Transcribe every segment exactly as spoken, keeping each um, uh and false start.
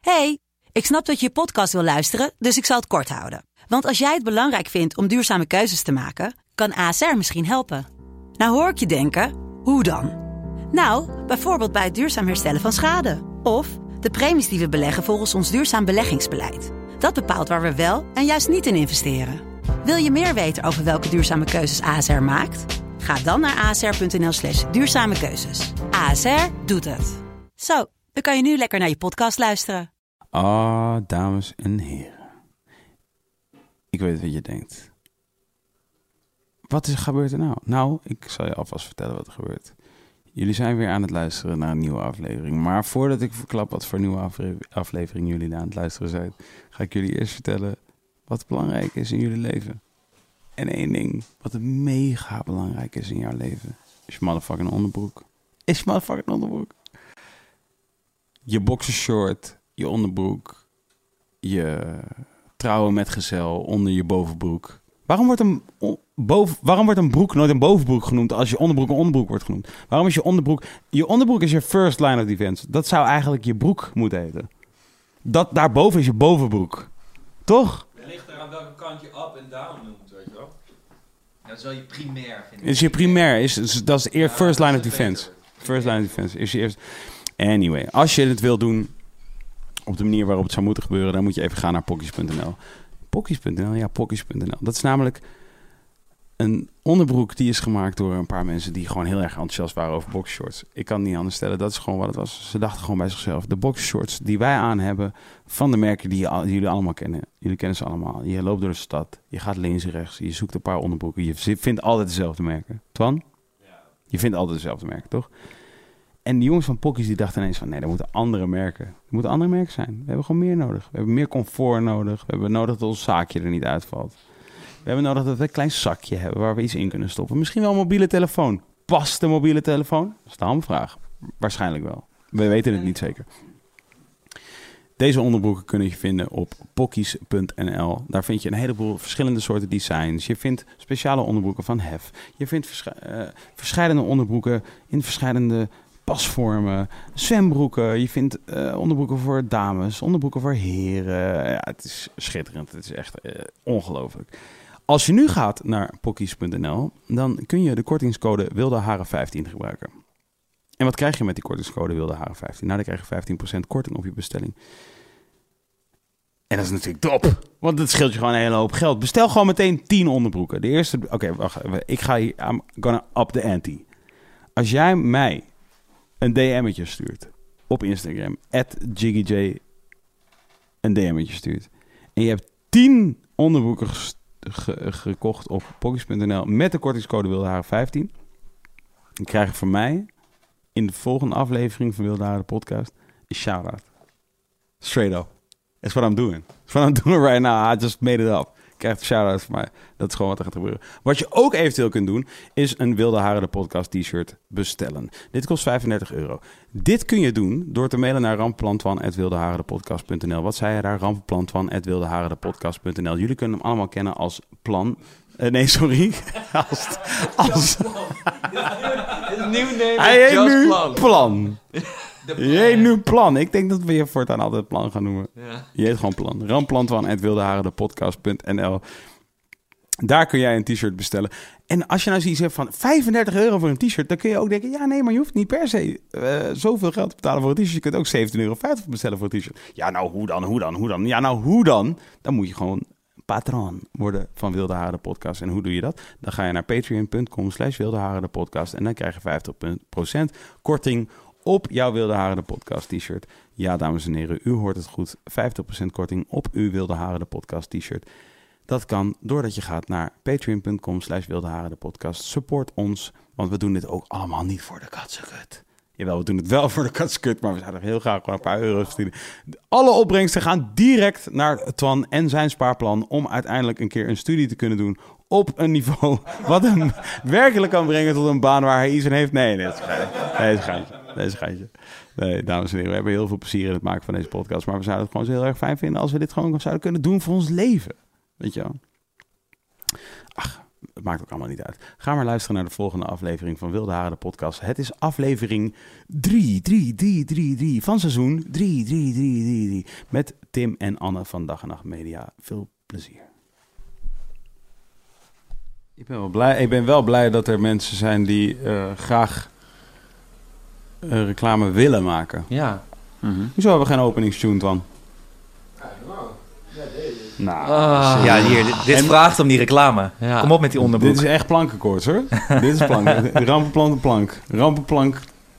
Hey, ik snap dat je je podcast wil luisteren, dus ik zal het kort houden. Want als jij het belangrijk vindt om duurzame keuzes te maken, kan A S R misschien helpen. Nou hoor ik je denken, hoe dan? Nou, bijvoorbeeld bij het duurzaam herstellen van schade. Of de premies die we beleggen volgens ons duurzaam beleggingsbeleid. Dat bepaalt waar we wel en juist niet in investeren. Wil je meer weten over welke duurzame keuzes A S R maakt? Ga dan naar asr.nl slash duurzame keuzes. A S R doet het. Zo, dan kan je nu lekker naar je podcast luisteren. Ah, dames en heren. Ik weet wat je denkt. Wat is gebeurd er nou? Nou, ik zal je alvast vertellen wat er gebeurt. Jullie zijn weer aan het luisteren naar een nieuwe aflevering. Maar voordat ik verklap wat voor nieuwe afle- aflevering jullie aan het luisteren zijn, ga ik jullie eerst vertellen wat belangrijk is in jullie leven. En één ding, wat mega belangrijk is in jouw leven, is je motherfucking onderbroek. Is je motherfucking onderbroek. Je boxershort, je onderbroek, je trouwen metgezel onder je bovenbroek. Waarom wordt, een boven, waarom wordt een broek nooit een bovenbroek genoemd als je onderbroek een onderbroek wordt genoemd? Waarom is je onderbroek... Je onderbroek is je first line of defense. Dat zou eigenlijk je broek moeten heten. Dat daarboven is je bovenbroek. Toch? Het ligt er aan welke kant je up en down noemt, weet je wel. Dat is wel je primair, vind ik. Is je primair. Is, is, dat is eer Ja, first dat line is of het defense. beter. First line of defense. Is je eerst... Anyway, als je het wil doen op de manier waarop het zou moeten gebeuren, dan moet je even gaan naar pokkies punt n l. Pokkies punt n l? Ja, pokkies punt n l. Dat is namelijk een onderbroek die is gemaakt door een paar mensen die gewoon heel erg enthousiast waren over boxershorts. Ik kan het niet anders stellen, dat is gewoon wat het was. Ze dachten gewoon bij zichzelf, de boxershorts die wij aan hebben van de merken die, je, die jullie allemaal kennen. Jullie kennen ze allemaal. Je loopt door de stad, je gaat links en rechts, je zoekt een paar onderbroeken. Je vindt altijd dezelfde merken. Twan? Je vindt altijd dezelfde merken, toch? En die jongens van Pokkies die dachten ineens van, nee, er moeten andere merken. Er moeten andere merken zijn. We hebben gewoon meer nodig. We hebben meer comfort nodig. We hebben nodig dat ons zaakje er niet uitvalt. We hebben nodig dat we een klein zakje hebben waar we iets in kunnen stoppen. Misschien wel een mobiele telefoon. Past de mobiele telefoon? Dat is de hamvraag. Waarschijnlijk wel. We weten het niet zeker. Deze onderbroeken kun je vinden op pokkies punt n l. Daar vind je een heleboel verschillende soorten designs. Je vindt speciale onderbroeken van Hef. Je vindt vers- uh, verschillende onderbroeken in verschillende pasvormen, zwembroeken. Je vindt uh, onderbroeken voor dames, onderbroeken voor heren. Ja, het is schitterend. Het is echt uh, ongelooflijk. Als je nu gaat naar pokkies punt n l, dan kun je de kortingscode wilde haren vijftien gebruiken. En wat krijg je met die kortingscode wilde haren vijftien? Nou, dan krijg je vijftien procent korting op je bestelling. En dat is natuurlijk top, want dat scheelt je gewoon een hele hoop geld. Bestel gewoon meteen tien onderbroeken. De eerste... Oké, okay, wacht. Ik ga hier... I'm gonna up the ante. Als jij mij een D M'tje stuurt op Instagram, at jiggyj, een D M'tje stuurt, en je hebt tien onderbroeken gest- ge- gekocht op pokkies punt n l met de kortingscode wilde haren vijftien, dan krijg je van mij in de volgende aflevering van Wilde Haren de podcast een shout-out. Straight up. That's what I'm doing. That's what I'm doing right now. I just made it up. Ik krijg een shout-out van mij. Dat is gewoon wat er gaat gebeuren. Wat je ook eventueel kunt doen, is een Wilde Haren de podcast t-shirt bestellen. Dit kost vijfendertig euro. Dit kun je doen door te mailen naar rampenplantwan at wildeharendepodcast punt n l. Wat zei je daar? rampenplantwan at wildeharendepodcast punt n l. Jullie kunnen hem allemaal kennen als plan... Uh, nee, sorry. als... als Het nieuwe neem Hij is heet Just nu Plan. plan. De Je heet nu plan. Ik denk dat we je voortaan altijd plan gaan noemen. Ja. Je heet gewoon plan. ramplantwan at wildeharendepodcast punt n l. Daar kun jij een t-shirt bestellen. En als je nou zoiets hebt van vijfendertig euro voor een t-shirt, dan kun je ook denken, ja nee, maar je hoeft niet per se uh, zoveel geld te betalen voor een t-shirt. Je kunt ook zeventien euro vijftig bestellen voor een t-shirt. Ja nou, hoe dan, hoe dan, hoe dan? Ja nou, hoe dan? Dan moet je gewoon patroon worden van Wilde Haren de podcast. En hoe doe je dat? Dan ga je naar patreon punt com slash wilde haren de podcast en dan krijg je vijftig procent korting op jouw Wilde Haren de podcast t-shirt. Ja, dames en heren, u hoort het goed. vijftig procent korting op uw Wilde Haren de podcast t-shirt. Dat kan doordat je gaat naar patreon punt com slash wilde haren de podcast. Support ons, want we doen dit ook allemaal niet voor de katsenkut. Jawel, we doen het wel voor de katsenkut, maar we zouden heel graag gewoon een paar euro's verdienen. Alle opbrengsten gaan direct naar Twan en zijn spaarplan om uiteindelijk een keer een studie te kunnen doen op een niveau wat hem werkelijk kan brengen tot een baan waar hij iets in heeft. Nee, nee, dat is een geintje. Nee, dat is een geintje. Nee, dat is een geintje. Nee, dames en heren, we hebben heel veel plezier in het maken van deze podcast, maar we zouden het gewoon zo heel erg fijn vinden als we dit gewoon zouden kunnen doen voor ons leven. Weet je wel? Ach, Het maakt ook allemaal niet uit. Ga maar luisteren naar de volgende aflevering van Wilde Haren, de podcast. Het is aflevering drie, drie, drie, drie, drie van seizoen drie, drie, drie, drie, drie. Met Tim en Anne van Dag en Nacht Media. Veel plezier. Ik ben wel blij, ik ben wel blij dat er mensen zijn die uh, graag uh, reclame willen maken. Ja. Mm-hmm. Hoezo hebben we geen openingstune van? Nou, ah. Ja, hier, dit, dit vraagt om die reclame. Ja. Kom op met die onderbroek. Dit is echt plankenkoorts, hoor. Dit is plank. Rampenplank, rampenplank.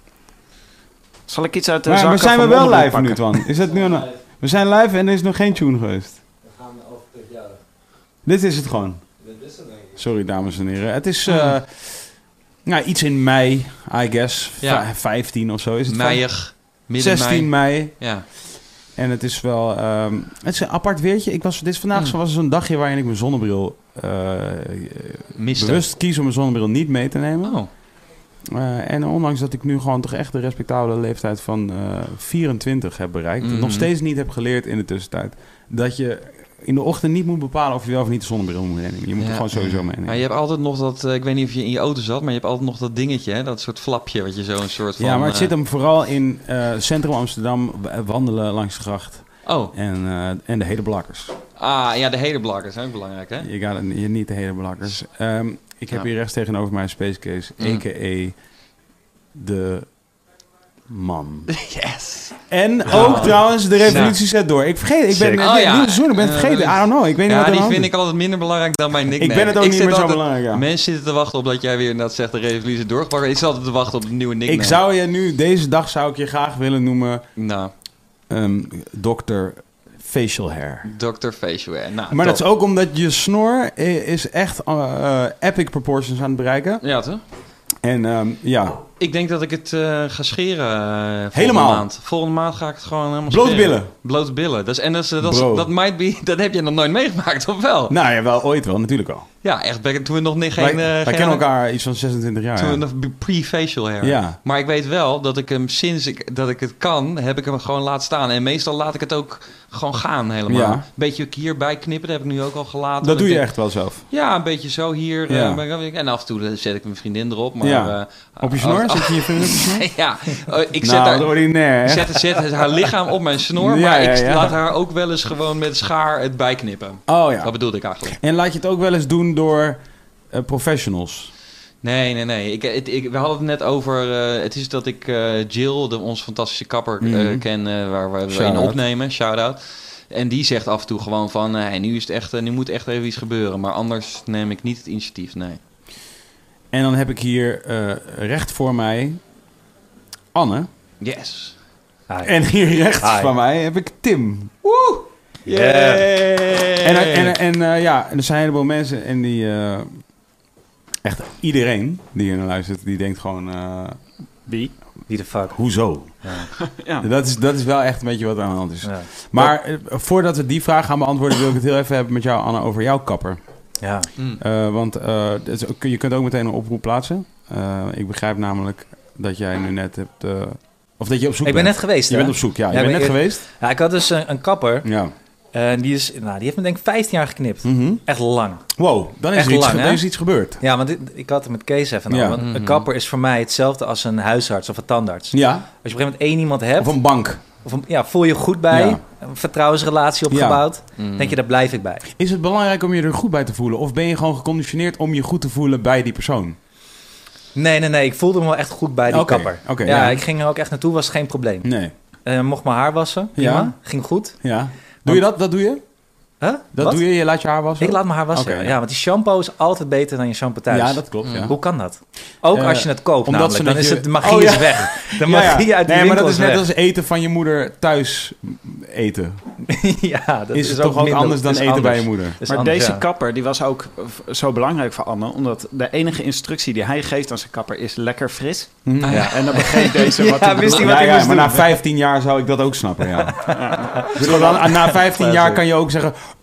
Zal ik iets uit de Maar, zak maar zijn we van wel mijn live onderbroek nu, Twan? Is het nu een... We zijn live en er is nog geen tune geweest. We gaan over het jaar. Dit is het gewoon. Dit is het, denk ik. Sorry, dames en heren. Het is uh, nou, iets in mei, I guess. Ja. V- vijftien of zo is het. Meiig. Midden zestien mei. Ja. En het is wel... Um, het is een apart weertje. Ik was, dit vandaag Mm. was zo'n dagje waarin ik mijn zonnebril... Uh, Miste. bewust kies om mijn zonnebril niet mee te nemen. Oh. Uh, en ondanks dat ik nu gewoon toch echt de respectabele leeftijd van uh, vierentwintig heb bereikt... Mm. nog steeds niet heb geleerd in de tussentijd... dat je in de ochtend niet moet bepalen of je wel of niet de zonnebril moet nemen. Je moet Ja. er gewoon sowieso mee nemen. Maar je hebt altijd nog dat... Uh, ik weet niet of je in je auto zat, maar je hebt altijd nog dat dingetje, hè? Dat soort flapje, wat je zo een soort van... Ja, maar het uh, zit hem vooral in uh, centrum Amsterdam, w- wandelen langs de gracht... Oh. En, uh, en de hele blakkers. Ah, ja, de hele blakkers zijn ook belangrijk, hè? Je gaat je niet de hele blakkers. Um, ik heb Ja. hier rechts tegenover mij Space Case, Mm. a k a de man. Yes! En Oh. ook trouwens, de revolutie zet door. Ik vergeet, ik ben Zeker. het Oh, ja. nieuwe seizoen, ik ben het Uh, vergeten. I don't know, ik weet niet Ja, wat er die aan vind is. ik altijd minder belangrijk dan mijn nickname. Ik ben het ook niet zit meer zo altijd- belangrijk, ja. Mensen zitten te wachten op dat jij weer inderdaad zegt de revolutie is doorgebakken. Ik zit altijd te wachten op een nieuwe nickname. Ik zou je nu, deze dag zou ik je graag willen noemen... Nou, Um, dokter Facial Hair. dokter Facial Hair. Nou, Maar dat top. is ook omdat je snor i- is echt uh, uh, epic proportions aan het bereiken. Ja, toch? En um, ja, Ik denk dat ik het uh, ga scheren uh, volgende Helemaal? maand. Volgende maand ga ik het gewoon helemaal blote scheren. billen. Blote billen. Dat is, en dat, is, dat, is, Bro. dat might be... Dat heb je nog nooit meegemaakt, of wel? Nou ja, wel ooit wel, natuurlijk al. Ja, echt. back- Toen we nog niet geen... wij uh, wij geen- kennen elkaar iets van zesentwintig jaar. Toen we Ja. nog pre-facial hair. Ja. Maar ik weet wel dat ik hem sinds ik, dat ik het kan, heb ik hem gewoon laten staan. En meestal laat ik het ook gewoon gaan helemaal. Ja. Beetje hierbij knippen, dat heb ik nu ook al gelaten. Dat doe je Ik- echt wel zelf. Ja, een beetje zo hier. Ja. eh, ben ik- en af en toe zet ik mijn vriendin erop. Maar, Ja. eh, Op je snor? oh, Zit je je vinger op je snor? oh, ja, oh, ik zet nou, haar... dat ordinair, Ik hè? zet, zet haar lichaam op mijn snor, Ja, maar ja, ik ja. laat haar ook wel eens gewoon met schaar het bijknippen. Oh ja. Dat bedoelde ik eigenlijk. En laat je het ook wel eens doen door uh, professionals? Nee, nee, nee. Ik, het, ik, we hadden het net over... Uh, het is dat ik uh, Jill, de, onze fantastische kapper, uh, Mhm. ken... Uh, waar we in Shout-out. opnemen. Shout-out. En die zegt af en toe gewoon van... Uh, hey, nu, is het echt, uh, nu moet echt even iets gebeuren. Maar anders neem ik niet het initiatief, nee. En dan heb ik hier uh, recht voor mij Anne. Yes. Hi. En hier rechts Hi. van mij heb ik Tim. Woe! Yeah. En, en, en uh, ja, er zijn een heleboel mensen en die... Uh, echt iedereen die hier naar luistert, die denkt gewoon... Uh, Wie? Wie de fuck? hoezo? Ja. Ja. Dat is, dat is wel echt een beetje wat er aan de hand is. Ja. Maar uh, voordat we die vraag gaan beantwoorden, wil ik het heel even hebben met jou, Anne, over jouw kapper. Ja. Mm. Uh, want uh, het is ook- je kunt ook meteen een oproep plaatsen. Uh, ik begrijp namelijk dat jij nu net hebt... Uh, of dat je op zoek Ik ben bent. net geweest, Je hè? bent op zoek, ja. Je Ja, bent maar net ik- geweest. Ja, ik had dus een, een kapper. Ja. En die, is, nou, die heeft me denk ik vijftien jaar geknipt. Mhm. Echt lang. Wow, dan is Echt er iets, lang, ge- hè? er is iets gebeurd. Ja, want dit- ik had het met Kees even Ja. over. Want Mhm. Een kapper is voor mij hetzelfde als een huisarts of een tandarts. Ja, Als je op een gegeven moment één iemand hebt, of een bank. of een, ja, voel je goed bij, Ja. een vertrouwensrelatie opgebouwd, Mm. denk je, daar blijf ik bij. Is het belangrijk om je er goed bij te voelen? Of ben je gewoon geconditioneerd om je goed te voelen bij die persoon? Nee, nee, nee, ik voelde me wel echt goed bij die Oké, kapper. oké, ja, ja. ik ging er ook echt naartoe, was geen probleem. Nee. Eh, mocht mijn haar wassen, prima, Ja. ging goed. Ja. Doe je dat? Dat doe je? Huh? Dat Wat? doe je? Je laat je haar wassen? Ik laat mijn haar wassen, Oké, ja. ja. Ja, want die shampoo is altijd beter dan je shampoo thuis. Ja, dat klopt. Ja. Hoe kan dat? Ook Eh, als je het koopt omdat namelijk, ze dan dat is je- het, de magie Oh, ja. is weg. De Ja, ja. magie uit die Nee, maar dat winkel is net weg. als eten van je moeder thuis eten. ja, dat is is, het ook toch ook minder- anders dan is eten anders. bij je moeder? Is Maar anders, deze ja. kapper die was ook v- zo belangrijk voor Anne, omdat de enige instructie die hij geeft aan zijn kapper is lekker fris. Hm? Ja. En dan begreep deze Ja, wat hij wist hij bedoelde. wat Ja, hij ja, moest maar doen. na vijftien jaar zou ik dat ook snappen, ja. Ik bedoel, dan, na vijftien jaar kan je ook zeggen...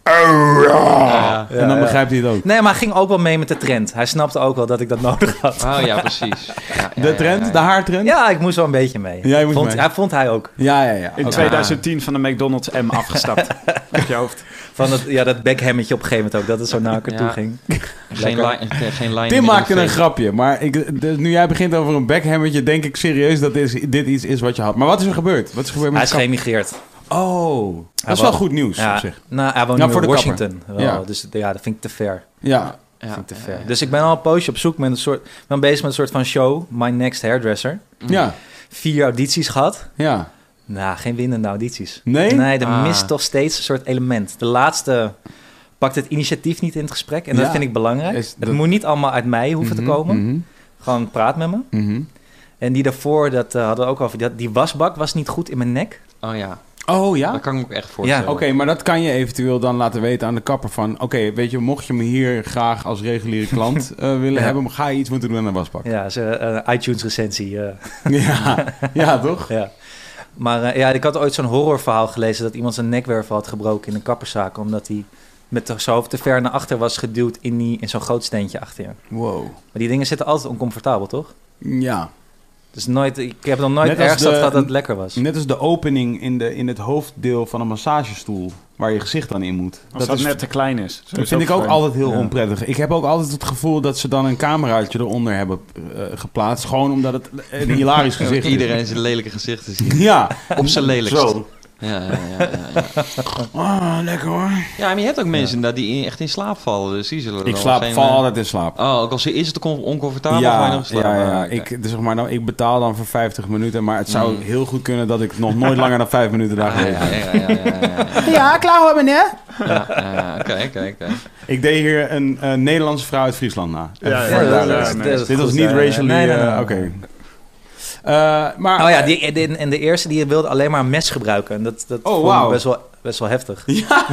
Ja. En dan ja. begrijpt hij het ook. Nee, maar hij ging ook wel mee met de trend. Hij snapte ook wel dat ik dat nodig had. Oh ja, precies. Ja, ja, De ja, trend, ja, ja. de haartrend? Ja, ik moest wel een beetje mee. Jij moest vond, mee. Hij vond hij ook. Ja, ja, ja. In Oké. twintig tien van de McDonald's M afgestapt. Op je hoofd. Van dat, ja, dat backhammetje op een gegeven moment ook. Dat het zo naar elkaar toe Ja. ging. Geen, Lekker. li- eh, geen line Tim meer maakte in de een face. grapje, maar ik, dus nu jij begint over een backhammertje, denk ik serieus dat dit, dit iets is wat je had. Maar wat is er gebeurd? Wat is er gebeurd Hij met is de kap- geëmigreerd. Oh, dat Hij is wel wou- goed nieuws Ja, op zich. nou, hij woont Ja, nu voor in de Washington. Wel, Ja. Dus ja, dat vind ik te ver. Ja, Ja, vind ik te ja, ver. ja. Dus ik ben al een poosje op zoek met een soort... Ik ben bezig met een soort van show. My Next Hairdresser. ja, Vier audities gehad. ja. Nou, geen winnende audities. Nee? Nee, er Ah. mist toch steeds een soort element. De laatste pakt het initiatief niet in het gesprek. En Ja. dat vind ik belangrijk. Is Het dat- moet niet allemaal uit mij hoeven Mhm, te komen. mhm, Gewoon praat met me. mhm. En die daarvoor, dat eh, hadden we ook over. Die, die wasbak was niet goed in mijn nek. Oh ja, Oh ja? dat kan ik me ook echt voorstellen. Oké, maar dat kan je eventueel dan laten weten aan de kapper van... Oké, weet je, mocht je me hier graag als reguliere klant eh, willen Ja. hebben... ga je iets moeten doen aan een wasbak. Ja, ze eh, iTunes recensie. eh, Ja, ja toch? ja. Maar eh, ja, ik had ooit zo'n horrorverhaal gelezen dat iemand zijn nekwervel had gebroken in een kapperszaak. Omdat hij met de- zijn hoofd te ver naar achter was geduwd in, die, in zo'n groot steentje achter je. Wow. Maar die dingen zitten altijd oncomfortabel, toch? Ja. Dus nooit, ik heb nog nooit Net als ergens de- dat gehad dat het lekker was. Net als de opening in, de, in het hoofddeel van een massagestoel... waar je gezicht dan in moet. Als dat, is, net te klein is. dat vind ik ook altijd heel Ja. onprettig. Ik heb ook altijd het gevoel dat ze dan een cameraatje eronder hebben eh, geplaatst. Gewoon omdat het een hilarisch gezicht is. Iedereen zijn lelijke gezicht te zien. Ja. Op zijn lelijkst. Zo. Ja, ja, ja, ja, ja. Ah, lekker hoor. Ja, maar je hebt ook mensen inderdaad die in- echt in slaap vallen. Dus die zullen er Ik wel slaap, geen, val eh, altijd in slaap. Oh, ook al is het on- oncomfortabel, ga je Ja, nog ja, slapen. ja, ja. Ah, oké. Ik, dus zeg maar, nou, ik betaal dan voor vijftig minuten, maar het zou Mm. heel goed kunnen dat ik nog nooit langer dan vijf minuten daar Ah, ga. ja, ja, ja, ja, ja, ja, ja. Ja, klaar hoor meneer. Ja, ja, ja, oké, oké, oké. Ik deed hier een eh, Nederlandse vrouw uit Friesland na. Ja, ja, Even ja, voor de ja, duidelijkheid. ja, nee. Dit was Goed, niet eh, racially... nee, nee, nee, eh, nee. Oké. Eh, maar... Oh ja, die, die- en de eerste die wilde alleen maar een mes gebruiken. En dat, dat Oh, vond ik wauw. best wel, best wel heftig.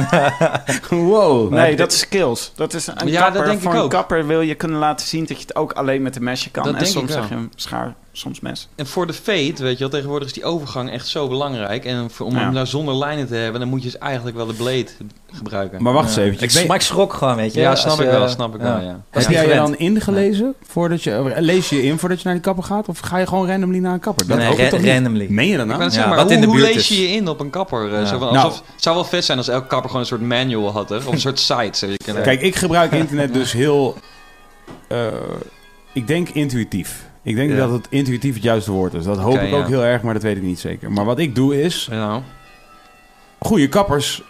Wow. Nee, dat is skills. Dat is een Ja, kapper. dat denk Voor ik een ook. kapper wil je kunnen laten zien dat je het ook alleen met een mesje kan. Dat en denk soms ik wel. zeg je een schaar, soms mes. En voor de fade, weet je wel, tegenwoordig is die overgang echt zo belangrijk. En voor, om Ja. hem daar zonder lijnen te hebben, dan moet je dus eigenlijk wel de blade gebruiken. Maar wacht eens Ja. even. Ik, maar ik schrok gewoon, weet je. ja, als snap je- ik wel, snap ik wel, ja. Was Heb niet jij je gewend. dan ingelezen voordat je... Lees je je in voordat je naar die kapper gaat? Of ga je gewoon randomly naar een kapper? Dat Nee, hoop ik ra- toch niet? randomly. Meen je dat Ik nou? ben het Ja, zeggen, maar wat hoe, in de hoe buurt lees je is. je in op een kapper? eh, Ja. Zo van, Nou. alsof, het zou wel vet zijn als elke kapper gewoon een soort manual had, hè? Of een soort site. Zo je kan, Kijk, ik gebruik internet dus heel... eh, ik denk intuïtief. Ik denk Ja. dat het intuïtief het juiste woord is. Dat hoop Oké, ik ook ja. heel erg, maar dat weet ik niet zeker. Maar wat ik doe is... nou, Goede kappers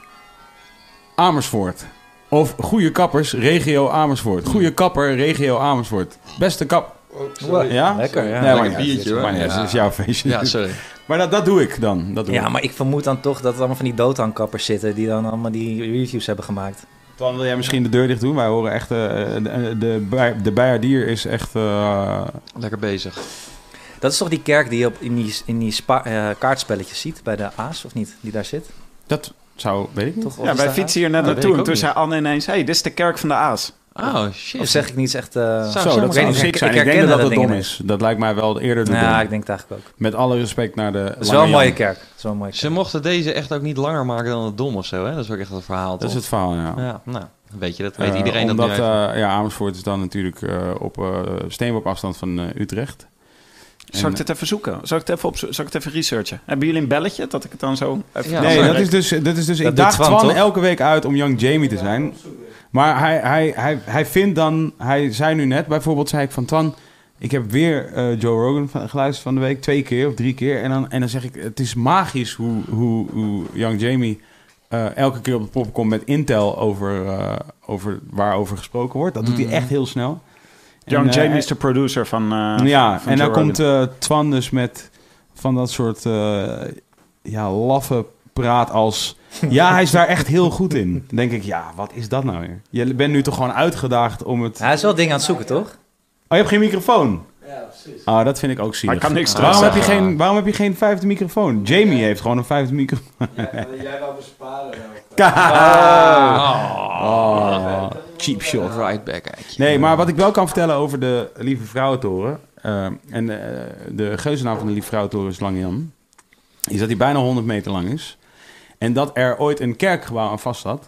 Amersfoort. Of goede kappers regio Amersfoort. Goede kapper regio Amersfoort. Beste kap... Wow, Ja? Lekker, ja. Nee, Lekker maar niet uit. biertje, hoor. Maar niet uit, het is jouw feestje. ja, sorry. Maar dat, dat doe ik dan. Dat doe Ja, ik. maar ik vermoed dan toch dat het allemaal van die doodhangkappers zitten... die dan allemaal die reviews hebben gemaakt. Dan wil jij misschien de deur dicht doen. Wij horen echt... eh, de, de, bij- de bijaardier is echt... eh, Lekker bezig. Dat is toch die kerk die je op, in die, in die spa, eh, kaartspelletjes ziet bij de A's, of niet? Die daar zit? dat zou... Weet ik niet. Toch? Of Ja, is wij daar fietsen hier net Oh, dat naartoe. weet En ik toen ook zei Anne ineens... Hé, hey, dit is de kerk van de A's. Oh, shit. Of zeg ik niet echt... eh, Zou- Zo, zou dat maar zou weten. sick Ik- zijn. ik Ik denk herken dat dat het dom dingen is. Dat lijkt mij wel eerder de Ja, dom. ik denk het eigenlijk ook. Met alle respect naar de... Het is Lange wel een mooie Jan. kerk. Het is wel een mooie Ze kerk. mochten deze echt ook niet langer maken dan het dom of zo, hè? Dat is ook echt het verhaal, Dat is toch? het verhaal, ja. Ja, nou, weet je, dat weet Eh, iedereen dat omdat, nu even. eh, ja, Amersfoort is dan natuurlijk eh, op uh, steenworp afstand van eh, Utrecht. Zal En- ik dit even zoeken? Zal ik het even, op, zal ik het even researchen? Hebben jullie een belletje dat ik het dan zo even... Ja, Nee, sorry. dat is dus, dat is dus Dat ik doet daag Twan, Twan toch? elke week uit om Young Jamie te zijn. Maar hij, hij, hij, hij vindt dan... Hij zei nu net, bijvoorbeeld zei ik van Twan... Ik heb weer eh, Joe Rogan van- geluisterd van de week. Twee keer of drie keer. En dan, en dan zeg ik, het is magisch hoe, hoe, hoe Young Jamie... eh, elke keer op de pop komt met intel over, eh, over waarover gesproken wordt. Dat doet Mhm. hij echt heel snel. Young En, eh, Jamie is de producer van... eh, ja, van en dan Joe komt Rogan. eh, Twan dus met van dat soort eh, ja, laffe praat als... Ja, hij is daar echt heel goed in. Dan denk ik, ja, wat is dat nou weer? Je bent nu toch gewoon uitgedaagd om het... Hij is wel dingen aan het zoeken, toch? Oh, je hebt geen microfoon? Ja, precies. Ah, dat vind ik ook zielig. Maar ik kan niks waarom, heb je terugzeggen. geen, waarom heb je geen vijfde microfoon? Jamie heeft gewoon een vijfde microfoon. Jij wou besparen. Oh, cheap shot. Right back at you. Nee, maar wat ik wel kan vertellen over de Lieve Vrouwentoren... eh, en eh, de geuzennaam van de Lieve Vrouwentoren is Lange Jan... is dat hij bijna honderd meter lang is. En dat er ooit een kerkgebouw aan vast zat...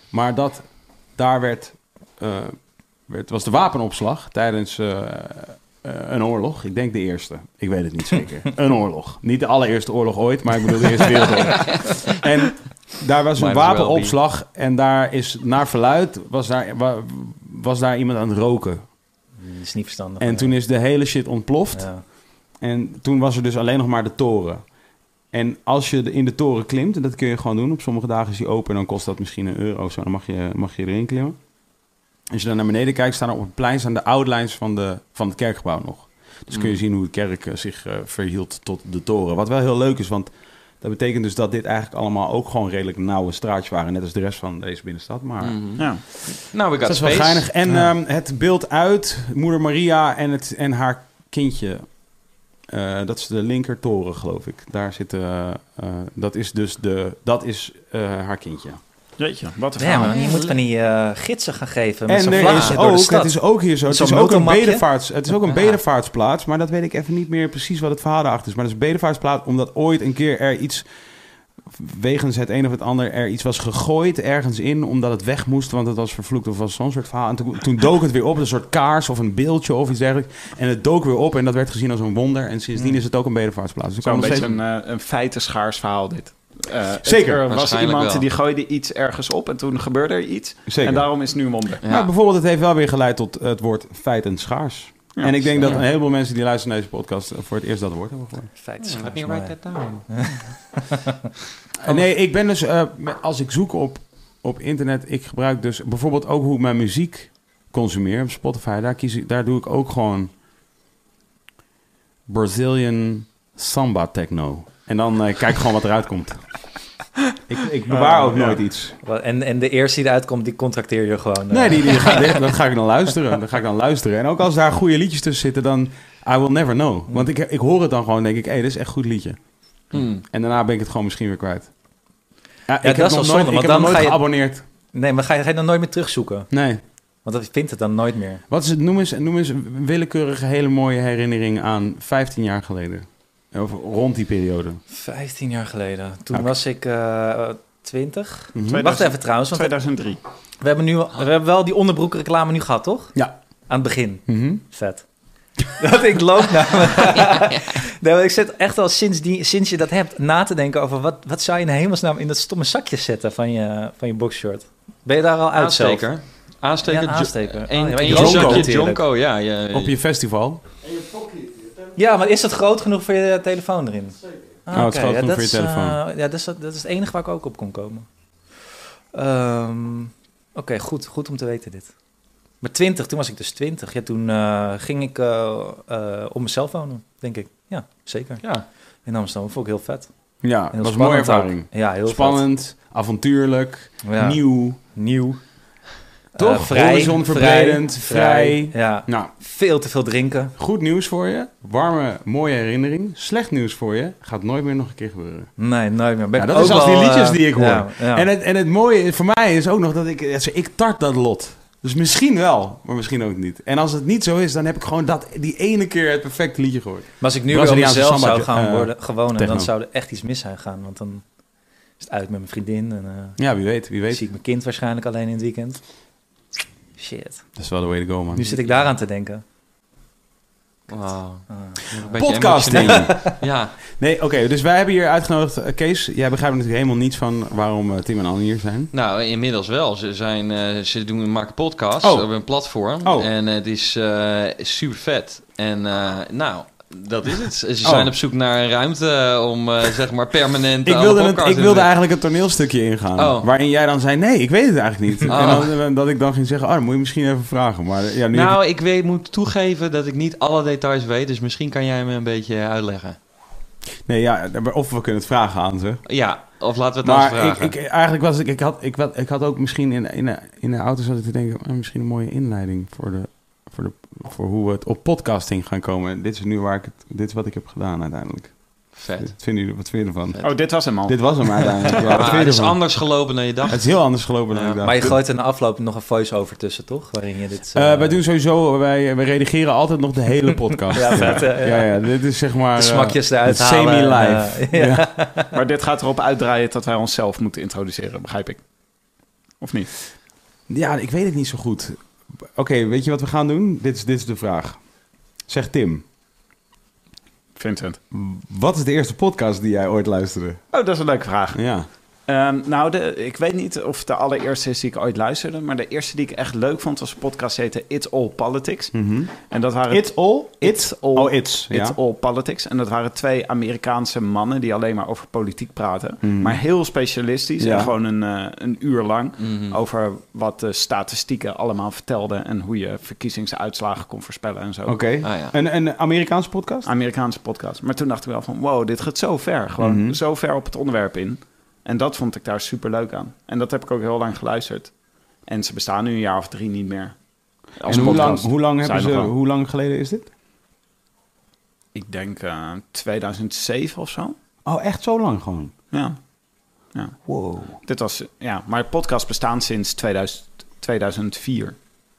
Maar dat, daar werd, uh, werd, was de wapenopslag tijdens uh, uh, een oorlog. Ik denk de eerste. Ik weet het niet zeker. Een oorlog. Niet de allereerste oorlog ooit, maar ik bedoel de Eerste Wereldoorlog. En daar was een wapenopslag en daar is, naar verluid, was daar, was daar iemand aan het roken. Dat is niet verstandig. En toen is de hele shit ontploft. Ja. En toen was er dus alleen nog maar de toren. En als je in de toren klimt, en dat kun je gewoon doen. Op sommige dagen is die open en dan kost dat misschien een euro of zo. Dan mag je, mag je erin klimmen. Als je dan naar beneden kijkt, staan er op het plein staan de outlines van, de, van het kerkgebouw nog. Dus mm. kun je zien hoe de kerk uh, zich uh, verhield tot de toren. Wat wel heel leuk is, want dat betekent dus dat dit eigenlijk allemaal ook gewoon redelijk nauwe straatjes waren. Net als de rest van deze binnenstad. Maar Mm-hmm. Ja. Nou, we got dat is wel space. geinig. En Ja. um, het beeld uit Moeder Maria en, het, en haar kindje. Uh, dat is de linkertoren, geloof ik. Daar zit, uh, uh, dat is dus de, dat is uh, haar kindje. Jeetje, wat een Ja, verhaal. man, je moet van die uh, gidsen gaan geven met En zo'n er vlagje is door de ook, stad. het is ook hier zo, het Zo'n is ook een motormapje. bedevaarts, het is ook een Ja. bedevaartsplaats, maar dat weet ik even niet meer precies wat het verhaal daarachter is. Maar het is een bedevaartsplaats omdat ooit een keer er iets, wegens het een of het ander, er iets was gegooid ergens in, omdat het weg moest, want het was vervloekt of was zo'n soort verhaal. En toen, toen dook het weer op, een soort kaars of een beeldje of iets dergelijks. En het dook weer op en dat werd gezien als een wonder. En sindsdien is het ook een bedevaartsplaats. Dus Zo'n kan nog beetje steeds- een, uh, een feitenschaars verhaal dit. Uh, Zeker. Er was Waarschijnlijk iemand wel. die gooide iets ergens op en toen gebeurde er iets. Zeker. En daarom is het nu een wonder. Ja. Maar bijvoorbeeld, het heeft wel weer geleid tot het woord feit en schaars. Ja. En ik denk dat Ja. een heleboel mensen die luisteren naar deze podcast voor het eerst dat woord hebben gehoord. Feit is Let schaars, me maar- write that down. Uh, Nee, ik ben dus, uh, met- als ik zoek op, op internet, ik gebruik dus bijvoorbeeld ook hoe ik mijn muziek consumeer op Spotify. Daar, kies ik, daar doe ik ook gewoon Brazilian samba techno. En dan uh, kijk ik gewoon wat eruit komt. Ik, ik bewaar ook ja. nooit iets. Wel, En, en de eerste die eruit komt, die contracteer je gewoon. uh, Nee, die, die, ga- die- dat ga ik dan luisteren. Dan ga ik dan luisteren. En ook als daar goede liedjes tussen zitten, dan I will never know. Want ik, ik hoor het dan gewoon, denk ik, hé, hey, dit is echt een goed liedje. Hmm. En daarna ben ik het gewoon misschien weer kwijt. Ja, ik dat heb is nog wel nooit, zonde, ik want heb nog dan nooit ga je- geabonneerd. Nee, maar ga je, ga je dan nooit meer terugzoeken? Nee. Want dat vindt het dan nooit meer. Wat is het? Noem eens, noem eens een willekeurige hele mooie herinnering aan vijftien jaar geleden. Of rond die periode. Vijftien jaar geleden. Toen Oké. was ik uh, twintig. Mhm. Wacht even trouwens, want tweeduizend drie. we hebben, nu, we hebben wel die onderbroekreclame nu gehad, toch? Ja. Aan het begin. Mhm. Vet. Dat ik loop naar me. Nee, maar ik zit echt al sinds, die, sinds je dat hebt na te denken over wat, wat zou je in hemelsnaam in dat stomme zakje zetten van je, van je boxshort. Ben je daar al uit zelf? Aansteker. Aansteker. Ja, een aansteker. En, Oh, ja, en je Jonko zakje natuurlijk. Jonko, ja. Je, Op je festival. Ja, maar is dat groot genoeg voor je telefoon erin? Zeker. Oh, het is groot genoeg voor je telefoon. ja, dat is, dat is het enige waar ik ook op kon komen. Ehm, Oké, goed, goed om te weten dit. Maar twintig, toen was ik dus twintig. Ja, toen uh, ging ik uh, uh, op mezelf wonen, denk ik. Ja, zeker. ja. In Amsterdam, vond ik heel vet. Ja, dat Heel was een mooie spannend ook. ervaring. Ja, heel Spannend, avontuurlijk, vet. Ja. nieuw. Nieuw. Toch? Uh, vrij, Horizon verbredend, vrij. Ja, Nou, veel te veel drinken. goed nieuws voor je. Warme, mooie herinnering. Slecht nieuws voor je. Gaat nooit meer nog een keer gebeuren. Nee, nooit meer. Ben Ja, ik dat is ook als die wel, liedjes uh, die ik hoor. Ja, ja. En, het, en het mooie voor mij is ook nog dat ik... also, ik tart dat lot. Dus misschien wel, maar misschien ook niet. En als het niet zo is, dan heb ik gewoon dat, die ene keer het perfecte liedje gehoord. Maar als ik nu weer op Braziliaanse mezelf zou samba, gaan uh, worden, gewonnen, techno. dan zou er echt iets mis zijn gaan. Want dan is het uit met mijn vriendin en uh, Ja, wie weet, wie weet. zie ik mijn kind waarschijnlijk alleen in het weekend. Shit. Dat is wel de way to go, man. Nu zit ik daaraan te denken. Wow. Ah. Een beetje Podcasting. emotioneel. Ja. Nee, oké, dus wij hebben hier uitgenodigd. Uh, Kees, jij begrijpt natuurlijk helemaal niets van waarom uh, Tim en Anne hier zijn. Nou, inmiddels wel. Ze, zijn, uh, ze doen, maken podcasts Oh. op een platform. Oh. En het is uh, super vet. En uh, nou, dat is het. Ze Oh. zijn op zoek naar een ruimte om uh, zeg maar permanent Ik alle wilde, het, podcasts ik te wilde doen. eigenlijk een toneelstukje ingaan. Oh. Waarin jij dan zei, nee, ik weet het eigenlijk niet. Oh. En dan, uh, dat ik dan ging zeggen, oh, dan moet je misschien even vragen. Maar uh, ja, nu Nou, ik weet, moet toegeven dat ik niet alle details weet. Dus misschien kan jij me een beetje uitleggen. nee, ja, of we kunnen het vragen aan ze. Ja, of laten we het dan Maar vragen. ik, ik, eigenlijk was ik, ik had, ik, had, ik had ook misschien in, in, de, in de auto zat ik te denken, oh, misschien een mooie inleiding voor, de, voor, de, voor hoe we het op podcasting gaan komen. Dit is nu waar ik het, dit is wat ik heb gedaan uiteindelijk. Vet. Wat vinden jullie, wat vinden jullie ervan? Oh, dit was hem al. Dit was hem uiteindelijk. Ja, wat Maar vind je het is ervan? anders gelopen dan je dacht. Het is heel anders gelopen dan Ja. ik dacht. Maar je gooit in de afloop nog een voice-over tussen, toch? Waarin je dit... Uh, uh, wij doen sowieso, wij, wij redigeren altijd nog de hele podcast. Ja, vet, hè? ja, ja, dit is zeg maar... de smakjes uh, eruit halen. semi-live. en, uh, ja. Ja. Maar dit gaat erop uitdraaien dat wij onszelf moeten introduceren, begrijp ik. Of niet? Ja, ik weet het niet zo goed. Oké, okay, weet je wat we gaan doen? Dit is, dit is de vraag. Zeg Tim. Vincent. Wat is de eerste podcast die jij ooit luisterde? Oh, dat is een leuke vraag. Ja. Um, nou, de, ik weet niet of het de allereerste is die ik ooit luisterde. Maar de eerste die ik echt leuk vond was een podcast die heette It's All Politics. Mm-hmm. En dat waren It's All? It's All, oh, It's. It's ja. All Politics. En dat waren twee Amerikaanse mannen die alleen maar over politiek praten. Mm. Maar heel specialistisch. Ja. En gewoon een, uh, een uur lang Mhm. over wat de statistieken allemaal vertelden. En hoe je verkiezingsuitslagen kon voorspellen en zo. Oké. Okay. Ah, ja. Een, een Amerikaanse podcast? Amerikaanse podcast. Maar toen dacht ik wel van, wow, dit gaat zo ver. Gewoon Mm-hmm. zo ver op het onderwerp in. En dat vond ik daar super leuk aan. En dat heb ik ook heel lang geluisterd. En ze bestaan nu een jaar of drie niet meer. Als En hoe lang, podcast. hoe, lang hebben Zijn ze, nog wel. hoe lang geleden is dit? Ik denk uh, tweeduizend zeven of zo. Oh, echt zo lang gewoon? Ja. ja. Wow. Dit was, ja. Maar podcast bestaan sinds tweeduizend, tweeduizend vier.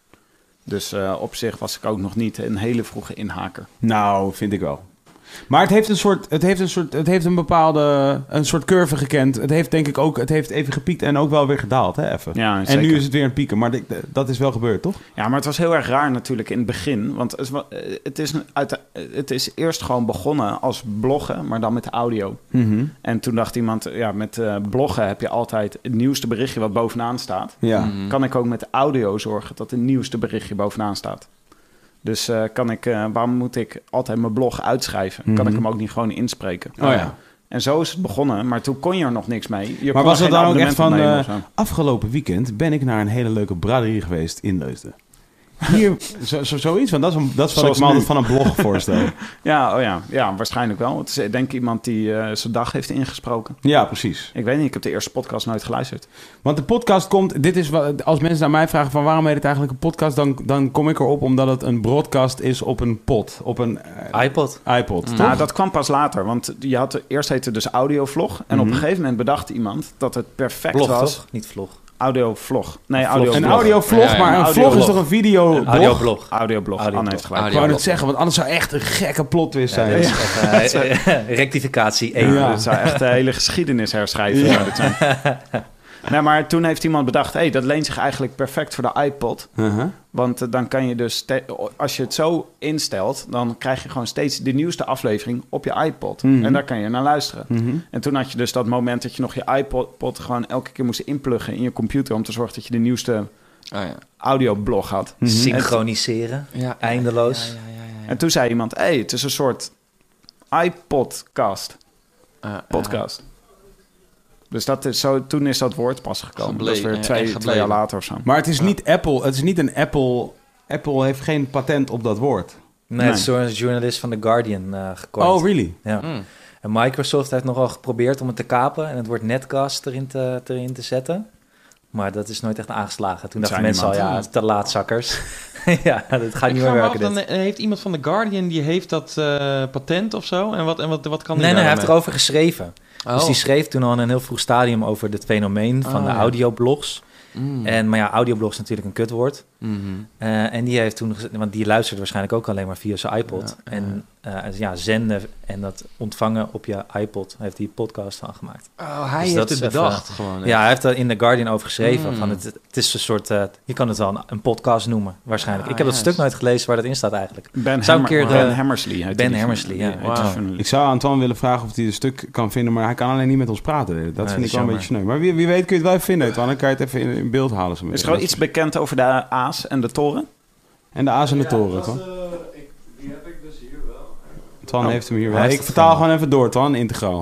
Dus uh, op zich was ik ook nog niet een hele vroege inhaker. Nou, vind ik wel. Maar het heeft een soort, het heeft een soort, het heeft een bepaalde, een soort curve gekend. Het heeft denk ik ook, het heeft even gepiekt en ook wel weer gedaald, hè, even. Ja, en nu is het weer aan het pieken, maar de, de, dat is wel gebeurd, toch? Ja, maar het was heel erg raar natuurlijk in het begin. Want het, wa- het, is, een- uit, het is eerst gewoon begonnen als bloggen, maar dan met audio. Mm-hmm. En toen dacht iemand, ja, met uh, bloggen heb je altijd het nieuwste berichtje wat bovenaan staat. Ja. Mhm. Kan ik ook met audio zorgen dat het nieuwste berichtje bovenaan staat. Dus uh, kan ik, uh, waarom moet ik altijd mijn blog uitschrijven? Mhm. Kan ik hem ook niet gewoon inspreken? Oh ja. En zo is het begonnen, maar toen kon je er nog niks mee. Je Maar kon was er het geen dan ook echt van, abonnement uh, opnemen of zo. afgelopen weekend ben ik naar een hele leuke braderie geweest in Leusden. Hier, zo, zo, zoiets van, dat is, een, dat is wat Zoals ik me altijd nu. van een blog voorstel. Ja, oh ja, ja, waarschijnlijk wel. Het is denk ik iemand die uh, zijn dag heeft ingesproken. Ja, precies. Ik weet niet, ik heb de eerste podcast nooit geluisterd. Want de podcast komt, dit is wat, als mensen naar mij vragen van waarom heet het eigenlijk een podcast, dan, dan kom ik erop omdat het een broadcast is op een pod, op een uh, iPod. iPod. Mm. toch? Nou, dat kwam pas later, want je had, eerst heette het dus audiovlog. En Mhm. op een gegeven moment bedacht iemand dat het perfect Blog, was. toch? Niet vlog. Audiovlog. Nee, Vlog. audiovlog. Een audiovlog, Ja, ja, maar een een vlog is audioblog. toch een video blog? Audioblog. Audioblog. Audioblog. Anne heeft gelijk. Ik wou het zeggen, want anders zou echt een gekke plot twist Ja, zijn. dit is echt, uh, rectificatie één. Ja. Dat zou echt de hele geschiedenis herschrijven. Ja. zou dit zijn. Nee, maar toen heeft iemand bedacht, hey, dat leent zich eigenlijk perfect voor de iPod. Uh-huh. Want uh, dan kan je dus, te- als je het zo instelt, dan krijg je gewoon steeds de nieuwste aflevering op je iPod. Mhm. En daar kan je naar luisteren. Mhm. En toen had je dus dat moment dat je nog je iPod gewoon elke keer moest inpluggen in je computer om te zorgen dat je de nieuwste Oh, ja. audioblog had. Mhm. Synchroniseren. Ja. Eindeloos. Ja, ja, ja, ja, ja. En toen zei iemand, hey, het is een soort iPodcast. Uh, uh, Podcast. Dus dat is zo, toen is dat woord pas gekomen. Gebleven, dat is weer ja, twee, echt twee gebleven. jaar later of zo. Maar het is Ja. niet Apple, het is niet een Apple. Apple heeft geen patent op dat woord. Nee, het is door een journalist van The Guardian uh, gecoind. Oh, really? Ja. Mm. En Microsoft heeft nogal geprobeerd om het te kapen en het woord netcast erin te, erin te zetten. Maar dat is nooit echt aangeslagen. Toen Het dachten zei mensen al, niemand. ja, te laat zakkers. ja, dat gaat Ik niet vraag meer me werken af, dit. dan eh, heeft iemand van The Guardian, die heeft dat eh, patent of zo? En wat, en wat, wat kan die Nee, nee, hij daar heeft mee? erover geschreven. Oh. Dus die schreef toen al in een heel vroeg stadium over het fenomeen van Oh, de ja. audioblogs. Mm. En, maar ja, audioblogs is natuurlijk een kutwoord. Mhm. Uh, en die heeft toen, gez- want die luisterde waarschijnlijk ook alleen maar via zijn iPod. Ja, en uh, ja, zenden en dat ontvangen op je iPod heeft hij podcast van gemaakt. Oh, hij Dus heeft dat het is even- bedacht gewoon. hè? Ja, hij heeft er in The Guardian over geschreven. Mm. Van het, het is een soort, uh, je kan het wel een, een podcast noemen, waarschijnlijk. Ah, ik heb dat ja, stuk is- nooit gelezen waar dat in staat eigenlijk. Ben, Zou Hammer- een keer, Ben uh, Hammersley. heet Ben die- Hammersley, ja. die- heet die Wauw. journalist. Ik zou aan Twan willen vragen of hij een stuk kan vinden, maar hij kan alleen niet met ons praten. Dat dat vind is ik wel een beetje sneu. Maar wie, wie weet kun je het wel even vinden, Twan. Dan kan je het even in, in beeld halen. zo Is meteen. er wel iets bekend over de A's en de toren? En de A's en de toren, Ja, Twan. dat, uh, ik, die heb ik dus hier wel. Twan Oh. heeft hem hier Hij wel. heeft Ik het vertaal gewoon. gewoon even door, Twan, integraal.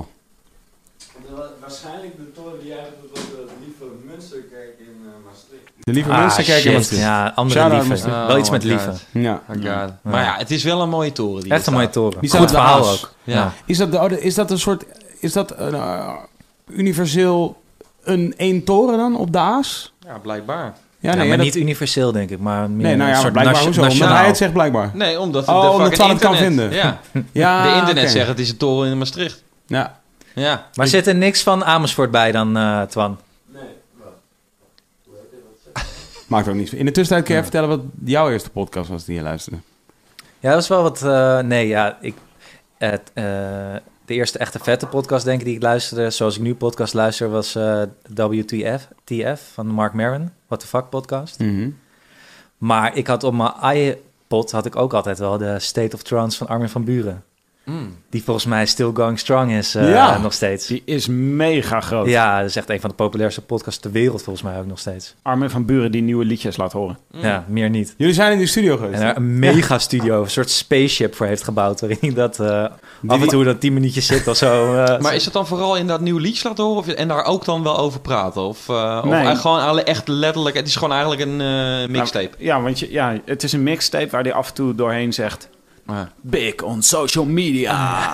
De- waarschijnlijk de toren die jij hebt op de Lieve Münsterkerk in uh, Maastricht. De Lieve Ah, Münsterkerk in shit. Maastricht. Ja, andere Shout-out lieve. Maastricht. Wel iets Oh met my lieve. God. Ja. Oh God. Maar ja, het is wel een mooie toren. Die Echt er een mooie staat. toren. Wie Goed staat de verhaal A's? ook. Ja. Ja. Is dat, de, oh, is dat een soort... Is dat een, uh, universeel een één toren dan op de A's? Ja, blijkbaar. Ja, Ja, nee, maar dat- niet universeel, denk ik. Maar meer Nee, nou een ja, maar soort blijkbaar nation- hoezo? Omdat nationaal. hij het zegt blijkbaar. Nee, omdat het Oh, de omdat fucking Twan het kan internet- vinden. Ja, Ja, de internet oké. zegt het is een toren in Maastricht. Ja. Ja. Maar zit er niks van Amersfoort bij dan, uh, Twan? Nee, wat? Hoe heet dat? Maakt ook niet. In de tussentijd kun je even vertellen wat jouw eerste podcast was die je luisterde. Ja, dat is wel wat... uh, nee, ja, ik... Uh, uh, de eerste echte vette podcast, denk ik, die ik luisterde, zoals ik nu podcast luister, was uh, W T F, T F van Mark Maron, What the Fuck podcast. Mm-hmm. Maar ik had op mijn iPod had ik ook altijd wel de State of Trance van Armin van Buuren. Mm. Die volgens mij still going strong is uh, Ja. nog steeds. Die is mega groot. Ja, dat is echt een van de populairste podcasts ter wereld volgens mij ook nog steeds. Armin van Buuren die nieuwe liedjes laat horen. Mm. Ja, meer niet. Jullie zijn in die studio geweest. En er een mega studio, een soort spaceship voor heeft gebouwd, waarin hij dat uh, af en toe dat tien minuutjes zit of zo. Uh, Maar is het dan vooral in dat nieuwe liedje laten horen of, en daar ook dan wel over praten? Of, uh, Nee. of eigenlijk gewoon alle- echt letterlijk, het is gewoon eigenlijk een uh, mixtape. Nou, ja, want je, ja, het is een mixtape waar hij af en toe doorheen zegt... Ja. Big on social media.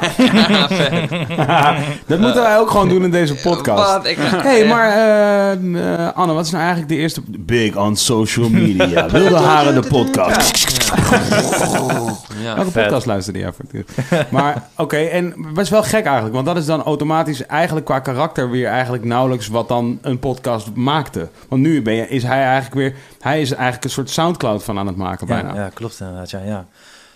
Dat moeten wij ook gewoon doen in deze podcast. Wat? Ik, Hé, hey, maar uh, uh, Anne, wat is nou eigenlijk de eerste... Big on social media. Wilde haren de podcast. Ja. Welke podcast luisterde jij voor het eerst? Maar oké, okay, en best wel gek eigenlijk. Want dat is dan automatisch eigenlijk qua karakter weer eigenlijk nauwelijks wat dan een podcast maakte. Want nu ben je, is hij eigenlijk weer... Hij is eigenlijk een soort Soundcloud van aan het maken bijna. Ja, ja, klopt inderdaad, ja, ja.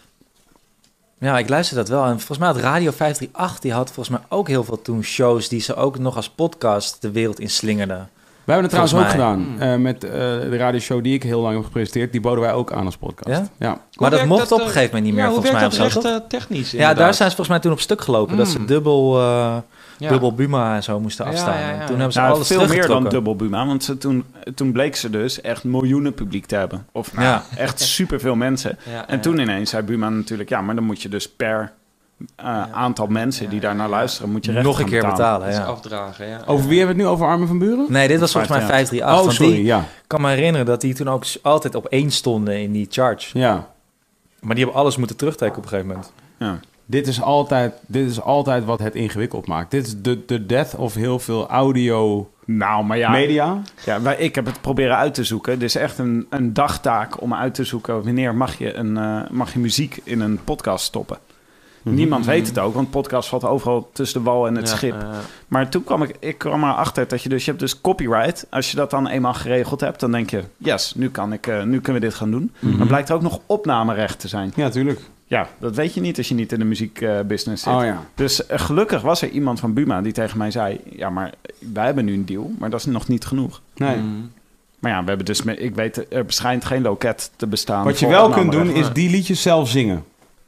Ja, ik luister dat wel. En volgens mij had Radio vijf drie acht, die had volgens mij ook heel veel toen shows die ze ook nog als podcast de wereld inslingerden. We hebben het trouwens ook Volgens gedaan uh, met uh, de radioshow die ik heel lang heb gepresenteerd. Die boden wij ook aan als podcast. Ja? Ja. Hoe Maar dat werkt mocht op een uh, gegeven moment niet meer, ja, volgens mij. Hoe Of werkt zo, dat toch? recht uh, technisch? Ja, daar zijn ze volgens mij toen op stuk gelopen. Dat ze Mm. dubbel, uh, Ja. dubbel Buma en zo moesten Ja, afstaan. ja, ja. En toen hebben ze Nou, alles veel meer dan teruggetrokken. Dubbel Buma. Want ze, toen, toen bleek ze dus echt miljoenen publiek te hebben. Of nou, Ja. echt superveel mensen. Ja, En ja. toen ineens zei Buma natuurlijk... Ja, maar dan moet je dus per uh, aantal mensen Ja, die daar naar ja. luisteren... moet je recht Nog een gaan keer betalen, Dat is ja. afdragen, ja. Over wie hebben we het nu? Over Armin van Buuren? Nee, dit was volgens mij vijf drie acht. Oh, want sorry, die, ja. ik kan me herinneren dat die toen ook s- altijd op één stonden in die charts. ja. Maar die hebben alles moeten terugtrekken op een gegeven moment. Ja. Dit is, altijd, dit is altijd wat het ingewikkeld maakt. Dit is de, de death of heel veel audio Nou, maar ja... media. Ja, wij, ik heb het proberen uit te zoeken. Het is echt een, een dagtaak om uit te zoeken... wanneer mag je, een, uh, mag je muziek in een podcast stoppen. Mm-hmm. Niemand weet het ook, want podcast valt overal tussen de wal en het Ja, schip. uh, Maar toen kwam ik, ik kwam erachter dat je dus... Je hebt dus copyright. Als je dat dan eenmaal geregeld hebt, dan denk je... Yes, nu, kan ik, uh, nu kunnen we dit gaan doen. Mm-hmm. Maar blijkt er ook nog opnamerecht te zijn. Ja, tuurlijk. Ja, dat weet je niet als je niet in de muziekbusiness zit. Oh ja. Dus uh, gelukkig was er iemand van Buma die tegen mij zei... Ja, maar wij hebben nu een deal, maar dat is nog niet genoeg. Nee. mm. Maar ja, we hebben dus... Ik weet, er schijnt geen loket te bestaan. Wat je voor wel kunt doen, opnamerecht. is die liedjes zelf zingen.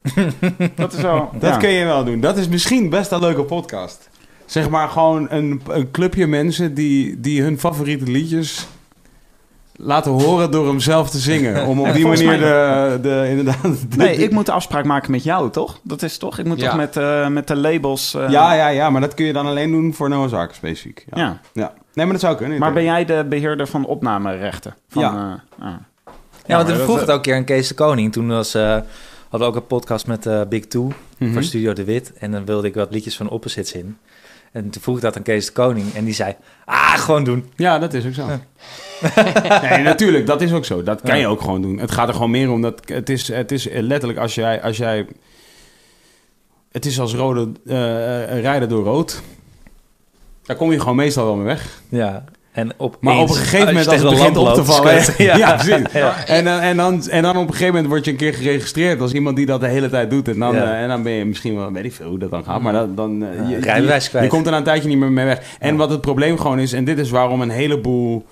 Dat is wel... Dat ja. kun je wel doen. Dat is misschien best een leuke podcast. Zeg maar gewoon een, een clubje mensen die, die hun favoriete liedjes laten horen door hem zelf te zingen. Om op die volgens manier de, de, inderdaad... de- Nee, de- ik moet de afspraak maken met jou, toch? Dat is toch? Ik moet Ja. toch met, uh, met de labels... Uh, Ja, ja, ja, maar dat kun je dan alleen doen voor Noah's Ark specifiek. Ja. ja. Ja. Nee, maar dat zou kunnen. Maar ben jij de beheerder van opnamerechten? Van, Ja. uh, ah. Ja, want maar we dat- vroegen het ook een keer aan Kees de Koning. Toen was, uh, hadden we ook een podcast met uh, Big Two Mhm. voor Studio De Wit. En dan wilde ik wat liedjes van Opposites in. En toen vroeg ik dat aan Kees de Koning. En die zei, ah, gewoon doen. Ja, dat is ook zo. Nee, natuurlijk, dat is ook zo. Dat kan je ook gewoon doen. Het gaat er gewoon meer om dat het is, het is letterlijk als jij, als jij, het is als rode uh, rijden door rood. Daar kom je gewoon meestal wel mee weg. Ja. En op Maar op een gegeven moment als het begint op te vallen, ja, ja, precies. Ja. En, dan, en, dan, en dan op een gegeven moment word je een keer geregistreerd als iemand die dat de hele tijd doet. En dan, Ja. uh, en dan ben je misschien wel, weet ik veel hoe dat dan gaat, maar dan, dan uh, Ja, je, rijbewijs je, kwijt. je komt er na een tijdje niet meer mee weg. En Ja. wat het probleem gewoon is, en dit is waarom een heleboel,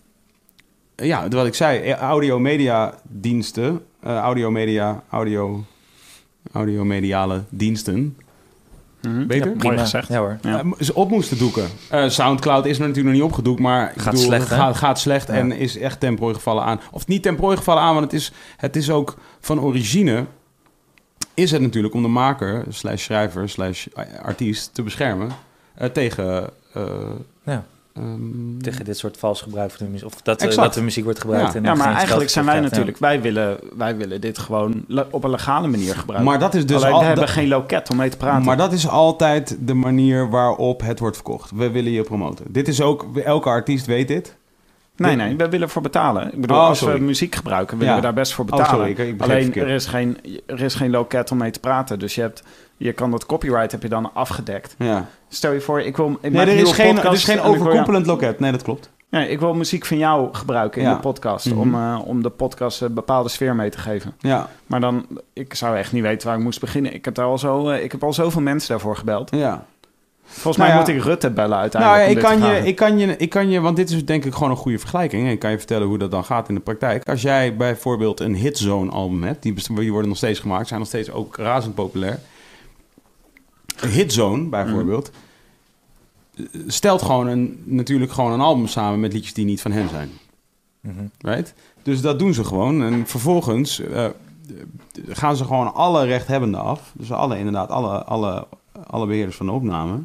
ja, wat ik zei, audio-media diensten, uh, audio-media, audio, audio-mediale diensten, Mhm. beter? Ja, mooi gezegd. Ja hoor. Ja. Uh, ze op moesten doeken. Uh, Soundcloud is er natuurlijk nog niet opgedoekt, maar ik Gaat bedoel, slecht, hè? gaat, gaat slecht Ja. en is echt ten prooi gevallen aan. Of niet ten prooi gevallen aan, want het is, het is ook van origine is het natuurlijk om de maker, slash schrijver, slash artiest te beschermen uh, tegen... Uh, Ja. um, Tegen dit soort vals gebruik van de muziek. Of dat, uh, Exact. dat de muziek wordt gebruikt. Ja. en Ja, dan maar geen eigenlijk geld zijn wij voor krijgt. natuurlijk... Wij willen, wij willen dit gewoon le- op een legale manier gebruiken. maar dat is dus Alleen, al, we hebben dat- geen loket om mee te praten. maar dat is altijd de manier waarop het wordt verkocht. We willen je promoten. Dit is ook, elke artiest weet dit. Nee, nee, we willen voor betalen. Ik bedoel, Oh, als sorry. we muziek gebruiken, willen Ja. we daar best voor Oh, betalen. sorry, ik- ik begreep Alleen, verkeerd. er is, geen, er is geen loket om mee te praten. Dus je, hebt, je kan dat copyright heb je dan afgedekt. Ja. Stel je voor, ik wil... Ik Nee, maak er een is nieuwe geen, podcast er is geen en ik wil- overkoepelend loket. Nee, dat klopt. Ja, ik wil muziek van jou gebruiken in Ja. de podcast. Mhm. Om, uh, om de podcast een bepaalde sfeer mee te geven. Ja, Maar dan, ik zou echt niet weten waar ik moest beginnen. Ik heb, daar al, zo, uh, ik heb al zoveel mensen daarvoor gebeld. ja. Volgens Nou mij ja. moet ik Rutte bellen Nou uiteindelijk. ja, om ik dit te kan, je, vragen. ik, kan je, ik kan je, want dit is denk ik gewoon een goede vergelijking. En ik kan je vertellen hoe dat dan gaat in de praktijk. Als jij bijvoorbeeld een Hitzone album hebt, die, best- die worden nog steeds gemaakt, zijn nog steeds ook razend populair. Een Hitzone bijvoorbeeld, stelt gewoon een, natuurlijk gewoon een album samen met liedjes die niet van hem zijn. Mhm. Right? Dus dat doen ze gewoon. En vervolgens uh, gaan ze gewoon alle rechthebbenden af. Dus alle, inderdaad, alle, alle, alle beheerders van de opname.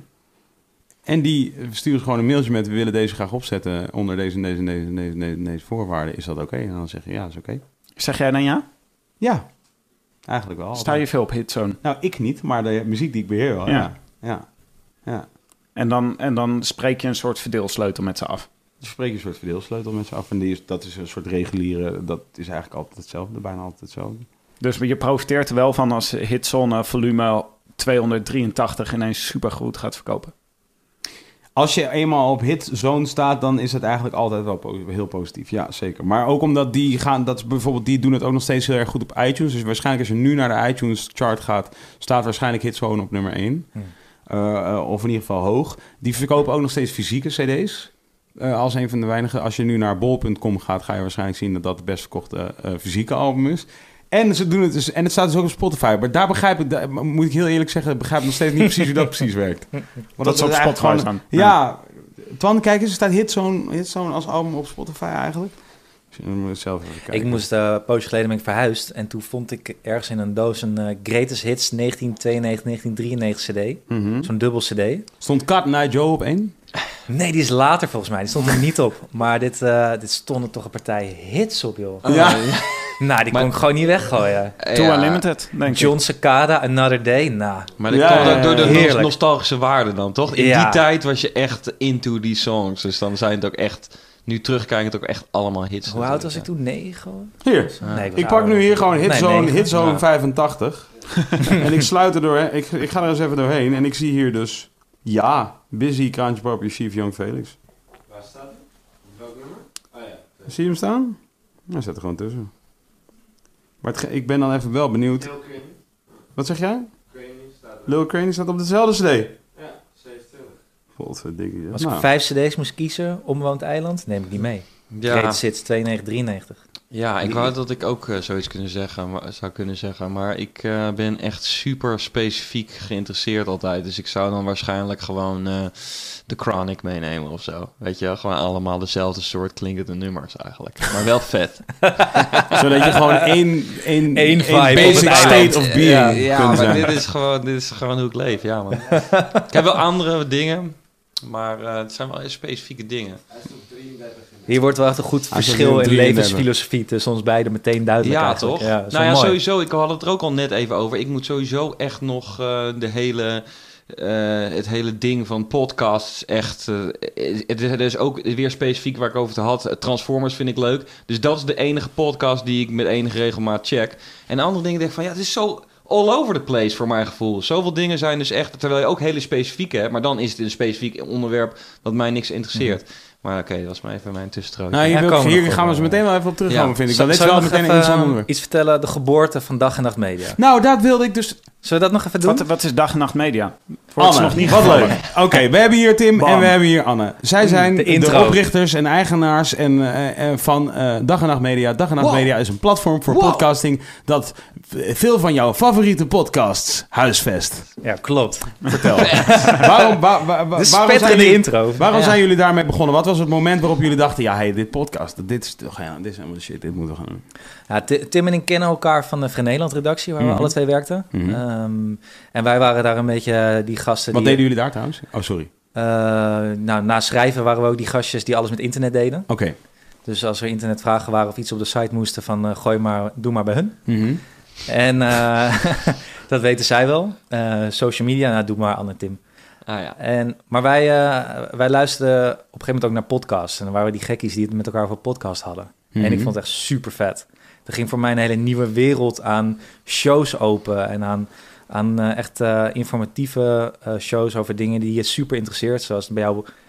En die sturen gewoon een mailtje met: we willen deze graag opzetten onder deze en deze en deze en deze, en deze, en deze voorwaarden. Is dat oké? En dan zeg je ja, dat is oké. Zeg jij dan ja? Ja, eigenlijk wel. Sta je veel op Hitzone? Nou, ik niet, maar de muziek die ik beheer wel. Ja. Ja. Ja. ja. En dan, en dan spreek je een soort verdeelsleutel met ze af. Dus spreek je een soort verdeelsleutel met ze af. En die is, dat is een soort reguliere. Dat is eigenlijk altijd hetzelfde, bijna altijd hetzelfde. Dus je profiteert er wel van als Hitzone volume tweehonderddrieëntachtig ineens supergoed gaat verkopen. Als je eenmaal op hitzone staat, dan is het eigenlijk altijd wel po- heel positief. Ja, zeker. Maar ook omdat die gaan, dat is bijvoorbeeld, die doen het ook nog steeds heel erg goed op iTunes. Dus waarschijnlijk als je nu naar de iTunes chart gaat, staat waarschijnlijk Hitzone op nummer één. Hmm. Uh, uh, of in ieder geval hoog. Die verkopen ook nog steeds fysieke cd's. Uh, als een van de weinige. Als je nu naar bol punt com gaat, ga je waarschijnlijk zien dat dat het best verkochte uh, fysieke album is. En ze doen het dus, en het staat dus ook op Spotify. Maar daar begrijp ik, daar, moet ik heel eerlijk zeggen, begrijp ik nog steeds niet precies hoe dat precies werkt. Want Dat ze op is eigenlijk Spotify gewoon- staan. Ja, Twan, kijk eens, er staat Hitzone, Hitzone als album op Spotify eigenlijk. Dus je moet zelf even kijken. Ik moest uh, een poosje geleden ben ik verhuisd. En toen vond ik ergens in een doos een uh, Greatest Hits negentien tweeënnegentig negentien drieënnegentig cd. Mhm. Zo'n dubbel cd. Stond Cat Night Joe op één? Nee, die is later volgens mij. Die stond er niet op. Maar dit, uh, dit stonden toch een partij hits op, joh. Ja. Nou, die Maar- kon ik gewoon niet weggooien. Too Ja, Unlimited, denk ik. John Cicada, Another Day. Nou, Maar dat Ja, komt ja, ook door de ja. nos- Heerlijk. nostalgische waarde dan, toch? In Ja. die tijd was je echt into die songs. Dus dan zijn het ook echt... Nu terugkijkend ook echt allemaal hits. hoe oud was ik natuurlijk, toen? Negen? Hier. Ja. Nee, was Ik pak ouder. nu hier gewoon Nee, Hitzone, negen. Hitzone Ja. vijfentachtig. En ik sluit er doorheen. Ik, ik ga er eens even doorheen. En ik zie hier dus... Ja, Busy, Kraantje Papi, Chief, Young Felix. Waar staat hij? Welk nummer? Oh ja. Zie je hem staan? Hij zit er gewoon tussen. Maar het ge- ik ben dan even wel benieuwd. Heel Crane. Wat zeg jij? Crane staat er. Lil Crane staat op dezelfde cd. Ja, zevenentwintig. Godverdikke. Als Nou, ik vijf cd's moest kiezen, Onbewoond Eiland, neem ik die mee. Ja. Greatest Hits tweeënnegentig drieënnegentig. Ja, ik wou dat ik ook eh, zoiets kunnen zeggen, maar, zou kunnen zeggen. Maar ik eh, ben echt super specifiek geïnteresseerd altijd. Dus ik zou dan waarschijnlijk gewoon eh de Chronic meenemen of zo. Weet je wel, gewoon allemaal dezelfde soort klinkende nummers eigenlijk. Maar wel vet. zodat je gewoon één, één, Eén vibe één op basic het state eiland. of being Ja, ja kunt maar zijn. dit is, gewoon, dit is gewoon hoe ik leef. Ja, man. Ik heb wel andere dingen, maar eh, het zijn wel specifieke dingen. Hij is op drieëndertig in de... Hier wordt wel echt een goed Hij is verschil ook in drieëndertig. levensfilosofie tussen ons beiden meteen duidelijk. Ja, eigenlijk. toch? Ja, dat is nou wel ja, mooi. sowieso. Ik had het er ook al net even over. Ik moet sowieso echt nog eh, de hele... eh, het hele ding van podcasts echt... eh, het is dus ook weer specifiek waar ik over het had. Transformers vind ik leuk. Dus dat is de enige podcast die ik met enige regelmaat check. En andere dingen denk ik van... Ja, het is zo all over the place voor mijn gevoel. Zoveel dingen zijn dus echt... Terwijl je ook hele specifieke hebt. Maar dan is het een specifiek onderwerp dat mij niks interesseert. Mhm. Maar oké, dat was maar even mijn tussenstrook. Nou, hier, Ja, wil ik- komen we hier nog gaan we op, zo eh, meteen wel even op terugkomen, ja. vind ik. Zal- Dat is zal wel ik nog meteen een even, interessant um, onderwerp. iets vertellen? De geboorte van Dag en Nacht Media. Nou, dat wilde ik dus... Zullen we dat nog even doen? Wat, wat is Dag en Nacht Media? Wordt Anne, nog niet wat gevallen. leuk. Oké, we hebben hier Tim Bam. en we hebben hier Anne. Zij zijn De de, intro. oprichters en eigenaars en, eh, eh, van eh, Dag en Nacht Media. Dag en Nacht Wow. Media is een platform voor Wow. podcasting dat v- veel van jouw favoriete podcasts huisvest. Ja, klopt. Vertel. waarom wa- wa- wa- De waarom, zijn spetterende jullie, intro. waarom Ja. zijn jullie daarmee begonnen? Wat was het moment waarop jullie dachten, ja, hey, dit podcast, dit is toch ja, dit is helemaal de shit, dit moeten we gaan doen. Ja, Ti- Tim en ik kennen elkaar van de Vrij Nederland redactie, waar Mhm. we alle twee werkten. Mhm. Ehm, en wij waren daar een beetje die gasten Wat die... deden jullie daar trouwens? Oh, sorry. eh, nou, na schrijven waren we ook die gastjes die alles met internet deden. Oké. Dus als er internetvragen waren of iets op de site moesten, van eh, gooi maar, doe maar bij hun. Mhm. En eh, dat weten zij wel. Eh, social media, nou, doe maar Anne en Tim. Ah ja. En, maar wij, eh, wij luisterden op een gegeven moment ook naar podcasts. En dan waren we die gekkies die het met elkaar over podcast hadden. Mhm. En ik vond het echt super vet. Er ging voor mij een hele nieuwe wereld aan shows open. En aan, aan eh, echt eh, informatieve eh, shows over dingen die je super interesseert. Zoals bij jou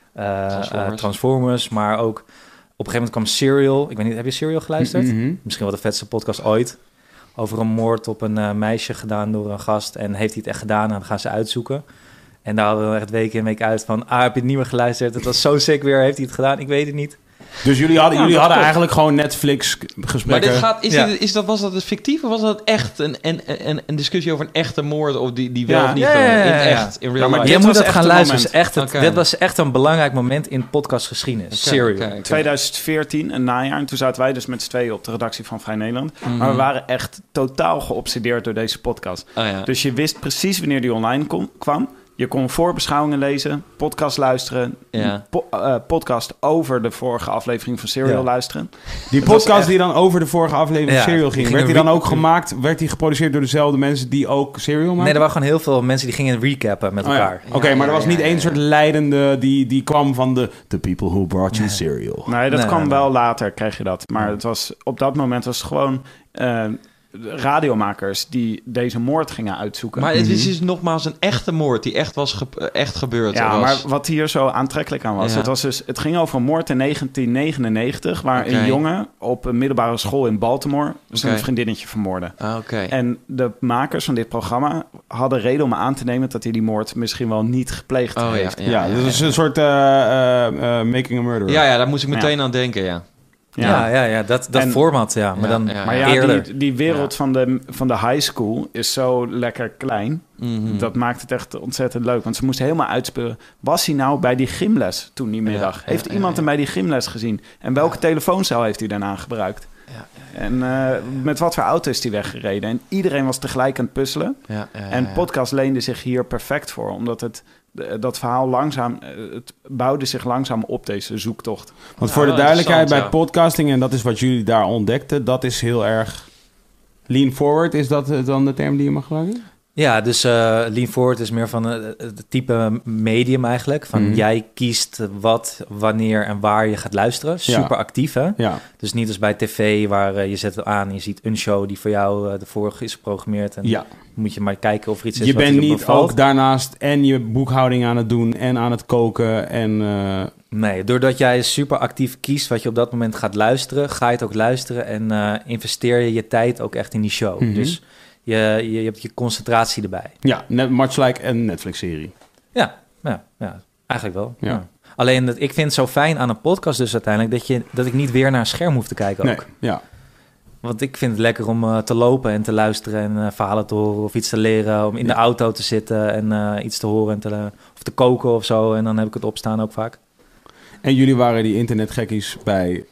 uh, Transformers. Uh, Transformers, maar ook op een gegeven moment kwam Serial. Ik weet niet, heb je Serial geluisterd? Mhm. Misschien wel de vetste podcast ooit. Over een moord op een uh, meisje gedaan door een gast. En heeft hij het echt gedaan? En dan gaan ze uitzoeken. En daar hadden we echt week in week uit van... Ah, heb je het niet meer geluisterd? Het was zo sick weer. Heeft hij het gedaan? Ik weet het niet. Dus jullie hadden, Ja, jullie dat hadden klopt. eigenlijk gewoon Netflix-gesprekken. Maar dit gaat, is Ja. dit, is dat, was dat fictief of was dat echt een, een, een, een discussie over een echte moord? Of die, die wel Ja. of niet Ja, gewoon ja, ja, in ja. echt, in Ja, real maar life? Je dit moet was dat echt gaan een luisteren. moment. Is echt het, Oké. Dit was echt een belangrijk moment in podcastgeschiedenis. Oké, Serial. oké, oké. tweeduizend veertien, een najaar. En toen zaten wij dus met z'n tweeën op de redactie van Vrij Nederland. Mhm. Maar we waren echt totaal geobsedeerd door deze podcast. Oh, ja. Dus je wist precies wanneer die online kom- kwam. Je kon voorbeschouwingen lezen, podcast luisteren, Ja. po- eh, podcast over de vorige aflevering van Serial Ja. luisteren. Die Het was podcast echt- die dan over de vorige aflevering Ja, Serial ging, ging werd die een dan re- ook gemaakt? Werd die geproduceerd door dezelfde mensen die ook Serial maken? Nee, er waren gewoon heel veel mensen die gingen recappen met Oh ja. elkaar. Oké, Ja, maar er ja, was niet ja, één ja. soort leidende die, die kwam van de The people who brought you Nee. Serial. Nee, dat Nee, kwam nee. wel later, kreeg je dat. Maar het was, op dat moment was het gewoon eh, radiomakers die deze moord gingen uitzoeken. Maar het is Mhm. dus nogmaals een echte moord die echt, was ge- echt gebeurd Ja, was. maar wat hier zo aantrekkelijk aan was, Ja. het, was dus, het ging over een moord in negentien negenennegentig... waar Oké. een jongen op een middelbare school in Baltimore zijn Oké. vriendinnetje vermoordde. Ah, oké. En de makers van dit programma hadden reden om aan te nemen dat hij die moord misschien wel niet gepleegd Oh, ja, heeft. Ja, dat is een soort eh, eh, eh, Making a Murderer. Ja, ja, daar moest ik Ja. meteen aan denken, ja. Ja, ja, ja, dat, dat En- format, ja. Maar Ja, dan ja, Maar ja, eerder. die, die wereld Ja. van, de, van de high school is zo lekker klein. Mhm. Dat maakt het echt ontzettend leuk. Want ze moesten helemaal uitspeuren. Was hij nou bij die gymles toen die middag? Ja, heeft ja, iemand ja, hem bij die gymles gezien? En welke telefooncel heeft hij daarna gebruikt? Ja, En eh, met wat voor auto is hij weggereden? En iedereen was tegelijk aan het puzzelen. ja, ja, ja, En ja. podcast leende zich hier perfect voor. Omdat het, de- dat verhaal langzaam... eh, het bouwde zich langzaam op, deze zoektocht. Want Ja, voor de wel duidelijkheid, bij interessant, podcasting, en dat is wat jullie daar ontdekten, dat is heel erg lean forward. Is dat eh, dan de term die je mag gebruiken? Ja, dus uh, lean forward is meer van uh, het type medium eigenlijk. Van Mhm. jij kiest wat, wanneer en waar je gaat luisteren. Super actief, hè? Ja. Dus niet als bij tv waar uh, je zet het aan en je ziet een show die voor jou uh, de vorige is geprogrammeerd. En ja. moet je maar kijken of er iets is Je wat bent je niet bevalt. ook daarnaast en je boekhouding aan het doen en aan het koken en... eh, Nee, doordat jij super actief kiest wat je op dat moment gaat luisteren, ga je het ook luisteren en uh, investeer je je tijd ook echt in die show. Mhm. Dus je, je, je hebt je concentratie erbij. ja, net much like een Netflix-serie. Ja, ja, ja eigenlijk wel. Ja. Ja. Alleen, dat, ik vind het zo fijn aan een podcast dus uiteindelijk dat, je, dat ik niet weer naar een scherm hoef te kijken ook. Nee, ja. Want ik vind het lekker om uh, te lopen en te luisteren en uh, verhalen te horen of iets te leren. Om in de auto te zitten en uh, iets te horen en te, uh, of te koken of zo. En dan heb ik het opstaan ook vaak. En jullie waren die internetgekkies bij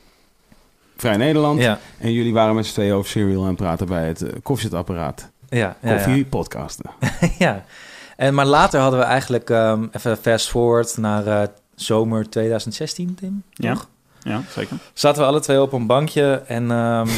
Vrij Nederland. Ja, En jullie waren met z'n tweeën over Serial aan het praten bij het uh, koffiezetapparaat. ja, ja. Koffie ja. podcasten. ja. En, maar later hadden we eigenlijk, um, even fast forward naar uh, zomer twintig zestien, Tim. Ja. Toch? Ja, zeker. Zaten we alle twee op een bankje en um,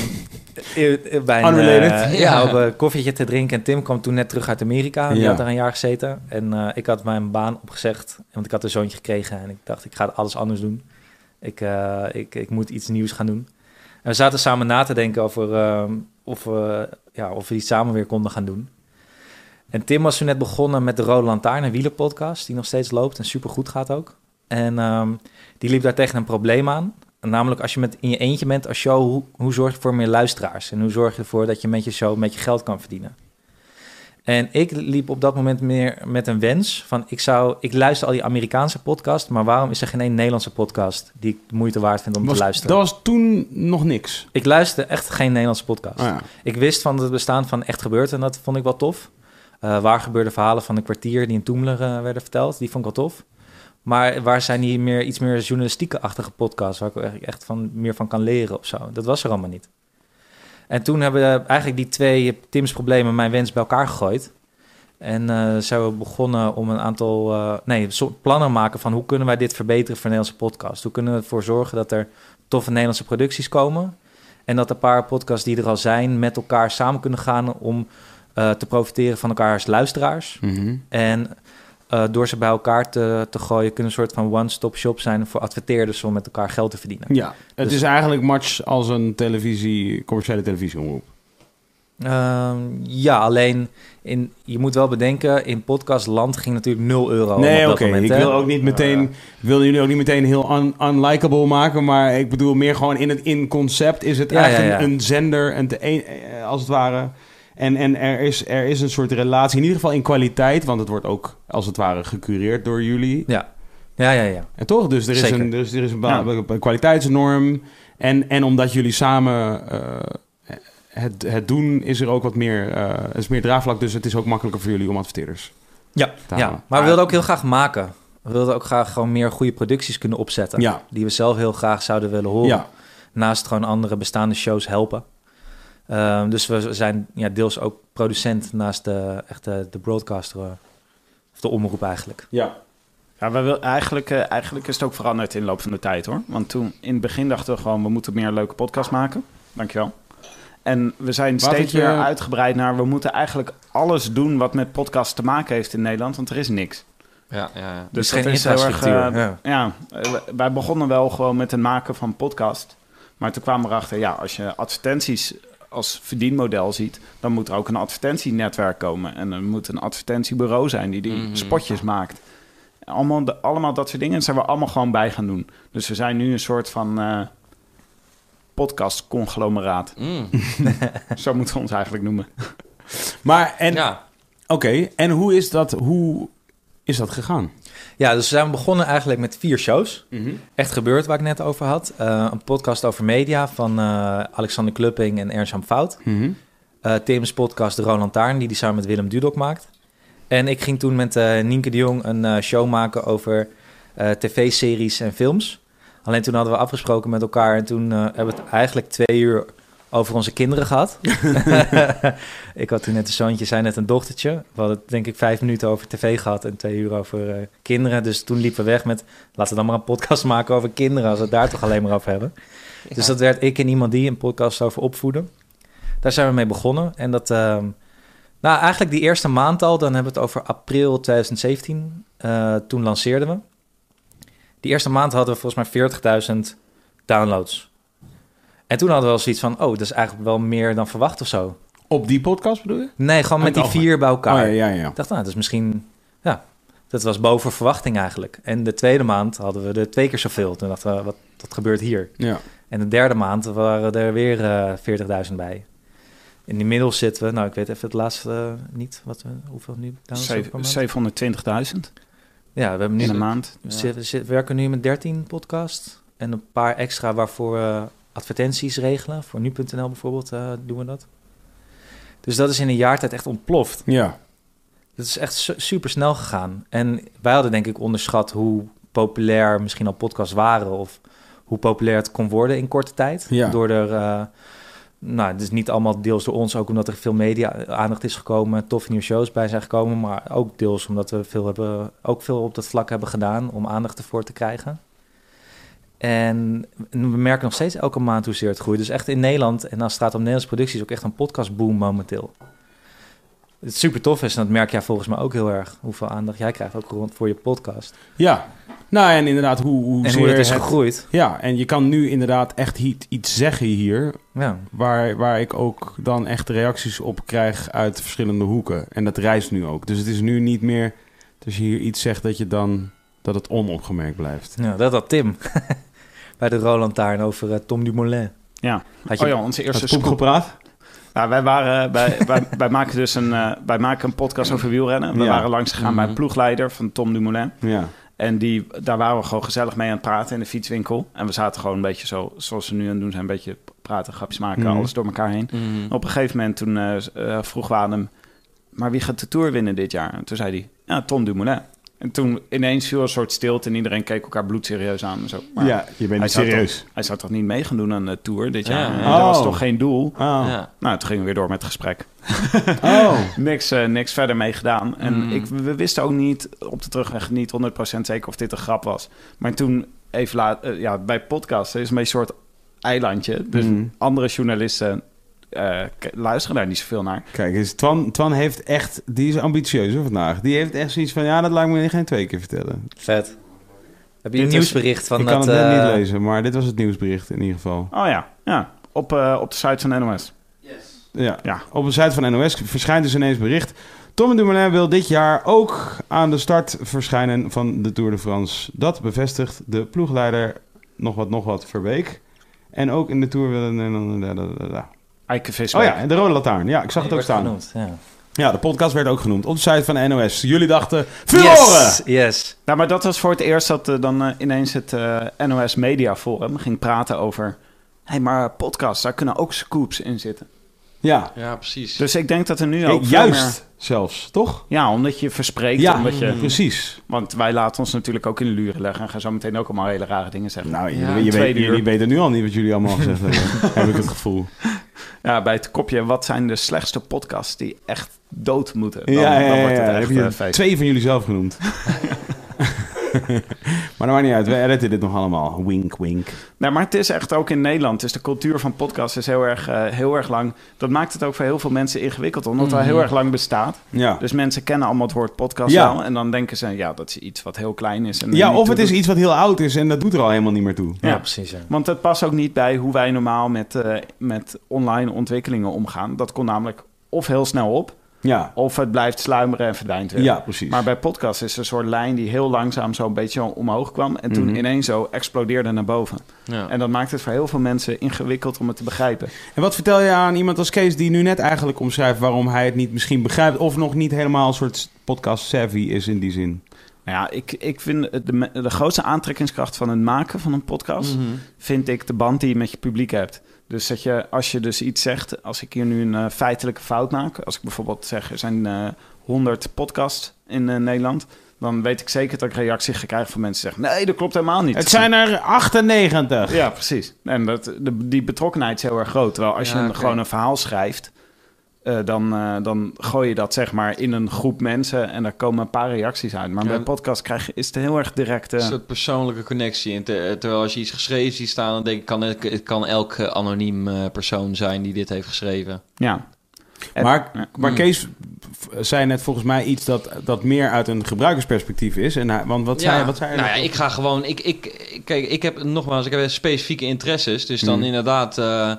bij een, Unrelated. uh, ja, op een koffietje te drinken. En Tim kwam toen net terug uit Amerika. Die Ja. had daar een jaar gezeten. En uh, ik had mijn baan opgezegd, want ik had een zoontje gekregen. En ik dacht, ik ga alles anders doen. Ik, uh, ik, ik moet iets nieuws gaan doen. En we zaten samen na te denken over um, of, we, ja, of we iets samen weer konden gaan doen. En Tim was toen net begonnen met de Rode Lantaarn, een wielerpodcast, die nog steeds loopt en supergoed gaat ook. En um, die liep daar tegen een probleem aan. Namelijk als je met, in je eentje bent als show, hoe, hoe zorg je voor meer luisteraars? En hoe zorg je ervoor dat je met je show met je geld kan verdienen? En ik liep op dat moment meer met een wens van, ik zou, ik luister al die Amerikaanse podcast, maar waarom is er geen één Nederlandse podcast die ik de moeite waard vind om Was- te luisteren? Dat was toen nog niks. Ik luisterde echt geen Nederlandse podcast. Oh ja. Ik wist van het bestaan van Echt Gebeurd en dat vond ik wel tof. Uh, waar gebeurde verhalen van een kwartier die in Toemler uh, werden verteld, die vond ik wel tof. Maar waar zijn die meer, iets meer journalistieke-achtige podcasts, waar ik eigenlijk echt van, meer van kan leren of zo? Dat was er allemaal niet. En toen hebben we eigenlijk die twee Tim's problemen en mijn wens bij elkaar gegooid. En uh, zijn we begonnen om een aantal uh, nee, so- plannen maken van hoe kunnen wij dit verbeteren voor Nederlandse podcast? Hoe kunnen we ervoor zorgen dat er toffe Nederlandse producties komen? En dat een paar podcasts die er al zijn met elkaar samen kunnen gaan om uh, te profiteren van elkaar als luisteraars. Mhm. En uh, door ze bij elkaar te, te gooien kunnen een soort van one-stop shop zijn voor adverteerders om met elkaar geld te verdienen. Ja, het Dus- is eigenlijk much als een televisie, commerciële televisieomroep. Ehm, ja, alleen in, je moet wel bedenken, in podcastland ging natuurlijk nul euro. Nee, op oké. dat moment, Ik hè? wil ook niet meteen, ik wil jullie ook niet meteen heel un, unlikable maken, maar ik bedoel meer gewoon in het in concept is het Ja, echt ja, ja. Een, een zender, een te, een, eh, als het ware. En, en er, is, er is een soort relatie, in ieder geval in kwaliteit, want het wordt ook als het ware gecureerd door jullie. Ja, ja, ja. ja. En toch? Dus er is Zeker. een, dus er is een, Ja. ba- een kwaliteitsnorm. En, en omdat jullie samen uh, het, het doen, is er ook wat meer, uh, is meer draagvlak. Dus het is ook makkelijker voor jullie om adverteerders Ja, te ja. halen. Maar we wilden ook heel graag maken. We wilden ook graag gewoon meer goede producties kunnen opzetten. Ja. Die we zelf heel graag zouden willen horen. Ja. Naast gewoon andere bestaande shows helpen. Um, dus we zijn ja, deels ook producent naast de, echt de, de broadcaster. uh, Of de omroep eigenlijk. Ja. Ja, wij wil, eigenlijk, uh, eigenlijk is het ook veranderd in de loop van de tijd, hoor. Want toen, in het begin dachten we gewoon, we moeten meer leuke podcasts maken. Dankjewel. En we zijn steeds Watertje. weer uitgebreid naar, we moeten eigenlijk alles doen wat met podcasts te maken heeft in Nederland, want er is niks. Ja, ja, ja. Dus dat geen is heel erg, infrastructuur. uh, ja. Ja, uh, wij begonnen wel gewoon met het maken van podcast. Maar toen kwamen we erachter, ja, als je advertenties als verdienmodel ziet, dan moet er ook een advertentienetwerk komen. En er moet een advertentiebureau zijn die die Mhm. spotjes maakt. Allemaal, de, allemaal dat soort dingen. En daar zijn we allemaal gewoon bij gaan doen. Dus we zijn nu een soort van uh, podcast-conglomeraat. Mm. Zo moeten we ons eigenlijk noemen. Maar, en, Ja. oké, en hoe is dat, hoe is dat gegaan? ja, dus we zijn begonnen eigenlijk met vier shows. Echt gebeurd, waar ik net over had. Uh, een podcast over media van uh, Alexander Klupping en Ernst-Jan Fout. Mhm. Uh, Tim's podcast De Roland Taarn, die die samen met Willem Dudok maakt. En ik ging toen met uh, Nienke de Jong een uh, show maken over uh, tv-series en films. Alleen toen hadden we afgesproken met elkaar en toen uh, hebben we het eigenlijk twee uur over onze kinderen gehad. Ik had toen net een zoontje, zij net een dochtertje. We hadden denk ik vijf minuten over tv gehad en twee uur over uh, kinderen. Dus toen liepen we weg met, laten we dan maar een podcast maken over kinderen, als we het daar toch alleen maar over hebben. Ja. Dus dat werd ik en iemand die een podcast over opvoeden. Daar zijn we mee begonnen. En dat, uh, nou eigenlijk die eerste maand al, dan hebben we het over april twintig zeventien. Uh, toen lanceerden we. Die eerste maand hadden we volgens mij veertigduizend downloads. En toen hadden we wel zoiets van, oh, dat is eigenlijk wel meer dan verwacht of zo. Op die podcast bedoel je? Nee, gewoon met die Oh, vier bij elkaar. Oh, ja, ja, ja. Ik dacht, nou, dat is misschien, ja, dat was boven verwachting eigenlijk. En de tweede maand hadden we er twee keer zoveel. Toen dachten we, wat, wat gebeurt hier? Ja. En de derde maand waren er weer uh, veertigduizend bij. In de middel zitten we, nou, ik weet even het laatste uh, niet, wat we, hoeveel nu downloads hebben per maand? zevenhonderdtwintigduizend Ja, we hebben nu in een maand. we zit- we zit- werken nu met dertien podcasts en een paar extra waarvoor we advertenties regelen. Voor nu punt n l bijvoorbeeld uh, doen we dat. Dus dat is in een jaar tijd echt ontploft. Ja. Het is echt su- super snel gegaan. En wij hadden denk ik onderschat hoe populair misschien al podcasts waren of hoe populair het kon worden in korte tijd. Ja. Door er, uh, nou, het is niet allemaal deels door ons, ook omdat er veel media aandacht is gekomen, toffe nieuwe shows bij zijn gekomen, maar ook deels omdat we veel hebben, ook veel op dat vlak hebben gedaan om aandacht ervoor te krijgen. En we merken nog steeds elke maand hoezeer het groeit. Dus echt in Nederland, en als het gaat om Nederlandse producties, ook echt een podcastboom momenteel. Het super tof is, en dat merk jij volgens mij ook heel erg, hoeveel aandacht jij krijgt ook rond voor je podcast. Ja. Nou, en inderdaad, hoe, hoe En zeer hoe dat is het- gegroeid. Ja, en je kan nu inderdaad echt hi- iets zeggen hier, Ja. waar, waar ik ook dan echt reacties op krijg uit verschillende hoeken. En dat reist nu ook. Dus het is nu niet meer, als je hier iets zegt, dat je dan, dat het onopgemerkt blijft. Ja, dat had Tim bij de Roland Taarn over uh, Tom Dumoulin. Ja. Had je, Oh ja, onze eerste Had Poep scoop. gepraat? Nou, wij, waren, wij, wij, wij, maken dus een, uh, wij maken een podcast over wielrennen. We Ja. waren langs gegaan bij Mhm. een ploegleider van Tom Dumoulin. Ja. En die, daar waren we gewoon gezellig mee aan het praten in de fietswinkel. En we zaten gewoon een beetje zo, zoals we nu aan het doen zijn, een beetje praten, grapjes maken, Mhm. alles door elkaar heen. Mm. Op een gegeven moment toen uh, uh, vroegen we aan hem, maar wie gaat de Tour winnen dit jaar? En toen zei hij, ja, Tom Dumoulin. En toen ineens viel een soort stilte en iedereen keek elkaar bloedserieus aan. En zo. Maar Ja, je bent hij niet zou serieus. Toch, hij zou toch niet mee gaan doen aan de Tour dit jaar? Ja. En Dat was Oh. toch geen doel? Oh. Ja. Nou, toen gingen we weer door met het gesprek. Oh. Niks, uh, niks verder mee gedaan. En Mm. ik, we wisten ook niet op de terugweg niet honderd procent zeker of dit een grap was. Maar toen even laat, uh, ja, bij podcasten is een beetje een soort eilandje. Dus Mm. andere journalisten uh, k- luisteren daar niet zoveel naar. Kijk eens, Twan, Twan heeft echt, die is ambitieus hoor, vandaag. Die heeft echt zoiets van, ja, dat laat ik me geen twee keer vertellen. vet. Heb je een Dit is- nieuwsbericht van ik dat... kan het net uh, niet lezen, maar dit was het nieuwsbericht in ieder geval. Oh ja, ja. Op, uh, op de site van N O S. Yes. Ja, Ja. op de site van N O S verschijnt dus ineens bericht. Tom Dumoulin wil dit jaar ook aan de start verschijnen van de Tour de France. Dat bevestigt de ploegleider nog wat, nog wat Verbeek. En ook in de Tour willen... Eike Visbeek. Oh ja, de Rode Lantaarn. Ja, ik zag het ook staan. Genoemd, ja. Ja, de podcast werd ook genoemd op de site van de N O S. Jullie dachten, verloren! Yes, yes. Nou, maar dat was voor het eerst dat uh, dan uh, ineens het uh, N O S Media Forum ging praten over... Hé, hey, maar podcasts, daar kunnen ook scoops in zitten. Ja, Ja, precies. Dus ik denk dat er nu ja, ook veel juist meer- zelfs, toch? Ja, omdat je verspreekt. Ja, Omdat je, precies. Want wij laten ons natuurlijk ook in de luren leggen... en gaan zo meteen ook allemaal hele rare dingen zeggen. Nou, Ja, jullie, je weet, tweede uur. jullie weten nu al niet wat jullie allemaal gezegd hebben. Heb ik het gevoel. Ja, bij het kopje, wat zijn de slechtste podcasts die echt dood moeten? Dan, ja, ja, dan ja, wordt ja. het Heb echt je uh, feest. twee van jullie zelf genoemd. Maar dat maakt niet uit. We editen dit nog allemaal. Wink, wink. Nee, maar het is echt ook in Nederland. Dus de cultuur van podcasts is heel erg, uh, heel erg lang. Dat maakt het ook voor heel veel mensen ingewikkeld, omdat het al heel erg lang bestaat. Ja. Dus mensen kennen allemaal het woord podcast Ja. wel. En dan denken ze, ja, dat is iets wat heel klein is. En er Ja, niet of toe het is doet. iets wat heel oud is en dat doet er al helemaal niet meer toe. Ja, Ja. precies. Ja. Want het past ook niet bij hoe wij normaal met, uh, met online ontwikkelingen omgaan. Dat kon namelijk of heel snel op, Ja, of het blijft sluimeren en verdwijnt weer. ja precies. Maar bij podcasts is er een soort lijn die heel langzaam zo een beetje omhoog kwam. En toen Mhm. ineens zo explodeerde naar boven. Ja. En dat maakt het voor heel veel mensen ingewikkeld om het te begrijpen. En wat vertel je aan iemand als Kees die nu net eigenlijk omschrijft waarom hij het niet misschien begrijpt of nog niet helemaal een soort podcast savvy is in die zin? Nou ja, ik, ik vind het de, me- de grootste aantrekkingskracht van het maken van een podcast... Mhm. vind ik de band die je met je publiek hebt. Dus dat je, als je dus iets zegt... als ik hier nu een uh, feitelijke fout maak... als ik bijvoorbeeld zeg, er zijn uh, honderd podcasts in uh, Nederland... dan weet ik zeker dat ik reactie ga krijgen van mensen die zeggen... nee, dat klopt helemaal niet. Het zijn er achtennegentig. Ja, precies. En dat, de, die betrokkenheid is heel erg groot. Terwijl als je Ja, een, oké. gewoon een verhaal schrijft... Uh, dan, uh, dan gooi je dat zeg maar in een groep mensen... en daar komen een paar reacties uit. Maar Ja. bij een podcast krijg je, is het heel erg direct... Uh, Een soort persoonlijke connectie. En te- terwijl als je iets geschreven ziet staan, dan denk ik, kan het, het kan elk eh, anoniem eh, persoon zijn die dit heeft geschreven. ja. En- Maar, ja. maar Mm. Kees f- zei net volgens mij iets dat, dat meer uit een gebruikersperspectief is. En hij, want wat zei, wat zei hij? nou ja, ik ga gewoon... Ik, ik, ik- kijk, ik heb nogmaals, ik heb specifieke interesses. Dus dan Mhm. inderdaad... eh,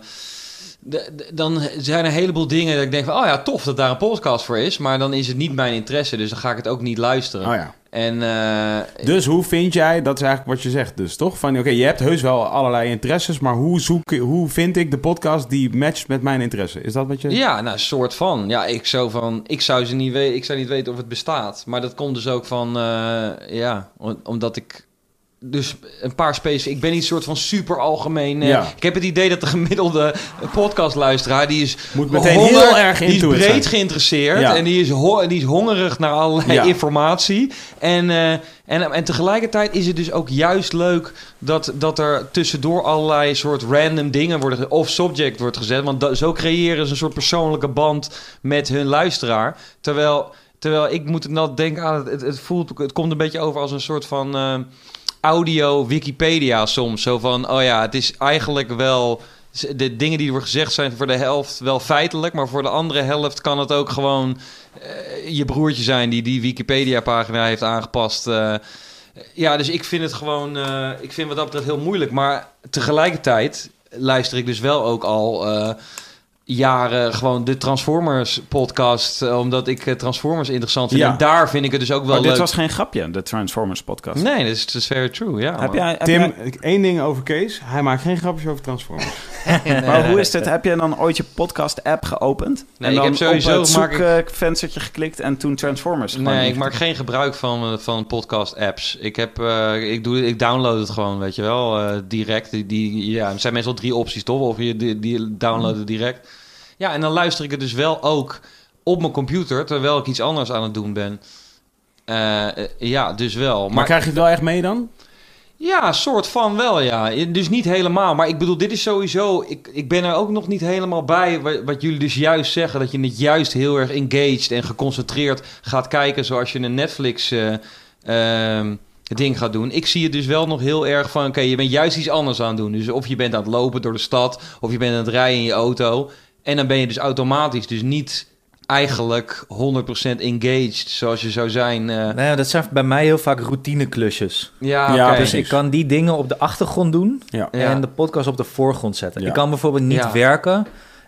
de- de- dan zijn er een heleboel dingen dat ik denk van... oh ja, tof dat daar een podcast voor is. Maar dan is het niet mijn interesse. Dus dan ga ik het ook niet luisteren. Oh ja. En eh, Dus hoe vind jij, dat is eigenlijk wat je zegt dus, toch? Van oké, je hebt heus wel allerlei interesses, maar hoe, zoek, hoe vind ik de podcast die matcht met mijn interesse? Is dat wat je... ja, nou, soort van. Ja, ik zou van... Ik zou ze niet weten... Ik zou niet weten of het bestaat. Maar dat komt dus ook van... eh, ja, om- omdat ik... Dus een paar spaces. Ik ben niet soort van super algemeen. eh, Ja. Ik heb het idee dat de gemiddelde podcastluisteraar die is Moet meteen honger- heel erg die is into it breed zijn. geïnteresseerd Ja. en die is, ho- die is hongerig naar allerlei Ja. informatie. En, eh, en, en tegelijkertijd is het dus ook juist leuk dat, dat er tussendoor allerlei soort random dingen worden ge- of subject wordt gezet. Want da- zo creëren ze een soort persoonlijke band met hun luisteraar. Terwijl, terwijl ik moet dan denken aan het, het, het voelt, het komt een beetje over als een soort van eh, audio Wikipedia soms. Zo van, oh ja, het is eigenlijk wel... De dingen die er worden gezegd zijn voor de helft wel feitelijk, maar voor de andere helft kan het ook gewoon uh, je broertje zijn die die Wikipedia-pagina heeft aangepast. Uh, ja, dus ik vind het gewoon, uh, ik vind wat dat betreft heel moeilijk. Maar tegelijkertijd luister ik dus wel ook al uh, jaren gewoon de Transformers podcast, uh, omdat ik uh, Transformers interessant vind. Ja. En daar vind ik het dus ook wel Maar dit leuk. was geen grapje, de Transformers podcast. Nee, dat is, dat is very true, ja. Heb man. jij, heb Tim, jij- één ding over Kees. Hij maakt geen grapjes over Transformers. maar hoe is dit? Heb jij dan ooit je podcast-app geopend? Nee, en ik dan heb sowieso- op het maak ik- zoekvenstertje geklikt en toen Transformers? gewoon Nee, ik ingetikt? maak geen gebruik van, eh, van podcast-apps. Ik, heb, eh, ik, doe, ik download het gewoon, weet je wel, eh, direct. Die, die, ja, er zijn meestal drie opties, toch? Of je die, die downloadt het direct. Ja, en dan luister ik het dus wel ook op mijn computer, terwijl ik iets anders aan het doen ben. Eh, eh, ja, dus wel. Maar, Maar, krijg je het wel echt mee dan? ja, soort van wel, ja. Dus niet helemaal. Maar ik bedoel, dit is sowieso... Ik, ik ben er ook nog niet helemaal bij wat, wat jullie dus juist zeggen. Dat je het juist heel erg engaged en geconcentreerd gaat kijken, zoals je een Netflix uh, uh, ding gaat doen. Ik zie het dus wel nog heel erg van, oké, okay, je bent juist iets anders aan het doen. Dus of je bent aan het lopen door de stad, of je bent aan het rijden in je auto. En dan ben je dus automatisch dus niet eigenlijk honderd procent engaged, zoals je zou zijn. Uh... Nou ja, dat zijn bij mij heel vaak routineklusjes. Ja, Ja, okay. Dus precies. ik kan die dingen op de achtergrond doen Ja. Ja. en de podcast op de voorgrond zetten. Ja. Ik kan bijvoorbeeld niet Ja. werken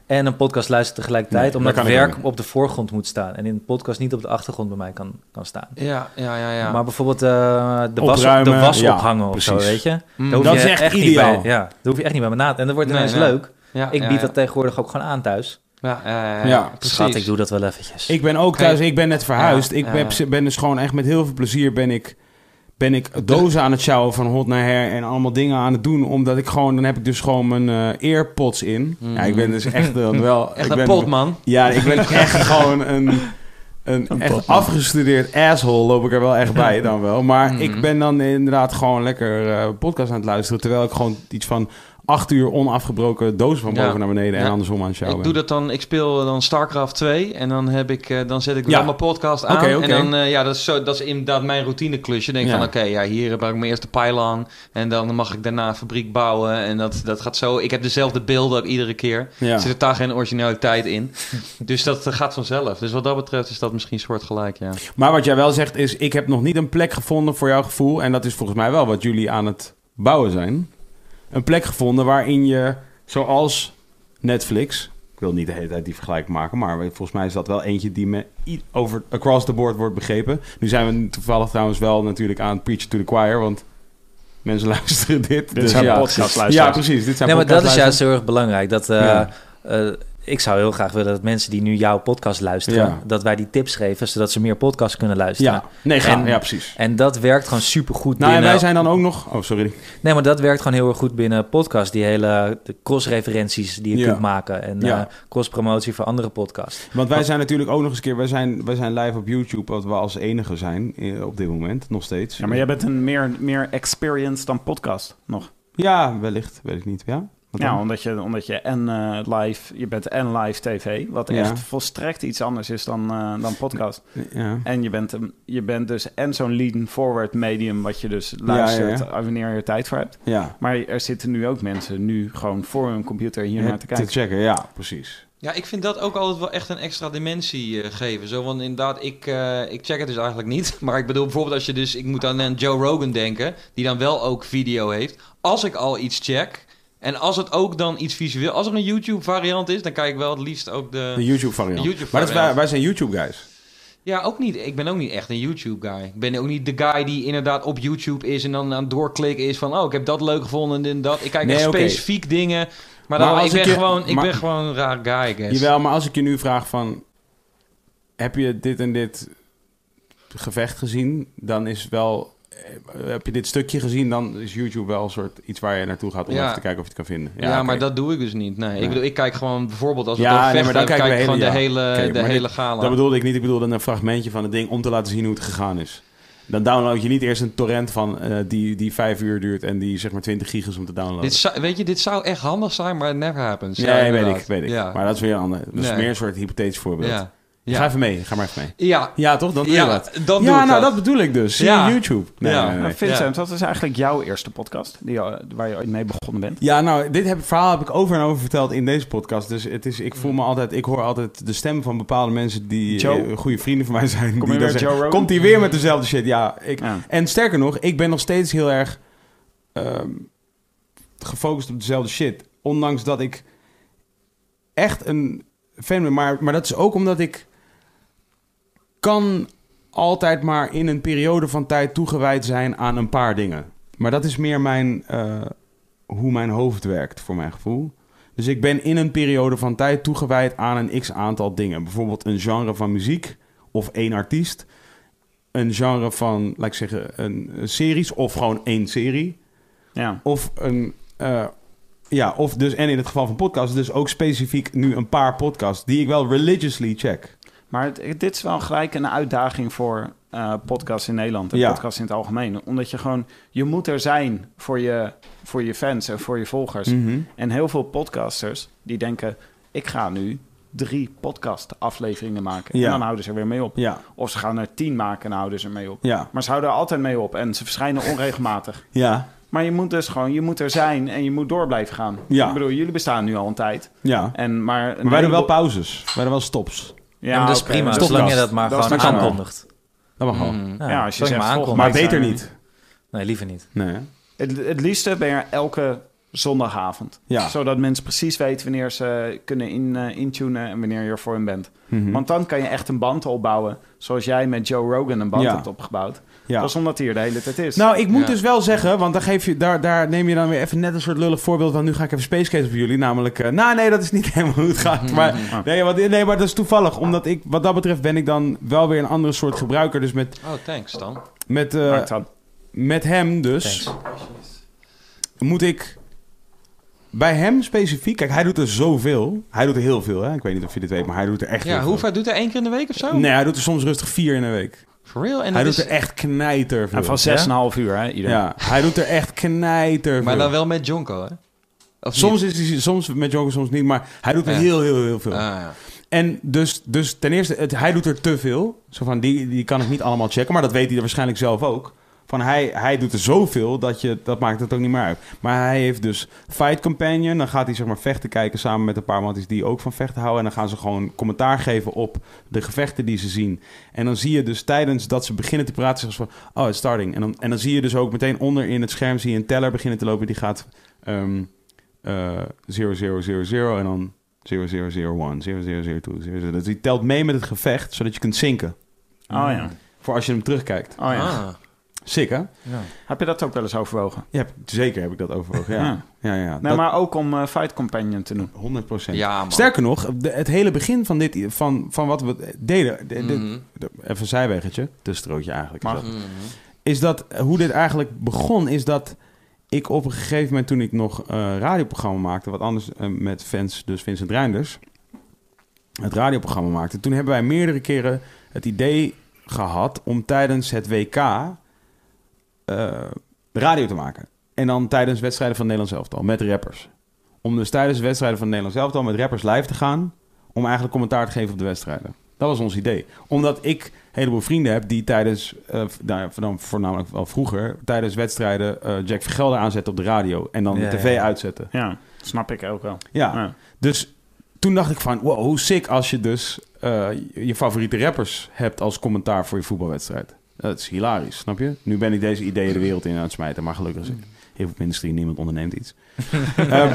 en een podcast luisteren tegelijkertijd, Nee, omdat dat het kan ik werk ook niet. op de voorgrond moet staan en in de podcast niet op de achtergrond bij mij kan, kan staan. Ja, ja, ja. ja. Maar bijvoorbeeld uh, de, was, Opruimen, de was ja, ophangen of zo, precies. weet je? Mm. Daar hoef Dat je is echt niet ideaal. bij, ja, daar hoef je echt niet bij me na te. En dat wordt Nee, ineens nee. leuk. ja, Ik ja, bied ja. dat tegenwoordig ook gewoon aan thuis. Ja, ja, ja, ja, Ja, precies. Schat, ik doe dat wel eventjes. Ik ben ook thuis, ik ben net verhuisd. Ja, ik ja, heb, ja. ben dus gewoon echt met heel veel plezier ben ik, ben ik dozen aan het sjouwen van hot naar her en allemaal dingen aan het doen. Omdat ik gewoon, dan heb ik dus gewoon mijn uh, earpods in. Mm. Ja, ik ben dus echt uh, wel... Echt ik een ben, potman. Ja, ik ben echt gewoon een, een, Een echt potman. afgestudeerd asshole, loop ik er wel echt bij dan wel. Maar Mhm. ik ben dan inderdaad gewoon lekker uh, podcast aan het luisteren, terwijl ik gewoon iets van acht uur onafgebroken dozen van Ja. boven naar beneden en Ja. andersom aan het sjouwen. Ik doe dat dan, ik speel dan StarCraft twee en dan heb ik, uh, dan zet ik Ja. wel mijn podcast aan. Oké, oké. En dan, uh, ja, dat is, zo, dat is inderdaad mijn routineklusje. Ik denk Ja. van, oké, ja, hier heb ik mijn eerste pylon en dan mag ik daarna een fabriek bouwen. En dat, dat gaat zo. Ik heb dezelfde beelden ook iedere keer. Ja. Er zit daar geen originaliteit in. Dus dat uh, gaat vanzelf. Dus wat dat betreft is dat misschien soortgelijk, ja. Maar wat jij wel zegt is, ik heb nog niet een plek gevonden voor jouw gevoel. En dat is volgens mij wel wat jullie aan het bouwen zijn. Een plek gevonden waarin je, zoals Netflix... Ik wil niet de hele tijd die vergelijking maken, maar volgens mij is dat wel eentje die me i- over across the board wordt begrepen. Nu zijn we toevallig trouwens wel natuurlijk aan het preach to the choir, want mensen luisteren dit. Dit dus zijn ja. podcastluisteraars. Ja, precies. Dit zijn Nee, maar dat is podcastluisteraars. juist heel erg belangrijk. Dat, uh, Ja. uh, ik zou heel graag willen dat mensen die nu jouw podcast luisteren, Ja. dat wij die tips geven, zodat ze meer podcasts kunnen luisteren. Ja, nee, ga. En- ja, precies. En dat werkt gewoon supergoed Nou, en binnen... wij zijn dan ook nog... Oh, sorry. Nee, maar dat werkt gewoon heel erg goed binnen podcasts. Die hele de cross-referenties die je Ja. kunt maken. En Ja. uh, cross-promotie voor andere podcasts. Want wij zijn natuurlijk ook nog eens een keer... Wij zijn, wij zijn live op YouTube, wat we als enige zijn eh, op dit moment, nog steeds. Ja, maar jij bent een meer, meer experience dan podcast nog. Ja, wellicht. Weet ik niet. Ja? Wat dan? Ja, omdat je, omdat je en uh, live, je bent en live tv, wat Ja. echt volstrekt iets anders is dan, uh, dan podcast. Ja. En je bent, een, je bent dus en zo'n lean-forward medium, wat je dus luistert ja, wanneer je er tijd voor hebt. Ja. Maar er zitten nu ook mensen nu gewoon voor hun computer hier naar te Te kijken. checken, ja, precies. Ja, ik vind dat ook altijd wel echt een extra dimensie uh, geven. Zo, want inderdaad, ik, uh, ik check het dus eigenlijk niet. Maar ik bedoel, bijvoorbeeld als je dus... Ik moet aan een Joe Rogan denken, die dan wel ook video heeft. Als ik al iets check... En als het ook dan iets visueel... Als er een YouTube-variant is, dan kijk ik wel het liefst ook de... Een YouTube-variant. de YouTube maar dat is, wij, variant. wij zijn YouTube-guys. Ja, ook niet. Ik ben ook niet echt een YouTube-guy. Ik ben ook niet de guy die inderdaad op YouTube is... en dan aan het doorklikken is van... oh, ik heb dat leuk gevonden en dit en dat. Ik kijk Nee, echt oké. specifiek dingen... Maar, Maar dan, als ik, ben ik je- gewoon, ik maar- ben gewoon een raar guy, I guess. Jawel, maar als ik je nu vraag van... Heb je dit en dit gevecht gezien? Dan is wel... Heb je dit stukje gezien? Dan is YouTube wel een soort iets waar je naartoe gaat... om Ja. even te kijken of je het kan vinden. Ja, oké. maar dat doe ik dus niet. Nee, Nee. ik bedoel, ik kijk gewoon bijvoorbeeld als we Ja, het nee, over maar vechten dan hebben, kijken kijk we ik gewoon hele- de ja. hele, Oké, de maar hele gala. Dat bedoelde ik niet. Ik bedoelde een fragmentje van het ding... om te laten zien hoe het gegaan is. Dan download je niet eerst een torrent van... Uh, die, die vijf uur duurt... en die zeg maar twintig gigas om te downloaden. Dit zou, weet je, dit zou echt handig zijn, maar it never happens. Nee, Ja, weet inderdaad. ik, weet ik. Ja. Maar dat is weer een ander. Dat is Nee. meer een soort hypothetisch voorbeeld. Ja. Ga Ja. even mee. Ga maar even mee. Ja. Ja, toch? Dan doe je Ja, dat. dan ja, doe ik nou, dat. dat bedoel ik dus. Zie Ja. je YouTube. Nee, Ja. nee, nee. Maar Vincent, Ja. wat is eigenlijk jouw eerste podcast die, je- waar je ooit mee begonnen bent? Ja, nou, dit heb, verhaal heb ik over en over verteld in deze podcast. Dus het is, ik voel me altijd... Ik hoor altijd de stem van bepaalde mensen die Joe? eh, goede vrienden van mij zijn. Kom die je dan weer zeggen, Joe Rogan? komt hij weer met dezelfde shit? Ja, ik... Ja. En sterker nog, ik ben nog steeds heel erg ehm, gefocust op dezelfde shit. Ondanks dat ik echt een fan ben. Maar, maar dat is ook omdat ik kan altijd maar in een periode van tijd toegewijd zijn aan een paar dingen. Maar dat is meer mijn, eh, hoe mijn hoofd werkt, voor mijn gevoel. Dus ik ben in een periode van tijd toegewijd aan een x-aantal dingen. Bijvoorbeeld een genre van muziek of één artiest. Een genre van, laat ik zeggen, een, een series of gewoon één serie. Ja. Of een... eh, ja, of dus, en in het geval van podcasts, dus ook specifiek nu een paar podcasts die ik wel religiously check. Maar het, dit is wel gelijk een uitdaging voor uh, podcasts in Nederland en Ja. podcasts in het algemeen. Omdat je gewoon, je moet er zijn voor je, voor je fans en voor je volgers. Mhm. En heel veel podcasters die denken, ik ga nu drie podcast afleveringen maken. Ja. En dan houden ze er weer mee op. Ja, Of ze gaan er tien maken en houden ze er mee op. ja, Maar ze houden er altijd mee op en ze verschijnen onregelmatig. ja, Maar je moet dus gewoon, je moet er zijn en je moet door blijven gaan. Ja. Ik bedoel, jullie bestaan nu al een tijd. ja. En maar, een Maar wij doen wel heleboel- pauzes. Wij doen wel stops. Ja, Ja, maar dat is oké, prima, maar- Stopkast. zolang je dat maar Dat is gewoon dat kan wel. aankondigt. Dat mag wel. Mm. Ja, als je zolang zegt, maar volgende aankondigt. Maar week beter zijn- niet. Nee, liever niet. Nee. hè? Het, het liefste ben je elke zondagavond. Ja. Zodat mensen precies weten wanneer ze kunnen in, uh, intunen en wanneer je er voor hen bent. Mm-hmm. Want dan kan je echt een band opbouwen, zoals jij met Joe Rogan een band Ja. hebt opgebouwd. Ja. Dat is omdat hij er de hele tijd is. Nou, ik moet Ja. dus wel zeggen, want daar, geef je, daar, daar neem je dan weer even net een soort lullig voorbeeld. Want nu ga ik even Space Case voor jullie. Namelijk, uh, nou nee, dat is niet helemaal hoe het gaat. Maar, nee, want, nee, maar dat is toevallig. Omdat ik, wat dat betreft, ben ik dan wel weer een andere soort gebruiker. Dus met, Oh, thanks dan. met, uh, Maakt dan. met hem dus, moet ik bij hem specifiek... Kijk, hij doet er zoveel. Hij doet er heel veel, hè. Ik weet niet of je dit weet, maar hij doet er echt heel Ja, veel. hoe vaak doet hij één keer in de week of zo? Nee, hij doet er soms rustig vier in een week. For real? En Hij dat doet is... er echt knijter veel. En van zes en een half uur, hè, iedereen. Ja, hij doet er echt knijter veel. Maar dan wel met Jonko, hè? Of Soms niet? is hij soms met Joker, soms niet, maar hij doet er Ja. heel, heel, heel veel. Ah, ja. En dus, dus ten eerste, het, hij doet er te veel. Zo van, die, die kan ik niet allemaal checken, maar dat weet hij er waarschijnlijk zelf ook. Van hij, hij doet er zoveel dat je, dat maakt het ook niet meer uit. Maar hij heeft dus Fight Companion. Dan gaat hij zeg maar vechten kijken samen met een paar matties die ook van vechten houden. En dan gaan ze gewoon commentaar geven op de gevechten die ze zien. En dan zie je dus tijdens dat ze beginnen te praten, zeggen ze van, oh, it's starting. En dan, en dan zie je dus ook meteen onder in het scherm zie je een teller beginnen te lopen. Die gaat um, uh, zero zero zero zero en dan zero zero zero one, zero zero zero two, zero zero. Dus die telt mee met het gevecht, zodat je kunt zinken. Oh ja. Voor als je hem terugkijkt. Oh ja. Ah. Sick, hè? Ja. Heb je dat ook wel eens overwogen? Ja, zeker heb ik dat overwogen. Ja, Ja. ja, ja. Nee, dat, maar ook om uh, Fight Companion te doen. honderd procent. Ja, man. Sterker nog, de, het hele begin van, dit, van, van wat we deden... De, de, Mhm. de- even een zijweggetje, tussentrootje eigenlijk. Is, Mag. dat, Mhm. is dat, hoe dit eigenlijk begon, is dat ik op een gegeven moment... toen ik nog een uh, radioprogramma maakte, wat anders uh, met fans, dus Vincent Reinders... het radioprogramma maakte. Toen hebben wij meerdere keren het idee gehad om tijdens het W K... Uh, radio te maken. En dan tijdens wedstrijden van Nederlands elftal met rappers. Om dus tijdens de wedstrijden van Nederlands elftal met rappers live te gaan, om eigenlijk commentaar te geven op de wedstrijden. Dat was ons idee. Omdat ik een heleboel vrienden heb die tijdens, uh, nou, dan voornamelijk wel vroeger, tijdens wedstrijden uh, Jack Vergelder aanzetten op de radio en dan Ja, de tv ja. uitzetten. Ja, snap ik ook wel. Ja, Ja. dus toen dacht ik van, wow, hoe sick als je dus uh, je favoriete rappers hebt als commentaar voor je voetbalwedstrijd. Dat is hilarisch, snap je? Nu ben ik deze ideeën de wereld in aan het smijten, maar gelukkig is het heel veel industrie, niemand onderneemt iets. um,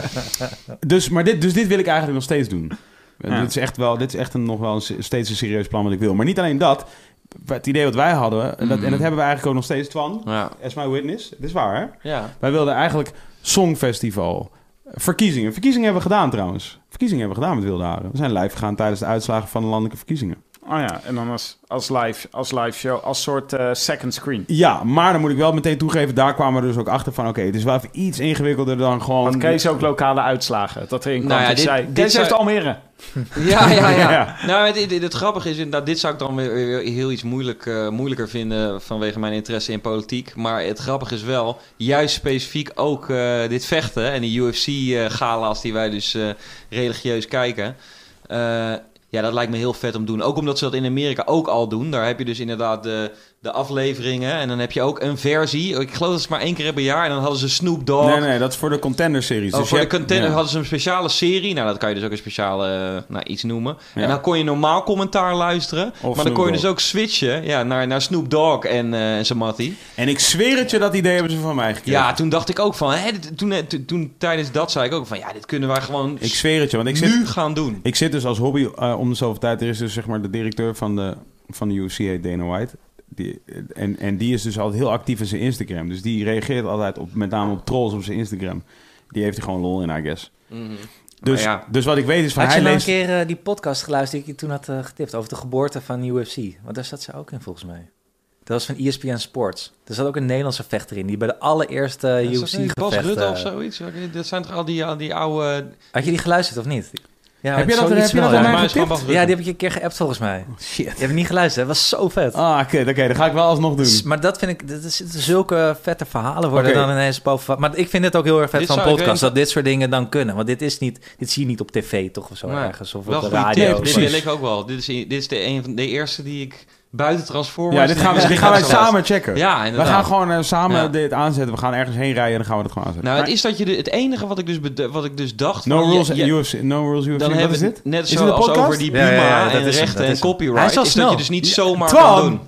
dus, maar dit, dus dit wil ik eigenlijk nog steeds doen. Ja. Dit is echt wel, dit is echt een, nog wel een, steeds een serieus plan wat ik wil. Maar niet alleen dat, het idee wat wij hadden, en dat, en dat hebben we eigenlijk ook nog steeds, Twan, Ja. as my witness, het is waar hè? Ja. Wij wilden eigenlijk Songfestival, verkiezingen. Verkiezingen hebben we gedaan trouwens. Verkiezingen hebben we gedaan met Wilde Haren. We zijn live gegaan tijdens de uitslagen van de landelijke verkiezingen. Oh ja, en dan als, als, live, als live show, als soort uh, second screen. Ja, maar dan moet ik wel meteen toegeven, daar kwamen we dus ook achter van, oké, het is wel even iets ingewikkelder dan gewoon... Want Kees ook lokale uitslagen. Dat erin kwam. Nou ja, Ik dit- zei, dit Kees zou- heeft Almere. Ja, ja, ja. Ja. Nou, het, het, het grappige is inderdaad, dit zou ik dan weer weer heel iets moeilijk, uh, moeilijker vinden vanwege mijn interesse in politiek. Maar het grappige is wel, juist specifiek ook uh, dit vechten en die U F C-gala's die wij dus uh, religieus kijken. Uh, ja, dat lijkt me heel vet om te doen. Ook omdat ze dat in Amerika ook al doen. Daar heb je dus inderdaad de, de afleveringen. En dan heb je ook een versie. Ik geloof dat ze maar één keer hebben per jaar. En dan hadden ze Snoop Dogg. Nee, nee, dat is voor de contender-series. Oh, Dus voor je de hebt- contender ja. hadden ze een speciale serie. Nou, dat kan je dus ook een speciale uh, nou, iets noemen. Ja. En dan kon je normaal commentaar luisteren. Of maar dan Snoop kon je Dogg. dus ook switchen ja, naar, naar Snoop Dogg en, uh, en zijn mattie. En ik zweer het je, dat idee hebben ze van mij gekregen. Ja, toen dacht ik ook van... Hè, dit- toen, toen, toen tijdens dat zei ik ook van... Ja, dit kunnen wij gewoon Ik zweer het je, want ik zit, nu gaan doen. ik zit dus als hobby uh, om de zoveel tijd. Er is dus zeg maar de directeur van de, van de U F C, heet Dana White. Die, en, en die is dus altijd heel actief in zijn Instagram. Dus die reageert altijd op, met name op trolls op zijn Instagram. Die heeft er gewoon lol in, I guess. Mhm. Dus, Maar ja. dus wat ik weet is van Had hij je nou leest... een keer uh, die podcast geluisterd die ik toen had uh, getipt over de geboorte van U F C? Want daar zat ze ook in volgens mij. Dat was van E S P N Sports. Er zat ook een Nederlandse vechter in die bij de allereerste Is U dat F niet Bas Rutte C-gevechten... of zoiets? Dat zijn toch al die, al die oude... Had je die geluisterd of niet? Ja, Heb je dat- zoiets heb je dat wel, aan ja. mij Maar is gewoon getipt? Bas Rutte. Ja, die heb ik je een keer geappt volgens mij. Shit. Je hebt niet geluisterd, dat was zo vet. Ah, oké, oké, dan ga ik wel alsnog doen. S- Maar dat vind ik, dat is, zulke vette verhalen worden Oké. dan ineens boven. Maar ik vind het ook heel erg vet Dit van zou ik podcast, weten. dat dit soort dingen dan kunnen. Want dit is niet, dit zie je niet op tv toch of zo Nee. ergens. Of Wel op de goede radio. tip. Nee, Dit precies. wil ik ook wel. Dit is, dit is de, een van de eerste die ik buiten Transformers... Ja, dit gaan, we, dit gaan wij samen checken. Ja, We inderdaad. gaan gewoon uh, samen Ja. dit aanzetten. We gaan ergens heen rijden en dan gaan we dat gewoon aanzetten. Nou, het is dat je... De, het enige wat ik dus, bede- wat ik dus dacht... No van, rules je- je- U F C. No rules U F C. Dan Wat hebben is we dit? het net Is het zoals een podcast? over die Ja, Buma ja, ja, dat en is hem, rechten dat en is hem. copyright. Hij is wel is snel. dat je dus niet zomaar Twan! kan doen.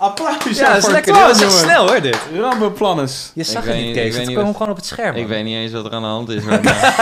Applaus. Ja, dat is lekker. Dat is echt snel hoor, dit. Rampenplanners. Je zag Ik het weet niet, niet- Kees. ik weet Het niet kwam wat- gewoon op het scherm. Ik man. weet niet eens wat er aan de hand is.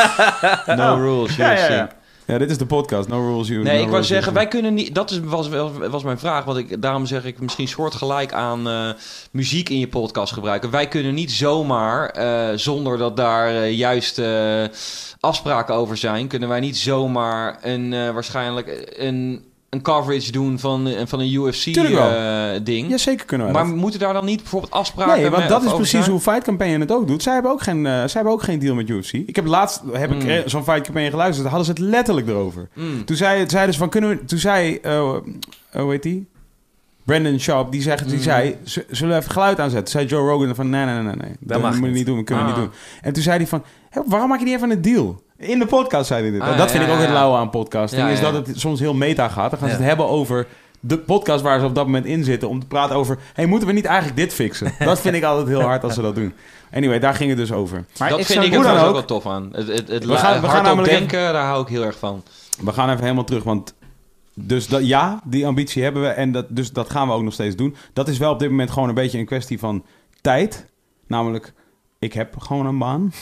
Maar no rules, Ja, U F C. ja, ja. Ja, dit is de podcast. No rules, you. Nee, no ik wou rules, zeggen, you. wij kunnen niet... Dat is, was, was, was mijn vraag, want ik, daarom zeg ik misschien soortgelijk aan eh, muziek in je podcast gebruiken. Wij kunnen niet zomaar, eh, zonder dat daar eh, juist eh, afspraken over zijn, kunnen wij niet zomaar een, eh, waarschijnlijk een, een coverage doen van, eh, van een U F Tuurlijk wel. C-ding. Ja, zeker kunnen wij maar dat. moeten daar dan niet bijvoorbeeld afspraken Nee, want mee- dat of is over precies zijn? hoe Fight Campaign het ook doet. Zij hebben ook geen, uh, zij hebben ook geen deal met U F C. Ik heb laatst heb ik Mm. eh, zo'n Fight Campaign geluisterd. Daar hadden ze het letterlijk erover. Mm. Toen zei, zeiden ze van, kunnen we... Toen zei... Uh, hoe heet die? Brandon Sharp, die, zegt, die Mm. zei... "Z- Zullen we even geluid aanzetten? Zei Joe Rogan van... Nee, nee, nee, nee. nee. Dat, mag moet je niet. niet doen. We kunnen Ah. het niet doen. En toen zei hij van... "Hé, waarom maak je niet even een deal? In de podcast zei hij dit. Ah, En dat ja, vind ik ja, ook het ja. lauwe aan podcasting. Ja, is ja. dat het soms heel meta gaat. Dan gaan ze Ja. het hebben over... de podcast waar ze op dat moment in zitten... om te praten over... hey, moeten we niet eigenlijk dit fixen? Dat vind ik altijd heel hard als ze dat doen. Anyway, daar ging het dus over. Maar dat ik vind zou- ik hoe er dan trouwens ook ook. wel tof aan. Het, het, het We gaan- we gaan hardop namelijk denken, daar hou ik heel erg van. We gaan even helemaal terug, want... Dus dat, ja, die ambitie hebben we. En dat, dus dat gaan we ook nog steeds doen. Dat is wel op dit moment gewoon een beetje een kwestie van tijd. Namelijk, ik heb gewoon een baan.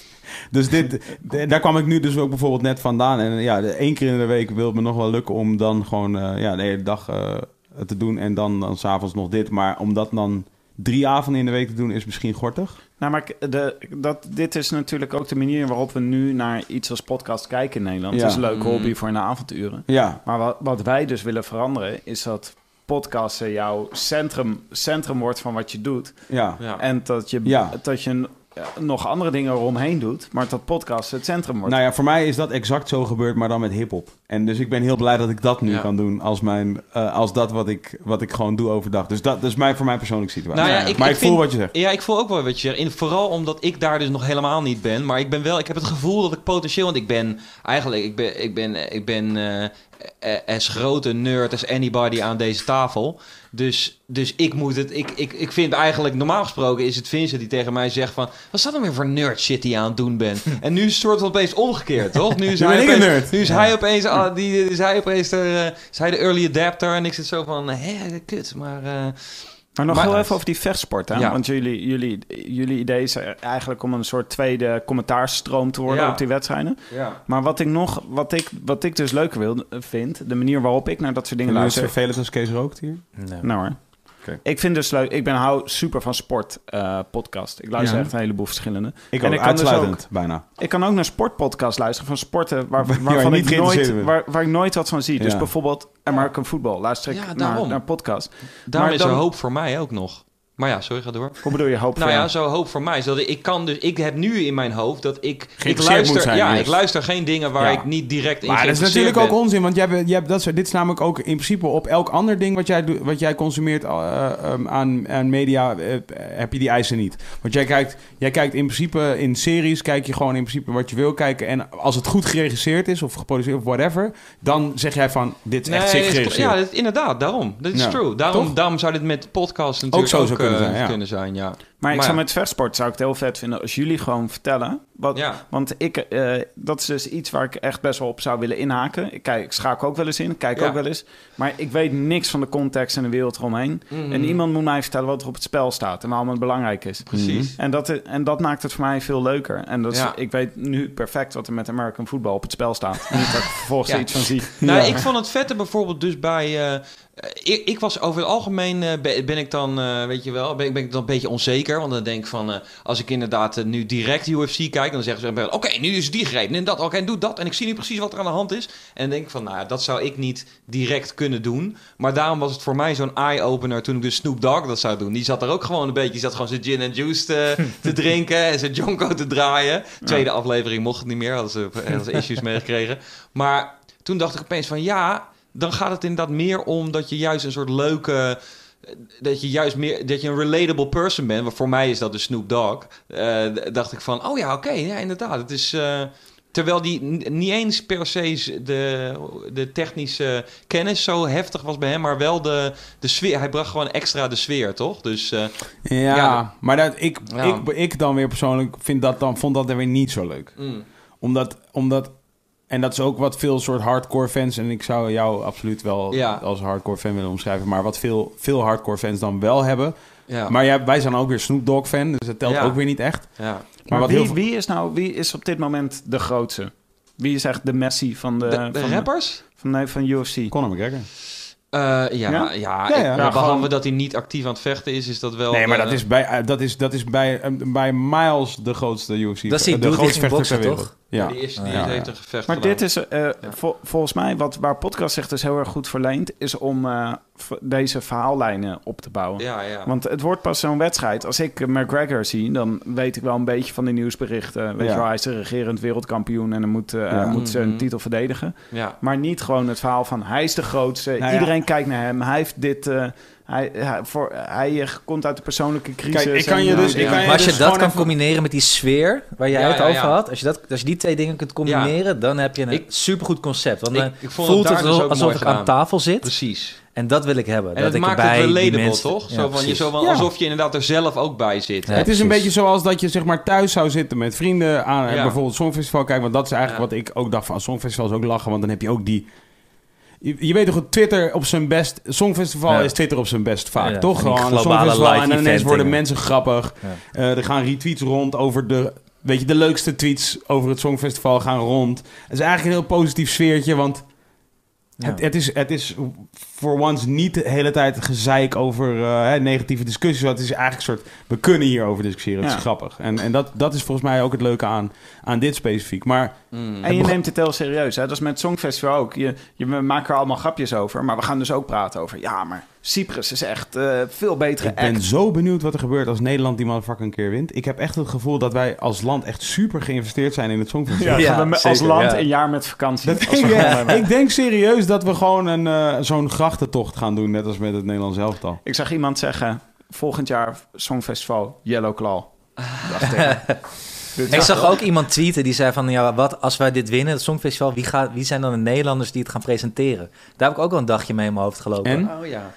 Dus dit, d- daar kwam ik nu dus ook bijvoorbeeld net vandaan. En ja, de, één keer in de week wil het me nog wel lukken om dan gewoon eh, ja, de hele dag eh, te doen. En dan, dan s'avonds nog dit. Maar om dat dan drie avonden in de week te doen is misschien gortig. Nou, maar k- de, dat, dit is natuurlijk ook de manier waarop we nu naar iets als podcast kijken in Nederland. Ja. Het is een leuke Mm. hobby voor in de avonduren. Ja, Maar wat, wat wij dus willen veranderen, is dat podcasten jouw centrum, centrum wordt van wat je doet. ja. Ja. En dat je, Ja. dat je ja, nog andere dingen eromheen doet, maar dat podcast het centrum wordt. Nou ja, voor mij is dat exact zo gebeurd, maar dan met hiphop. En dus ik ben heel blij dat ik dat nu Ja. kan doen als, mijn, eh, als dat wat ik, wat ik gewoon doe overdag. Dus dat, dat is mijn, voor mijn persoonlijke situatie. Nou ja, ik- maar ik ik, voel vind- wat je zegt. Ja, ik voel ook wel wat je zegt. In, vooral omdat ik daar dus nog helemaal niet ben. Maar ik ben wel, ik heb het gevoel dat ik potentieel... Want ik ben eigenlijk, ik ben, ik ben, ik ben eh, eh, as grote nerd as anybody aan deze tafel. Dus, dus ik moet het... Ik, ik, ik vind eigenlijk, normaal gesproken is het Vincent die tegen mij zegt van... Wat is dat dan weer voor nerd shit die je aan het doen bent? En nu is het soort van opeens omgekeerd, toch? Nu is Nu hij ben ik een opeens, nerd. Nu is Ja. hij opeens... ah, die, is hij opeens de, eh, is hij de early adapter. En ik zit zo van... Hé, kut, maar... eh, Maar nog Maar- heel even over die vechtsport, hè? Ja. Want jullie, jullie, jullie idee is eigenlijk om een soort tweede commentaarstroom te worden Ja. op die wedstrijden. ja. Maar wat ik nog, wat ik, wat ik dus leuker wil, vind, de manier waarop ik naar dat soort dingen En nu is het luister. vervelend als Kees rookt hier. Nee. Nou hoor. Oké. Ik vind dus leuk, ik ben hou super van sport eh, podcast. Ik luister Ja. echt een heleboel verschillende. Ik En ook, ik kan dus uitsluitend, bijna. Ik kan ook naar sportpodcasts luisteren van sporten waar, Waar je waarvan niet ik geïnteresseerd nooit, bent. waar, waar ik nooit wat van zie. Dus Ja. bijvoorbeeld American Football luister ik Ja, naar, daarom. naar podcast. Daarom Maar is er dan- hoop voor mij ook nog. Maar ja, sorry, ga door. Hoe bedoel je hoop Nou voor ja, zo hoop voor mij. Zodat ik, ik kan dus, ik heb nu in mijn hoofd dat ik, ik Geïnteresseerd luister, moet zijn, ja, yes. ik luister geen dingen waar Ja. ik niet direct in Maar dat is geïnteresseerd natuurlijk ook ben. onzin, want jij hebt, jij hebt dat, soort- dit is namelijk ook in principe op elk ander ding wat jij, doet- wat jij consumeert uh, um, aan, aan media, uh, heb je die eisen niet. Want jij kijkt, jij kijkt in principe in series, kijk je gewoon in principe wat je wil kijken. En als het goed geregisseerd is of geproduceerd of whatever, dan zeg jij van, dit is echt Nee, sick is- geregisseerd. ja, dat, inderdaad, daarom. Dat is Ja. true. Daarom, Toch? daarom zou dit met podcast natuurlijk zo ook, zou kunnen eh, zijn, ja. kunnen zijn, ja. Maar ik Maar zou ja. met vechtsport zou ik het heel vet vinden als jullie gewoon vertellen. Wat, Ja. Want ik, eh, dat is dus iets waar ik echt best wel op zou willen inhaken. Ik, kijk, ik schakel ook wel eens in, ik kijk Ja. ook wel eens. Maar ik weet niks van de context en de wereld eromheen. Mhm. En iemand moet mij vertellen wat er op het spel staat en waarom het belangrijk is. Precies. En dat, en dat maakt het voor mij veel leuker. En dat is, Ja. ik weet nu perfect wat er met American Football op het spel staat. Niet dat ik vervolgens Ja. er iets van zie. Nou, Ja. ik vond het vette bijvoorbeeld dus bij... eh, ik, ik was over het algemeen, eh, ben, ben ik dan, eh, weet je wel, ben, ik- ben ik dan een beetje onzeker. Want dan denk ik van, eh, als ik inderdaad eh, nu direct U F C kijk, dan zeggen ze, oké, nu is die gereden en dat, oké, doe dat. En ik zie nu precies wat er aan de hand is. En dan denk ik van, nou, ja, dat zou ik niet direct kunnen doen. Maar daarom was het voor mij zo'n eye-opener toen ik dus Snoop Dogg dat zou doen. Die zat er ook gewoon een beetje, die zat gewoon zijn gin en juice te, te drinken en zijn jonko te draaien. Tweede aflevering mocht het niet meer, hadden ze, hadden ze issues meegekregen. Maar toen dacht ik opeens van, ja, dan gaat het inderdaad meer om dat je juist een soort leuke... Dat je juist meer... Dat je een relatable person bent. Want voor mij is dat de Snoop Dogg. Eh, d- dacht ik van... Oh ja, oké. ja, inderdaad. Het is... eh, terwijl die n- niet eens per se de, de technische kennis zo heftig was bij hem. Maar wel de, de sfeer. Hij bracht gewoon extra de sfeer, toch? Dus... eh, Ja, Ja. maar dat, ik, Ja. ik, ik dan weer persoonlijk vind dat dan, vond dat er weer niet zo leuk. mm, Omdat, omdat en dat is ook wat veel soort hardcore fans... en ik zou jou absoluut wel Ja. als hardcore fan willen omschrijven... maar wat veel, veel hardcore fans dan wel hebben. Ja. Maar ja, wij zijn ook weer Snoop Dogg fan, dus dat telt Ja. ook weer niet echt. ja. Maar, Maar wat wie, heel veel- wie is nou wie is op dit moment de grootste? Wie is echt de Messi van de, De, de van, rappers? van, nee, van U F C? Conor McGregor. Uh, ja, Ja? ja, Ja, ik- ja. ja, Ja, behalve gewoon- dat hij niet actief aan het vechten is, is dat wel... Nee, maar eh, dat is bij, eh, dat is, dat is bij, eh, bij miles de grootste U F C. Dat is die de dude grootste richting vechter ter boksen, wereld. toch? Ja. Die, is, die Ja. heeft een gevecht Maar gedaan. dit is eh, vol- volgens mij, wat, waar podcast zich dus heel erg goed verleent... is om eh, v- deze verhaallijnen op te bouwen. Ja, ja. Want het wordt pas zo'n wedstrijd. Als ik eh, McGregor zie, dan weet ik wel een beetje van de nieuwsberichten. Weet Ja. je wel, hij is de regerend wereldkampioen... en dan moet, eh, Ja. moet zijn Mhm. titel verdedigen. ja. Maar niet gewoon het verhaal van hij is de grootste. Nou ja. Iedereen kijkt naar hem. Hij heeft dit... eh, hij, hij, voor, hij eh, komt uit de persoonlijke crisis. Kijk, ik kan en, je eh, dus- ja. ik kan je Maar als je dus dat gewoon kan even- combineren met die sfeer waar jij Ja, het ja, over ja. had, als je, dat, als je die twee dingen kunt combineren, dan heb je een Ik- supergoed concept. Want Ik- dan ik vond voelt het het daar dus wel ook alsof mooi ik aan gedaan. tafel zit. Precies. En dat wil ik hebben. En dat het ik maakt erbij het die relatable, mensen- toch? Ja, Zo van, je, precies. zo van, Ja. alsof je inderdaad er zelf ook bij zit. Ja. Het is een precies. beetje zoals dat je zeg maar thuis zou zitten met vrienden aan Ja. bijvoorbeeld Songfestival kijken. Want dat is eigenlijk Ja. wat ik ook dacht van Songfestival is ook lachen. Want dan heb je ook die... Je, je weet toch, goed, Twitter op zijn best... Songfestival Ja. is Twitter op zijn best vaak, Ja, toch? van die Gewoon een globale Songfestival live en dan ineens event worden dingen. mensen grappig. Ja. Eh, er gaan retweets rond over de... Weet je, de leukste tweets over het Songfestival gaan rond. Het is eigenlijk een heel positief sfeertje, want... Ja. Het, het, is, het is voor once niet de hele tijd gezeik over eh, hè, negatieve discussies. Het is eigenlijk een soort... We kunnen hierover discussiëren. Het is Ja. grappig. En, en dat, dat is volgens mij ook het leuke aan, aan dit specifiek. Maar Mm. En je neemt het heel serieus. Hè? Dat is met het Songfestival ook. Je, je, we maken er allemaal grapjes over. Maar we gaan dus ook praten over... Ja, maar Cyprus is echt eh, veel betere ik ben act. zo benieuwd wat er gebeurt als Nederland die motherfucker een keer wint. Ik heb echt het gevoel dat wij als land echt super geïnvesteerd zijn in het Songfestival. Ja, Ja, gaan we met- als zeker, land ja. een jaar met vakantie. Dat Als we denk ik, gewoon hebben. ik denk serieus dat we gewoon een, eh, zo'n grachtentocht gaan doen. Net als met het Nederlands elftal. Ik zag iemand zeggen... Volgend jaar Songfestival Yellow Claw. Dacht ik. Dit Ik is- zag ook iemand tweeten die zei van... Ja, wat als wij dit winnen, het Songfestival... Wie, gaat, wie zijn dan de Nederlanders die het gaan presenteren? Daar heb ik ook wel een dagje mee in mijn hoofd gelopen. En? Oh ja.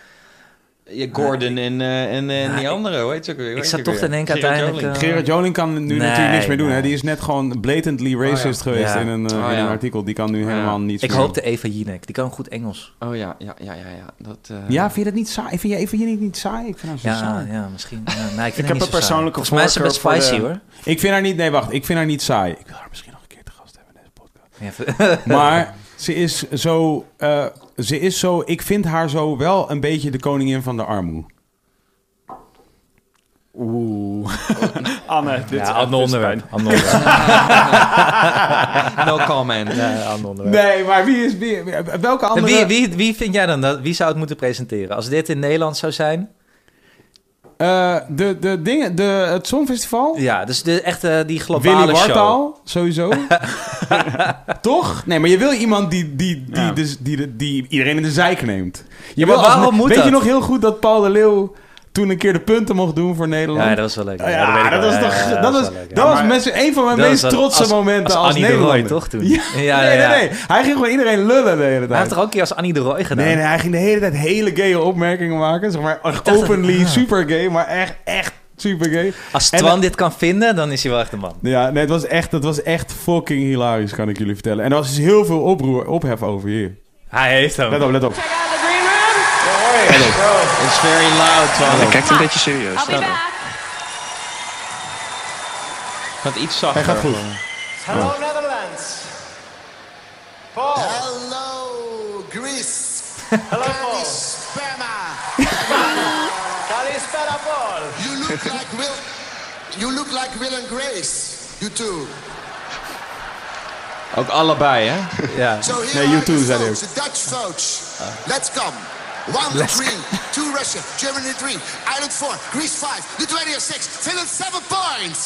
Ja, Gordon en, eh, en, en die Ja, andere, hoe heet ze ook weer? Hoe ik heet zat ze toch ook te weer? denken Gerard uiteindelijk... Joling. eh, Gerard Joling kan nu Nee, natuurlijk niks meer doen. Hè? nee. Die is net gewoon blatantly racist ja. geweest Ja. in, een, eh, Oh, in een ja. artikel. Die kan nu Ja. helemaal niets Ik meer hoopte Eva Jinek. Die kan goed Engels. Oh ja, ja, ja, ja, ja. Dat, eh, doen. Ja, vind je dat niet saai? Vind je even niet, niet saai? Ik vind haar zo Ja, saai. ja, misschien. Ja, nee, ik vind Ik haar heb niet een zo saai. persoonlijke Volgens mij is ze best voorkeur voor spicy, de- hoor. Ik vind haar niet... Nee, wacht. Ik vind haar niet saai. Ik wil haar misschien nog een keer te gast hebben in deze podcast. Ja, Maar ze is zo... eh, ze is zo... Ik vind haar zo wel een beetje de koningin van de armoe. Oeh. Anne, dit is ja, echt ander onderwerp. pijn. Ander onderwerp. No comment. Ja, ander onderwerp. Nee, maar wie is... Wie, welke En andere... Wie, wie, wie vind jij dan dat? Wie zou het moeten presenteren? Als dit in Nederland zou zijn? Eh, de, de dingen... De, het Songfestival? Ja, dus de echte die globale Willy show. Wartaal, sowieso. Toch? Nee, maar je wil iemand die, die, die, Ja. dus, die, die, die iedereen in de zeik neemt. Je maar wil als- waarom moet Weet dat? je nog heel goed dat Paul de Leeuw toen een keer de punten mocht doen voor Nederland? Ja, dat was wel leuk. Oh ja, weet ik dat wel. was Ja, toch... ja, ja, dat was, wel leuk, ja. dat was maar- mensen, een van mijn Dat meest was wel- trotse als- momenten als, als Annie de Roy, Nederlander. toch, toen? Ja, Ja, nee, ja. nee, nee. Hij ging gewoon iedereen lullen de hele Hij tijd. heeft toch ook een keer als Annie de Roy gedaan? Nee, nee, hij ging de hele tijd hele gay opmerkingen maken. Zeg maar echt dacht dat- openly ah. super gay, maar echt, echt super gay. Als En Twan dan- dit kan vinden, dan is hij wel echt een man. Ja, nee, het was echt, het was echt fucking hilarisch, kan ik jullie vertellen. En er was dus heel veel oproer, ophef over hier. Hij heeft hem. Let op, let op. It's very loud, Twan. Hij kijkt een beetje serieus. Ja. Gaat iets zachter. Hij gaat goed. Hello, Netherlands. Paul. Hello, Greece. Hello, Paul. Sperma. Kalispera, Paul. You look like Will. You look like Will and Grace. You two. Ook allebei, hè? Ja. So here Nee, are you two, the zei hij votes, the Dutch votes. Let's come. One green, two Russia, Germany three, Ireland four, Greece five, Lithuania six, Finland seven points.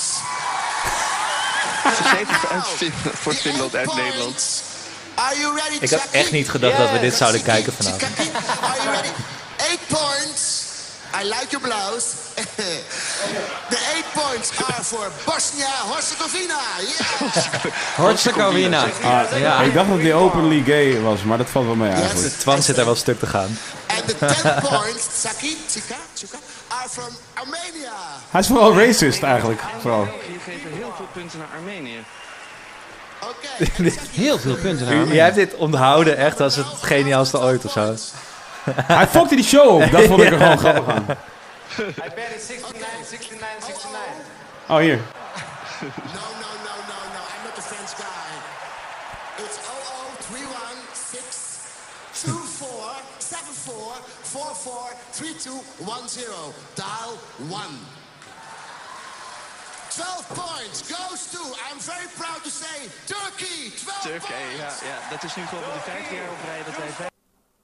Zeven uit Fin- voor The Finland eight uit points. Nederland. Are you ready? Ik had Chucky? echt niet gedacht dat we dit zouden Chucky, kijken vanavond. Chucky, are you ready? Eight points. I like your blouse. The eight points are for Bosnia-Herzegovina. Yes. Herzegovina. Ja. Ik dacht dat hij openly gay was, maar dat valt wel mee eigenlijk. Yes. Twan zit daar wel stuk te gaan. And the ten points, Chucky, Chika, Chika, are from Armenia. Hij is vooral racist eigenlijk, vooral. België geven heel veel punten naar Armenië. Okay. Heel veel punten naar Jij mij. hebt dit onthouden echt als het geniaalste ooit of zo. Hij fokte die show op. Dat vond ik er gewoon grappig aan. I bet it's sixty-nine, sixty-nine, sixty-nine. Oh, hier. No, no, no, no, no. I'm not the French guy. It's oh oh three one six two four seven four four four three two one zero. Dial one. twelve points goes to, I'm very proud to say, Turkey. twelve Turkije, ja, points. ja. Dat is nu gewoon voor de vijfde jaar op rij dat wij vijf...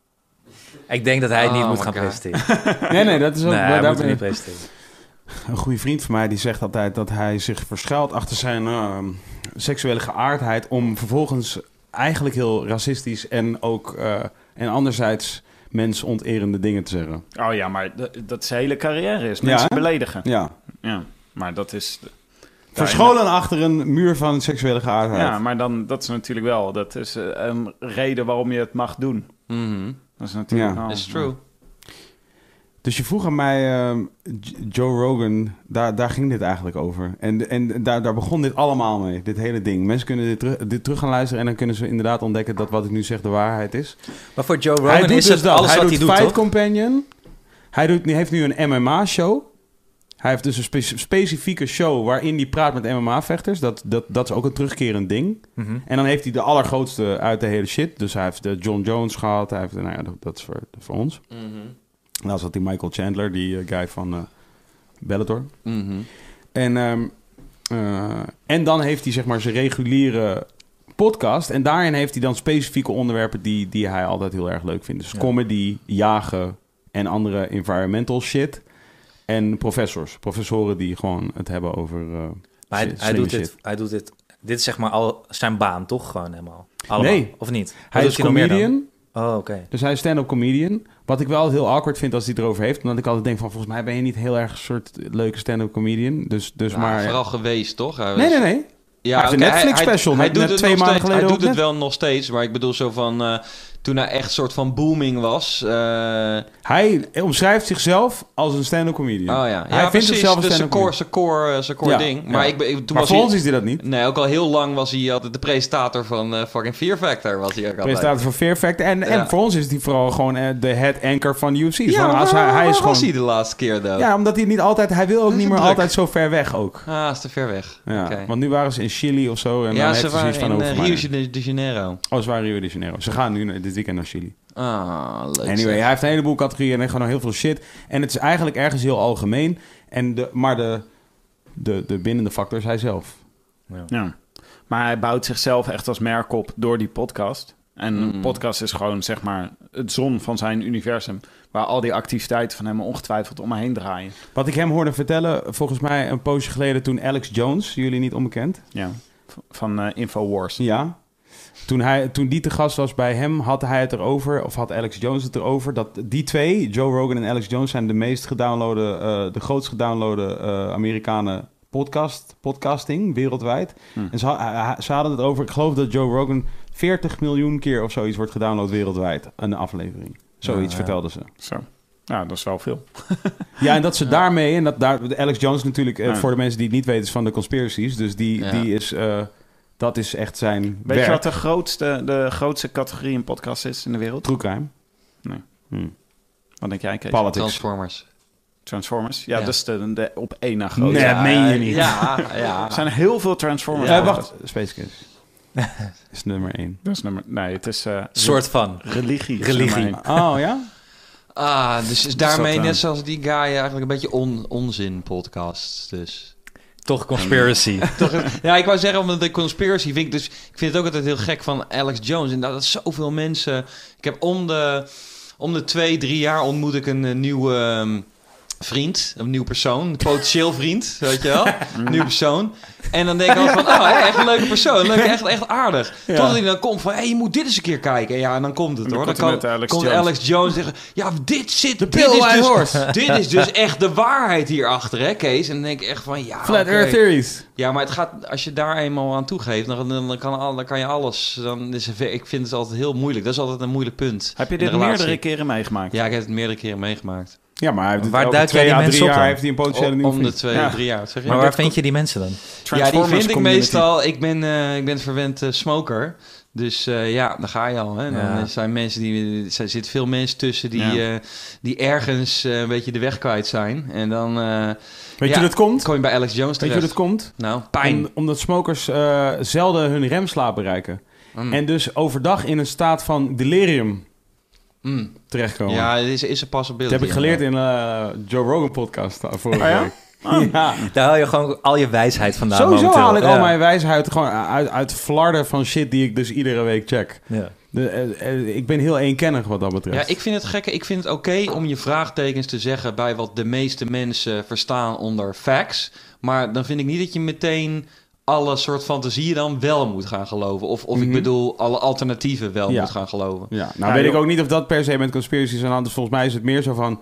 Ik denk dat hij het niet Oh moet my gaan God. presenteren. Nee, nee, dat is ook... Nee, daar hij ben moet het ik- niet presenteren. Een goede vriend van mij die zegt altijd dat hij zich verschuilt achter zijn uh, seksuele geaardheid om vervolgens eigenlijk heel racistisch en ook uh, en anderzijds mensonterende dingen te zeggen. Oh ja, maar d- dat zijn hele carrière is. Ja, Mensen hè? beledigen. Ja. Ja, maar dat is... Verscholen achter een muur van seksuele geaardheid. Ja, maar dan, dat is natuurlijk wel... Dat is eh, een reden waarom je het mag doen. Mhm. Dat is natuurlijk Ja. wel... It's true. Dus je vroeg aan mij, uh, J- Joe Rogan, daar, daar ging dit eigenlijk over. En, en daar, daar begon dit allemaal mee, dit hele ding. Mensen kunnen dit terug, dit terug gaan luisteren en dan kunnen ze inderdaad ontdekken dat wat ik nu zeg de waarheid is. Maar voor Joe Hij Rogan doet is dus het dat. alles hij wat doet hij doet, Fight toch? Companion. Hij doet, hij heeft nu een M M A-show. Hij heeft dus een spe- specifieke show waarin hij praat met M M A-vechters. Dat, dat, dat is ook een terugkerend ding. Mhm. En dan heeft hij de allergrootste uit de hele shit. Dus hij heeft de John Jones gehad. Hij heeft, nou ja, dat, dat is voor, voor ons. Mhm. En dan zat die Michael Chandler, die uh, guy van uh, Bellator. Mhm. En, ehm, uh, en dan heeft hij zeg maar zijn reguliere podcast. En daarin heeft hij dan specifieke onderwerpen die, die hij altijd heel erg leuk vindt. Dus Ja. comedy, jagen en andere environmental shit. En professors. Professoren die gewoon het hebben over uh, Maar hij, sli- hij, slimme doet shit. dit, hij doet dit... Dit is zeg maar al zijn baan, toch? Gewoon helemaal. Allemaal. Nee. Of niet? Wat Hij doet is nog meer dan? comedian. Oh, oké. Dus hij is stand-up comedian. Wat ik wel heel awkward vind als hij het erover heeft. Omdat ik altijd denk van, volgens mij ben je niet heel erg een soort leuke stand-up comedian. Dus, dus Nou, maar... vooral geweest, toch? Hij was- Nee, nee, nee. Ja, Hij heeft een oké, Netflix hij- special hij net- doet net het twee nog maanden steeds- geleden Hij doet op het wel nog steeds, maar ik bedoel zo van... uh, toen hij echt soort van booming was... uh, Hij omschrijft zichzelf als een stand-up comedian. Oh ja, Hij ja vindt precies. zichzelf een Dus zijn stand-up core, comedian. zijn core, eh, zijn core Ja, ding. ja. Maar, ik, ben- ik, toen Maar was voor hij, ons is hij dat niet. Nee, ook al heel lang was hij altijd de presentator van uh, fucking Fear Factor. Was hij ook altijd. Presentator van Fear Factor. En, Ja. en voor ons is hij vooral gewoon eh, de head anchor van de U F C. Dus Ja, gewoon als hij, waar- hij is waar gewoon... was hij de laatste keer dan? Ja, omdat hij niet altijd... Hij wil ook is niet meer druk. altijd zo ver weg ook. Ah, is te ver weg. Ja, Oké. want nu waren ze in Chili of zo. En Ja, dan ze heeft hij waren zoiets van in over uh, mij. Rio de, de Janeiro. Oh, ze waren Rio de Janeiro. Ze gaan nu naar- dit weekend naar Chili. Ah, leuk. Anyway, zeg. hij heeft een heleboel categorieën en hij gewoon heel veel shit. En het is eigenlijk ergens heel algemeen. En de, maar de, de, de bindende factor is hij zelf. Ja. Maar hij bouwt zichzelf echt als merk op door die podcast. En Mm. een podcast is gewoon, zeg maar, het zon van zijn universum. Waar al die activiteiten van hem ongetwijfeld om me heen draaien. Wat ik hem hoorde vertellen, volgens mij een poosje geleden toen Alex Jones, jullie niet onbekend? Ja, v- van uh, Infowars. Ja. Toen, hij, toen die te gast was bij hem, had hij het erover, of had Alex Jones het erover, dat die twee, Joe Rogan en Alex Jones, zijn de meest gedownloade, uh, de grootst gedownloade uh, Amerikanen podcast, podcasting wereldwijd. Hm. En ze, ha- ze hadden het over, ik geloof dat Joe Rogan veertig miljoen keer of zoiets wordt gedownload wereldwijd, een aflevering. Zoiets Ja, ja. vertelden ze. Zo. Ja, dat is wel veel. Ja, en dat ze daarmee, en dat daar, Alex Jones natuurlijk, eh, Ja. voor de mensen die het niet weten, is van de conspiracies. Dus die, Ja. die is, uh, dat is echt zijn Weet werk. je wat de grootste, de grootste categorie in podcast is in de wereld? True crime. Nee. Hmm. Wat denk jij, Kees? Politics. Transformers. Transformers? Ja, Ja. dat is de, de op één na grootste. Nee, dat meen je niet. Ja, ja. Er zijn heel veel Transformers. Ja, wacht. Space Kids. is nummer één. Dat is nummer... Nee, het is... uh, Soort van. religie. is Religie. nummer één. Oh, ja? Ah, dus is daarmee dat, uh, net zoals die guy eigenlijk een beetje on, onzin podcast. Dus. Toch conspiracy. Toch, ja, ik wou zeggen, omdat de conspiracy vind ik dus... Ik vind het ook altijd heel gek van Alex Jones. En dat is zoveel mensen... Ik heb om de, om de twee, drie jaar ontmoet ik een, een nieuwe um, vriend. Een nieuw persoon. Een potentieel vriend, weet je wel. Een nieuw persoon. En dan denk ik altijd van... Oh, hey, echt een leuke persoon. Leuk, echt, echt aardig. Ja. Totdat hij dan komt van... Hé, hey, je moet dit eens een keer kijken. En ja, en dan komt het En dan hoor. Dan komt hij kan, met Alex komt Jones. Alex Jones zeggen... Ja, dit zit... The dit Bill is I dus, Horse. Dit is dus echt de waarheid hierachter, hè, Kees? En dan denk ik echt van... Ja, Flat oké. Earth Theories. Ja, maar het gaat, als je daar eenmaal aan toegeeft, dan, dan, dan, kan, al, dan kan je alles. Dan is het, ik vind het altijd heel moeilijk. Dat is altijd een moeilijk punt. Heb je in de dit relatie. meerdere keren meegemaakt? Ja, ik heb het meerdere keren meegemaakt. Ja, maar hij heeft het Waar elke duik jij twee die à drie mensen op jaar dan? heeft hij een potentiële nieuwe Om de vriend. twee, Ja. drie jaar. Zeg je? Maar waar vind je die mensen dan? Ja, die Transformers vind ik community. meestal... Ik ben, uh, ik ben een verwend uh, smoker. Dus uh, ja, dan ga je al. Hè. Dan Ja. zijn mensen die... Er zitten veel mensen tussen die, Ja. uh, die ergens uh, een beetje de weg kwijt zijn. En dan uh, Weet je Ja. hoe dat komt? kom je bij Alex Jones Weet je terecht. hoe dat komt? Nou, pijn. Om- omdat smokers uh, zelden hun remslaap bereiken. Mm. En dus overdag in een staat van delirium Mm. terechtkomen. Ja, het is, is een possibility. dat heb ik geleerd in uh, Joe Rogan podcast uh, vorige Oh ja? week. Ja. Daar haal je gewoon al je wijsheid vandaan. Sowieso momenteel. haal ik Ja. al mijn wijsheid gewoon uit, uit flarden van shit die ik dus iedere week check. Ja. De, eh, eh, ik ben heel eenkennig wat dat betreft. Ja, ik vind het gekke. Ik vind het oké om je vraagtekens te zeggen bij wat de meeste mensen verstaan onder facts. Maar dan vind ik niet dat je meteen alle soort fantasieën dan wel moet gaan geloven. Of, of Mhm. ik bedoel, alle alternatieven wel Ja. moet gaan geloven. Ja, nou Ja, weet joh. ik ook niet of dat per se met conspiracies aan de hand is. Volgens mij is het meer zo van...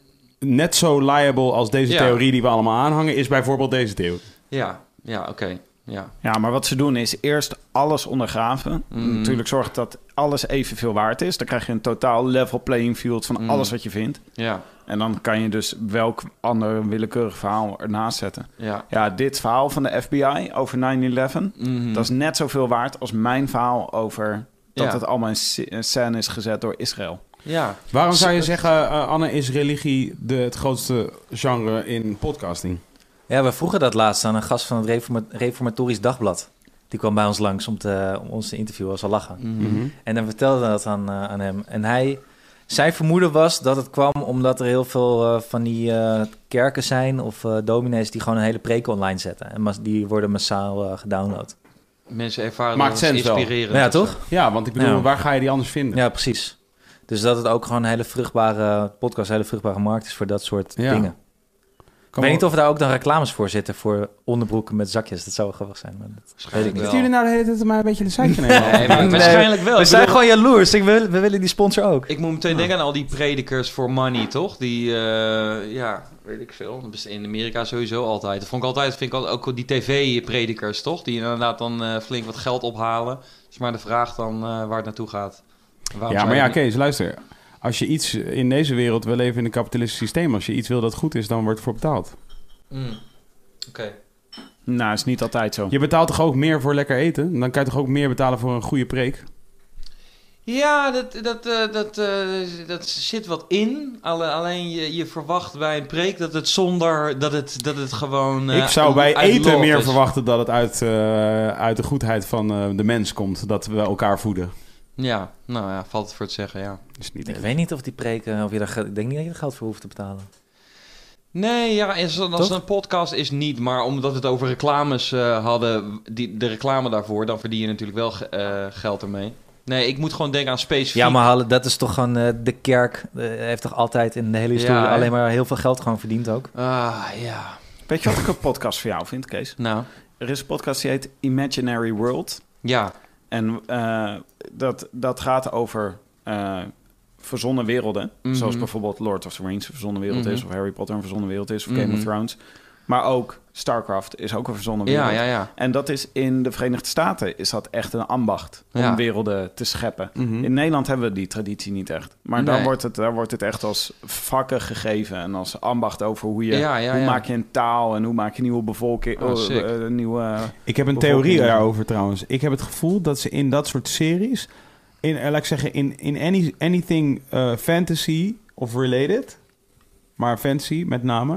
net zo liable als deze Ja. theorie die we allemaal aanhangen... is bijvoorbeeld deze theorie. Ja, ja, oké. Ja. Ja, maar wat ze doen is eerst alles ondergraven. Mm. Natuurlijk zorgt dat alles evenveel waard is. Dan krijg je een totaal level playing field van Mm. alles wat je vindt. Ja, En dan kan je dus welk ander willekeurig verhaal ernaast zetten. ja. Ja, dit verhaal van de F B I over nine eleven... Mhm. dat is net zoveel waard als mijn verhaal over... dat Ja. het allemaal in sc- in scène is gezet door Israël. Ja. Waarom zou je zeggen, uh, Anne, is religie de, het grootste genre in podcasting? Ja, we vroegen dat laatst aan een gast van het Reforma- Reformatorisch Dagblad. Die kwam bij ons langs om, te, om ons te interviewen, was al lachen. Mhm. En dan vertelde dat aan, uh, aan hem. En hij, zijn vermoeden was dat het kwam omdat er heel veel uh, van die uh, kerken zijn... of uh, dominees die gewoon een hele preek online zetten. En mas- die worden massaal uh, gedownload. Mensen ervaren Maakt dat als sens wel. inspirerend. Ja, of zo. toch? Ja, want ik bedoel, Ja. waar ga je die anders vinden? Ja, precies. Dus dat het ook gewoon een hele vruchtbare podcast... een hele vruchtbare markt is voor dat soort Ja. dingen. Ik weet niet of er daar ook dan reclames voor zitten... voor onderbroeken met zakjes. Dat zou wel grappig zijn. Maar dat weet ik Waarschijnlijk niet. Zitten jullie nou de hele tijd maar een beetje de zeik te nemen? Nee, maar Nee. waarschijnlijk wel. We Ik zijn bedoel- gewoon jaloers. Ik wil, we willen die sponsor ook. Ik moet meteen denken aan al die predikers for money, toch? Die, uh, ja, weet ik veel. Dat is in Amerika sowieso altijd. Dat vond ik altijd, vind ik altijd ook die tv-predikers, toch? Die inderdaad dan uh, flink wat geld ophalen. Dus maar de vraag dan uh, waar het naartoe gaat. Waarom Ja, zou maar je ja, niet- Kees, luister. Als je iets in deze wereld, we leven in een kapitalistisch systeem. Als je iets wil dat goed is, dan wordt er voor betaald. Mm. Oké. Nou, is niet altijd zo. Je betaalt toch ook meer voor lekker eten? Dan kan je toch ook meer betalen voor een goede preek? Ja, dat, dat, uh, dat, uh, dat zit wat in. Alle, alleen je, je verwacht bij een preek dat het zonder... dat het, dat het gewoon... uh, Ik zou bij uit eten love meer is. verwachten dat het uit, uh, uit de goedheid van uh, de mens komt. Dat we elkaar voeden. Ja, nou ja, valt het voor te zeggen, ja. Is niet Ik weet niet of die preken... Of je daar, ge- ik denk niet dat je er geld voor hoeft te betalen. Nee, ja, als, als Toch? het een podcast is niet, maar omdat we het over reclames uh, hadden, die, de reclame daarvoor, dan verdien je natuurlijk wel ge- uh, geld ermee. Nee, ik moet gewoon denken aan specifiek... Ja, maar Halle, dat is toch gewoon... uh, de kerk uh, heeft toch altijd in de hele historie... Ja, hè? alleen maar heel veel geld gewoon verdiend ook. Ah, ja. Weet je wat ik een podcast voor jou vind, Kees? Nou, Er is een podcast die heet Imaginary World. ja. En uh, dat, dat gaat over uh, verzonnen werelden. Mhm. Zoals bijvoorbeeld Lord of the Rings een verzonnen wereld Mhm. is... of Harry Potter een verzonnen wereld is... of Mhm. Game of Thrones. Maar ook StarCraft is ook een verzonnen wereld. Ja, ja, ja. En dat is in de Verenigde Staten is dat echt een ambacht... om Ja. werelden te scheppen. Mhm. In Nederland hebben we die traditie niet echt. Maar Nee. daar, wordt het, daar wordt het echt als vakken gegeven... en als ambacht over hoe je... Ja, ja, hoe ja. maak je een taal... en hoe maak je nieuwe bevolking... Oh, uh, sick. uh, nieuwe... Ik heb een Bevolking. theorie daarover trouwens. Ik heb het gevoel dat ze in dat soort series... in, uh, laat ik zeggen, in, in any, anything uh, fantasy of related... maar fantasy met name...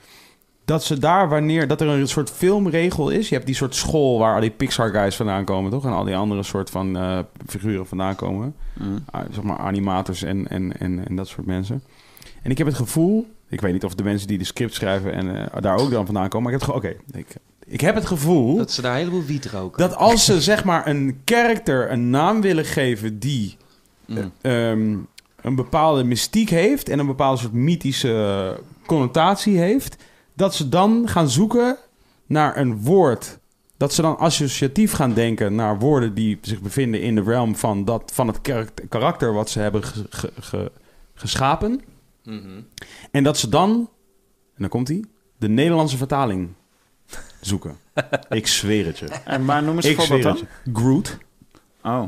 dat ze daar wanneer... dat er een soort filmregel is... je hebt die soort school waar al die Pixar guys vandaan komen, toch? En al die andere soort van uh, figuren vandaan komen. Mm. Uh, zeg maar animators en, en, en, en dat soort mensen. En ik heb het gevoel... ik weet niet of de mensen die de script schrijven... en uh, daar ook dan vandaan komen... maar ik heb het gevoel... oké, ik, ik heb het gevoel... Dat ze daar een heleboel wiet roken. dat als ze zeg maar een character een naam willen geven die Mm. um, een bepaalde mystiek heeft en een bepaalde soort mythische connotatie heeft, dat ze dan gaan zoeken naar een woord. Dat ze dan associatief gaan denken naar woorden die zich bevinden in de realm van, dat, van het karakter, karakter wat ze hebben ge, ge, ge, geschapen. Mm-hmm. En dat ze dan, en dan komt hij, de Nederlandse vertaling zoeken. Ik zweer het je. En maar noem eens een Ik voorbeeld zweer dan. het je. Groot. Oh.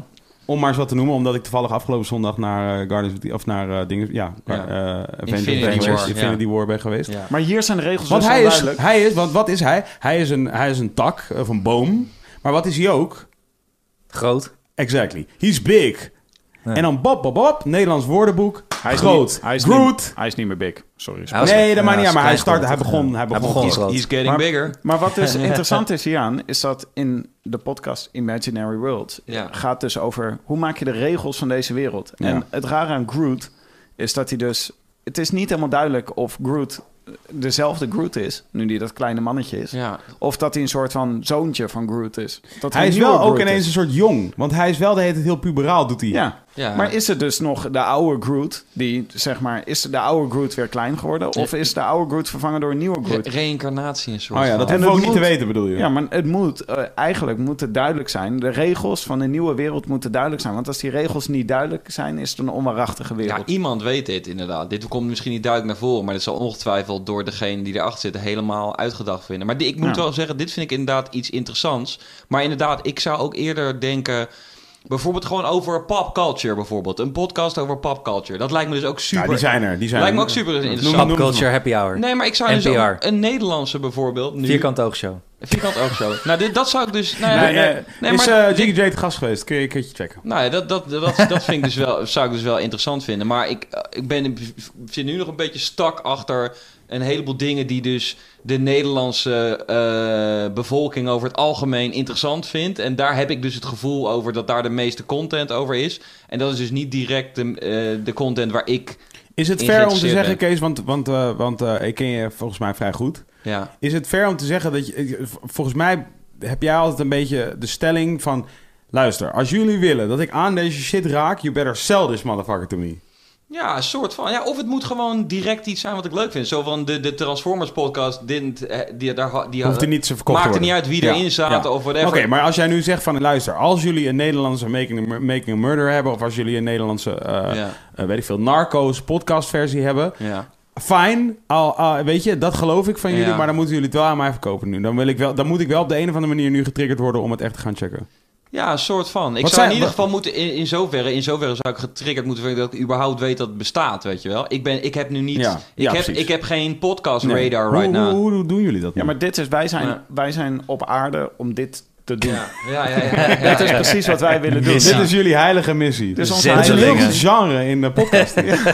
om maar eens wat te noemen, omdat ik toevallig afgelopen zondag naar uh, Guardians of, the, of naar uh, dingen, ja, Ja. Uh, Infinity Avengers, War, Infinity ja. War ben geweest. Ja. Maar hier zijn de regels Want dus hij wel is, duidelijk. hij is, want wat is hij? Hij is een, hij is een tak of een boom. Maar wat is hij ook? Groot. Exactly. He's big. Ja. En dan bop, bop, bop. Nederlands woordenboek. Hij is groot. Niet, hij, is Groot. niet, hij is niet meer big. Sorry. Hij was- Nee, dat maakt ja, niet uit. Maar hij is startte. Hij klein begon. groot, Hij ja. begon. Hij begon goed. groot. He's getting Maar- bigger. Maar wat dus interessant is hieraan, is dat in de podcast Imaginary World Ja. gaat dus over hoe maak je de regels van deze wereld. Ja. En het rare aan Groot is dat hij dus... Het is niet helemaal duidelijk of Groot dezelfde Groot is, nu die dat kleine mannetje is. Ja. Of dat hij een soort van zoontje van Groot is. Dat Hij een is nieuwe wel ook Groot ineens is. een soort jong. Want hij is wel de hele tijd heel puberaal, doet hij. Ja. Ja. Maar is het dus nog de oude Groot, die zeg maar... Is de oude Groot weer klein geworden? Of is de oude Groot vervangen door een nieuwe Re- Groot? reïncarnatie een soort Oh ja, dat van. En hoeven we ook het niet te moet- weten, bedoel je? Ja, maar het moet, uh, eigenlijk moet het duidelijk zijn. De regels van de nieuwe wereld moeten duidelijk zijn. Want als die regels niet duidelijk zijn, is het een onwaarachtige Ja, wereld. iemand weet dit inderdaad. Dit komt misschien niet duidelijk naar voren, maar dit zal ongetwijfeld door degene die erachter zitten helemaal uitgedacht vinden. Maar di- ik moet Ja. wel zeggen, dit vind ik inderdaad iets interessants. Maar inderdaad, ik zou ook eerder denken, bijvoorbeeld gewoon over popculture bijvoorbeeld. Een podcast over popculture. Dat lijkt me dus ook super... Ja, die zijn er. Die zijn lijkt me er. ook super Noem- interessant. noem- Pop Culture Happy Hour. Nee, maar ik zou dus N P R. ook een Nederlandse bijvoorbeeld nu... Vierkant oogshow. Vierkant ook zo. Nou, dit, dat zou ik dus... Nou ja, Nee, nee, nee, nee, is maar uh, dit- Jiggy J te gast geweest? Kun je een keertje checken. Nou ja, dat, dat, dat, dat vind ik dus wel, zou ik dus wel interessant vinden. Maar ik, eh, ik ben, zit nu nog een beetje stak achter een heleboel dingen die dus de Nederlandse eh, bevolking over het algemeen interessant vindt. En daar heb ik dus het gevoel over dat daar de meeste content over is. En dat is dus niet direct de, eh, de content waar ik... Is het in fair om te geïnteresseerd zeggen, ben. Kees, want, want, uh, want uh, ik ken je volgens mij vrij goed. Ja, Is het fair om te zeggen dat je... Volgens mij heb jij altijd een beetje de stelling van... Luister, als jullie willen dat ik aan deze shit raak... You better sell this motherfucker to me. ja, een soort van. Ja, of het moet gewoon direct iets zijn wat ik leuk vind. Zo van de, de Transformers podcast. Die, die, daar, die, Hoeft er niet zo verkocht te maakt er worden. niet uit wie Ja, erin zaten ja. of whatever. Oké, maar als jij nu zegt van... Luister, als jullie een Nederlandse Making a, Making a Murder hebben... of als jullie een Nederlandse, uh, Ja. uh, weet ik veel, Narcos podcastversie hebben... Ja. Fijn, al, al, weet je, dat geloof ik van jullie... Ja. maar dan moeten jullie het wel aan mij verkopen nu. Dan, wil ik wel, dan moet ik wel op de een of andere manier nu getriggerd worden... om het echt te gaan checken. Ja, een soort van. Ik Wat zou zijn- in ieder wat- geval moeten, in, in zoverre, in zoverre zou ik getriggerd moeten worden dat ik überhaupt weet dat het bestaat, weet je wel. Ik ben, ik heb nu niet, Ja, ik, ja, heb, precies. ik heb geen podcast Nee. radar hoe, right now. hoe, hoe doen jullie dat nu? Ja, maar dit is, wij zijn, Ja. wij zijn op aarde om dit te doen. Ja, ja, ja. ja, ja, Dat is precies wat wij willen doen. Dit is jullie heilige missie. Dus onze dat is een heel heilige- goed genre in de podcast.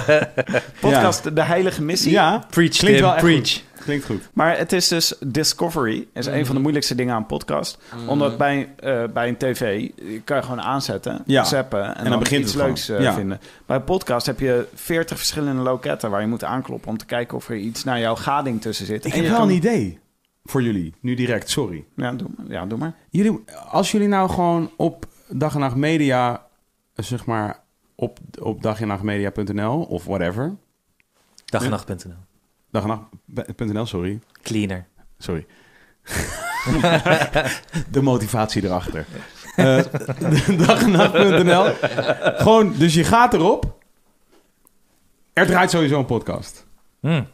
podcast De Heilige Missie. Ja, Preach, klinkt Tim, wel echt preach. goed. Klinkt goed. Maar het is dus Discovery. is een van de moeilijkste dingen aan podcast. Mhm. Omdat bij, uh, bij een tv je kan je gewoon aanzetten, Ja. zappen en, dan dan, begint iets het leuks gewoon. uh, Ja. vinden. Bij een podcast heb je veertig verschillende loketten waar je moet aankloppen om te kijken of er iets naar jouw gading tussen zit. Ik En heb je wel kan- een idee voor jullie. Nu direct, sorry. Ja, doe, ja, doe maar. Jullie, als jullie nou gewoon op Dag en Nacht Media, zeg maar, op, op dag en nacht media punt n l of whatever. dag en nacht punt n l. dag en nacht punt n l, sorry. Cleaner. Sorry. De motivatie erachter. Uh, dag en nacht punt n l. Gewoon, dus je gaat erop. Er draait sowieso een podcast. Hmm.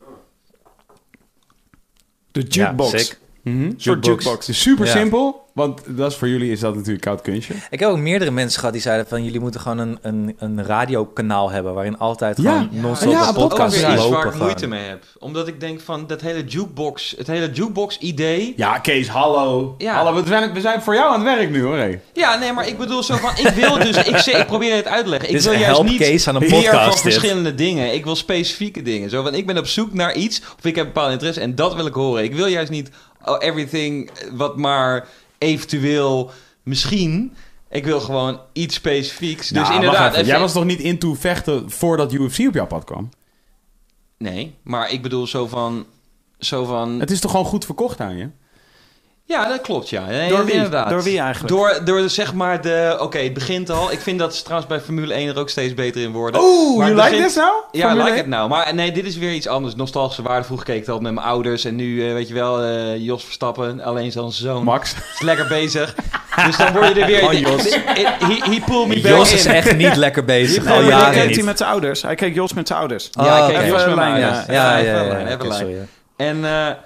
De jukebox. Ja, sick. Mm-hmm. Een soort jukebox. Het is super Ja. simpel, want dat is voor jullie is dat natuurlijk koud kunstje. Ik heb ook meerdere mensen gehad die zeiden van... jullie moeten gewoon een, een, een radiokanaal hebben... waarin altijd Ja. gewoon non-stop Ja, een een Ook podcast weer podcast iets lopen. waar ik gewoon. moeite mee heb. Omdat ik denk van dat hele jukebox, het hele jukebox idee. Ja, Kees, hallo. Ja. Hallo, we zijn, we zijn voor jou aan het werk nu, hoor. Hey. Ja, nee, maar ik bedoel zo van, ik wil dus, ik, zeg, ik probeer het uit te leggen. Ik Dit is wil een juist help niet case aan een meer van podcast, dit. verschillende dingen. Ik wil specifieke dingen. Zo van, ik ben op zoek naar iets, of ik heb een bepaalde interesse en dat wil ik horen. Ik wil juist niet oh, everything wat maar eventueel misschien. Ik wil gewoon iets specifieks. Dus Nou, inderdaad. wacht even. even- Jij was toch niet into vechten voordat U F C op jouw pad kwam? Nee, maar ik bedoel zo van, zo van. Het is toch gewoon goed verkocht aan je? Ja, dat klopt, ja. Nee, Door wie? Inderdaad. Door wie eigenlijk? Door, door zeg maar de... Oké, het begint al. Ik vind dat ze trouwens bij Formule één er ook steeds beter in worden. Oeh, Maar you het like begint- this now? Ja, I Formule like één? it nou. Maar nee, dit is weer iets anders. Nostalgische waarde. Vroeger keek ik altijd met mijn ouders. En nu, eh, weet je wel, eh, Jos Verstappen. Alleen zo'n zoon. Max. Is lekker bezig. Dus dan word je er weer... Gewoon Jos. He, he pulled me back Jos in. is echt niet lekker bezig. Nee, Al maar Hij jaren keek niet. hij met zijn ouders. Hij keek Jos met zijn ouders. Ja, ik Oh, keek oké. Jos met Even mijn lijn, ouders. Ja, ja, Even ja. lijn, ja, even oké, lijn. sorry. En, eh,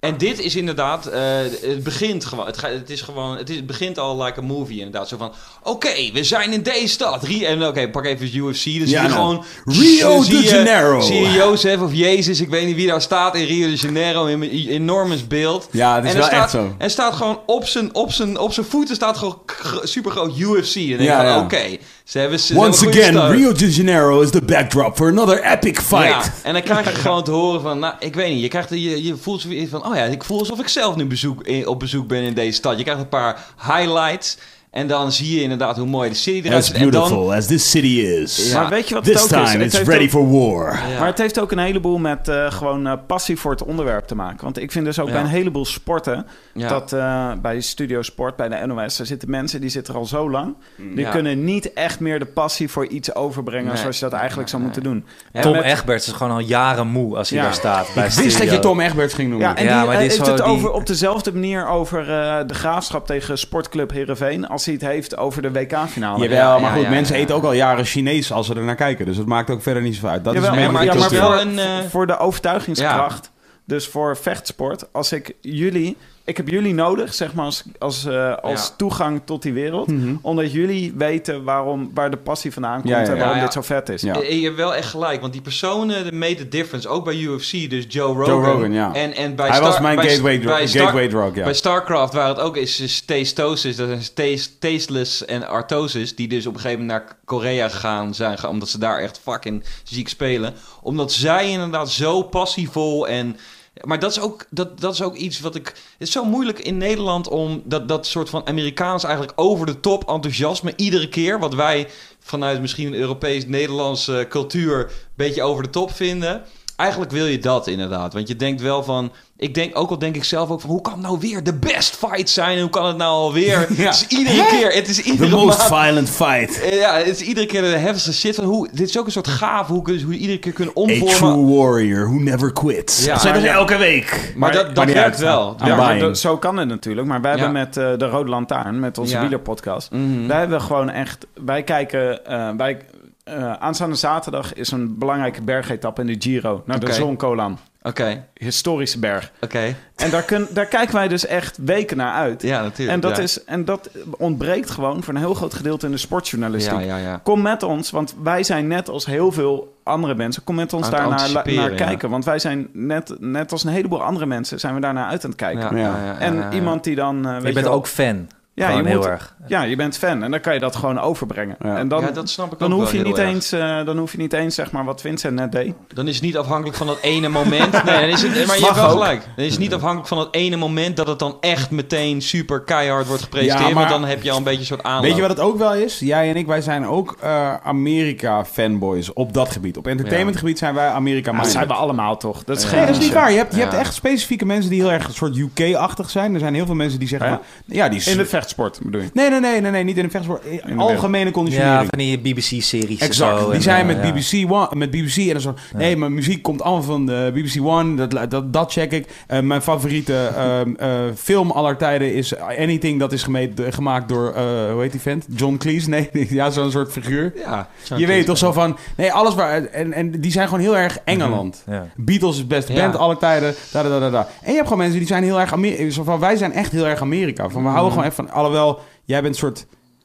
En dit is inderdaad, uh, het begint gewoon, het, ga, het is gewoon, het, is, het begint al like a movie inderdaad. Zo van, oké, okay, we zijn in deze stad. Rie- en oké, okay, pak even U F C. Dus ja, zie je nou, gewoon... Rio de Janeiro. Zie je Jozef of Jezus, ik weet niet wie daar staat in Rio de Janeiro, in een enormous beeld. Ja, het is en wel staat, echt zo. En staat gewoon op zijn, op zijn, op zijn voeten staat gewoon super groot U F C. En dan denk je ja, van, ja. oké, okay, ze hebben... Ze Once hebben again, start. Rio de Janeiro is the backdrop for another epic fight. Ja, en dan krijg je gewoon te horen van, nou, ik weet niet, je krijgt, je, je voelt van, oh ja, ik voel alsof ik zelf nu bezoek, in, op bezoek ben in deze stad. Je krijgt een paar highlights en dan zie je inderdaad hoe mooi de city eruit ziet. As beautiful dan, as this city is. Ja. Maar weet je wat This het ook time is? Het it's heeft ready ook, for war. Ja. Maar het heeft ook een heleboel met uh, gewoon uh, passie voor het onderwerp te maken. Want ik vind dus ook Ja. bij een heleboel sporten... Ja. dat uh, bij Studio Sport, bij de N O S... er zitten mensen die zitten er al zo lang... die Ja. kunnen niet echt meer de passie voor iets overbrengen... Nee. zoals je dat eigenlijk Nee. zou moeten doen. Ja, Tom met- Egberts is gewoon al jaren moe als hij Ja. daar staat. Bij Ik wist dat Studio. je Tom Egberts ging noemen. Ja, en Ja, die maar uh, dit is heeft zo het die- over, op dezelfde manier over uh, de Graafschap tegen Sportclub Heerenveen... als hij het heeft over de W K-finale. Jawel, Ja, maar ja, goed, ja, mensen ja. eten ook al jaren Chinees als ze er naar kijken. Dus dat maakt ook verder niet zoveel uit. Dat Jawel, is meer maar ja, het maar is voor, wel een, uh, voor de overtuigingskracht, dus voor vechtsport... als ik jullie... Ik heb jullie nodig, zeg maar, als, als, uh, als Ja. toegang tot die wereld. Mhm. Omdat jullie weten waarom, waar de passie vandaan komt Ja, ja, ja. en waarom Ja, ja. dit zo vet is. Ja. Je, je hebt wel echt gelijk, want die personen de made the difference. Ook bij U F C, dus Joe Rogan. Joe Rogan, ja. En, en bij Hij Star, was mijn bij, gateway, dro- bij Star- gateway drug, ja. Bij StarCraft, waar het ook is, is tastosis, dat is taste, tasteless en artosis, die dus op een gegeven moment naar Korea gegaan zijn, ge- omdat ze daar echt fucking ziek spelen. Omdat zij inderdaad zo passievol en... Maar dat is, ook, dat, dat is ook iets wat ik... Het is zo moeilijk in Nederland om dat, dat soort van Amerikaans eigenlijk over de top enthousiasme iedere keer, wat wij vanuit misschien een Europees-Nederlandse cultuur een beetje over de top vinden. Eigenlijk wil je dat inderdaad. Want je denkt wel van... Ik denk ook al denk ik zelf ook van... Hoe kan het nou weer de best fight zijn? En hoe kan het nou alweer... Ja. Het is iedere keer... Het is The iedere most maand... violent fight. Ja, het is iedere keer de heftigste shit van hoe... Dit is ook een soort gaaf hoe, hoe je iedere keer kunnen A omvormen. true warrior who never quits. Ja. Dat zeggen ze Maar- elke week. Maar dat, dat Maar niet werkt uit. wel. I'm Ja, maar buying. dat- zo kan het natuurlijk. Maar wij Ja. hebben met uh, de Rode Lantaarn, met onze Ja. wielerpodcast... Mhm. wij hebben gewoon echt... Wij kijken... Uh, wij, uh, aanstaande zaterdag is een belangrijke bergetappe in de Giro... naar Oké. de Zonkolan. Oké, Historische berg. oké. En daar, kun, daar kijken wij dus echt weken naar uit. Ja, natuurlijk. En dat, ja. is, en dat ontbreekt gewoon voor een heel groot gedeelte in de sportjournalistiek. Ja, ja, ja. Kom met ons, want wij zijn net als heel veel andere mensen... kom met ons Aan het daar naar, anticiperen, naar ja. kijken. Want wij zijn net, net als een heleboel andere mensen... zijn we daarnaar uit aan het kijken. Ja, Ja. ja, ja, En ja, ja. iemand die dan... uh, weet Je bent wel, ook fan. Ja, Gewoon je heel moet- erg. Ja, je bent fan. En dan kan je dat gewoon overbrengen. Ja. En dan, ja, dat snap ik dan, ook hoef je wel niet heel erg. eens, uh, dan hoef je niet eens, zeg maar, wat Vincent net deed. Dan is het niet afhankelijk van dat ene moment. Nee, dan is het, maar je Mag hebt wel ook. gelijk. Dan is het niet afhankelijk van dat ene moment dat het dan echt meteen super keihard wordt gepresenteerd. Ja, maar- want dan heb je al een beetje een soort aanloop. Weet je wat het ook wel is? Jij en ik, wij zijn ook uh, Amerika-fanboys op dat gebied. Op entertainmentgebied zijn wij Ja, dat Amerika-minded. zijn we allemaal toch? Dat is Ja. geen Nee, dat is niet niche. waar. Je hebt, je Ja. hebt echt specifieke mensen die heel erg een soort U K-achtig zijn. Er zijn heel veel mensen die zeggen... Ja? van, ja, die... In de vechtsport, bedoel je? Nee, nee, nee, nee, nee, niet in de vechtsport. de Algemene conditionering. Ja, van die B B C-series en Exact. zo. Die En, zijn eh, met ja. B B C One, met B B C en dan zo. Nee, mijn muziek komt allemaal van de B B C One. Dat, dat, dat check ik. Uh, mijn favoriete uh, uh, film aller tijden is Anything. Dat is gemeet, uh, gemaakt door uh, hoe heet die vent? John Cleese? Nee, ja, zo'n soort figuur. Ja, Je weet toch zo van... Nee, alles waar... En, en die zijn gewoon heel erg Engeland. Ja. Beatles is het beste Ja. band aller tijden. Da, da, da, da, da. En je hebt gewoon mensen die zijn heel erg Amerika. Zo van, wij zijn echt heel erg Amerika. Van, we houden gewoon echt van... Alhoewel, jij bent een soort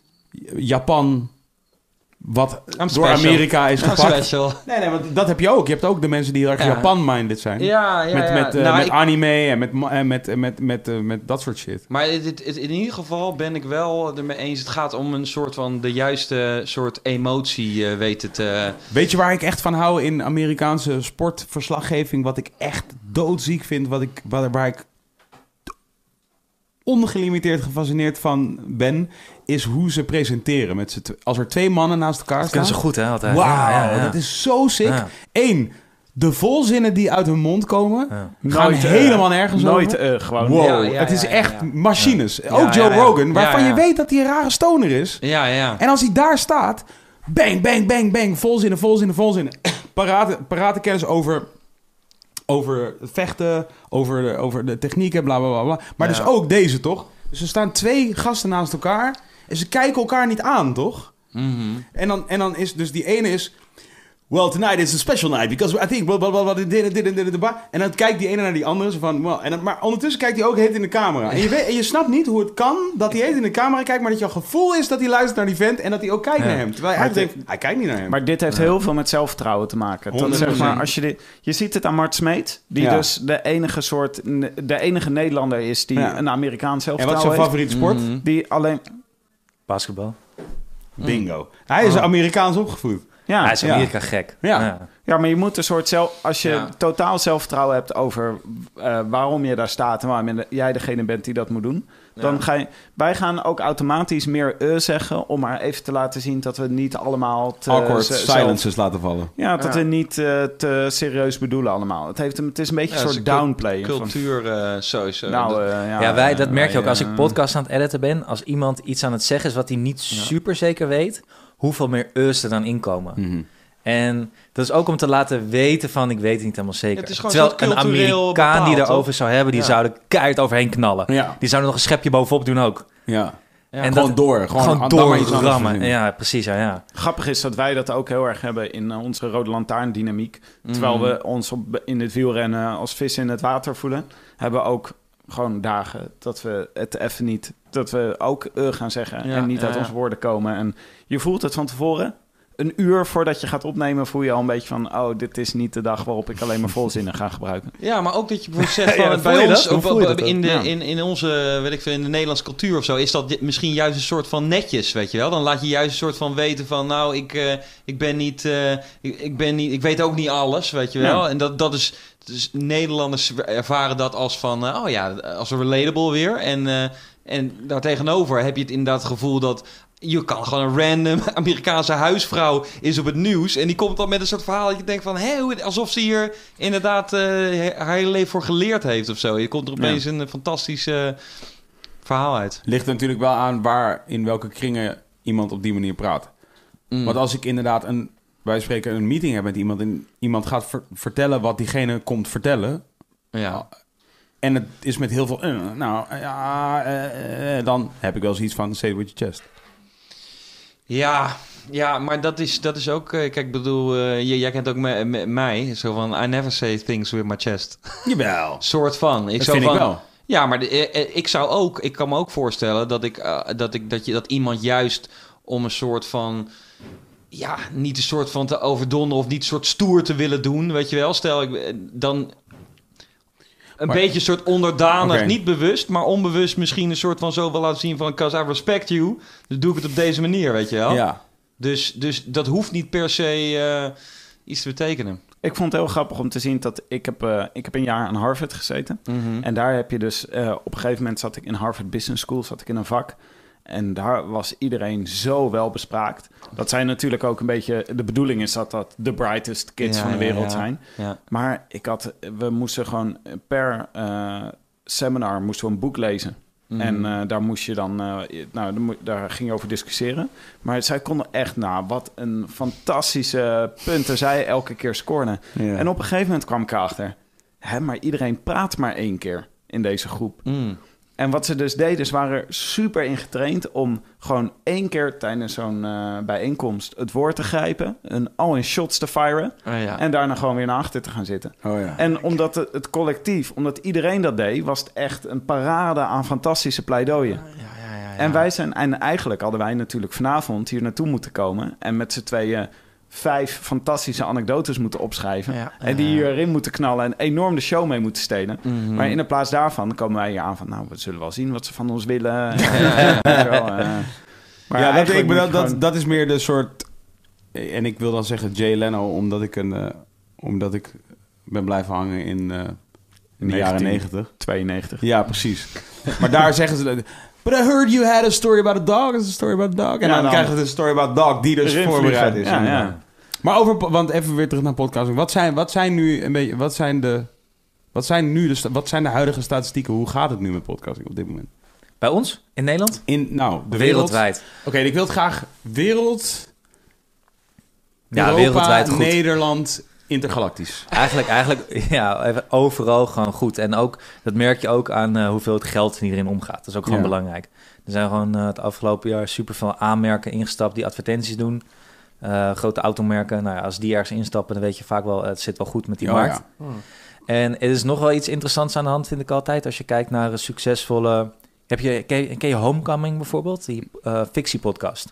Japan... Wat I'm door special. Amerika is I'm gepakt. special. Nee, nee, want dat heb je ook. Je hebt ook de mensen die heel erg Ja. Japan-minded zijn. Ja, ja, met ja. met, uh, Nou, met ik- anime en met, ma- en met, en met, met, uh, met dat soort shit. Maar het, het- het- in ieder geval ben ik wel ermee eens. Het gaat om een soort van de juiste soort emotie uh, weten te... Weet je waar ik echt van hou in Amerikaanse sportverslaggeving? Wat ik echt doodziek vind, wat ik, waar, waar ik ongelimiteerd gefascineerd van ben, is hoe ze presenteren. Met z'n tw- als er twee mannen naast elkaar Dat staan. kunnen ze goed, hè, altijd. Wauw, Ja, ja, ja. dat is zo sick. Ja. Eén, de volzinnen die uit hun mond komen, Ja. gaan Nooit, uh, helemaal nergens Nooit over. uh, gewoon... Wow, Ja, ja, het is ja, ja, echt ja. machines. Ja. Ook Ja, Joe ja, ja. Rogan, waarvan Ja, ja. je weet dat hij een rare stoner is. Ja, ja. En als hij daar staat, bang, bang, bang, bang, volzinnen, volzinnen, volzinnen. Parate, parate kennis over, over het vechten, over de, over de technieken, bla, bla, bla, bla. Maar Ja. dus ook deze, toch? Dus er staan twee gasten naast elkaar en ze kijken elkaar niet aan, toch? Mhm. En dan, en dan is dus die ene is... well, tonight is a special night because I think... Blah, blah, blah, blah, dit, dit, dit, dit, dit, blah. En dan kijkt die ene naar die andere. Zo van, well, en dan, maar ondertussen kijkt hij ook heet in de camera. En je, weet, en je snapt niet hoe het kan dat hij heet in de camera kijkt... maar dat je gevoel is dat hij luistert naar die vent... en dat hij ook kijkt Ja. naar hem. Terwijl hij eigenlijk denkt, hij kijkt niet naar hem. Maar dit heeft heel veel met zelfvertrouwen te maken. Dat, zeg maar, als je, dit, je ziet het aan Mart Smeet... die Ja. dus de enige soort... de enige Nederlander is die Ja. een Amerikaans En wat is zelfvertrouwen zijn heeft. favoriete sport? Mhm. Die alleen... Basketbal. Bingo. Hij is Oh. Amerikaans opgevoed. Ja, Hij is ja. Amerika gek. Ja. Ja, maar je moet een soort zelf... Als je Ja. totaal zelfvertrouwen hebt over uh, waarom je daar staat... en waarom jij degene bent die dat moet doen... dan Ja. ga je... Wij gaan ook automatisch meer uh zeggen... om maar even te laten zien dat we niet allemaal... Te, Awkward z- zelf- silences laten vallen. Ja, dat Ja. we niet uh, te serieus bedoelen allemaal. Het, heeft, een- het is een beetje Ja, een het soort is een downplay. van- Cultuur uh, sowieso. Nou, Dat- uh, ja, Ja, wij, dat merk je wij, ook als ik uh, podcast aan het editen ben. Als iemand iets aan het zeggen is wat hij niet Ja. super zeker weet, hoeveel meer us er dan inkomen. Mhm. En dat is ook om te laten weten van, ik weet het niet helemaal zeker. Het is gewoon Terwijl zo een cultureel Amerikaan die bepaald, erover toch? zou hebben, die Ja. zou er keihard overheen knallen. Ja, Die zouden nog een schepje bovenop doen ook. ja. Ja. En gewoon dat- door. Gewoon, Gewoon dan maar iets anders doorrammen. verzinnen. Ja, precies. Ja, ja. Grappig is dat wij dat ook heel erg hebben in uh, onze Rode Lantaarn dynamiek. Terwijl Mhm. we ons op, in het wielrennen als vis in het water voelen... hebben we ook gewoon dagen dat we het even niet... dat we ook uh gaan zeggen Ja, en niet ja, uit ja. onze woorden komen. En je voelt het van tevoren. Een uur voordat je gaat opnemen voel je al een beetje van... oh, dit is niet de dag waarop ik alleen maar volzinnen ga gebruiken. Ja, maar ook dat je bijvoorbeeld zegt van Ja, voel bij je ons dat? Hoe op- voel je op- dat in, de, Ja. in, in onze, weet ik veel, in de Nederlandse cultuur of zo, is dat dit misschien juist een soort van netjes, weet je wel? Dan laat je juist een soort van weten van, nou, ik, uh, ik ben niet, uh, ik, ik ben niet, ik weet ook niet alles, weet je wel? Ja. En dat, dat is, dus Nederlanders ervaren dat als van, uh, oh ja, als een relatable weer. En, uh, en daartegenover heb je het inderdaad het gevoel dat je kan gewoon een random Amerikaanse huisvrouw is op het nieuws. En die komt dan met een soort verhaal dat je denkt van... Hé, hoe- alsof ze hier inderdaad uh, haar hele leven voor geleerd heeft of zo. Je komt er opeens Ja. een fantastisch uh, verhaal uit. Ligt er natuurlijk wel aan waar, in welke kringen iemand op die manier praat. Mm. Want als ik inderdaad een, wij spreken een meeting heb met iemand... en iemand gaat ver- vertellen wat diegene komt vertellen... Ja. en het is met heel veel... Uh, nou, ja, uh, uh, dan heb ik wel zoiets van... say it with your chest. Ja, ja, maar dat is, dat is ook... uh, Kijk, ik bedoel, uh, j- jij kent ook me- me- mij. Zo van, I never say things with my chest. Jawel. Soort van. Ik Dat zou vind van, ik wel. Ja, maar de, eh, eh, ik zou ook... Ik kan me ook voorstellen dat ik, uh, dat ik dat je dat iemand juist om een soort van... Ja, niet een soort van te overdonderen of niet een soort stoer te willen doen, weet je wel. Stel, ik eh, dan een Maar- beetje een soort onderdanig, Oké. niet bewust, maar onbewust misschien een soort van zo wil laten zien van, 'cause I respect you, dus doe ik het op deze manier, weet je wel. Ja. Dus, dus dat hoeft niet per se uh, iets te betekenen. Ik vond het heel grappig om te zien dat ik heb, uh, ik heb een jaar aan Harvard gezeten. Mm-hmm. En daar heb je dus, uh, op een gegeven moment zat ik in Harvard Business School, zat ik in een vak. En daar was iedereen zo wel bespraakt. Dat zijn natuurlijk ook een beetje, de bedoeling is dat dat de brightest kids Ja, van de ja, wereld ja. zijn. Ja. Maar ik had, we moesten gewoon per uh, seminar moesten we een boek lezen. Mm. En uh, daar moest je dan, uh, nou, daar, mo- daar ging je over discussiëren. Maar zij konden echt, nou, wat een fantastische punten zij elke keer scoren. Ja. En op een gegeven moment kwam ik erachter, hè, maar iedereen praat maar één keer in deze groep. Mm. En wat ze dus deden, ze waren super ingetraind om gewoon één keer tijdens zo'n uh, bijeenkomst het woord te grijpen, een, al in shots te firen Oh, ja. en daarna gewoon weer naar achter te gaan zitten. Oh ja. En omdat het, het collectief, omdat iedereen dat deed, was het echt een parade aan fantastische pleidooien. Ja, ja, ja, ja. En wij zijn, en eigenlijk hadden wij natuurlijk vanavond hier naartoe moeten komen en met z'n tweeën vijf fantastische anekdotes moeten opschrijven. Ja, en die ja. hierin moeten knallen en enorm de show mee moeten stelen. Mhm. Maar in de plaats daarvan komen wij hier aan van, nou, we zullen wel zien wat ze van ons willen. ja, ja. Zo, uh, maar ja, dat, eigenlijk ik, ben- moet dat, je dat, gewoon- dat is meer de soort... En ik wil dan zeggen Jay Leno, omdat ik, een, uh, omdat ik ben blijven hangen in, uh, in de jaren negentig. tweeënnegentig. Ja, precies. Maar daar zeggen ze... dat, But I heard you had a story about a dog. It's a story about a dog. En Ja, dan, dan- krijgen we de story about a dog die dus Erin voorbereid vliegen. is. Ja, inderdaad. ja. Maar over... Want even weer terug naar podcasting. Wat zijn, wat zijn nu een beetje... Wat zijn de... Wat zijn nu de, sta- wat zijn de huidige statistieken? Hoe gaat het nu met podcasting op dit moment? Bij ons? In Nederland? In, nou, de wereld... Wereldwijd. Oké, ik wil het graag wereld... Ja, Europa, wereldwijd goed. Nederland, intergalactisch. Eigenlijk, eigenlijk ja, even overal gewoon goed. En ook, dat merk je ook aan uh, hoeveel het geld erin omgaat. Dat is ook gewoon Ja. belangrijk. Er zijn gewoon uh, het afgelopen jaar super veel aanmerken ingestapt die advertenties doen. Uh, grote automerken, nou ja, als die ergens instappen, dan weet je vaak wel, het zit wel goed met die Oh, markt. ja. Oh. En er is nog wel iets interessants aan de hand, vind ik altijd. Als je kijkt naar een succesvolle... Heb je, ken, je, ken je Homecoming bijvoorbeeld? Die uh, fictiepodcast.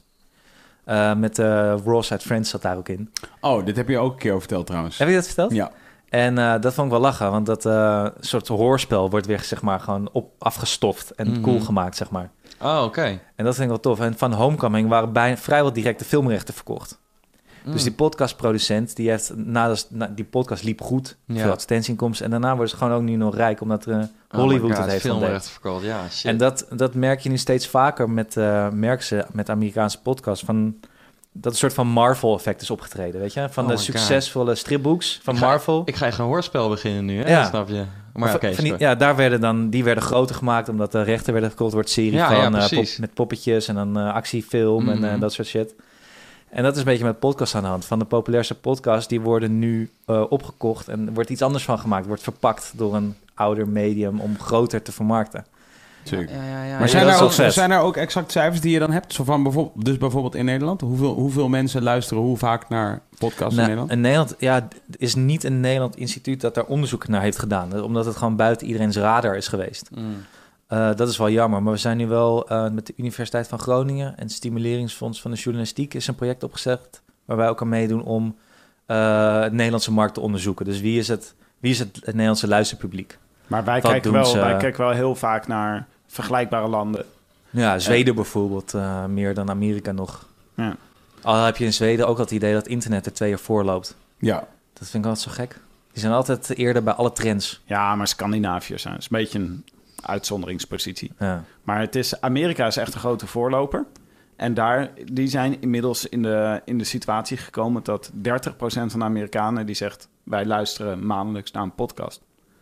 Uh, met uh, Ross uit Friends zat daar ook in. Oh, dit heb je ook een keer over verteld trouwens. Heb je dat verteld? Ja. En uh, dat vond ik wel lachen, want dat uh, soort hoorspel wordt weer, zeg maar, gewoon op, afgestoft en Mhm. cool gemaakt, zeg maar. Oh, oké. Okay. En dat vind ik wel tof. En van Homecoming waren bijna vrijwel direct de filmrechten verkocht. Mm. Dus die podcastproducent, die heeft nadat na, die podcast liep goed, Ja. veel advertentieinkomsten. En daarna wordt ze gewoon ook nu nog rijk, omdat uh, Hollywood oh God, het heeft filmrecht ontdekt. verkocht, ja, shit. En dat, dat merk je nu steeds vaker met, uh, merken ze met Amerikaanse podcasts, van dat een soort van Marvel-effect is opgetreden, weet je? Van Oh de my succesvolle stripbooks van ik ga, Marvel. Ik ga echt een hoorspel beginnen nu, hè? Ja. Dat snap je. Maar Of, oké, van die, sorry. ja, daar werden dan, die werden groter gemaakt, omdat de rechten werden verkocht, wordt serie Ja, van ja, uh, precies. pop, met poppetjes en dan uh, actiefilm en uh, Mhm. dat soort shit. En dat is een beetje met podcasts aan de hand. Van de populairste podcasts, die worden nu uh, opgekocht en er wordt iets anders van gemaakt. Wordt verpakt door een ouder medium om groter te vermarkten. Tuurlijk. Ja, ja, ja, Maar ja, zijn, dat er is ook, wel vet. zijn er ook exact cijfers die je dan hebt? Zo van bijvoorbeeld, dus bijvoorbeeld in Nederland? Hoeveel, hoeveel mensen luisteren hoe vaak naar podcasts in Nou, Nederland? in Nederland, ja, er is niet een Nederland instituut dat daar onderzoek naar heeft gedaan. Omdat het gewoon buiten iedereen's radar is geweest. Mm. Uh, dat is wel jammer, maar we zijn nu wel uh, met de Universiteit van Groningen en het Stimuleringsfonds van de Journalistiek is een project opgezet waar wij ook aan meedoen om uh, het Nederlandse markt te onderzoeken. Dus wie is het, wie is het, het Nederlandse luisterpubliek? Maar wij Wat kijken, doen wel, ze? wij kijken wel heel vaak naar vergelijkbare landen. Ja, Zweden bijvoorbeeld, uh, meer dan Amerika nog. Ja. Al heb je in Zweden ook al het idee dat internet er twee jaar voor loopt. Ja. Dat vind ik altijd zo gek. Die zijn altijd eerder bij alle trends. Ja, maar Scandinaviërs zijn. Het is een beetje een uitzonderingspositie. Ja. Maar het is, Amerika is echt een grote voorloper. En daar, die zijn inmiddels in de, in de situatie gekomen dat dertig procent van de Amerikanen die zegt, wij luisteren maandelijks naar een podcast.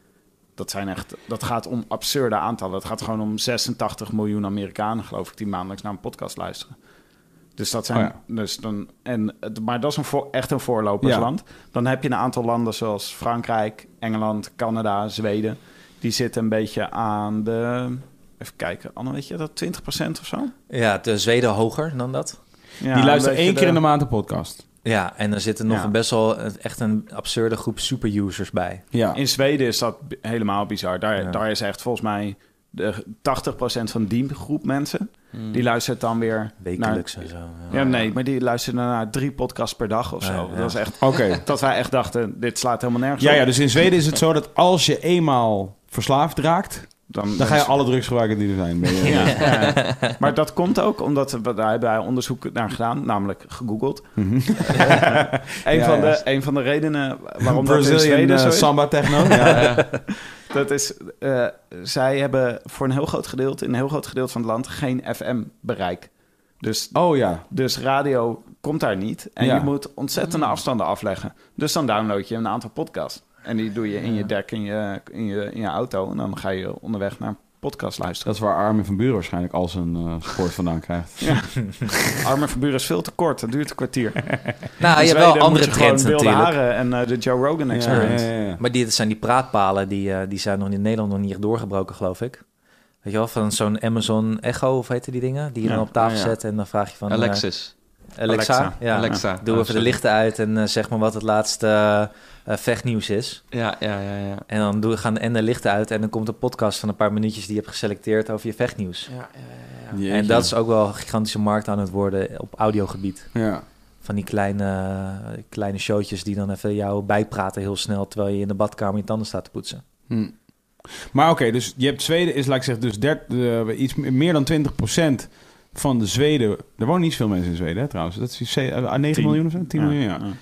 Dat zijn echt, dat gaat om absurde aantallen. Het gaat gewoon om zesentachtig miljoen Amerikanen, geloof ik, die maandelijks naar een podcast luisteren. Dus dat zijn, Oh ja. dus dan, en, het- maar dat is een voor, echt een voorlopersland. Dan heb je een aantal landen zoals Frankrijk, Engeland, Canada, Zweden. Die zitten een beetje aan de, even kijken, Anne, weet je dat, twintig procent of zo? Ja, de Zweden hoger dan dat. Ja, Die luisteren een één beetje keer in de maand een podcast. Ja, en er zitten nog Ja. een best wel een- echt een absurde groep superusers bij. Ja. In Zweden is dat b- helemaal bizar. Daar, Ja. daar is echt volgens mij de tachtig procent van die groep mensen, Mm. die luistert dan weer Wekelijks naar... en zo. Ja, nee, maar die luisteren naar drie podcasts per dag of zo. Ja, ja. Dat is echt... Oké. Dat wij echt dachten, dit slaat helemaal nergens Ja, op. ja, dus in Zweden is het zo dat als je eenmaal verslaafd raakt, Dan, dan ga je alle drugs gebruiken die er zijn. Ben je- Ja, ja. Maar dat komt ook omdat we daar hebben wij onderzoek naar gedaan, namelijk gegoogeld. Mhm. een, Ja, van ja. de, een van de redenen waarom dat in Brazilian Zweden zo eh, is, samba techno. Ja. dat is, eh, zij hebben voor een heel groot gedeelte, in een heel groot gedeelte van het land, geen F M-bereik. Dus, Oh ja. dus radio komt daar niet. En Ja. je moet ontzettende afstanden afleggen. Dus dan download je een aantal podcasts. En die doe je in je deck, in je, in je, in je auto. En dan ga je onderweg naar een podcast luisteren. Dat is waar Armin van Buren waarschijnlijk al zijn uh, sport vandaan krijgt. Ja. Armen van Buren is veel te kort. Dat duurt een kwartier. Nou, In je hebt Zweden wel moet andere je gewoon trends wilde natuurlijk. haren en eh, de Joe Rogan Ja, Experience. ja, ja, ja. Maar die, dat zijn die praatpalen, die, eh, die zijn nog in Nederland nog niet echt doorgebroken, geloof ik. Weet je wel, van zo'n Amazon Echo, of heet die dingen? Die je Ja. dan op tafel Ah, ja. zet en dan vraag je van... eh, Alexis. Alexa. Alexa. Ja. Alexa. Doe Oh, even de sorry. lichten uit en eh, zeg maar wat het laatste eh, eh, vechtnieuws is. Ja, ja, ja, ja. En dan doe, gaan en de lichten uit en dan komt een podcast van een paar minuutjes die je hebt geselecteerd over je vechtnieuws. Ja, ja, ja. Jeetje. En dat is ook wel een gigantische markt aan het worden op audiogebied. Ja. Van die kleine, kleine showtjes die dan even jou bijpraten heel snel, terwijl je in de badkamer je tanden staat te poetsen. Hm. Maar oké, dus je hebt Zweden is, laat ik zeggen, dus dert, uh, iets meer dan twintig procent van de Zweden. Er wonen niet zoveel mensen in Zweden, hè, trouwens. Dat is uh, negen Tien. miljoen of zo? tien Ja, miljoen, ja. ja.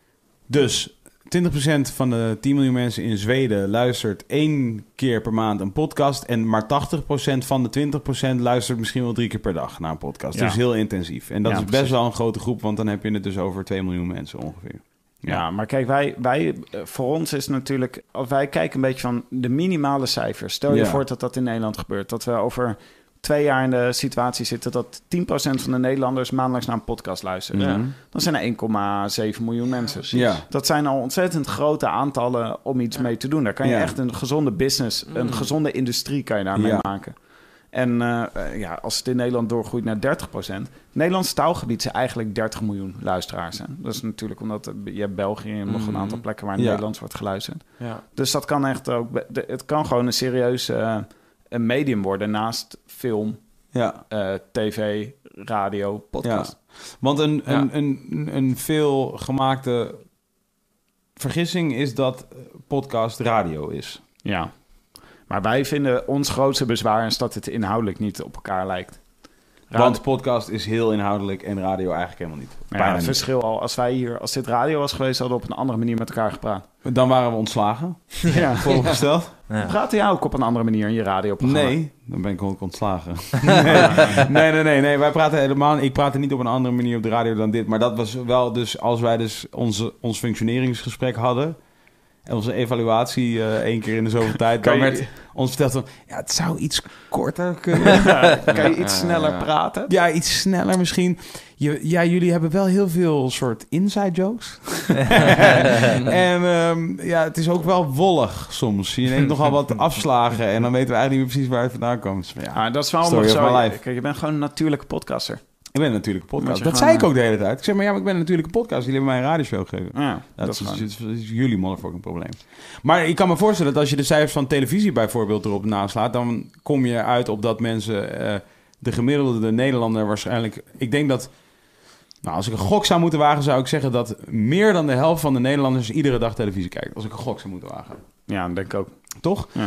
Dus twintig procent van de tien miljoen mensen in Zweden luistert één keer per maand een podcast. En maar tachtig procent van de twintig procent luistert misschien wel drie keer per dag naar een podcast. Ja. Dus heel intensief. En dat Ja, is precies. best wel een grote groep, want dan heb je het dus over twee miljoen mensen ongeveer. Ja, maar kijk, wij, wij, eh, voor ons is natuurlijk... Als wij kijken een beetje van de minimale cijfers. Stel je Ja. voor dat dat in Nederland gebeurt. Dat we over twee jaar in de situatie zitten... dat tien procent van de Nederlanders maandelijks naar een podcast luisteren. Mhm. Dan zijn er één komma zeven miljoen mensen. Ja. Dat zijn al ontzettend grote aantallen om iets mee te doen. Daar kan je Ja. echt een gezonde business, een Mm. gezonde industrie kan je daarmee Ja. maken. En uh, uh, ja, als het in Nederland doorgroeit naar dertig procent... Nederlands taalgebied is eigenlijk dertig miljoen luisteraars. Hè? Dat is natuurlijk omdat uh, je hebt België en nog een aantal plekken waar in Ja. Nederlands wordt geluisterd. Ja. Dus dat kan echt ook... de- Het kan gewoon een serieus uh, een medium worden naast film, Ja. uh, tv, radio, podcast. Ja. Want een, Ja. een, een, een veel gemaakte vergissing is dat podcast radio is. Ja. Maar wij vinden ons grootste bezwaar is dat het inhoudelijk niet op elkaar lijkt. Radi- Want podcast is heel inhoudelijk en radio eigenlijk helemaal niet. ja, Bijna het niet. verschil al, als wij hier, als dit radio was geweest, hadden we op een andere manier met elkaar gepraat. Dan waren we ontslagen, Ja. vooropgesteld. Ja. Praat jij ook op een andere manier in je radioprogramma? Nee, dan ben ik ook ontslagen. nee, nee, nee, nee, nee. Wij praten helemaal... Ik praatte niet op een andere manier op de radio dan dit. Maar dat was wel dus... Als wij dus onze, ons functioneringsgesprek hadden... En onze evaluatie uh, één keer in de zoveel tijd... Kan dan je- werd ons verteld van... Ja, het zou iets korter kunnen. Kan je iets sneller praten? Ja, iets sneller misschien. Je, ja, jullie hebben wel heel veel soort inside jokes. en um, ja, het is ook wel wollig soms. Je neemt nogal wat afslagen en dan weten we eigenlijk niet meer precies waar het vandaan komt. Dus, ja, Ah, dat is wel Story nog of zo. my life. Kijk, je bent gewoon een natuurlijke podcaster. ik ben natuurlijk een podcast. Moet Dat je zei gewoon, ik ook de hele tijd. Ik zeg maar, ja, maar ik ben natuurlijk een podcast. Jullie hebben mij een radioshow gegeven. Ja, Dat, dat is is, gewoon... is, is, is jullie motherfucking probleem. Maar ik kan me voorstellen dat als je de cijfers van televisie bijvoorbeeld erop naslaat... dan kom je uit op dat mensen... Uh, de gemiddelde Nederlander waarschijnlijk... Ik denk dat... Nou, als ik een gok zou moeten wagen, zou ik zeggen dat meer dan de helft van de Nederlanders iedere dag televisie kijkt. Als ik een gok zou moeten wagen. Ja, dat denk ik ook. Toch? Ja.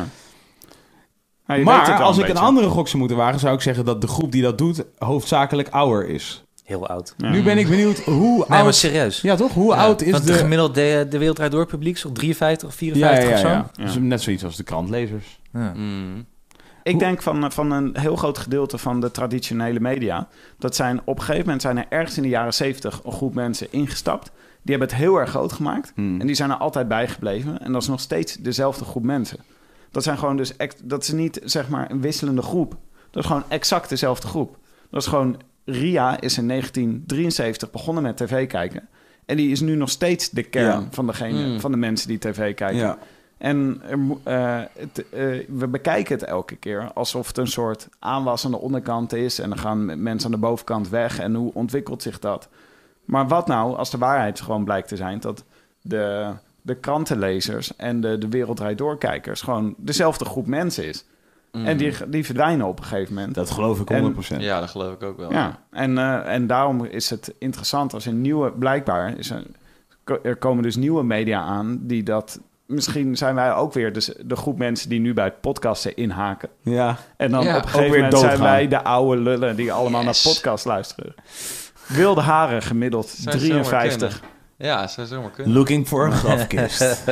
Ja, je weet het Maar wel als een ik een beetje. andere gok zou moeten wagen, zou ik zeggen dat de groep die dat doet hoofdzakelijk ouder is. Heel oud. Ja. Nu ben ik benieuwd hoe Nee, oud... maar serieus. Ja, toch? Hoe Ja, oud is want de... de gemiddelde de Wereld Draait Door publiek is op drieënvijftig of Ja, vierenvijftig ja, ja, of zo. ja. Ja. Dus net zoiets als de krantlezers. Ja. Mm. Ik denk van, van een heel groot gedeelte van de traditionele media. Dat zijn op een gegeven moment zijn er ergens in de jaren zeventig een groep mensen ingestapt. Die hebben het heel erg groot gemaakt. Hmm. En die zijn er altijd bijgebleven. En dat is nog steeds dezelfde groep mensen. Dat zijn gewoon dus ex- dat is niet zeg maar een wisselende groep. Dat is gewoon exact dezelfde groep. Dat is gewoon Ria is in negentien drieënzeventig begonnen met tv kijken. En die is nu nog steeds de kern Ja. van, degene, Hmm. van de mensen die tv kijken. Ja. En er mo- eh, het, eh, we bekijken het elke keer alsof het een soort aanwas aan de onderkant is. En dan gaan mensen aan de bovenkant weg. En hoe ontwikkelt zich dat? Maar wat nou als de waarheid gewoon blijkt te zijn dat de, de krantenlezers en de, de Wereld Draait Door kijkers gewoon dezelfde groep mensen is. Mm. En die, die verdwijnen op een gegeven moment. Dat geloof ik En- honderd procent. Ja, dat geloof ik ook wel. Ja, en, eh, en daarom is het interessant als een nieuwe, blijkbaar, is er, er komen dus nieuwe media aan die dat. Misschien zijn wij ook weer dus de groep mensen die nu bij het podcasten inhaken. Ja. En dan Ja, op een ook gegeven weer moment zijn doodgaan. wij de oude lullen die allemaal Yes. naar podcast luisteren. Wilde haren gemiddeld Zou zomaar drieënvijftig. Ja, dat zou zomaar kunnen. Looking for a grafkist.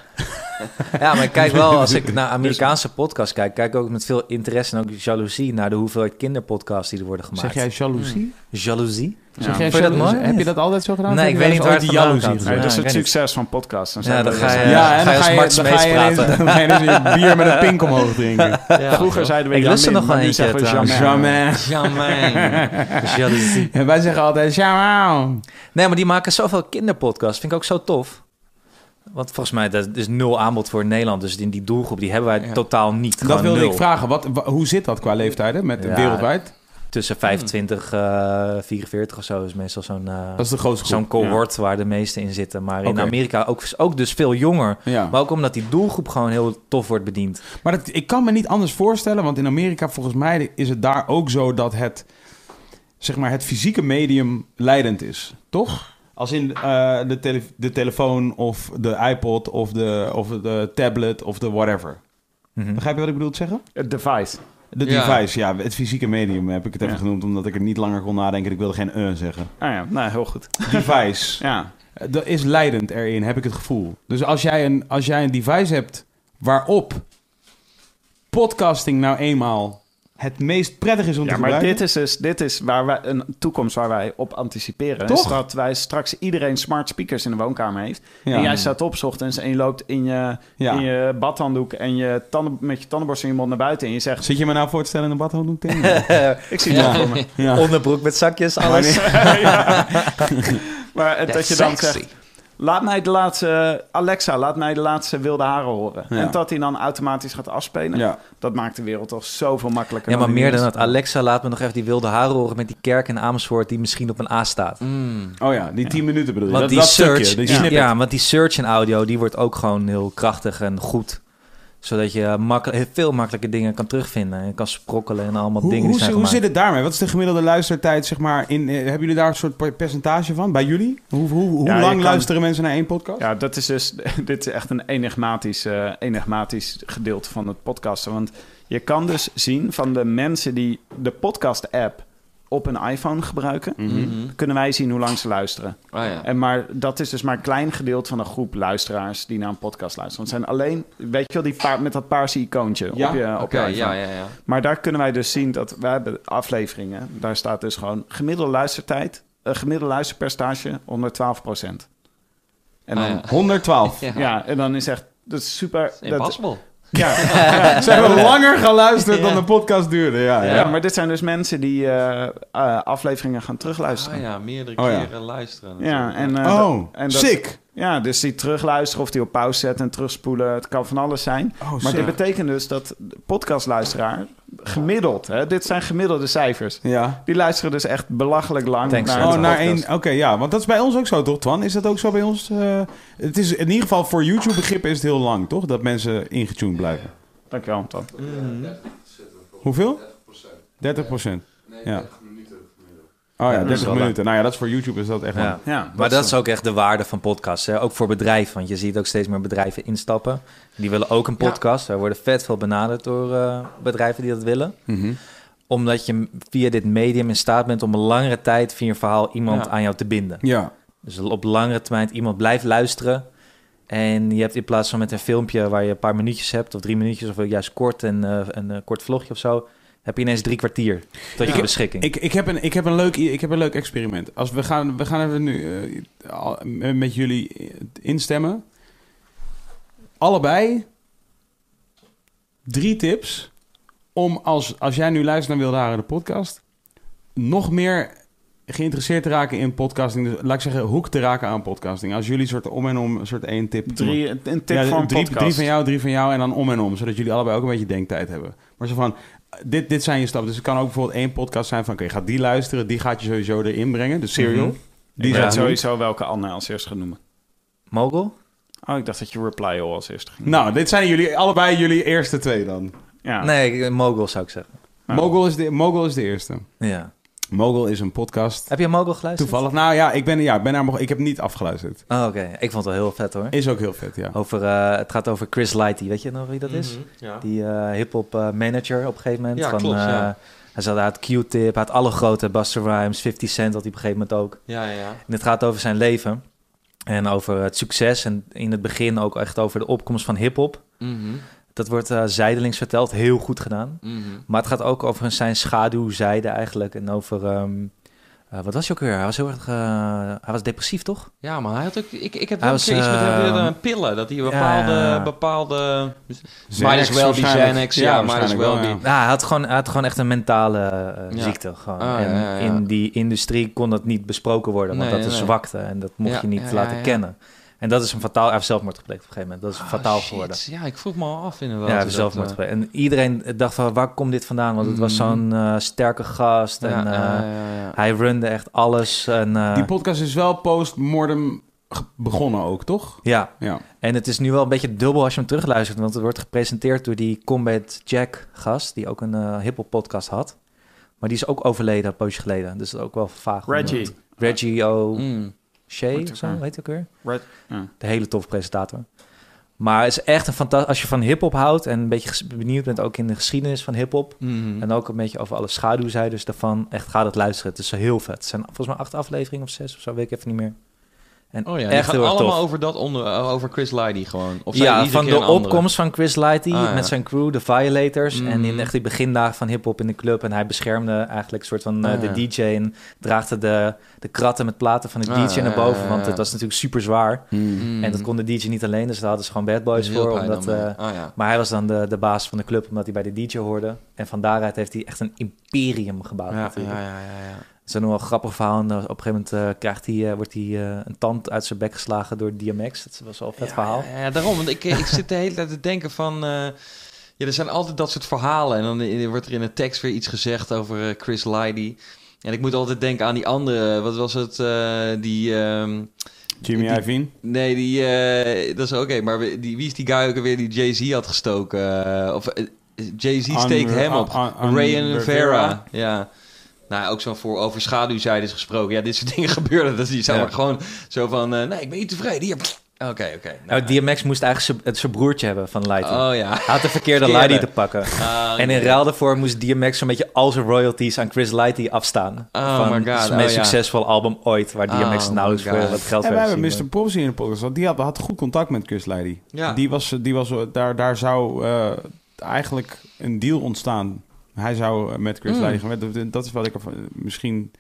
Ja, maar ik kijk wel, als ik naar Amerikaanse podcasts kijk, kijk ik ook met veel interesse en ook jaloezie naar de hoeveelheid kinderpodcasts die er worden gemaakt. Zeg jij jaloezie? Jaloezie? Zeg Ja. jij Vond je dat jaloezie? mooi? Heb je dat altijd zo gedaan? Nee, Of ik heb weet je niet wel waar eens het ooit vandaan die komt. jaloezie Nee, Ja, dat is ik het weet succes van podcasts. Dan Ja, zijn dan we- ga je- Ja, en ga dan je ga je, Smarts dan ga je, Mees ineens- praten. dan ga je dus je bier met een pink omhoog drinken. Vroeger zeiden we Ik lust er Jamin, nog wel maar nu eentje zeggen we trouwens. Jamais. Jamais. Jamijn. Jaloezie. En wij zeggen altijd, ciao. Nee, maar die maken zoveel kinderpodcasts. Vind ik ook zo tof. Want volgens mij, dat is nul aanbod voor Nederland. Dus in die doelgroep, die hebben wij Ja. totaal niet. Dat Gewoon wilde nul. ik vragen. Wat, wa- hoe zit dat qua leeftijden met Ja, wereldwijd? Tussen vijfentwintig, uh, vierenveertig of zo is meestal zo'n uh, Dat is de grootste zo'n groep. cohort waar de meeste in zitten. Maar in Oké. Amerika ook, ook dus veel jonger. Ja. Maar ook omdat die doelgroep gewoon heel tof wordt bediend. Maar dat, ik kan me niet anders voorstellen, want in Amerika volgens mij is het daar ook zo dat het, zeg maar, het fysieke medium leidend is, toch? Als in uh, de, tele- de telefoon of de iPod of de, of de tablet of de whatever. Mhm. Begrijp je wat ik bedoel te zeggen? Het device. De Ja. device, ja. Het fysieke medium heb ik het even Ja. genoemd, omdat ik er niet langer kon nadenken. Ik wilde geen uh zeggen. Ah ja, nou heel goed. Device. Ja. Uh, Dat is leidend erin, heb ik het gevoel. Dus als jij een, als jij een device hebt waarop podcasting nou eenmaal het meest prettig is om Ja, te maar gebruiken... dit is dus dit is waar wij een toekomst waar wij op anticiperen. Toch? Is dat wij straks iedereen smart speakers in de woonkamer heeft. Ja. En jij staat op 's ochtends en je loopt in je, Ja. in je badhanddoek en je tanden, met je tandenborstel in je mond naar buiten en je zegt... Zit je me nou voor te stellen in een badhanddoek? Tim? Ik zie het Ja. wel voor me. Ja. Onderbroek met zakjes, alles. Ja. Maar het, dat je dan zegt... laat mij de laatste... Alexa, laat mij de laatste wilde haren horen. Ja. En dat hij dan automatisch gaat afspelen. Ja. Dat maakt de wereld toch zoveel makkelijker. Ja, maar die meer dan is. dat. Alexa, laat me nog even die wilde haren horen met die kerk in Amersfoort die misschien op een A staat. Mm. Oh ja, die tien minuten bedoel je. Want Dat, die dat search, stukje, die ja, snippet. ja, want die search en audio, die wordt ook gewoon heel krachtig en goed. Zodat je makkel- heel veel makkelijke dingen kan terugvinden. En kan sprokkelen en allemaal Hoe, dingen hoe, die zijn hoe gemaakt. zit het daarmee? Wat is de gemiddelde luistertijd, zeg maar? In, eh, hebben jullie daar een soort per- percentage van? Bij jullie? Hoe, hoe, hoe Ja, je lang kan- luisteren mensen naar één podcast? Ja, dat is dus... Dit is echt een enigmatisch, uh, enigmatisch gedeelte van het podcasten. Want je kan dus zien van de mensen die de podcast-app op een iPhone gebruiken... Mm-hmm. kunnen wij zien hoe lang ze luisteren. Ah, ja. En maar dat is dus maar een klein gedeelte van een groep luisteraars die naar een podcast luisteren. Want het zijn alleen, weet je wel, die paar, met dat paarse icoontje Ja, op je, op Oké, je iPhone. ja, ja, ja. Maar daar kunnen wij dus zien dat we hebben afleveringen. Daar staat dus gewoon gemiddelde luistertijd, uh, gemiddelde luisterpercentage honderdtwaalf procent. En dan, Ah, ja. honderdtwaalf. ja. Ja. en dan is echt, dat is super. Dat, Impossible. ja, Ze hebben langer geluisterd Ja. dan de podcast duurde. Ja, ja. ja, maar dit zijn dus mensen die uh, uh, afleveringen gaan terugluisteren. Ah ja, meerdere Oh, ja. keren luisteren. Ja, natuurlijk. en, uh, Oh, dat, en dat, sick. Ja, dus die terugluisteren of die op pauze zetten en terugspoelen. Het kan van alles zijn. Oh, Maar sick. dit betekent dus dat de podcastluisteraar gemiddeld, hè, dit zijn gemiddelde cijfers. Ja. Die luisteren dus echt belachelijk lang Thanks, naar Oh, de naar podcast. één. Oké, ja. Want dat is bij ons ook zo, toch, Twan? Is dat ook zo bij ons? Uh, het is in ieder geval voor YouTube-begrippen is het heel lang, toch? Dat mensen ingetuned blijven. Dankjewel, Tom. Mm. Hoeveel? dertig procent. Nee, Ja. dertig minuten gemiddeld. Oh ja, dat is dertig wel minuten. Nou ja, dat is voor YouTube is dat echt lang. Ja. Ja, Maar dat is ook echt de waarde van podcasts. Hè? Ook voor bedrijven. Want je ziet ook steeds meer bedrijven instappen. Die willen ook een podcast. Er worden vet veel benaderd door uh, bedrijven die dat willen. Mhm. Omdat je via dit medium in staat bent om een langere tijd via een verhaal iemand Ja. aan jou te binden. Ja. Dus op langere termijn iemand blijft luisteren. En je hebt in plaats van met een filmpje waar je een paar minuutjes hebt, of drie minuutjes, of juist kort en uh, een uh, kort vlogje of zo, heb je ineens drie kwartier tot je Ik- beschikking. Ik, ik, heb een, ik, heb een leuk, ik heb een leuk experiment. Als we gaan, we gaan even nu uh, al- met jullie instemmen. Allebei drie tips om als, als jij nu luistert naar Wilde Haren de podcast, nog meer geïnteresseerd te raken in podcasting. Dus, laat ik zeggen, hoek te raken aan podcasting. Als jullie soort om en om een soort één tip. Drie, een tip Ja, voor een drie, podcast. drie van jou, drie van jou en dan om en om. Zodat jullie allebei ook een beetje denktijd hebben. Maar zo van, dit, dit zijn je stappen. Dus het kan ook bijvoorbeeld één podcast zijn van, oké, ga die luisteren. Die gaat je sowieso erin brengen. De serial. Mhm. Die Die gaat gaat sowieso welke Anne als eerste gaan noemen. Mogul? Oh, ik dacht dat je Reply All als eerste ging Nou, dit zijn jullie allebei jullie eerste twee dan. ja. Nee, ik- Mogul zou ik zeggen. Ja. Mogul, is de, Mogul is de eerste. Ja. Mogul is een podcast. Heb je Mogul geluisterd? Toevallig. Nou ja, ik ben, ja, ik ben daar, ik heb niet afgeluisterd. Oh, oké. Ik vond het wel heel vet hoor. Is ook heel vet, ja. Over, uh, het gaat over Chris Lighty. Weet je nog wie dat is? Mhm, ja. Die uh, hip-hop uh, manager op een gegeven moment. Ja, van, klopt, uh, ja. Hij zat uit Q-Tip, hij had alle grote, Busta Rhymes, fifty Cent had hij op een gegeven moment ook. Ja, ja, ja. En het gaat over zijn leven en over het succes en in het begin ook echt over de opkomst van hip-hop. Mhm, Dat wordt uh, zijdelings verteld, heel goed gedaan. mhm. Maar het gaat ook over zijn schaduwzijde eigenlijk en over... Um, uh, wat was hij ook weer? Hij was heel erg... Uh, hij was depressief, toch? Ja, maar hij had ook... Ik, ik heb Hij wel was, een keer iets met uh, hem, uh, pillen. Dat hij bepaalde... ja. bepaalde Xanax might as well be waarschijnlijk. Xanax. Ja, might as waarschijnlijk well wel, be... ja. Ja, hij had gewoon, hij had gewoon echt een mentale uh, Ja. ziekte. Gewoon. Ah, en ja, ja, ja. in die industrie kon dat niet besproken worden, want Nee, dat is nee. zwakte en dat mocht Ja, je niet ja, ja, laten ja. kennen. En dat is een fataal... Hij heeft zelfmoord gepleegd op een gegeven moment. Dat is Ah, fataal shit. geworden. Ja, ik vroeg me al af inderdaad. Ja, hij hoe heeft dat, zelfmoord uh, gepleegd. En iedereen dacht van, waar komt dit vandaan? Want het was Mhm. zo'n uh, sterke gast. Ja, en uh, ja, ja, ja. hij runde echt alles. En, uh, Die podcast is wel post-mortem ge- begonnen ook, toch? ja, Ja. en het is nu wel een beetje dubbel als je hem terugluistert. Want het wordt gepresenteerd door die Combat Jack gast, die ook een uh, hiphop podcast had. Maar die is ook overleden een poosje geleden. Dus dat is ook wel vaag. om Reggie. dat- Reggie O. Mm. Shay Wordt of zo, ook, heet hij ook weer? Red, ja. De hele toffe presentator. Maar het is echt een fantastisch... Als je van hiphop houdt en een beetje ges- benieuwd bent ook in de geschiedenis van hiphop... Mhm. en ook een beetje over alle schaduwzijdes daarvan, echt ga dat luisteren. Het is heel vet. Het zijn volgens mij acht afleveringen of zes of zo, weet ik even niet meer. En Oh ja, die echt gaan heel erg allemaal tof. over dat onder, over Chris Lighty gewoon. Of zijn Ja, iedere van keer de een andere? opkomst van Chris Lighty Ah, ja. met zijn crew, de Violators. Mhm. En in echt die begindagen van hiphop in de club. En hij beschermde eigenlijk een soort van uh, Ah, de ja. D J en draagde de, de kratten met platen van de Ah, D J naar ja, boven. ja, Want ja. het was natuurlijk super zwaar. Mhm. En dat kon de D J niet alleen, dus daar hadden ze gewoon bad boys Hielp voor. hij Omdat, dan mee? uh, Ah, ja. maar hij was dan de, de baas van de club, omdat hij bij de D J hoorde. En van daaruit heeft hij echt een imperium gebouwd Ja, ja, natuurlijk. ja, ja, ja. is een wel grappig verhaal. En, uh, op een gegeven moment uh, krijgt hij, uh, wordt hij uh, een tand uit zijn bek geslagen door D M X. Dat was wel een vet ja, verhaal. Ja, ja, daarom. Want ik, ik zit de hele tijd te denken van... Uh, ja, er zijn altijd dat soort verhalen. En dan uh, wordt er in een tekst weer iets gezegd over uh, Chris Lighty. En ik moet altijd denken aan die andere... Wat was het? Uh, die... Um, Jimmy die, Iovine? Nee, die... Uh, dat is oké. Okay, maar die, wie is die guy ook alweer die Jay-Z had gestoken? Uh, of uh, Jay-Z steekt hem op. Ryan Vera. Ja. Nou, ook zo voor over schaduwzijde is gesproken. Ja, dit soort dingen gebeurden. Dat die zou ja. maar gewoon zo van... Uh, nee, ik ben niet tevreden. Hier... Oké, okay, oké. Okay. Nou, nou, D M X moest eigenlijk zijn broertje hebben van Lighty. Oh ja. Hij had de verkeerde Lighty te pakken. Oh, en in nee. ruil daarvoor moest D M X zo'n beetje al zijn royalties aan Chris Lighty afstaan. Oh van my god. zijn meest oh, succesvol ja. album ooit, waar D M X oh nauwelijks voor wat geld en werd. we hebben mister Popsy in de podcast, want die had, had goed contact met Chris Lighty. Ja. Die was, die was, daar, daar zou uh, eigenlijk een deal ontstaan. Hij zou met Chris mm. Lighty gaan. Dat is wat ik ervan... Misschien...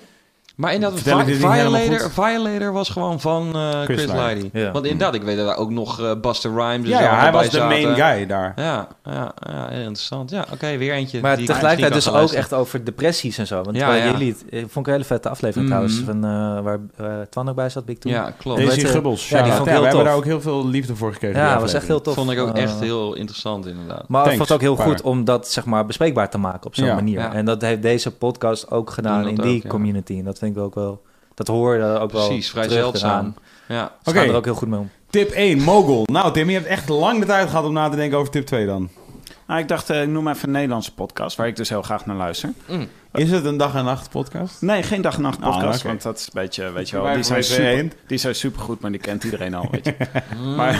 Maar inderdaad, Vi- Violator, Violator was gewoon van uh, Chris, Chris Lighty. Ja. Want inderdaad, ik weet dat daar ook nog uh, Busta Rhymes... Ja, ja hij was de main guy daar. Ja, ja, ja interessant. Ja, oké, okay, weer eentje. Maar tegelijkertijd dus ook echt over depressies en zo. Want ja, ja. jullie, het vond ik een hele vette aflevering mm. trouwens, van, uh, waar uh, Twan ook bij zat, Big toen. Ja, klopt. Daisy Gubbels. Ja, die ja, vond ik ja, heel we tof. hebben daar ook heel veel liefde voor gekregen. Ja, dat was echt heel tof. Vond ik ook echt heel interessant inderdaad. Maar ik vond het ook heel goed om dat zeg maar bespreekbaar te maken op zo'n manier. En dat heeft deze podcast ook gedaan in die community. En dat vind ik ook wel... Dat hoorde ook Precies, wel Precies, vrij zeldzaam. Ja. Ze okay. gaan er ook heel goed mee om. Tip één, Mogul. Nou Tim, je hebt echt lang de tijd gehad om na te denken over tip twee dan. Nou, ik dacht, uh, ik noem even een Nederlandse podcast, waar ik dus heel graag naar luister. Mm. Is het een dag en nacht podcast? Nee, geen dag en nacht podcast, oh, okay. want dat is een beetje, weet je wel, die zijn, super, die zijn supergoed, maar die kent iedereen al, weet je. Maar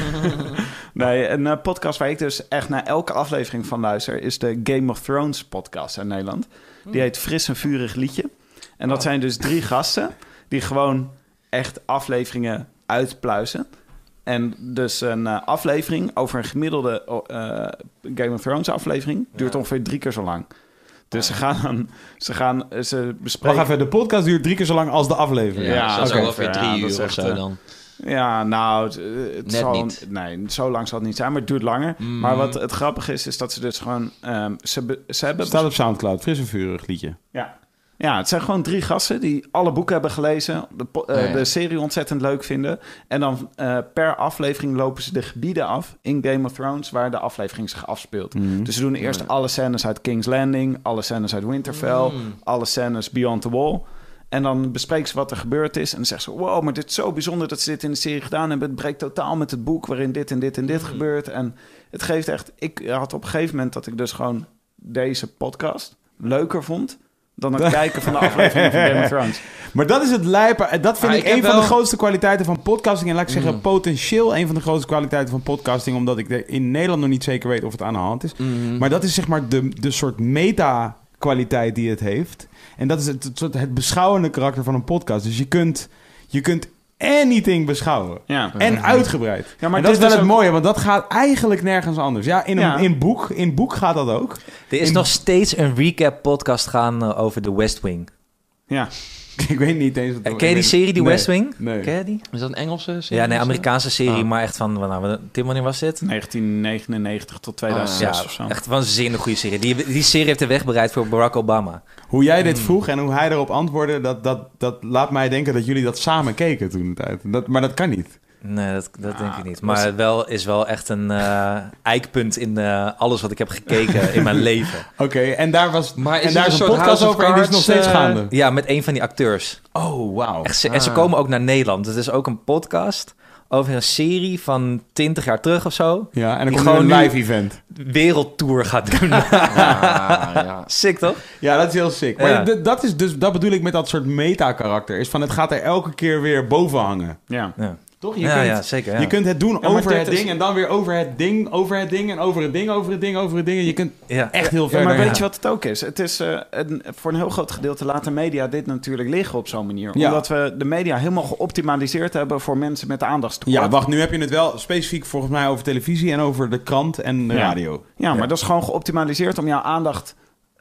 nee, een uh, podcast waar ik dus echt naar elke aflevering van luister, is de Game of Thrones podcast in Nederland. Die heet Fris en Vurig Liedje. En dat oh. zijn dus drie gasten die gewoon echt afleveringen uitpluizen. En dus een uh, aflevering over een gemiddelde uh, Game of Thrones aflevering duurt ja. ongeveer drie keer zo lang. Dus ze gaan dan, ze gaan, ze bespreken... Wacht even, de podcast duurt drie keer zo lang als de aflevering. Ja, ja dat is okay. ongeveer drie ja, uur of zo uh, dan. Ja, nou, het, het Net zal, niet. Nee, zo lang zal het niet zijn, maar het duurt langer. Mm. Maar wat het grappige is, is dat ze dus gewoon... Um, ze, ze hebben staat op Soundcloud, Fris en Vurig liedje. Ja. Ja, het zijn gewoon drie gasten die alle boeken hebben gelezen, de, uh, oh, ja. de serie ontzettend leuk vinden. En dan uh, per aflevering lopen ze de gebieden af in Game of Thrones waar de aflevering zich afspeelt. Mm. Dus ze doen eerst ja. alle scènes uit King's Landing, alle scènes uit Winterfell, mm. alle scènes Beyond the Wall. En dan bespreken ze wat er gebeurd is. En dan zeggen ze, wow, maar dit is zo bijzonder dat ze dit in de serie gedaan hebben. Het breekt totaal met het boek waarin dit en dit en dit mm. gebeurt. En het geeft echt... Ik had op een gegeven moment dat ik dus gewoon deze podcast leuker vond dan het kijken van de aflevering van Game of Thrones. Maar dat is het lijpen. Dat vind ah, ik, ik een van wel... de grootste kwaliteiten van podcasting. En laat ik zeggen, mm. potentieel een van de grootste kwaliteiten van podcasting. Omdat ik in Nederland nog niet zeker weet of het aan de hand is. Mm. Maar dat is zeg maar de, de soort meta-kwaliteit die het heeft. En dat is het, het, het beschouwende karakter van een podcast. Dus je kunt... Je kunt anything beschouwen. Ja. En uitgebreid. Ja, maar en dat is wel het ook... mooie, want dat gaat eigenlijk nergens anders. Ja, in een ja. in boek, in boek gaat dat ook. Er is in... nog steeds een recap podcast gaan uh, over de West Wing. Ja. Ik weet niet eens... Uh, ken je die serie, die nee. West Wing? Nee. Ken je die? Is dat een Engelse serie? Ja, nee, Amerikaanse serie, oh. maar echt van... Nou, Tim, wanneer was dit? negentien negenennegentig tot tweeduizend zes ja, of zo. Echt een zinnige goede serie. Die, die serie heeft de weg bereid voor Barack Obama. Hoe jij dit vroeg en hoe hij erop antwoordde... Dat, dat, dat laat mij denken dat jullie dat samen keken toen de tijd. Dat, maar dat kan niet. Nee, dat, dat ah, denk ik niet. Maar het wel, is wel echt een uh, eikpunt in uh, alles wat ik heb gekeken in mijn leven. Oké, okay, en daar was maar en is daar is een podcast over en die is nog steeds uh, gaande? Ja, met een van die acteurs. Oh, wauw. Echt, ah. En ze komen ook naar Nederland. Het is ook een podcast over een serie van twintig jaar terug of zo. Ja, en dan komt gewoon een live event. Wereldtour gaat doen. ah, ja. Sick, toch? Ja, dat is heel sick. Maar ja. d- dat, is dus, dat bedoel ik met dat soort meta-karakter. Is van, het gaat er elke keer weer boven hangen. Ja, ja. Toch? Je, ja, kunt, ja, zeker, ja. je kunt het doen ja, over het is... ding en dan weer over het ding, over het ding en over het ding, over het ding, over het ding. En je kunt ja. echt heel ver. Ja, maar naar, weet ja. je wat het ook is? Het is uh, een, voor een heel groot gedeelte laten media dit natuurlijk liggen op zo'n manier. Ja. Omdat we de media helemaal geoptimaliseerd hebben voor mensen met aandachtstekort. Ja, wacht, nu heb je het wel specifiek volgens mij over televisie en over de krant en de ja. radio. Ja, maar ja. dat is gewoon geoptimaliseerd om jouw aandacht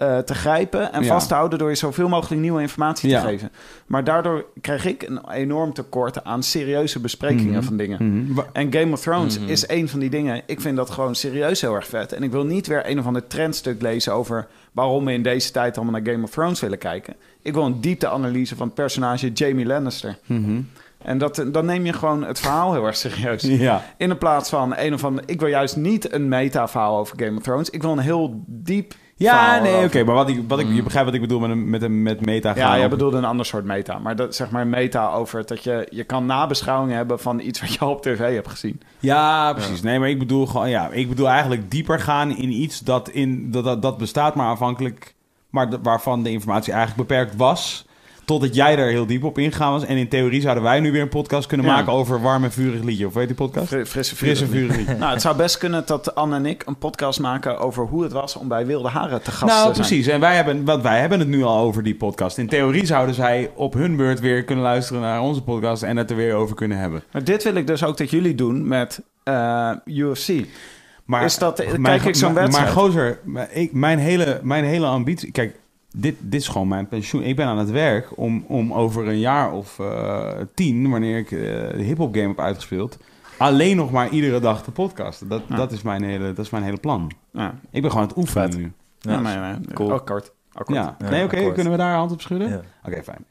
uh, te grijpen en Ja. vast te houden door je zoveel mogelijk nieuwe informatie Ja. te geven. Maar daardoor krijg ik een enorm tekort aan serieuze besprekingen Mhm. van dingen. Mhm. Wa- En Game of Thrones Mhm. is een van die dingen. Ik vind dat gewoon serieus heel erg vet. En ik wil niet weer een of ander trendstuk lezen over waarom we in deze tijd allemaal naar Game of Thrones willen kijken. Ik wil een diepteanalyse van het personage Jaime Lannister. Mhm. En dat, dan neem je gewoon het verhaal heel erg serieus. Ja. In de plaats van een of ander... Ik wil juist niet een meta-verhaal over Game of Thrones. Ik wil een heel diep Ja, verhaal nee, oké. over- maar wat ik, wat ik, je Mm. begrijpt wat ik bedoel met, een, met, een, met meta gaan. Ja, jij over- bedoelde een ander soort meta. Maar dat, zeg maar meta over het dat je... Je kan nabeschouwingen hebben van iets wat je al op tv hebt gezien. Ja, precies. Nee, maar ik bedoel gewoon, ja, ik bedoel eigenlijk dieper gaan in iets dat, in, dat, dat, dat bestaat, maar afhankelijk, maar de- waarvan de informatie eigenlijk beperkt was, totdat jij er heel diep op ingegaan was. En in theorie zouden wij nu weer een podcast kunnen Ja. maken over Warm en Vurig Liedje. Of weet die podcast? Fri- Frisse Fris en vurig. Vurig Liedje. Nou, het zou best kunnen dat Anne en ik een podcast maken over hoe het was om bij Wilde Haren te gast Nou, te zijn. precies. En wij hebben, want wij hebben het nu al over die podcast. In theorie zouden zij op hun beurt weer kunnen luisteren naar onze podcast en het er weer over kunnen hebben. Maar dit wil ik dus ook dat jullie doen met eh, U F C. Maar, Is dat- mijn- kijk ik zo'n maar- wedstrijd? Maar gozer, maar ik, mijn, hele, mijn hele ambitie... Kijk, dit, dit is gewoon mijn pensioen. Ik ben aan het werk om, om over een jaar of uh, tien... wanneer ik uh, de hiphop game heb uitgespeeld... alleen nog maar iedere dag te podcasten. Dat, Ja. dat, is, mijn hele, dat is mijn hele plan. Ja, Ik ben gewoon aan het oefenen Vet. nu. ja, Ja, maar, ja, cool. Akkoord. Akkoord. Ja. Ja, Nee, oké. akkoord. Kunnen we daar hand op schudden? Ja. Oké, fijn.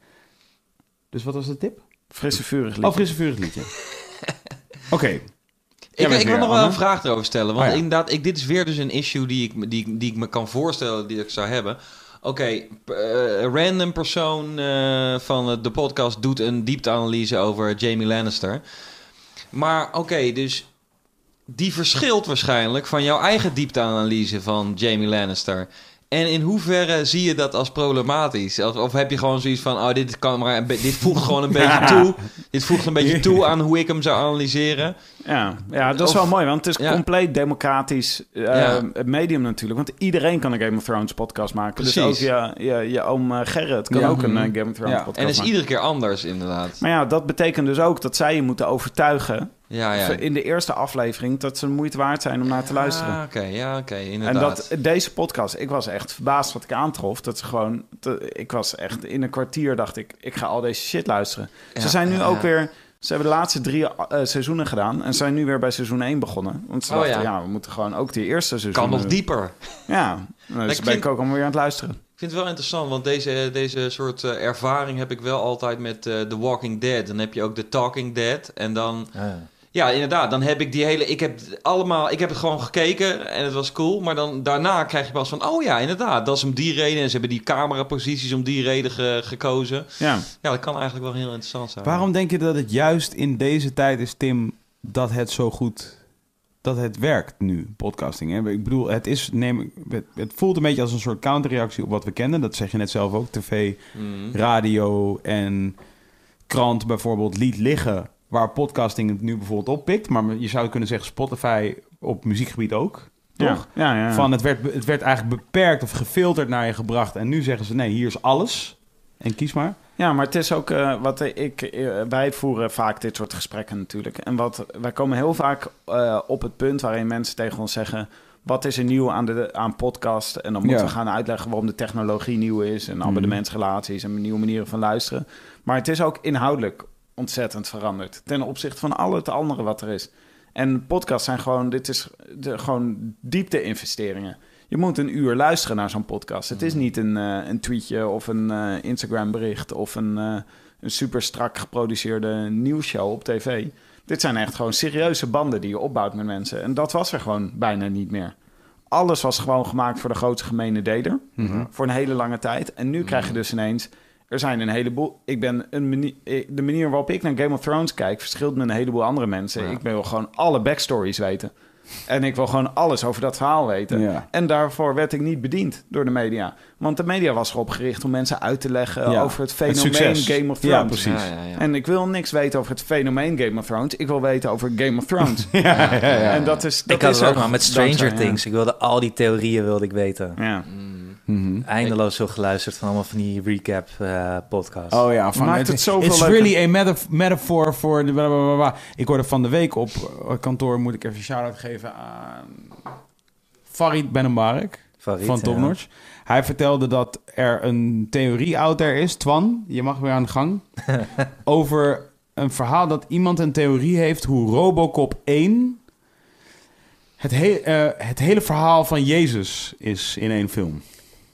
Dus wat was de tip? Frisse vurig liedje. Oh, frisse vurig liedje. Oké. Ik, bent ik wil weer, nog wel Anne. een vraag erover stellen. Want Oh ja. inderdaad, ik, dit is weer dus een issue die ik, die, ik- die ik me kan voorstellen die ik zou hebben. Oké, p- eh, een random persoon eh, van de podcast doet een diepteanalyse over Jaime Lannister. Maar oké, dus die verschilt waarschijnlijk van jouw eigen diepteanalyse van Jaime Lannister. En in hoeverre zie je dat als problematisch? Of, of heb je gewoon zoiets van, oh, dit, kan maar een be- dit voegt gewoon een beetje toe. Dit voegt een beetje toe aan hoe ik hem zou analyseren. Ja, ja, dat is Of- wel mooi, want het is Ja. compleet democratisch uh, Ja. medium natuurlijk. Want iedereen kan een Game of Thrones podcast maken. Dus ook Precies. je, je, je oom uh, Gerrit kan Ja. ook een uh, Mhm. Game of Thrones Ja. podcast En dat is maken. iedere keer anders, inderdaad. Maar ja, dat betekent dus ook dat zij je moeten overtuigen Ja, ja. in de eerste aflevering dat ze de moeite waard zijn om naar te luisteren. Ah, oké, ja, oké, En inderdaad. dat deze podcast, ik was echt verbaasd wat ik aantrof. Dat ze gewoon, te- ik was echt in een kwartier dacht ik, ik ga al deze shit luisteren. Ja, ze zijn nu ja, ook ja. weer, ze hebben de laatste drie uh, seizoenen gedaan en zijn nu weer bij seizoen één begonnen. Want ze Oh, dachten, ja. ja. we moeten gewoon ook die eerste seizoen. Kan nog dieper. Ja, nou, dus ik ben vind- ik ook allemaal weer aan het luisteren. Ik vind het wel interessant, want deze, deze soort eh, ervaring heb ik wel altijd met eh, The Walking Dead. Dan heb je ook The Talking Dead. En dan, Ja. ja, inderdaad, dan heb ik die hele... Ik heb allemaal, ik heb het gewoon gekeken en het was cool. Maar dan daarna krijg je pas van, oh ja, inderdaad, dat is om die reden. En ze hebben die cameraposities om die reden ge- gekozen. Ja, Ja, dat kan eigenlijk wel heel interessant zijn. Waarom denk je dat het juist in deze tijd is, Tim, dat het zo goed, dat het werkt nu, podcasting? Hè? Ik bedoel, het is, neem, het, het voelt een beetje als een soort counterreactie op wat we kennen. Dat zeg je net zelf ook. tv, Mhm. radio en krant bijvoorbeeld liet liggen, waar podcasting het nu bijvoorbeeld oppikt. Maar je zou kunnen zeggen Spotify op muziekgebied ook, toch? Ja, ja, ja. Van het werd, het werd eigenlijk beperkt of gefilterd naar je gebracht. En nu zeggen ze, nee, hier is alles. En kies maar. Ja, maar het is ook uh, wat ik... Uh, wij voeren vaak dit soort gesprekken natuurlijk. En wat, wij komen heel vaak uh, op het punt waarin mensen tegen ons zeggen... Wat is er nieuw aan, de, aan podcast? En dan moeten Ja. we gaan uitleggen waarom de technologie nieuw is... en abonnementsrelaties en nieuwe manieren van luisteren. Maar het is ook inhoudelijk ontzettend veranderd... ten opzichte van al het andere wat er is. En podcasts zijn gewoon... Dit is de, gewoon diepte-investeringen. Je moet een uur luisteren naar zo'n podcast. Het is niet een, uh, een tweetje of een uh, Instagram-bericht... of een, uh, een super strak geproduceerde nieuwsshow op tv... Dit zijn echt gewoon serieuze banden die je opbouwt met mensen. En dat was er gewoon bijna niet meer. Alles was gewoon gemaakt voor de grootste gemene deler. Mhm. Voor een hele lange tijd. En nu mm. krijg je dus ineens... Er zijn een heleboel... Ik ben een mani- de manier waarop ik naar Game of Thrones kijk... verschilt met een heleboel andere mensen. Ja. Ik wil gewoon alle backstories weten. En ik wil gewoon alles over dat verhaal weten. Ja. En daarvoor werd ik niet bediend door de media. Want de media was erop gericht om mensen uit te leggen... Ja. over het Het fenomeen succes. Game of Ja, Thrones. precies. Ja, ja, ja. En ik wil niks weten over het fenomeen Game of Thrones. Ik wil weten over Game of Thrones. Ja, ja, ja. En dat is dat Ik had is het ook er maar met Stranger dankzij, ja. Things. Ik wilde al die theorieën wilde ik weten. Ja. Mm. Mhm. Eindeloos veel geluisterd van allemaal van die recap uh, podcasts. Oh ja, van Maakt het zoveel It's leuker. really a metaf- metaphor voor de blablabla. Ik hoorde van de week op uh, kantoor, moet ik even een shout-out geven aan Farid Benenbarek. Favoriet, van Top ja. Notch. Hij vertelde dat er een theorie out there is. Twan, je mag weer aan de gang. Over een verhaal dat iemand een theorie heeft hoe Robocop één... Het, he- uh, het hele verhaal van Jezus is in één film.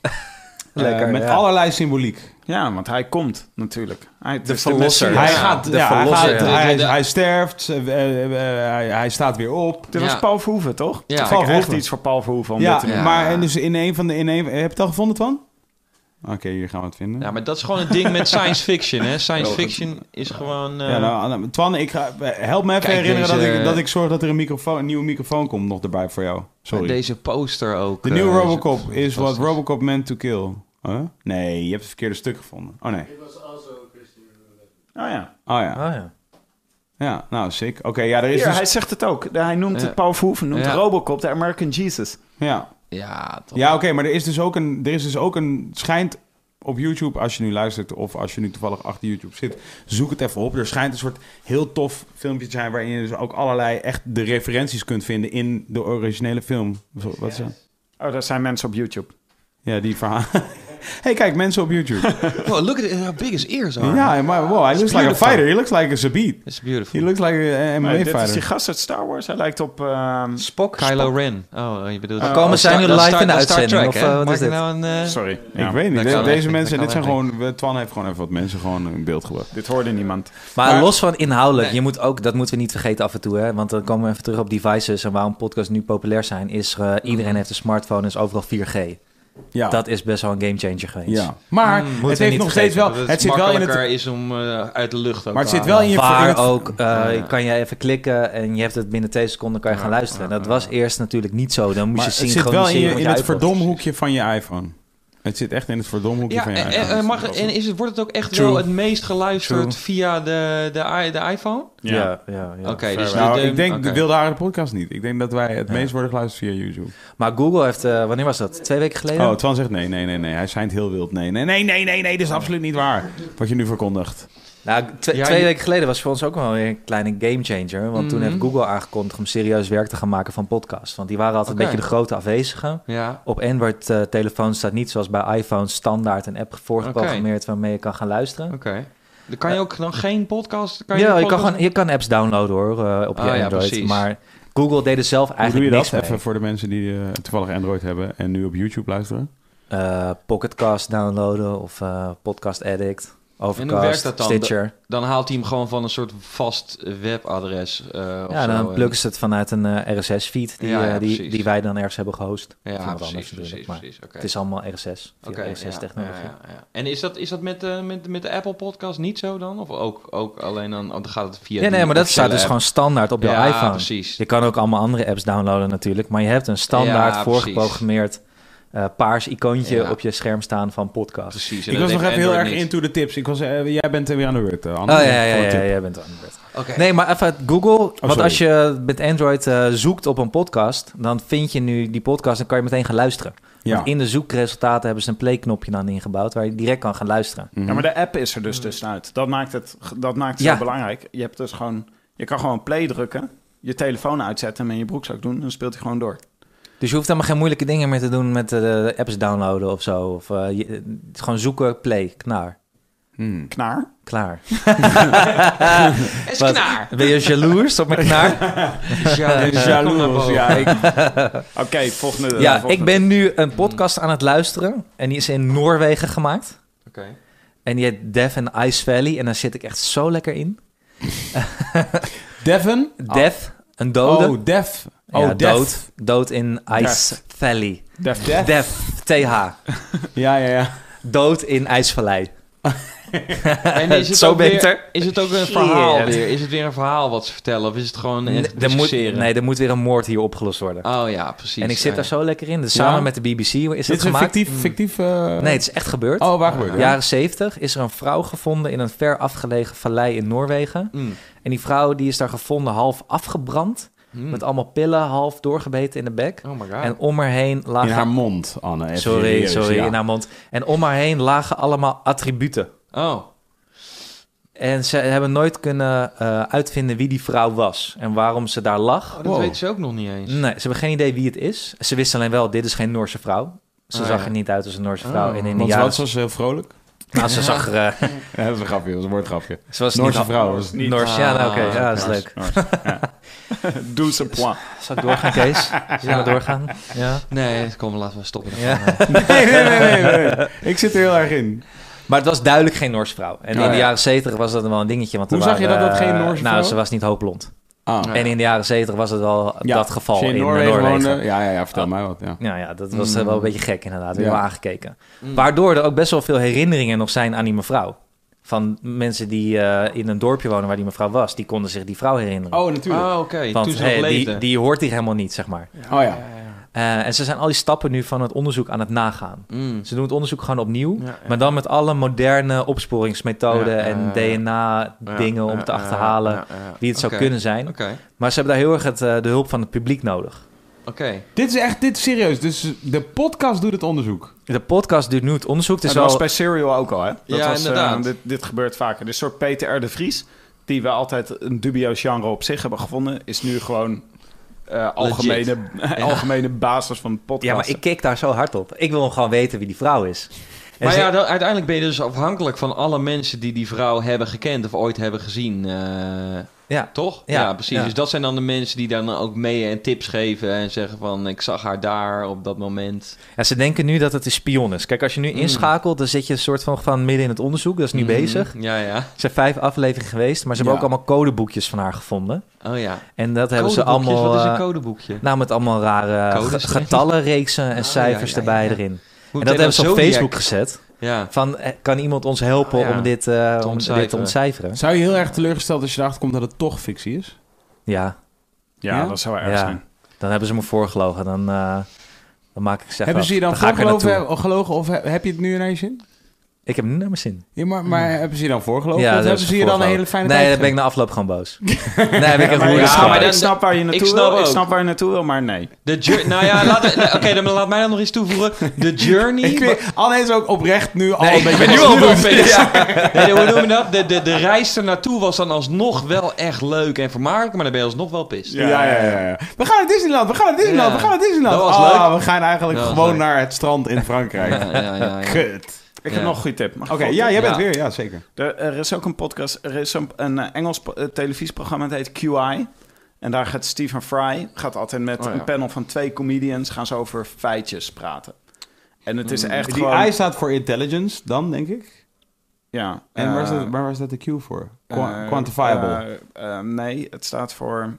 Lekker, uh, met ja. allerlei symboliek. Ja, want hij komt natuurlijk. Hij, De is verlosser. Messias. Hij, gaat, de ja, hij, verlosser, gaat, ja. hij, De- de- hij sterft, uh, uh, uh, hij, hij staat weer op. Dit Ja. was Paul Verhoeven, toch? Ja. Ja, Paul ik echt Verhoeven. iets voor Paul Verhoeven om Ja, dit te doen. Ja. maar en dus in een van de... In een, heb je het al gevonden, Twan? Oké, hier gaan we het vinden. Ja, maar dat is gewoon een ding met science fiction, hè. Science fiction is gewoon... eh, Ja, nou, nou, Twan, ik ga, help me even Kijk, herinneren deze- dat, ik, dat ik zorg dat er een, microfoon, een nieuwe microfoon komt nog erbij voor jou. Sorry. Deze poster ook. De eh, nieuwe is Robocop is what fantastisch. Robocop meant to kill. Huh? Nee, je hebt het verkeerde stuk gevonden. Oh nee. It was also Christian Roulette. Oh ja. Oh ja. Oh ja. Ja, nou, sick. Oké, ja, er is Hier, dus... hij zegt het ook. Hij noemt Ja. het, Paul Verhoeven noemt Ja. Robocop de American Jesus. Ja, Ja, toch. ja oké, maar er is dus ook een... Er is dus ook een... Schijnt op YouTube, als je nu luistert... of als je nu toevallig achter YouTube zit... zoek het even op. Er schijnt een soort heel tof filmpje te zijn... waarin je dus ook allerlei echt de referenties kunt vinden... in de originele film. Zo, wat is dat? Oh, dat zijn mensen op YouTube. Ja, die verhaal. Hey, kijk, mensen op YouTube. Wow, look at it, how big his ears are. Ja, maar wow, hij looks like a beautiful. fighter. He looks like a Zabit. It's beautiful. He looks like a M M A Nee, dit is fighter. die gast uit Star Wars. Hij lijkt op... ehm, Spock. Kylo Ren. Oh, je bedoelt... Uh, Oh, komen zij Star- nu dat is live Star- in de dat is Star uitzending, Trek, of, hè? uh, wat Maak is je dit? nou een... eh, Sorry. Ja. Ik weet niet. Dat De- kan deze echt, mensen, dat dit zijn kan gewoon... we- Twan heeft gewoon even wat mensen gewoon in beeld gebracht. Dit hoorde niemand. Maar, Maar- los van inhoudelijk, Nee. je moet ook, dat moeten we niet vergeten af en toe, hè, want dan komen we even terug op devices en waarom podcasts nu populair zijn, is uh, iedereen heeft een smartphone en is overal vier G. Ja. Dat is best wel een gamechanger geweest. ja. Maar Mm, het we heeft niet nog steeds wel... Dat Het zit wel in makkelijker het... is om uh, uit de lucht ook Maar het te zit wel in je... in Waar het- ook, uh, Ja, ja. kan je even klikken en je hebt het binnen twee seconden kan je Ja, gaan luisteren. ja, Dat ja. was eerst natuurlijk niet zo. Dan moest Maar je het zit synchroniseren wel in, je, met in je het iPod. verdomhoekje van je iPhone. Het zit echt in het verdomhoekje Ja, van je en, iPhone. en, mag, en is het, wordt het ook echt True. wel het meest geluisterd True. via de, de, i- de iPhone? Ja, ja, ja. ja. Oké, dus Nou, de, de- ik denk oké. de Wilde Aarde podcast niet. Ik denk dat wij het Ja. meest worden geluisterd via YouTube. Maar Google heeft, uh, wanneer was dat? Twee weken geleden? Oh, Twan zegt nee, nee, nee, nee. Hij schijnt heel wild. Nee, nee, nee, nee, nee, nee. Dat is absoluut niet waar. Wat je nu verkondigt. Nou, tw- Ja, twee je- weken geleden was voor ons ook wel weer een kleine gamechanger. Want toen Mhm. heeft Google aangekondigd om serieus werk te gaan maken van podcasts. Want die waren altijd Oké. een beetje de grote afwezigen. Ja, Op Android-telefoons staat niet zoals bij iPhone standaard een app voorgeprogrammeerd waarmee je kan gaan luisteren. oké. Dan kan je ook dan geen podcast... Kan je ja, een je kan, podcast- gewoon, je kan apps downloaden hoor, uh, op je Ah, ja, Android. precies. Maar Google deed er zelf Hoe doe je eigenlijk dat? niks mee. Even voor de mensen die uh, toevallig Android hebben en nu op YouTube luisteren. Uh, Pocketcast downloaden of uh, Podcast Addict, Overcast, En hoe werkt dat dan? Stitcher. Dan haalt hij hem gewoon van een soort vast webadres uh, of Ja, zo. dan En- pluggen ze het vanuit een uh, R S S-feed die, Ja, ja, uh, die, precies. die wij dan ergens hebben gehost. Of Ja, iemand precies, anders precies, natuurlijk, maar precies. Oké. Het is allemaal R S S, via Oké, R S ja, S-technologie. ja, ja, ja. En is dat, is dat met, uh, met, met de Apple podcast niet zo dan? Of ook, ook alleen dan, dan gaat het via Nee, nee, die maar dat staat officiële dus app? gewoon standaard op je Ja, iPhone. precies. Je kan ook allemaal andere apps downloaden natuurlijk, maar je hebt een standaard Ja, voorgeprogrammeerd uh, paars icoontje Ja. op je scherm staan van podcast. Precies. En Ik dat was nog heeft even heel Android erg niet. into the tips. Ik was, uh, jij bent er weer aan de beurt. Uh, Oh Anne. ja, ja, ja, Voor een ja, tip. jij bent aan de beurt. Oké. Nee, maar even uit Google. want sorry. als je met Android uh, zoekt op een podcast, dan vind je nu die podcast en kan je meteen gaan luisteren. Ja. Want in de zoekresultaten hebben ze een play-knopje dan ingebouwd waar je direct kan gaan luisteren. Mhm. Ja, maar de app is er dus tussenuit. Dat maakt het, dat maakt het Ja. zo belangrijk. Je hebt dus gewoon... Je kan gewoon play drukken, je telefoon uitzetten en in je broekzak doen. En dan speelt hij gewoon door. Dus je hoeft helemaal geen moeilijke dingen meer te doen met uh, de apps downloaden of zo. Of uh, je, uh, gewoon zoeken, play, knaar. Hmm. Knaar. Klaar. is Wat? knaar. Ben je jaloers op mijn knaar? Ja, Jaloers, ja. Ik, Oké, volgende... Ja, volgende ik ben nu een podcast aan het luisteren. En die is in Noorwegen gemaakt. Oké. En die heet Death and Ice Valley. En daar zit ik echt zo lekker in. Devon? Death, een dode. Oh, Def. Oh, ja, Death. dood. Dood in Ice Death. Valley. Def. Def. Death, T H. Ja, ja, ja. Dood in IJsvallei. En is het, Zo ook weer, beter. is het ook een Shit. verhaal weer? Is het weer een verhaal wat ze vertellen? Of is het gewoon Nee, echt er moet, discussiëren? nee, er moet weer een moord hier opgelost worden. Oh ja, precies. en ik zit Ja, daar ja. zo lekker in. Dus Ja? samen met de B B C is Dit het is een gemaakt. fictief... fictief uh... Nee, het is echt gebeurd. Oh, waar gebeurt In het? de jaren zeventig is er een vrouw gevonden in een ver afgelegen vallei in Noorwegen. Mm. En die vrouw die is daar gevonden half afgebrand. Mm. Met allemaal pillen, half doorgebeten in de bek. Oh my god. En om haar heen lagen... In haar mond, Anne. Even sorry, serieus, sorry, ja. in haar mond. En om haar heen lagen allemaal attributen. Oh. En ze hebben nooit kunnen uh, uitvinden wie die vrouw was en waarom ze daar lag. Oh, dat Wow. weten ze ook nog niet eens. Nee, ze hebben geen idee wie het is. Ze wisten alleen wel, dit is geen Noorse vrouw. Ze Oh, zag ja. er niet uit als een Noorse vrouw. Oh. En in de Want jaren... wat was heel vrolijk? Nou, ze zag er... Uh, Ja, dat is een grapje, dat is een woordgrapje. ze was Noorse niet... vrouw. Was Niet Noors, ja, nou, oké. Ah, ja, dat is Noors, leuk. Noors, ja. Douze point. Zal ik doorgaan, Kees? Zullen we doorgaan? Ja. Nee, kom, laten we stoppen. Ja. nee, nee, nee, nee, nee. Ik zit er heel erg in. Maar het was duidelijk geen Noorse vrouw. En Oh, in de ja. jaren zeventig was dat wel een dingetje. Want Hoe er zag je waren, dat dat geen eh, Noorse Nou, vrouw ze was niet hoogblond. Ah. Ja. En in de jaren zeventig was het wel Ja, dat geval als je in in eh, Noorwegen, Noorwegen. woonde. Ja, ja, ja, vertel Oh. mij wat. Ja. Ja, ja, dat was eh, Mm. wel een beetje gek inderdaad. We Ja. hebben aangekeken. Mm. Waardoor er ook best wel veel herinneringen nog zijn aan die mevrouw. Van mensen die eh, in een dorpje wonen waar die mevrouw was. Die konden zich die vrouw herinneren. Oh, natuurlijk. Oh, oké. Want Toen ze hey, nog leefde. die, die hoort hier helemaal niet, zeg maar. Oh ja. Uh, en ze zijn al die stappen nu van het onderzoek aan het nagaan. Mm. Ze doen het onderzoek gewoon opnieuw. Ja, ja. Maar dan met alle moderne opsporingsmethoden Ja, ja, en ja, D N A-dingen Ja, om ja, te ja, achterhalen ja, ja, ja. wie het zou Oké. kunnen zijn. Oké, Maar ze hebben daar heel erg het, uh, de hulp van het publiek nodig. oké. Dit is echt, dit is serieus. Dus de podcast doet het onderzoek. De podcast doet nu het onderzoek. Het is dat was wel... bij Serial ook al, hè? Dat Ja, was, eh, inderdaad. dit, dit gebeurt vaker. Dit soort Peter R. de Vries, die we altijd een dubieus genre op zich hebben gevonden, is nu gewoon uh, algemene, algemene basis van de podcast. Ja, maar ik keek daar zo hard op. Ik wil gewoon weten wie die vrouw is. En Maar ze- ja, dan, uiteindelijk ben je dus afhankelijk van alle mensen die die vrouw hebben gekend of ooit hebben gezien. eh, ja. Toch? Ja, Ja, precies. ja. Dus dat zijn dan de mensen die dan ook mee en tips geven en zeggen van ik zag haar daar op dat moment. Ja, ze denken nu dat het een spion is. Kijk, als je nu Mm. inschakelt, dan zit je een soort van, van midden in het onderzoek. Dat is nu Mhm. bezig. Ja, ja. Er zijn vijf afleveringen geweest, maar ze hebben Ja. ook allemaal codeboekjes van haar gevonden. Oh ja. En dat hebben ze Codeboekjes, allemaal... wat is een eh, codeboekje? Nou, met allemaal rare Codes ge- erin? getallenreeksen en Oh, cijfers ja, ja, erbij ja. erin. Hoe En dat hebben ze op Zodiac. Facebook gezet. Ja. Van, eh, kan iemand ons helpen Oh, ja. om dit, eh, om dit te ontcijferen. ontcijferen? Zou je heel erg teleurgesteld als je erachter komt dat het toch fictie is? Ja, Ja, Ja? dat zou erg Ja. zijn. dan hebben ze me voorgelogen. Dan, eh, dan maak ik zeg Hebben af. ze je dan ga ik er voorgelogen naartoe. of, gelogen, of he- heb je het nu naar je zin? Ik heb nu naar mijn zin. Ja, maar, maar hebben ze je dan voorgelogen? Ja, of dat hebben is ze je dan een voorgelogen. hele fijne Nee, tijd dan ben ik gegeven? na afloop gewoon boos. nee, heb ik echt Maar hoe ik, je snap, Ja, maar ik dan- snap waar je naartoe ik snap wil. Ik ook. snap waar je naartoe wil, maar nee. De jour- nou ja, laat, nee, oké, dan laat mij dan nog iets toevoegen. De journey. Ik weet, Anne is ook oprecht nu al Nee, een ik beetje... ben nu al boos. Nee, hoe noem je dat? De, de, de reis ernaartoe was dan alsnog wel echt leuk en vermakelijk, maar dan ben je alsnog wel pist. Ja, ja, ja, ja. We gaan naar Disneyland, we gaan naar Disneyland, Ja. we gaan naar Disneyland. Dat was Ah, leuk. we gaan eigenlijk Dat was gewoon leuk. naar het strand in Frankrijk. Ja, ja, ja, ja. Kut. Ik Ja. heb nog een goede tip. Mag ik Oké, een ja, tip? jij bent Ja. weer. Ja, zeker. Er, er is ook een podcast, er is een, een eh, Engels po- eh, televisieprogramma, het heet Q I. En daar gaat Stephen Fry, gaat altijd met Oh, ja. een panel van twee comedians, gaan ze over feitjes praten. En het is echt Die gewoon... I staat voor intelligence, dan denk ik. Ja. En waar, is eh, dat, waar was dat de Q voor? Qua- eh, quantifiable. eh, eh, nee, het staat voor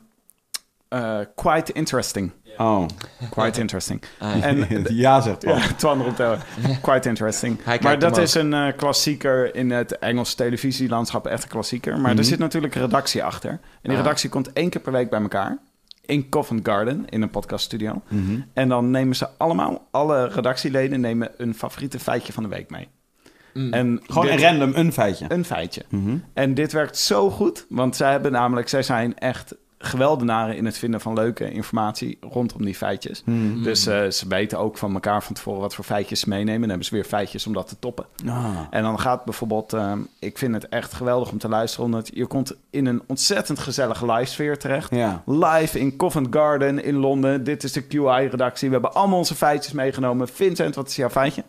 eh, quite interesting. Oh. Quite interesting. Ah, ja. En ja, zegt Paul. ja, Twan erop tellen. Quite interesting. Hij kijkt Maar hem dat ook. is een eh, klassieker in het Engelse televisielandschap, echt een klassieker. Maar Mhm. er zit natuurlijk een redactie achter. En die Ah. redactie komt één keer per week bij elkaar. In Covent Garden, in een podcaststudio. Mhm. En dan nemen ze allemaal, alle redactieleden nemen een favoriete feitje van de week mee. Mm. En Gewoon dit- een random, een feitje. een feitje. Mhm. En dit werkt zo goed, want zij hebben namelijk, zij zijn echt geweldenaren in het vinden van leuke informatie rondom die feitjes. Mhm. Dus eh, ze weten ook van elkaar van tevoren wat voor feitjes ze meenemen. En dan hebben ze weer feitjes om dat te toppen. Ah. En dan gaat bijvoorbeeld, eh, ik vind het echt geweldig om te luisteren, omdat je komt in een ontzettend gezellige live sfeer terecht. Ja. Live in Covent Garden in Londen. Dit is de Q I-redactie. We hebben allemaal onze feitjes meegenomen. Vincent, wat is jouw feitje?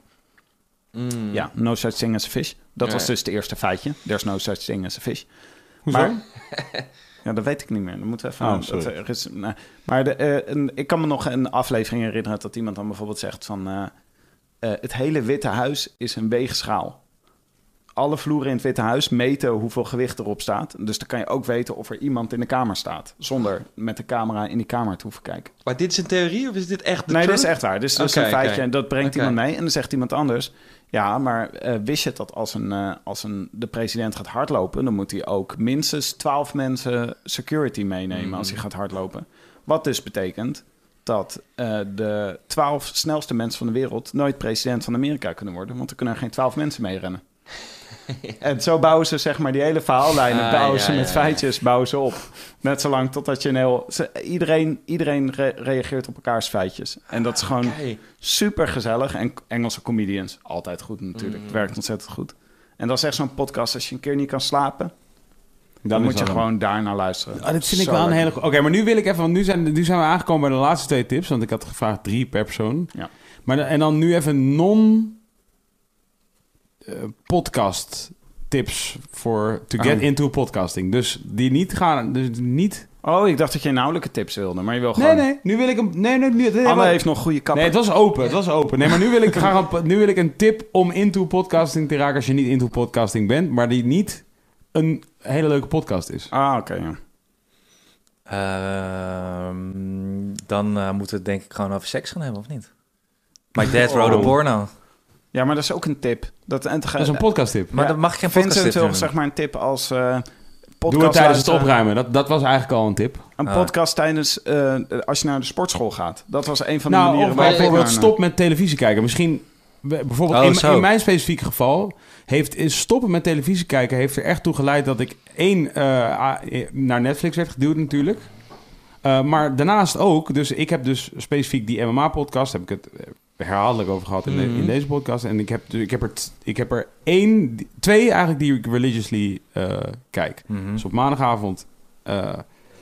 Mm. Ja, no such thing as a fish. Dat Ja. was dus het eerste feitje. There's no such thing as a fish. Hoezo? Maar, ja, dat weet ik niet meer. Dan moeten we even... Oh, dat, sorry. er is, nee. Maar de, eh, een, ik kan me nog een aflevering herinneren dat iemand dan bijvoorbeeld zegt van... eh, eh, het hele Witte Huis is een weegschaal. Alle vloeren in het Witte Huis meten hoeveel gewicht erop staat. Dus dan kan je ook weten of er iemand in de kamer staat. Zonder met de camera in die kamer te hoeven kijken. Maar dit is een theorie of is dit echt de Nee, dit truth? is echt waar. Dit is dus Oké, een feitje oké. en dat brengt Oké. iemand mee. En dan zegt iemand anders... Ja, maar eh, wist je dat als, een, eh, als een, de president gaat hardlopen... dan moet hij ook minstens twaalf mensen security meenemen Mhm. als hij gaat hardlopen. Wat dus betekent dat eh, de twaalf snelste mensen van de wereld... nooit president van Amerika kunnen worden... want er kunnen er geen twaalf mensen mee rennen. En zo bouwen ze zeg maar die hele verhaallijnen... Ah, bouwen ja, ze ja, met ja. feitjes, bouwen ze op. Net zolang totdat je een heel... ze- iedereen iedereen re- reageert op elkaars feitjes. En dat is gewoon... Oké. super gezellig. En Engelse comedians, altijd goed natuurlijk. Mm. Het werkt ontzettend goed. En dat is echt zo'n podcast, als je een keer niet kan slapen... Dan moet is je dat gewoon daar naar luisteren. Ah, dit vind ik Zo wel een lekker. hele... Oké, okay, maar nu wil ik even... Want nu zijn, nu zijn we aangekomen bij de laatste twee tips. Want ik had gevraagd drie per persoon. Ja. Maar de- en dan nu even non... Uh, podcast tips voor to get Oh. into podcasting. Dus die niet gaan... Dus niet... Oh, ik dacht dat je inhoudelijke tips wilde, maar je wil Nee, gewoon... nee. Nu wil ik hem... Nee, nee, nu, nee, Anne maar- heeft nog goede kappen. Nee, het was open. Het was open. Nee, maar nu wil ik graag een, nu wil ik een tip om into podcasting te raken als je niet into podcasting bent, maar die niet een hele leuke podcast is. Ah, oké, ja. Ehm, dan uh, moeten we het denk ik gewoon over seks gaan hebben, of niet? My dad wrote a Oh. porno. Ja, maar dat is ook een tip. Dat, en te Dat is een podcast tip. Maar Ja, dan mag ik geen Vincent podcast wil doen. zeg maar een tip als uh, podcast Doe het tijdens het luisteren. opruimen. Dat, dat was eigenlijk al een tip. Een Ah. podcast tijdens uh, als je naar de sportschool gaat. Dat was een van de Nou, manieren of waarop ik bijvoorbeeld naar- stop met televisie kijken. Misschien, bijvoorbeeld Oh, in, zo. in mijn specifieke geval, heeft is stoppen met televisie kijken heeft er echt toe geleid dat ik één uh, naar Netflix werd geduwd natuurlijk. Uh, maar daarnaast ook, dus ik heb dus specifiek die M M A-podcast, heb ik het herhaaldelijk over gehad in, de, in deze podcast. En ik heb, ik heb, er, ik heb er één, twee eigenlijk die ik religiously uh, kijk. Mm-hmm. Dus op maandagavond uh,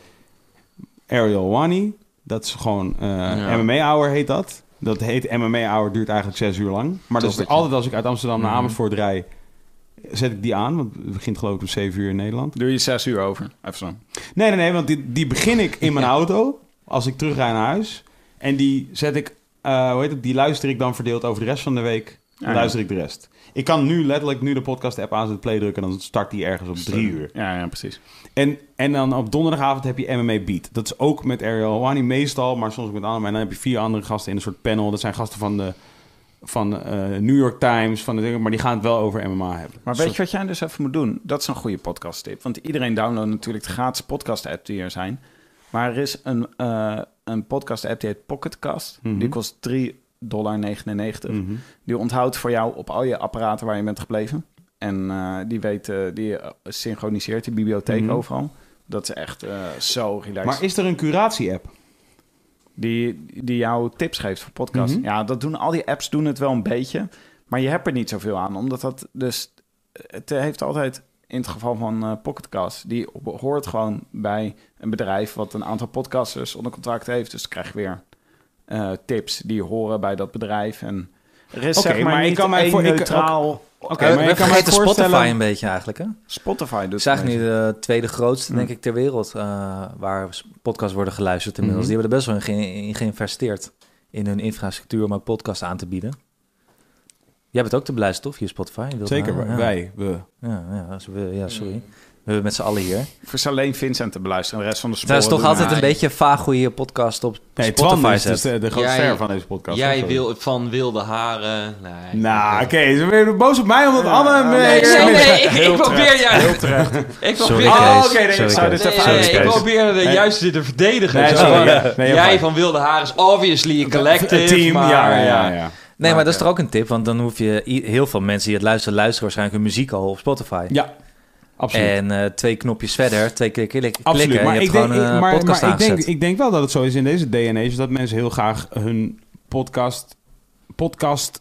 Ariel Wani. Dat is gewoon uh, Ja. M M A-hour heet dat. Dat heet M M A-hour, duurt eigenlijk zes uur lang. Maar dat is Toppetje. altijd als ik uit Amsterdam naar Mhm. Amersfoort rijd, zet ik die aan. Want het begint geloof ik om zeven uur in Nederland. Doe je zes uur over. Even zo. Nee, nee, nee, want die, die begin ik in mijn auto als ik terugrijd naar huis. En die zet ik, uh, hoe heet het, die luister ik dan verdeeld over de rest van de week. Dan Ja, luister ik de rest. Ik kan nu letterlijk nu de podcast-app aanzetten, play drukken en dan start die ergens op drie uur. Ja, ja, precies. En, en dan op donderdagavond heb je M M A Beat. Dat is ook met Ariel Wani meestal, maar soms ook met anderen. En dan heb je vier andere gasten in een soort panel. Dat zijn gasten van de van uh, New York Times, van de dingen, maar die gaan het wel over M M A hebben. Maar Zo- weet je wat jij dus even moet doen? Dat is een goede podcast tip. Want iedereen downloadt natuurlijk de gratis podcast app die er zijn. Maar er is een, uh, een podcast app die heet Pocketcast. Mhm. Die kost drie dollar negenennegentig. Mhm. Die onthoudt voor jou op al je apparaten waar je bent gebleven. En uh, die weet, uh, die uh, synchroniseert die bibliotheek Mhm. overal. Dat is echt uh, zo relaxed. Maar is er een curatie-app? Die, die jou tips geeft voor podcast. Mhm. Ja, dat doen al die apps doen het wel een beetje. Maar je hebt er niet zoveel aan. Omdat dat dus... Het heeft altijd, in het geval van uh, Pocketcast... die hoort gewoon bij een bedrijf... wat een aantal podcasters onder contract heeft. Dus dan krijg je weer uh, tips die horen bij dat bedrijf. En er is Oké, zeg maar, maar ik niet kan mij één voor- ik- neutraal... Oké, Okay, maar we ik kan me vergeten voorstellen... Spotify een beetje eigenlijk, hè? Spotify doet Het is eigenlijk nu het. de tweede grootste, Mm. denk ik, ter wereld... Uh, waar podcasts worden geluisterd inmiddels. Mhm. Die hebben er best wel in, ge- in geïnvesteerd... in hun infrastructuur om ook podcasts aan te bieden. Jij bent ook te beluisteren, toch? Via Spotify? Je wilt- Zeker, ja. wij, we. Ja, ja, als we- ja, sorry. We hebben met z'n allen hier. Voor alleen Vincent te beluisteren. En de rest van de Het is sporen toch doen altijd wij. een beetje vaag hoe je je podcast op Nee, Twan Spotify is dus zet. de, de grootste Jij- ster van deze podcast. Jij Sorry. wil van wilde haren. Nee. Nou, oké, ze zijn weer boos op mij omdat Anne... nee, Nee, Ja, nee, nee, nee, ik, heel ik probeer terecht, juist. heel terecht. Ik Sorry, probeer, Oh, Kees. oké, nee, Sorry, zou Kees. dit nee, even nee, uitleggen. ik probeer de Nee. juist te verdedigen. Nee, Zo sorry, van, ja. eh, Nee, jij ja, van wilde haren is obviously a collective. Een team, maar, ja, ja, ja. Nee, maar dat is toch ook een tip, want dan hoef je... i- heel veel mensen die het luisteren, luisteren waarschijnlijk hun muziek al op Spotify. Ja, absoluut. En uh, twee knopjes verder, twee keer klik, klikken Absoluut, en maar, je ik hebt denk, gewoon een ik- maar, podcast maar ik, denk, aangezet. ik denk wel dat het zo is in deze day and age... dat mensen heel graag hun podcast... podcast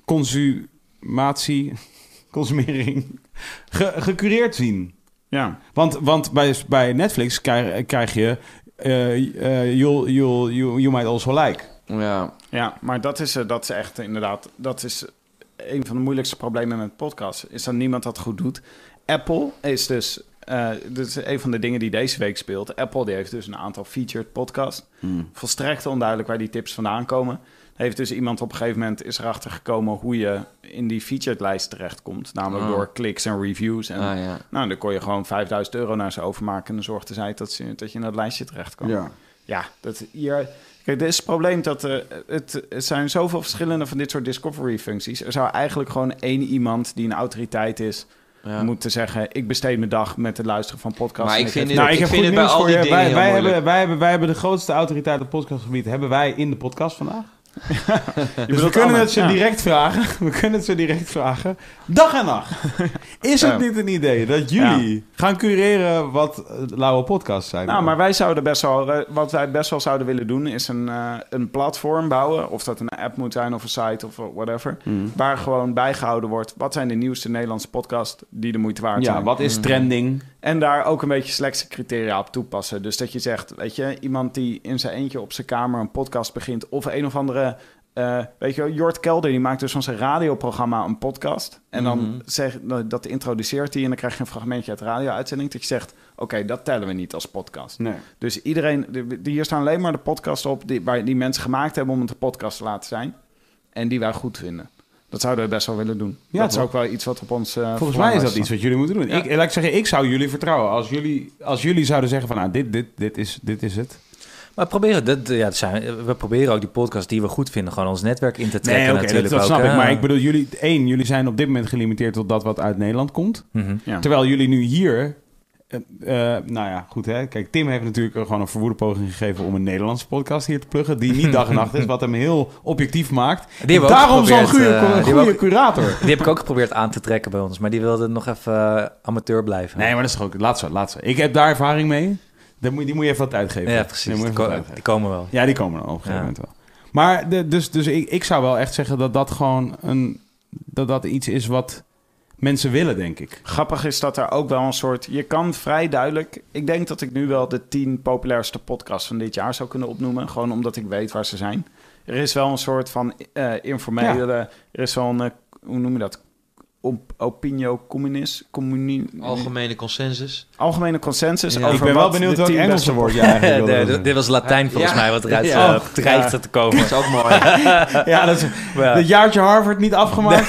consumatie... consumering... Ge, gecureerd zien. Ja. Want, want bij, bij Netflix krijg, krijg je... Uh, uh, you'll, you'll, you, you might also like. Ja. Ja, maar dat is, uh, dat is echt inderdaad... Dat is een van de moeilijkste problemen met podcasts. Is dat niemand dat goed doet. Apple is dus... Uh, dat is een van de dingen die deze week speelt. Apple die heeft dus een aantal featured podcasts. Hmm. Volstrekt onduidelijk waar die tips vandaan komen. Heeft dus iemand op een gegeven moment is erachter gekomen... hoe je in die featured lijst terechtkomt. Namelijk Oh. door kliks en reviews. En Ah, ja. nou, dan kon je gewoon vijfduizend euro naar ze overmaken... en dan zorgde zij dat, ze, dat je in dat lijstje terecht kwam. Ja. Ja, dat hier... Kijk, dit is het probleem dat uh, het, er zijn zoveel verschillende van dit soort discovery-functies. Er zou eigenlijk gewoon één iemand die een autoriteit is... Ja. moeten zeggen, ik besteed mijn dag met het luisteren van podcasts. Maar En ik vind heb- dit- Nou, ik, ik heb vind goed het bij nieuws al voor die je. dingen Wij, heel wij, moeilijk. hebben, wij, hebben, wij hebben de grootste autoriteit op podcastgebied. Hebben wij in de podcast vandaag. Dus we kunnen het ze direct vragen. We kunnen het ze direct vragen. Dag en nacht. Is het Ja. niet een idee dat jullie gaan cureren wat Lauwe podcasts zijn? Nou, maar wij zouden best wel... Wat wij best wel zouden willen doen... is een, uh, een platform bouwen. Of dat een app moet zijn of een site of whatever. Mm. Waar gewoon bijgehouden wordt... wat zijn de nieuwste Nederlandse podcasts die de moeite waard Ja, zijn. wat is trending? En daar ook een beetje selectiecriteria op toepassen. Dus dat je zegt, weet je... iemand die in zijn eentje op zijn kamer een podcast begint... of een of andere... Uh, weet je wel, Jort Kelder, die maakt dus van zijn radioprogramma een podcast. En dan Mhm. zeg, dat introduceert hij en dan krijg je een fragmentje uit de radio-uitzending... dat je zegt, oké, okay, dat tellen we niet als podcast. Nee. Dus iedereen, die, die hier staan alleen maar de podcasts op... Die, waar die mensen gemaakt hebben om het een podcast te laten zijn... en die wij goed vinden. Dat zouden we best wel willen doen. Ja, dat is toch? ook wel iets wat op ons... Uh, Volgens mij is dat iets wat jullie moeten doen. Ja. Ik, laat ik zeggen, ik zou jullie vertrouwen. Als jullie, als jullie zouden zeggen van, nou, dit, dit, dit, is, dit is het... Maar we proberen, dat, ja, dat zijn, we proberen ook die podcast die we goed vinden... gewoon ons netwerk in te trekken Nee, oké, natuurlijk dat, dat ook, snap hè? ik. Maar ik bedoel, jullie, één, jullie zijn op dit moment gelimiteerd tot dat wat uit Nederland komt. Mm-hmm. Ja. Terwijl jullie nu hier... Uh, uh, nou ja, goed hè. Kijk, Tim heeft natuurlijk gewoon een verwoede poging gegeven... om een Nederlandse podcast hier te pluggen... die niet dag en nacht is, wat hem heel objectief maakt. Die hebben we ook daarom zo'n geprobeerd, goede, uh, die goede hebben we ook- curator. Die heb ik ook geprobeerd aan te trekken bij ons... maar die wilde nog even uh, amateur blijven. Nee, maar dat is toch ook... Laat ze, laat ze. Ik heb daar ervaring mee. Die moet, die moet je even wat uitgeven. Ja, precies. Die moet je Die, even ko- wat uitgeven. die komen wel. Ja, die komen dan op een gegeven Ja. moment wel. Maar de, dus, dus ik, ik zou wel echt zeggen dat dat gewoon een... dat dat iets is wat mensen willen, denk ik. Grappig is dat er ook wel een soort... Je kan vrij duidelijk... Ik denk dat ik nu wel de tien populairste podcasts van dit jaar zou kunnen opnoemen. Gewoon omdat ik weet waar ze zijn. Er is wel een soort van uh, informele... Er is wel een... Uh, hoe noem je dat? Op, opinio communis... Communi, Algemene consensus. algemene consensus Ja. over Ik ben wel wat benieuwd de welk tien Engelse beste woord je eigenlijk wilde De- de- zeggen. dit was Latijn volgens Ja. mij, wat eruit Ja. uh, dreigde te komen. Dat is ook mooi. Ja, dat is Ja. het jaartje Harvard niet afgemaakt.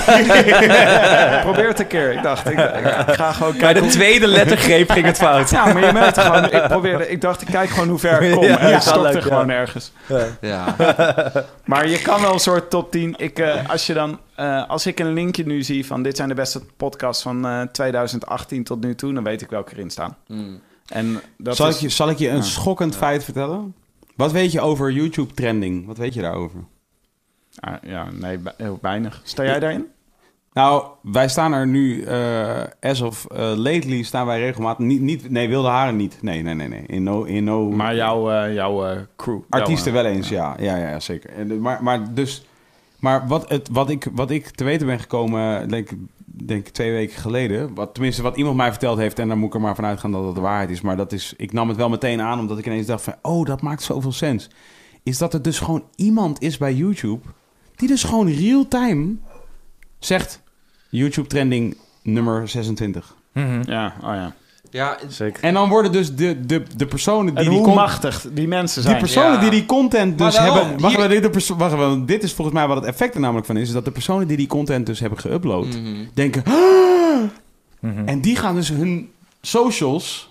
Probeer het een keer. Ik dacht, ik, ik, ik ga gewoon Bij kijken... de tweede lettergreep ging het fout. Ja, maar je merkt gewoon... Ik, probeerde, ik dacht, ik kijk gewoon hoe ver ik kom. Ja, en ja, ik stopte leuk, ja. gewoon ergens. Ja. Maar je kan wel een soort top tien... Ik, uh, als, je dan, uh, als ik een linkje nu zie van... dit zijn de beste podcasts van uh, twintig achttien tot nu toe... dan weet ik welke erin staan. Mm. En dat zal, is, ik je, zal ik je een Ja. schokkend feit vertellen? Wat weet je over YouTube trending? Wat weet je daarover? Ah, ja, nee, be- heel weinig. Sta jij daarin? Nou, wij staan er nu, uh, as of uh, lately, staan wij regelmatig... Niet, niet, nee, wilde haren niet. Nee, nee, nee. nee. In no, in no, Maar jouw, uh, jouw uh, crew. artiesten jouw, uh, wel eens, ja. Ja, ja, ja zeker. En, de- maar, maar, dus, maar wat, het, wat, ik, wat ik te weten ben gekomen, denk, denk ik twee weken geleden... Wat, tenminste, wat iemand mij verteld heeft... en daar moet ik er maar van uitgaan dat dat de waarheid is... maar dat is, ik nam het wel meteen aan... omdat ik ineens dacht van... oh, dat maakt zoveel sens. Is dat er dus gewoon iemand is bij YouTube... die dus gewoon real-time zegt... YouTube trending nummer zesentwintig. Mhm. Ja, oh ja. Ja, Zeker. En dan worden dus de, de, de personen die En die hoe con- machtig die mensen zijn. die personen Ja. die die content Maar dus daarom, hebben... Wacht hier- even, dit, de perso- wacht even, dit is volgens mij wat het effect er namelijk van is... is dat de personen die die content dus hebben geüpload... Mhm. denken... "Ah!" Mhm. En die gaan dus hun socials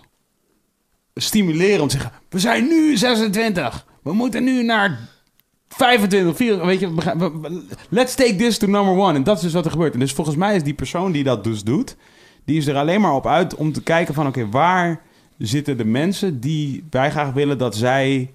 stimuleren om te zeggen... we zijn nu zesentwintig. We moeten nu naar vijfentwintig, vierentwintig. Weet je, we gaan- we- we- let's take this to number one. En dat is dus wat er gebeurt. En dus volgens mij is die persoon die dat dus doet... die is er alleen maar op uit om te kijken van... oké, waar zitten de mensen die wij graag willen dat zij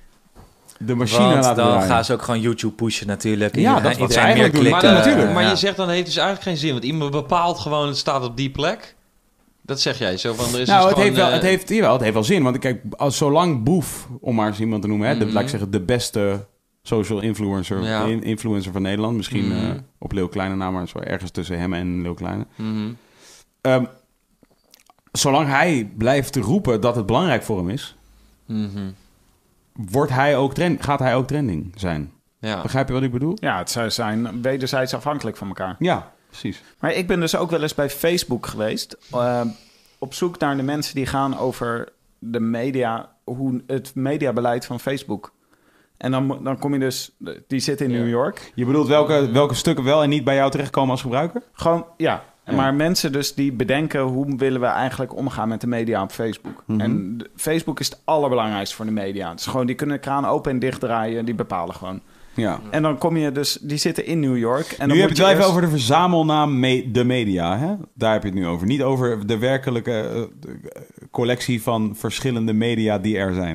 de machine Want laten dan draaien? gaan ze ook gewoon YouTube pushen natuurlijk. Ja, En dat is wat ze iedereen eigenlijk meer doen. maar, klikken. natuurlijk, maar Ja. je zegt dan heeft dus eigenlijk geen zin. Want iemand bepaalt gewoon, het staat op die plek. Dat zeg jij. Zo van, er is Nou, dus het heeft, gewoon, wel, eh, het, heeft, jawel, het heeft wel zin. Want kijk, als zolang Boef, om maar eens iemand te noemen... Hè, de, Mhm. laat ik zeggen, de beste social influencer, Ja. in- influencer van Nederland... misschien Mhm. eh, op Leeuw Kleine naam, maar zo ergens tussen hem en Leeuw Kleine... mhm. Ehm, zolang hij blijft roepen dat het belangrijk voor hem is... Mhm. Wordt hij ook trend, gaat hij ook trending zijn. Ja. Begrijp je wat ik bedoel? Ja, het zou zijn wederzijds afhankelijk van elkaar. Ja, precies. Maar ik ben dus ook wel eens bij Facebook geweest. Uh, op zoek naar de mensen die gaan over de media... hoe het mediabeleid van Facebook. En dan, mo- dan kom je dus... Die zit in Ja. New York. Je bedoelt welke, welke stukken wel en niet bij jou terechtkomen als gebruiker? Gewoon, ja. Ja. Maar mensen dus die bedenken... hoe willen we eigenlijk omgaan met de media op Facebook. Mhm. En de- Facebook is het allerbelangrijkste voor de media. Het is gewoon, die kunnen de kraan open en dicht draaien. Die bepalen gewoon. Ja. En dan kom je dus... Die zitten in New York. En dan Nu moet heb je het wel even eerst- over de verzamelnaam me- de media. Hè? Daar heb je het nu over. Niet over de werkelijke eh, de, eh, collectie van verschillende media die er zijn.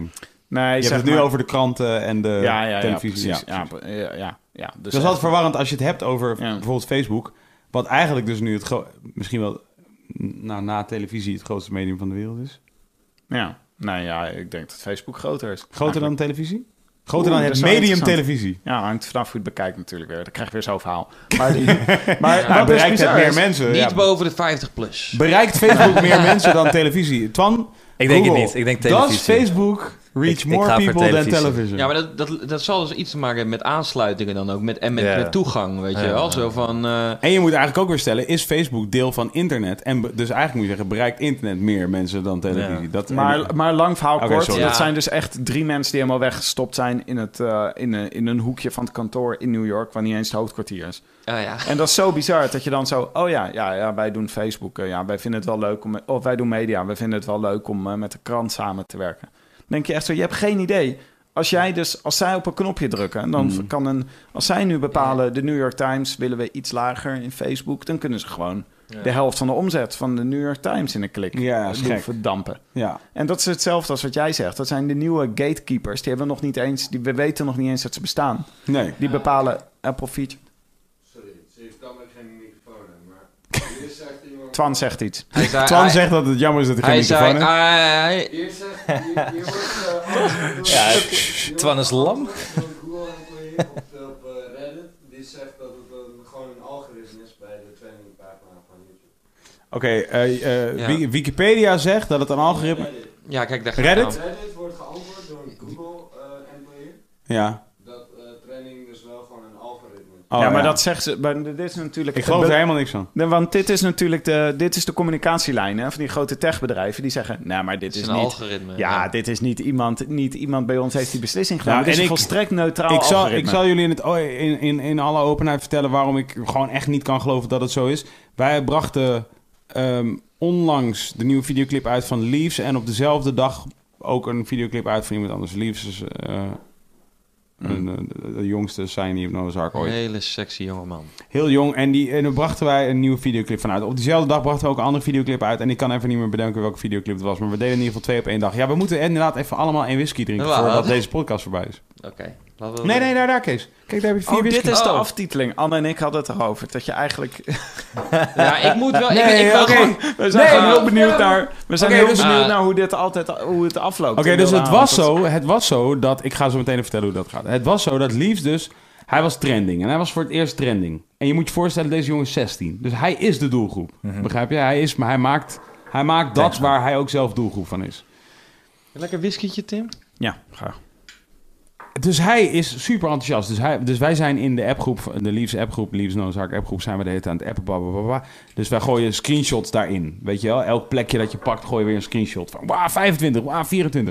Nee, Je zeg hebt het nu maar- over de kranten en de ja, ja, televisie. Ja, Ja, precies. Ja, ja, ja, ja. Dus dat is altijd echt- verwarrend als je het hebt over Ja. bijvoorbeeld Facebook. Wat eigenlijk dus nu het gro- misschien wel nou, na televisie het grootste medium van de wereld is. Ja, nou ja, ik denk dat Facebook groter is. Groter dan Eigenlijk. televisie? Groter Oeh, dan dat het is wel medium interessant. televisie. Ja, hangt vanaf hoe je het bekijkt natuurlijk weer. Dan krijg je weer zo'n verhaal. Maar, die, maar Ja, wat dus bereikt het bizar meer is- mensen? Niet Ja. boven de vijftig plus. Bereikt Facebook meer mensen dan televisie? Twan, Ik denk Google. het niet. Ik denk televisie. Does Facebook reach Ik- ik more ga voor people than televisie. television? Ja, maar dat, dat, dat zal dus iets te maken hebben met aansluitingen dan ook. Met, en met, Ja. met toegang, weet je Ja. wel. Zo van... eh, En je moet eigenlijk ook weer stellen, is Facebook deel van internet? En be- dus eigenlijk moet je zeggen, bereikt internet meer mensen dan televisie? Ja. Dat, Maar, maar lang verhaal Oké, kort, sorry. dat Ja. zijn dus echt drie mensen die helemaal weggestopt zijn in, het, eh, in, een, in een hoekje van het kantoor in New York, waar niet eens het hoofdkwartier is. ah, ja. En dat is zo bizar dat je dan zo, oh ja, ja, ja wij doen Facebook, eh, ja, wij vinden het wel leuk om, of wij doen media, wij vinden het wel leuk om eh, met de krant samen te werken. Dan denk je echt zo, je hebt geen idee. Als jij dus, als zij op een knopje drukken, dan Hmm. kan een, als zij nu bepalen, de New York Times willen we iets lager in Facebook, dan kunnen ze gewoon Ja. de helft van de omzet van de New York Times in een klik Ja, is doen gek. verdampen. Ja. En dat is hetzelfde als wat jij zegt. Dat zijn de nieuwe gatekeepers. Die hebben we nog niet eens, die, we weten nog niet eens dat ze bestaan. Nee. Die bepalen Apple feature. Sorry, ze heeft dan ook geen microfoon, hè, maar hier zegt iemand... Twan zegt iets. Hij zei, Twan hij, zegt dat het jammer is dat hij hij geen zei, microfoon heeft. ah, hij- Hier zegt, hier, hier wordt... Uh, antwoord- Ja, hier Twan wordt is lam. antwoord door een Google employee op, op uh, Reddit. Die zegt dat het een, gewoon een algoritme is bij de trainingpagina van YouTube. Oké, eh, eh, Ja. Wiki- Wikipedia zegt dat het een algoritme... Reddit. ja, kijk, daar gaat Reddit? het aan. Reddit wordt geantwoord door een Google uh, employee. Ja. Dat uh, training dus wel gewoon een algoritme is. Oh, ja, maar dat zeggen ze. Maar dit is natuurlijk. Ik geloof er helemaal niks van. Nee, want dit is natuurlijk de, dit is de communicatielijn hè, van die grote techbedrijven. Die zeggen, nou, maar dit Het is is een niet... algoritme. Ja, dit is niet iemand, niet iemand bij ons heeft die beslissing gedaan. Nou, dit is en een ik- volstrekt neutraal Ik zal, algoritme. ik zal jullie in, het, oh, in, in, in alle openheid vertellen waarom ik gewoon echt niet kan geloven dat het zo is. Wij brachten ehm, onlangs de nieuwe videoclip uit van Leaves en op dezelfde dag ook een videoclip uit van iemand anders. Leaves is eh, een, eh, de, de jongste Shiny of Noah's Ark Een ooit. hele sexy jongeman. Heel jong. En, die, en daar brachten wij een nieuwe videoclip van uit. Op diezelfde dag brachten we ook een andere videoclip uit. En ik kan even niet meer bedenken welke videoclip het was. Maar we deden in ieder geval twee op één dag. Ja, we moeten inderdaad even allemaal één whisky drinken Wat? voordat deze podcast voorbij is. Oké. laten we- Nee, nee, daar, daar, Kees. Kijk, daar heb je vier Oh, whisky. dit is de Oh. aftiteling. Anne en ik hadden het erover. Dat je eigenlijk... Ja, ik moet wel... ik, Nee, ik wil oké. gewoon... We zijn Nee, gewoon heel maar- benieuwd naar... We zijn Oké, heel dus- benieuwd Ah. naar hoe dit altijd... Hoe het afloopt. Oké, in dus de het avond. was, zo, het was zo dat... Ik ga zo meteen even vertellen hoe dat gaat. Het was zo dat Leaves dus... Hij was trending. En hij was voor het eerst trending. En je moet je voorstellen, deze jongen is zestien. Dus hij is de doelgroep. Begrijp je? Hij is... Maar hij maakt, hij maakt dat Thanks, man. waar hij ook zelf doelgroep van is. Lekker whiskietje, Tim? Ja, graag. Dus hij is super enthousiast. Dus, hij, dus wij zijn in de appgroep, de Leaves appgroep, Leaves Noah's Ark appgroep, zijn we de hele tijd aan het appen. Blablabla. Dus wij gooien screenshots daarin. Weet je wel? Elk plekje dat je pakt, gooi je weer een screenshot van. Wauw, vijfentwintig, wauw, vierentwintig.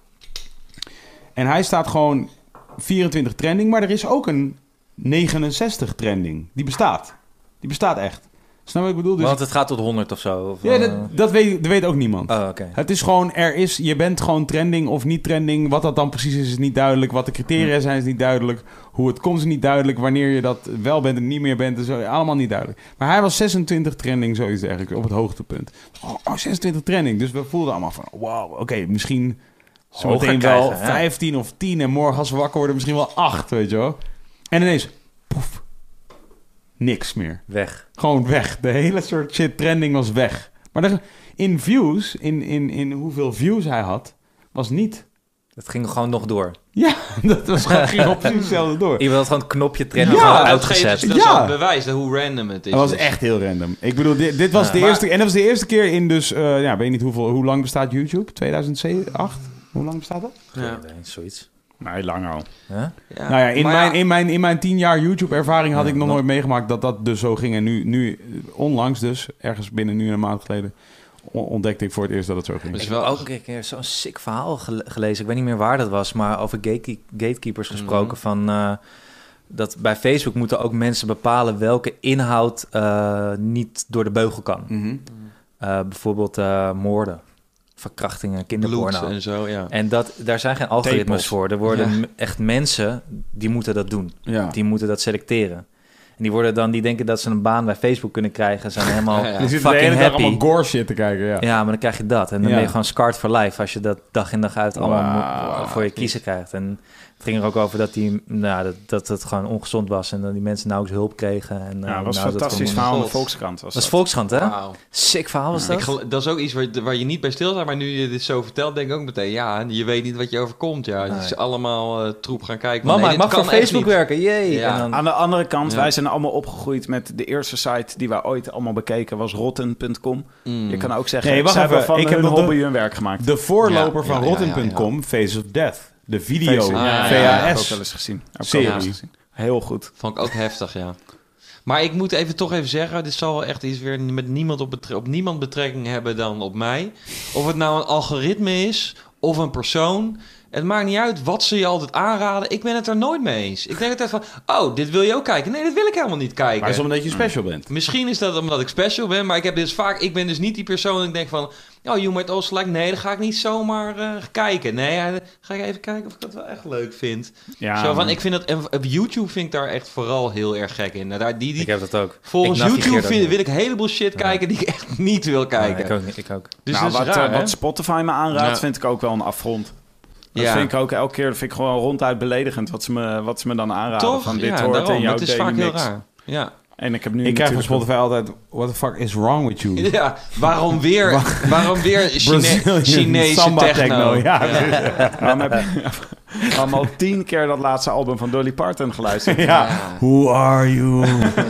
En hij staat gewoon vierentwintig trending, maar er is ook een negenenzestig trending. Die bestaat. Die bestaat echt. Snap je wat ik bedoel? Dus Want het gaat tot honderd of zo. Of, ja, eh, dat, dat, weet, dat weet ook niemand. Oh, oké. Het is gewoon, er is, je bent gewoon trending of niet trending. Wat dat dan precies is, is niet duidelijk. Wat de criteria zijn, is niet duidelijk. Hoe het komt, is niet duidelijk. Wanneer je dat wel bent en niet meer bent, is allemaal niet duidelijk. Maar hij was zesentwintig trending, zoiets dergelijks, op het hoogtepunt. Oh, oh, zesentwintig trending. Dus we voelden allemaal van, wow, oké, okay, misschien Hoger zometeen wel krijgen, ja. vijftien of tien. En morgen als we wakker worden, misschien wel acht, weet je wel. En ineens, poef, niks meer. Weg. Gewoon weg. De hele soort shit trending was weg. Maar er, in views, in, in, in hoeveel views hij had, was niet... Het ging gewoon nog door. Ja, dat was gewoon, ging op precies hetzelfde door. Iemand had gewoon het knopje trending Ja, gewoon dat geeft uitgezet. dus dat is Ja. wel bewijs dat hoe random het is. Het was Dus- echt heel random. Ik bedoel, dit, dit was Ja. de Maar- eerste... En dat was de eerste keer in dus... eh ja, weet je niet hoeveel... Hoe lang bestaat YouTube? tweeduizend acht? Hoe lang bestaat dat? Ja. Nee, zoiets. Nee, lang al. Huh? Ja. Nou ja, in Maar mijn, ja, in mijn, in mijn tien jaar YouTube-ervaring had Ja, ik nog nog- nooit meegemaakt dat dat dus zo ging. En nu, nu eh, onlangs dus, ergens binnen nu en een maand geleden, on- ontdekte ik voor het eerst dat het zo ging. Dus Ik wel- heb ook een keer zo'n sick verhaal gele- gelezen. Ik weet niet meer waar dat was, maar over gate- gatekeepers gesproken. Mhm. Van, eh, dat bij Facebook moeten ook mensen bepalen welke inhoud eh, niet door de beugel kan. Mhm. Eh, bijvoorbeeld eh, moorden, verkrachtingen, bloed kinderporno. en zo, ja. En dat, daar zijn geen algoritmes Tepels. voor. Er worden Ja. m- echt mensen die moeten dat doen. Ja. Die moeten dat selecteren. En die worden dan, die denken dat ze een baan bij Facebook kunnen krijgen. Zijn helemaal Ja, ja. Je zit de hele fucking dag happy. allemaal gore shit te kijken, ja. Ja, maar dan krijg je dat. En dan Ja. ben je gewoon scarred for life als je dat dag in dag uit allemaal Wauw. mo- voor je kiezen krijgt. En het ging er ook over dat, die, nou, dat, dat het gewoon ongezond was en dat die mensen nauwelijks hulp kregen. En, Ja, uh, dat was een nou, fantastisch dat verhaal in de God. Volkskrant. Was Dat is dat. Volkskrant, hè? Wauw. Sick verhaal was Ik dat. gel- dat is ook iets waar, waar je niet bij stilstaat, maar nu je dit zo vertelt, denk ik ook meteen, ja, je weet niet wat je overkomt. Ja, het is Nee. allemaal uh, troep gaan kijken. Mama, Nee, ik dit mag voor kan echt Facebook niet. werken, jee. Ja. En dan, Aan de andere kant, Ja. wij zijn allemaal opgegroeid met de eerste site die wij ooit allemaal bekeken, was rotten punt com. Mm. Je kan ook zeggen, Nee, wacht ze hebben even. van Ik hun heb nog de- hobby hun werk gemaakt. De voorloper Ja, van ja, ja, rotten punt com, ja, Face of Death. De video, Face- Ah, ja, V ja, ja. Heb ik H ook wel S. eens gezien. Heb ik Serie. ook wel eens gezien. Heel goed. Vond ik ook heftig, ja. Maar ik moet even toch even zeggen, dit zal wel echt iets weer met niemand op, betre- op niemand betrekking hebben dan op mij. Of het nou een algoritme is of een persoon. Het maakt niet uit wat ze je altijd aanraden. Ik ben het er nooit mee eens. Ik denk altijd van, oh, dit wil je ook kijken. Nee, dit wil ik helemaal niet kijken. Maar dat is omdat je special bent. Misschien is dat omdat ik special ben, maar ik heb dus vaak, ik ben dus niet die persoon dat ik denk van, oh, you might also like, nee, dan ga ik niet zomaar uh, kijken. Nee, uh, ga ik even kijken of ik dat wel echt leuk vind. Ja, Zo van, man. ik vind dat, en op YouTube vind ik daar echt vooral heel erg gek in. Nou, daar, die, die, ik heb dat ook. volgens Ik navigeer YouTube dat vind, niet. wil ik een heleboel shit kijken die ik echt niet wil Ja, kijken. ik ook niet, ik ook. Dus nou, dat wat, is raar, eh, hè? wat Spotify me aanraadt, Ja. vind ik ook wel een afgrond. Dat Ja. vind ik ook elke keer, dat vind ik gewoon ronduit beledigend wat ze me, wat ze me dan aanraden. Toch? Van dit Ja, hoort daarom. in jouw Het is daily vaak heel mix. raar. Ja. En ik heb nu Ik krijg van natuurlijk- Spotify altijd, what the fuck is wrong with you? Ja, waarom weer, waarom weer Chine Brazilian Chinese samba techno? techno, ja. Waarom heb je allemaal tien keer dat laatste album van Dolly Parton geluisterd? Ja. Who are you?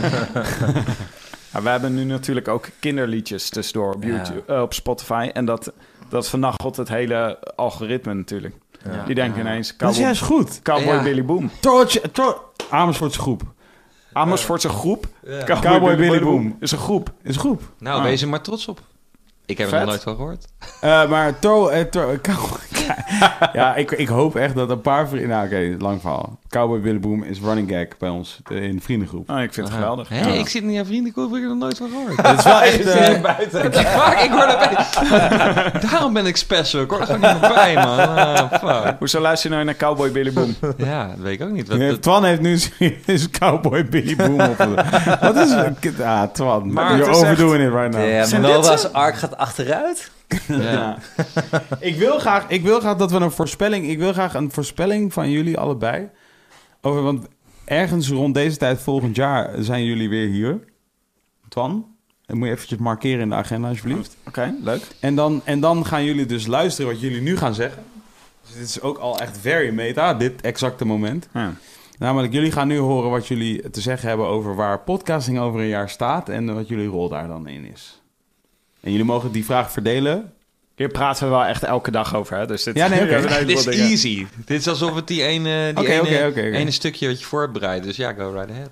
Ja, we hebben nu natuurlijk ook kinderliedjes tussendoor op, Ja. YouTube, eh, op Spotify. En dat, dat vernachelt het hele algoritme natuurlijk. Ja. Die denken Ja. ineens, Dat is Cowboy, juist goed. Cowboy Ja. Billy Boom. Trolletje, tro Amersfoortse groep. Amersfoortse groep. Ja. Cowboy Billy Boom. is een groep. Is een groep. Nou, Ah. wees er maar trots op. Ik heb er Vet. nog nooit van gehoord. Uh, maar tro, uh, tro, cow- ja, ik, ik hoop echt dat een paar vrienden... Nou, oké, lang verhaal. Cowboy Billy Boom is running gag bij ons uh, in de vriendengroep. Oh, ik vind het geweldig. Hé, Ja. ik zit niet aan vriendengroep, ik heb er nog nooit van gehoord. Het is wel echt... uh, What the fuck? Ik hoor erbij. Daarom ben ik special. Ik hoor er gewoon niet meer bij, man. Ah, fuck. Hoezo luister je nou naar Cowboy Billy Boom? Ja, dat weet ik ook niet. Wat, Nee, dat- Twan heeft nu is Cowboy Billy Boom op. Wat is het? Ah, Twan. Maar You're het is overdoing it right now. Ja, Zijn dit Noah's zo? arc gaat achteruit. ja. ik, wil graag, ik wil graag dat we een voorspelling... Ik wil graag een voorspelling van jullie allebei. Over, want ergens rond deze tijd volgend jaar zijn jullie weer hier. Twan, dat moet je eventjes markeren in de agenda alsjeblieft. Oké, leuk. En dan, en dan gaan jullie dus luisteren wat jullie nu gaan zeggen. Dus dit is ook al echt very meta, dit exacte moment. Ja. Namelijk, jullie gaan nu horen wat jullie te zeggen hebben over waar podcasting over een jaar staat en wat jullie rol daar dan in is. En jullie mogen die vraag verdelen. Hier praten we wel echt elke dag over, hè? Dus dit, Ja, nee, oké. we hebben een Dit heleboel is dingen. easy. Dit is alsof het die ene, die Oké, ene, oké, oké, oké. ene stukje wat je voorbereidt. Dus ja, go right ahead.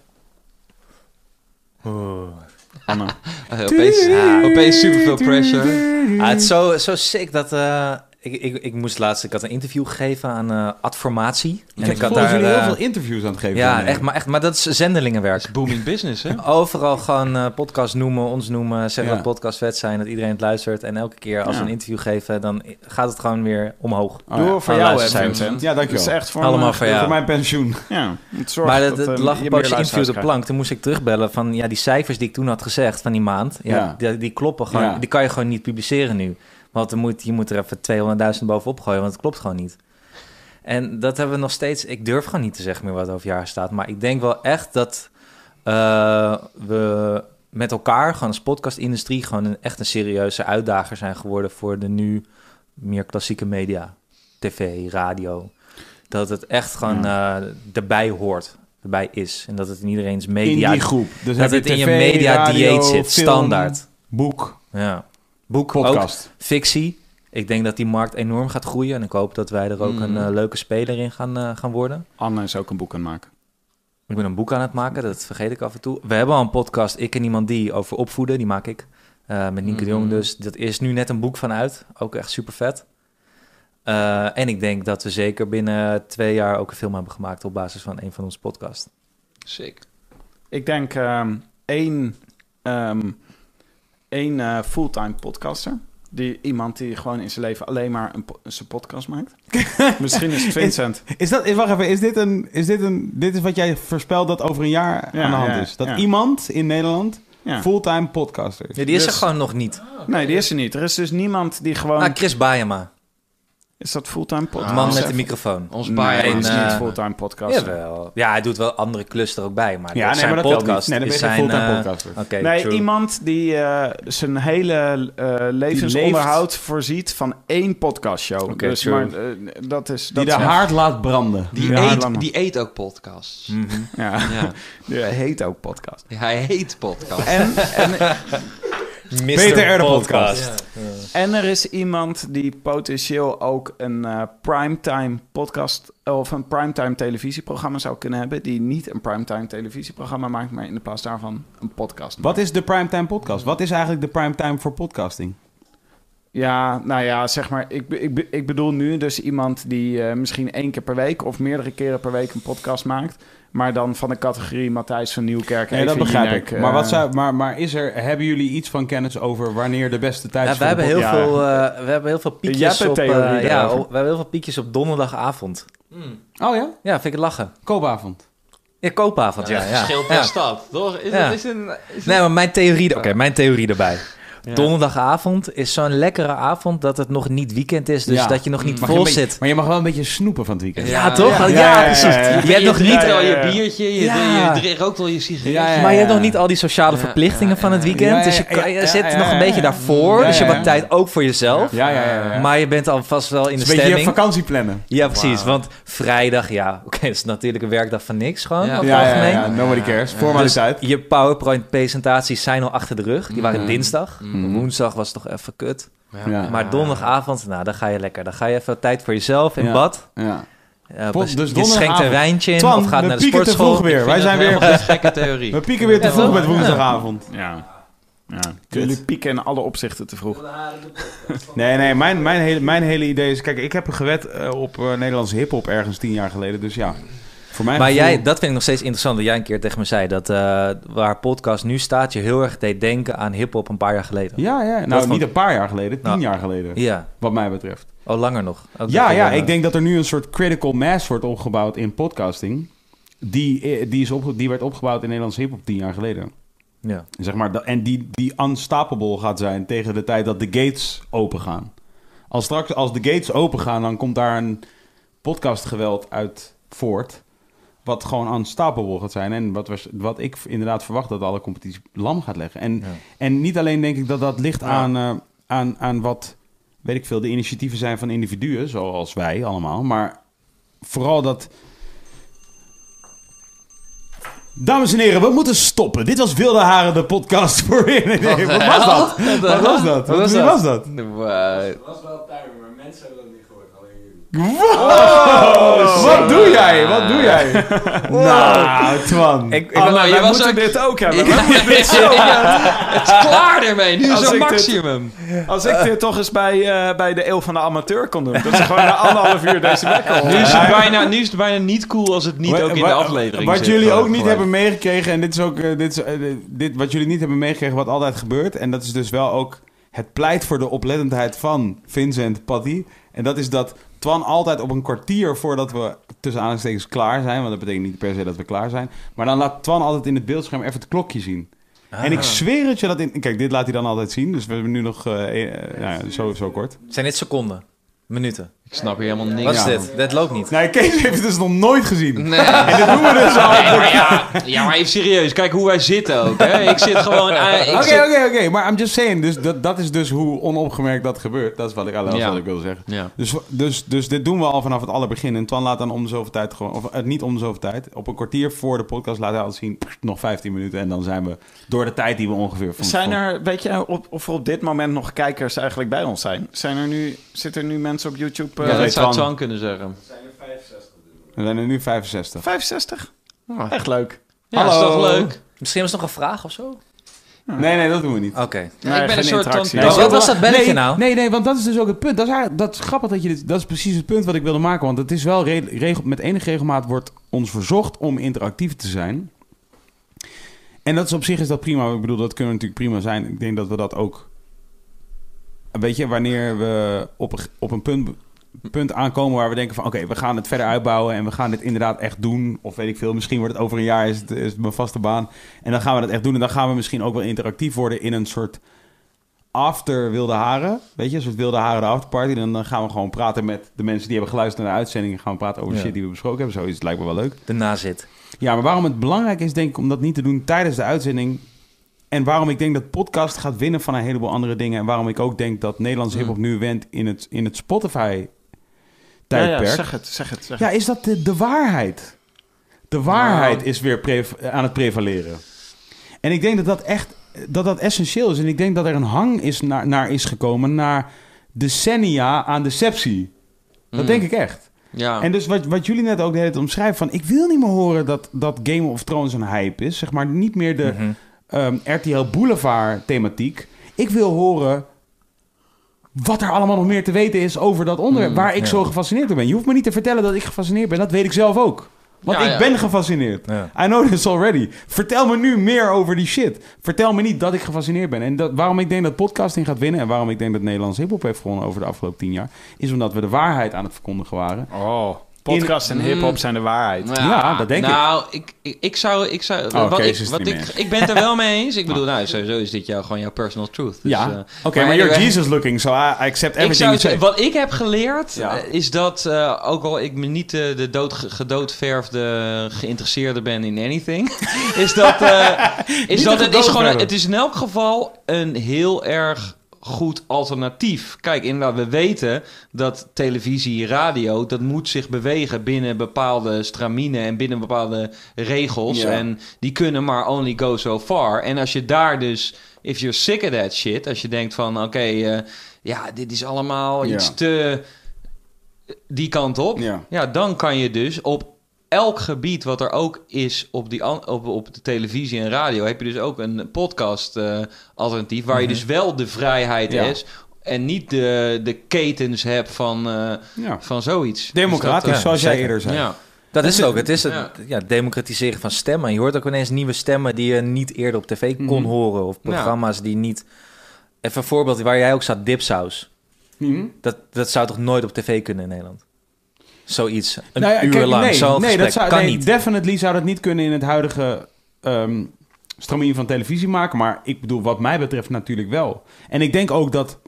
Anne. Uh, opeens, opeens superveel pressure. Ah, het is zo, zo sick dat... eh, ik, ik, ik moest laatst... Ik had een interview gegeven aan eh Adformatie. Ik heb gevoel dat jullie heel veel interviews aan het geven Ja, zijn. echt maar, echt, maar dat is zendelingenwerk. Het is booming business, hè? Overal gewoon uh, podcast noemen, ons noemen, zeggen Ja. dat podcast vet zijn, dat iedereen het luistert. En elke keer als Ja. we een interview geven, dan gaat het gewoon weer omhoog. Oh, Doe ja. voor Van jou, hè, luistercijfers. Vincent. Ja, dankjewel. Dat is echt voor Allemaal een- voor jou. Voor mijn pensioen. Ja, het zorgt Maar dat, het, het eh, lag je een meer poosje interview luisteraars op de plank. Toen moest ik terugbellen van, ja, die cijfers die ik toen had gezegd van die maand, ja, Ja. Die, die kloppen gewoon. Ja. Die kan je gewoon niet publiceren nu. Want dan moet, je moet er even tweehonderdduizend bovenop gooien, want het klopt gewoon niet. En dat hebben we nog steeds... Ik durf gewoon niet te zeggen meer wat over jaar staat. Maar ik denk wel echt dat uh, we met elkaar, gewoon als podcastindustrie, gewoon een, echt een serieuze uitdager zijn geworden voor de nu meer klassieke media. tv, radio. Dat het echt gewoon uh, erbij hoort, erbij is. En dat het in iedereen's media... In die groep. Dus dat heb het je in je tv, media radio, dieet zit, film, standaard. boek, Ja. Boek, podcast. ook fictie. Ik denk dat die markt enorm gaat groeien. En ik hoop dat wij er ook Mm. een uh, leuke speler in gaan, uh, gaan worden. Anne is ook een boek aan het maken. Ik ben een boek aan het maken, dat vergeet ik af en toe. We hebben al een podcast, Ik en Iemand Die, over opvoeden. Die maak ik uh, met Nienke de Jong. Mhm. Dus dat is nu net een boek van uit. Ook echt super vet. Uh, en ik denk dat we zeker binnen twee jaar ook een film hebben gemaakt op basis van een van onze podcasts. Sick. Ik denk um, één, um, één uh, fulltime podcaster. Die, iemand die gewoon in zijn leven alleen maar een, po- zijn podcast maakt. Misschien is het Vincent. Is, is dat, is, wacht even, is dit een, is dit een, dit is wat jij voorspelt dat over een jaar Ja, aan de hand ja, is? Dat ja. iemand in Nederland Ja. fulltime podcaster is? Ja, die is Dus- er gewoon nog niet. Nee, die is er niet. Er is dus niemand die gewoon... Ah, Chris Bajema. Is dat fulltime De podcast? man met de microfoon. Ons Nee, Bayern. hij is En, niet eh, fulltime podcast. Jawel. Ja, hij doet wel andere klussen er ook bij. Maar Ja, nee, zijn maar dat telt podcast niet. Nee, dan is ben je geen zijn... fulltime eh, podcaster. Oké, Nee, true. iemand die uh, zijn hele uh, levensonderhoud voorziet van één podcastshow. Oké, dus, true. maar uh, dat is... Die Dat de is- haard laat branden. Die, Ja, eet, lang. die eet ook podcasts. Mhm. Ja, Ja. die heet ook podcast. Ja, hij heet podcast. En, en, mister Peter R. de podcast. en er is iemand die potentieel ook een uh, primetime podcast... of een primetime televisieprogramma zou kunnen hebben... die niet een primetime televisieprogramma maakt... maar in de plaats daarvan een podcast maakt. Wat is de primetime podcast? Wat is eigenlijk de primetime voor podcasting? Ja, nou ja, zeg maar, ik, be- ik, be- ik bedoel nu dus iemand die uh, misschien één keer per week of meerdere keren per week een podcast maakt, maar dan van de categorie Matthijs van Nieuwkerk. Nee, dat Evie begrijp Jinek, ik. uh, Maar, wat zou, maar, maar is er, hebben jullie iets van kennis over wanneer de beste tijd Ja, is we, voor de hebben heel podcast? Ja. veel, uh, we hebben heel veel Jij piekjes hebt een op... theorie uh, ja, daarover. op- we hebben heel veel piekjes op donderdagavond. Oh ja? Ja, vind ik het lachen. Koopavond. Ja, koopavond, ja. ja, Verschil per ja. stad, toch? Is Ja. dat is een... Is Nee, maar mijn theorie... Oké, mijn theorie erbij. Ja. Donderdagavond is zo'n lekkere avond dat het nog niet weekend is. Dus Ja. dat je nog niet Mag je vol een beetje- zit. Maar je mag wel een beetje snoepen van het weekend. Ja, Ja, toch? ja, Ja, ja, ja, precies. ja, ja. Je hebt nog drinkt niet... al je Ja. biertje, je, Ja. je, je rookt al je sigaretje. Ja, ja. Maar je hebt nog niet al die sociale Ja, verplichtingen ja, van het ja, weekend. ja, Dus je, ja, kan- je ja, zit ja, nog ja, een ja. beetje daarvoor. Ja, Dus je ja, hebt ja. wat tijd ook voor jezelf. Ja, ja, ja. ja. Maar je bent alvast wel in Het de is een beetje je stemming. vakantie plannen. Ja, precies. Wauw. Want vrijdag, ja, oké, dat is natuurlijk een werkdag van niks gewoon. Ja. over Ja, het ja, algemeen. ja, nobody cares. Dus Formaliteit. je PowerPoint-presentaties zijn al achter de rug. Die waren Mhm. dinsdag. Mhm. Woensdag was toch even kut. Ja. Maar donderdagavond, nou, dan ga je lekker. Dan ga je even tijd voor jezelf in Ja. bad. Ja. Uh, Pot- dus je schenkt donderdagavond. een wijntje in Twan, of gaat we naar de pieken te sportschool. vroeg weer. Wij zijn weer... een gekke theorie. We pieken weer te Ja, vroeg toch? met woensdagavond. Ja. Ja. Jullie pieken in alle opzichten te vroeg. Nee, nee, mijn, mijn, hele, mijn hele idee is... Kijk, ik heb gewet uh, op uh, Nederlandse hiphop ergens tien jaar geleden. Dus ja, voor mij... Maar jij, dat vind ik nog steeds interessant dat jij een keer tegen me zei. Dat uh, waar podcast nu staat, je heel erg deed denken aan hiphop een paar jaar geleden. Ja, ja. Dat Nou, vond- niet een paar jaar geleden. Tien Nou. jaar geleden. Ja. Wat mij betreft. Oh, langer nog. Ook Ja, nog ja. wel, Ik denk dat er nu een soort critical mass wordt opgebouwd in podcasting. Die, die, is op, die werd opgebouwd in Nederlandse hiphop tien jaar geleden. Ja. Zeg maar, dat- en die, die unstoppable gaat zijn tegen de tijd dat de gates open gaan. Als straks, als de gates open gaan, dan komt daar een podcastgeweld uit voort. Wat gewoon unstoppable gaat zijn. En wat, was, wat ik inderdaad verwacht dat alle competitie lam gaat leggen. En, Ja. en niet alleen denk ik dat dat ligt Ja. aan, uh, aan, aan wat, weet ik veel, de initiatieven zijn van individuen, zoals wij allemaal. Maar vooral dat... Dames en heren, we moeten stoppen. Dit was Wilde Haren, de podcast voor... Nee, nee, wat was dat? Wat was dat? Wat was wie dat? was dat? Uh, Het was wel timing, maar mensen hebben dat niet gehoord, alleen jullie. Wow! Wat doe jij? Wat doe jij? Nou, Twan. Ik, ik, Oh, nou, je wij was moeten ook- dit ook hebben. Ja. Wij moeten dit zo het is klaar ermee. Nu is Als het ik dit- maximum. Als ik dit toch eens bij, uh, bij de Eeuw van de Amateur kon doen. Dat is gewoon na anderhalf uur deze week al. Nu is, het bijna, nu is het bijna niet cool als het niet Wat- ook in de wat- aflevering Wat zit. jullie Gewoon- ook niet gewoon. hebben meegekregen, en dit is ook uh, dit, is, uh, dit, wat jullie niet hebben meegekregen, wat altijd gebeurt. En dat is dus wel ook het pleit voor de oplettendheid van Vincent Patty. En dat is dat Twan altijd op een kwartier voordat we tussen aanhalingstekens klaar zijn, want dat betekent niet per se dat we klaar zijn. Maar dan laat Twan altijd in het beeldscherm even het klokje zien. Ah. En ik zweer het je dat in... Kijk, dit laat hij dan altijd zien, dus we hebben nu nog uh, uh, nou ja, zo, zo kort. zijn dit seconden? Minuten? Ik snap hier helemaal niks Wat is van. dit? Dat loopt niet. Nee, Kees heeft het dus nog nooit gezien. Nee. En dat doen we dus al. Nee, maar ja, ja, maar even serieus. Kijk hoe wij zitten ook. Hè. Ik zit gewoon... uh, ik Oké, zit- oké, oké. Maar I'm just saying. Dus dat, dat is dus hoe onopgemerkt dat gebeurt. Dat is wat ik, dat is Ja. wat ik wilde zeggen. Ja. Dus, dus, dus dit doen we al vanaf het allerbegin. En Twan laat dan om de zoveel tijd gewoon... Of uh, niet om de zoveel tijd. Op een kwartier voor de podcast laat hij altijd zien... pff, nog vijftien minuten. En dan zijn we door de tijd die we ongeveer... Van, Zijn van- er, weet je, op, of er op dit moment nog kijkers eigenlijk bij ons zijn? Zijn er nu, zitten er nu mensen op YouTube? Ja, Uh, weet dat zou Twan. Twan kunnen zeggen. Er zijn er vijfenzestig op dit moment. We zijn er nu vijfenzestig. vijfenzestig? Ah. Echt leuk. Ja, dat is Hallo. toch leuk? Misschien was er nog een vraag of zo? Oké. Nee, nee, dat doen we niet. Nee, ik ben geen een soort interactie. Twan- Nee, wat was dat belletje nee, nou? Nee, nee, want dat is dus ook het punt. Dat is, eigenlijk- dat is grappig dat je dit... Dat is precies het punt wat ik wilde maken. Want het is wel... Re, regel, met enige regelmaat wordt ons verzocht om interactief te zijn. En dat is op zich is dat prima. Ik bedoel, dat kunnen we natuurlijk prima zijn. Ik denk dat we dat ook weet je, wanneer we op een, op een punt, punt aankomen waar we denken van... oké, okay, we gaan het verder uitbouwen en we gaan dit inderdaad echt doen. Of weet ik veel, misschien wordt het over een jaar is het, is het mijn vaste baan. En dan gaan we dat echt doen. En dan gaan we misschien ook wel interactief worden in een soort after Wilde Haren. Weet je, een soort Wilde Haren de afterparty. Dan, dan gaan we gewoon praten met de mensen die hebben geluisterd naar de uitzending. En gaan we praten over ja. shit die we besproken hebben. Zoiets, het lijkt me wel leuk. De nazit. Ja, maar waarom het belangrijk is, denk ik, om dat niet te doen tijdens de uitzending... En waarom ik denk dat podcast gaat winnen van een heleboel andere dingen... en waarom ik ook denk dat Nederlands hiphop nu went in het, in het Spotify-tijdperk... Ja, ja, zeg het, zeg het. Zeg ja, het. is dat de, de waarheid. De waarheid nou. is weer pre- aan het prevaleren. En ik denk dat dat echt dat dat essentieel is. En ik denk dat er een hang is naar, naar is gekomen... naar decennia aan deceptie. Dat mm. denk ik echt. Ja. En dus wat, wat jullie net ook de hele tijd omschrijven... van ik wil niet meer horen dat, dat Game of Thrones een hype is. Zeg maar niet meer de... Mm-hmm. Um, R T L Boulevard thematiek. Ik wil horen wat er allemaal nog meer te weten is over dat onderwerp... Mm, waar ik ja. zo gefascineerd door ben. Je hoeft me niet te vertellen dat ik gefascineerd ben. Dat weet ik zelf ook. Want ja, ik ja. ben gefascineerd. Ja. I know this already. Vertel me nu meer over die shit. Vertel me niet dat ik gefascineerd ben. En dat, waarom ik denk dat podcasting gaat winnen... en waarom ik denk dat Nederlands hiphop heeft gewonnen over de afgelopen tien jaar... is omdat we de waarheid aan het verkondigen waren. Oh, podcast en hiphop zijn de waarheid. Ja, ja dat denk nou, ik. Nou, ik, ik, ik zou... Ik, zou oh, wat okay, ik, wat ik, ik ben het er wel mee eens. Ik bedoel, nou, sowieso is dit jou, gewoon jouw personal truth. Dus, ja, uh, oké, okay, maar you're Jesus looking, so I, I accept everything ik zou, you say. Wat ik heb geleerd, ja. uh, is dat... Uh, ook al ik me niet uh, de dood, gedoodverfde geïnteresseerde ben in anything... is dat, uh, is dat het, is gewoon, het is in elk geval een heel erg... goed alternatief. Kijk, inderdaad, we weten dat televisie, radio... dat moet zich bewegen binnen bepaalde straminen... en binnen bepaalde regels. Ja. En die kunnen maar only go so far. En als je daar dus... if you're sick of that shit... als je denkt van, oké... Okay, uh, ja, dit is allemaal ja. iets te... die kant op. Ja. ja, dan kan je dus op... elk gebied wat er ook is op, die an- op, op de televisie en radio... heb je dus ook een podcast uh, alternatief... waar mm-hmm. je dus wel de vrijheid ja. is... en niet de, de ketens hebt van, uh, ja. van zoiets. Democratisch, dus dat, uh, zoals jij eerder zei. Ja. Dat is het ook. Het is het ja. Ja, democratiseren van stemmen. Je hoort ook ineens nieuwe stemmen... die je niet eerder op tv kon mm-hmm. horen... of programma's ja. die niet... Even een voorbeeld waar jij ook zat, Dipsaus. Mm-hmm. Dat, dat zou toch nooit op tv kunnen in Nederland? Zoiets, een nou ja, uur kijk, lang, nee, zo'n nee, dat zou, kan nee, niet. Definitely zou dat niet kunnen in het huidige um, stramien van televisie maken. Maar ik bedoel, wat mij betreft natuurlijk wel. En ik denk ook dat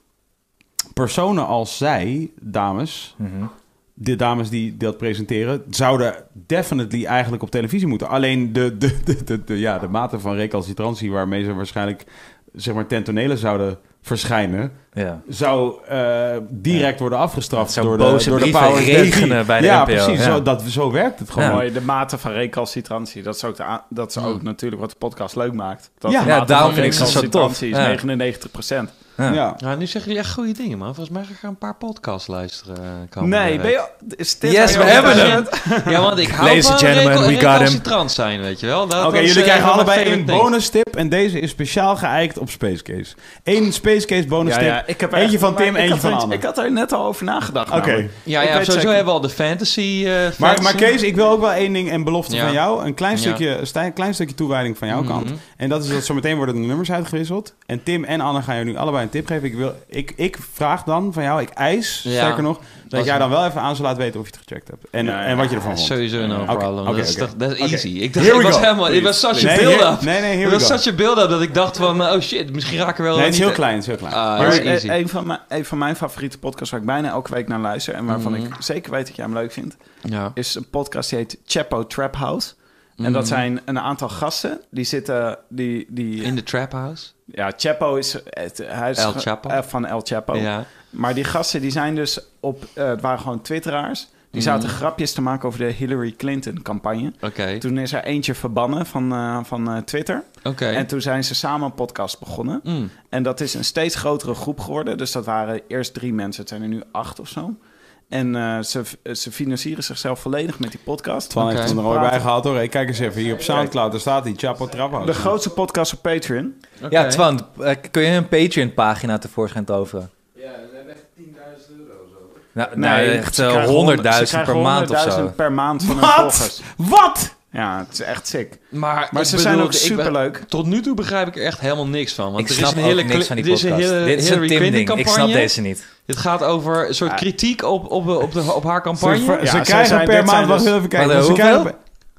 personen als zij, dames... Mm-hmm. de dames die dat presenteren... zouden definitely eigenlijk op televisie moeten. Alleen de, de, de, de, de, ja, de mate van recalcitrantie... waarmee ze waarschijnlijk zeg maar, ten tonele zouden... verschijnen, ja. zou uh, direct ja. worden afgestraft door de, door de powers regenen bij de ja, N P O. Precies, ja, zo, dat, zo werkt het gewoon. Ja. De mate van recalcitrantie, dat is ook, de a- dat is ook mm. natuurlijk wat de podcast leuk maakt. Dat ja, de ja mate daarom van vind ik het zo tof. is ja. negenennegentig procent. Ja. Ja. Ja, nu zeggen jullie echt goede dingen, man. Volgens mij ga ik een paar podcasts luisteren. Nee, ben je, is dit yes, we hebben het. Ja, want ik hou Ladies van reco- recalcitrant zijn, weet je wel. Oké, okay, jullie uh, krijgen allebei een bonus tip. En deze is speciaal geëikt op Space Case. Eén Space Case bonus tip. Ja, ja, ik heb eentje van Tim, eentje van Anne. Ik had er net al over nagedacht. Oké. Okay. Ja, ja sowieso zeker. Hebben we al de fantasy. Uh, fantasy. Maar, maar Kees, ik wil ook wel één ding en belofte ja. van jou. Een klein stukje, ja. een klein stukje toewijding van jouw mm-hmm. kant. En dat is dat zometeen worden de nummers uitgewisseld. En Tim en Anne gaan je nu allebei een tip geven. Ik, wil, ik, ik vraag dan van jou, ik eis, ja. sterker nog... dat was jij dan wel even aan zou laten weten of je het gecheckt hebt. En, ja, ja, en wat je ervan vond. Sowieso no okay, problem. Okay, dat is, okay. toch, dat is okay. easy. Ik dacht, ik was go, helemaal... Ik was such a nee, build-up. Nee, nee, Het was such a build-up dat ik dacht van... oh shit, misschien raak ik er wel... Nee, het is heel klein, het is heel klein. Ah, maar easy. Een van, mijn, een van mijn favoriete podcasts... waar ik bijna elke week naar luister... en waarvan mm-hmm. ik zeker weet dat jij hem leuk vindt... Ja. is een podcast die heet Chapo Trap House... En mm-hmm. dat zijn een aantal gasten die zitten... Die, die, in de Trap House? Ja, Chapo is... Het, hij is El Chapo? Uh, van El Chapo. Ja. Maar die gasten die zijn dus op... Uh, het waren gewoon twitteraars. Die zaten mm-hmm. grapjes te maken over de Hillary Clinton-campagne. Okay. Toen is er eentje verbannen van, uh, van uh, Twitter. Okay. En toen zijn ze samen een podcast begonnen. Mm. En dat is een steeds grotere groep geworden. Dus dat waren eerst drie mensen. Het zijn er nu acht of zo. En uh, ze, ze financieren zichzelf volledig met die podcast. Twan okay. heeft hem er al bij gehad hoor. Hey, kijk eens even, hier op Soundcloud, daar staat die Chapo Trap House. De grootste podcast op Patreon. Okay. Ja, Twan, uh, kun je een Patreon-pagina tevoorschijn toveren? Ja, we hebben echt tienduizend euro of zo. Nou, nee, nee, echt uh, honderdduizend per maand of zo. per maand van hun volgers. Wat? Ja, het is echt sick. Maar, Maar ik ze bedoel, zijn ook ik ben- superleuk. Tot nu toe begrijp ik er echt helemaal niks van. Want Ik er snap is een ook hele, niks van die er is een podcast. hele Dit is een Hillary Clinton Tim-ding. Ik campagne. snap deze niet. Het gaat over een soort Ja. kritiek op, op, op, de, op haar campagne. Ze, Ja, ze ze krijgen zijn- per dit maand... zijn Wacht dus- even kijken. Wat, Ze hoeveel? krijgen per-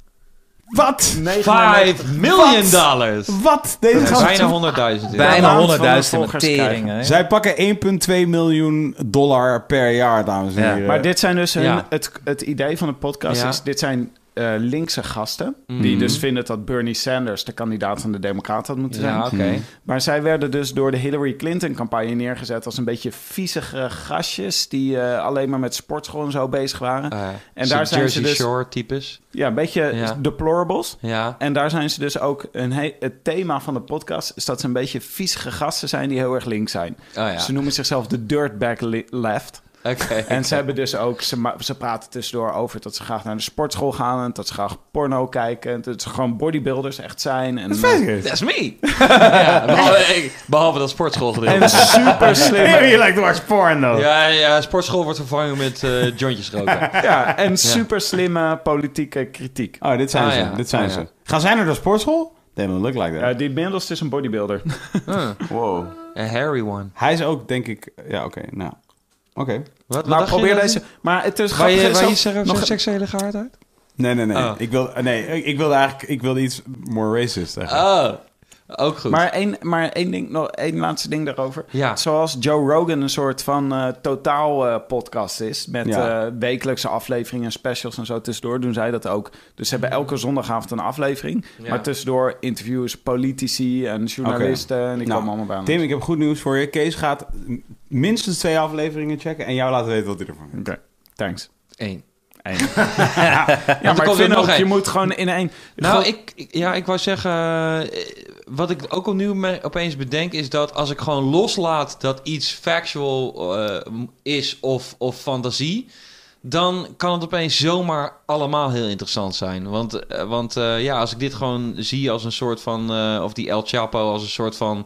Wat? Vijf miljoen dollars. Wat? Deze gasten- Bijna honderdduizend. Bijna maand van de honderdduizend volgers teringen. hè? Zij pakken één komma twee miljoen dollar per jaar, dames en Ja. heren. Maar dit zijn dus hun, Ja. het, het idee van de podcast Ja. is, dit zijn eh, linkse gasten, Mhm. die dus vinden dat Bernie Sanders de kandidaat van de Democraten had moeten zijn. Ja, oké. Maar zij werden dus door de Hillary Clinton-campagne neergezet als een beetje viezige gastjes die eh, alleen maar met sportschool en zo bezig waren. Uh, En daar zijn Jersey ze dus- Shore types. Ja, een beetje Ja. deplorables. Ja. En daar zijn ze dus ook, een he- het thema van de podcast is dat ze een beetje viezige gasten zijn die heel erg links zijn. Oh ja. Ze noemen zichzelf de dirtbag li- left. Oké. En ze hebben dus ook, ze, ma- ze praten tussendoor over dat ze graag naar de sportschool gaan en dat ze graag porno kijken. En dat ze gewoon bodybuilders echt zijn. En, Dat is vet. That's me. ja, behalve, ik- behalve dat sportschool gedeelte. en super slim. You like to watch porn, though. Ja, ja, sportschool wordt vervangen met eh jointjes roken. Ja, en super slimme politieke kritiek. Oh, dit zijn Ah, ze. ja. Dit zijn Ah, ze. ja. Gaan zij naar de sportschool? They don't look like that. Ja, die middelste is een bodybuilder. Huh. Wow. A hairy one. Hij is ook, denk ik... Ja, oké. nou. Oké. Wat, wat Maar dacht je probeer dat- deze. Maar het is Waar grappig. je, is waar je ook zeggen nog- nog seksuele gehaard uit? Nee, nee, nee. Oh. Ik, wil, nee ik wilde eigenlijk ik wilde iets more racist zeggen. Oh, ook goed. Maar één, maar één ding, nog één laatste ding daarover. Ja. Zoals Joe Rogan een soort van eh, totaal eh, podcast is. Met Ja. eh, wekelijkse afleveringen en specials en zo tussendoor. Doen zij dat ook. Dus ze hebben elke zondagavond een aflevering. Ja. Maar tussendoor interviews politici en journalisten. En die Nou, komen allemaal bij ons. Tim, ik heb goed nieuws voor je. Kees gaat minstens twee afleveringen checken en jou laten weten wat hij ervan vindt. Oké, thanks. Eén. Eén. ja, maar ik komt er vind nog ook, één. je moet gewoon in één... Nou, gewoon- ik, ik- ja, ik wou zeggen... eh, Wat ik ook al nu me opeens bedenk... is dat als ik gewoon loslaat dat iets factual eh, is of, of fantasie... dan kan het opeens zomaar allemaal heel interessant zijn. Want, eh, want eh, ja, als ik dit gewoon zie als een soort van... eh, of die El Chapo als een soort van...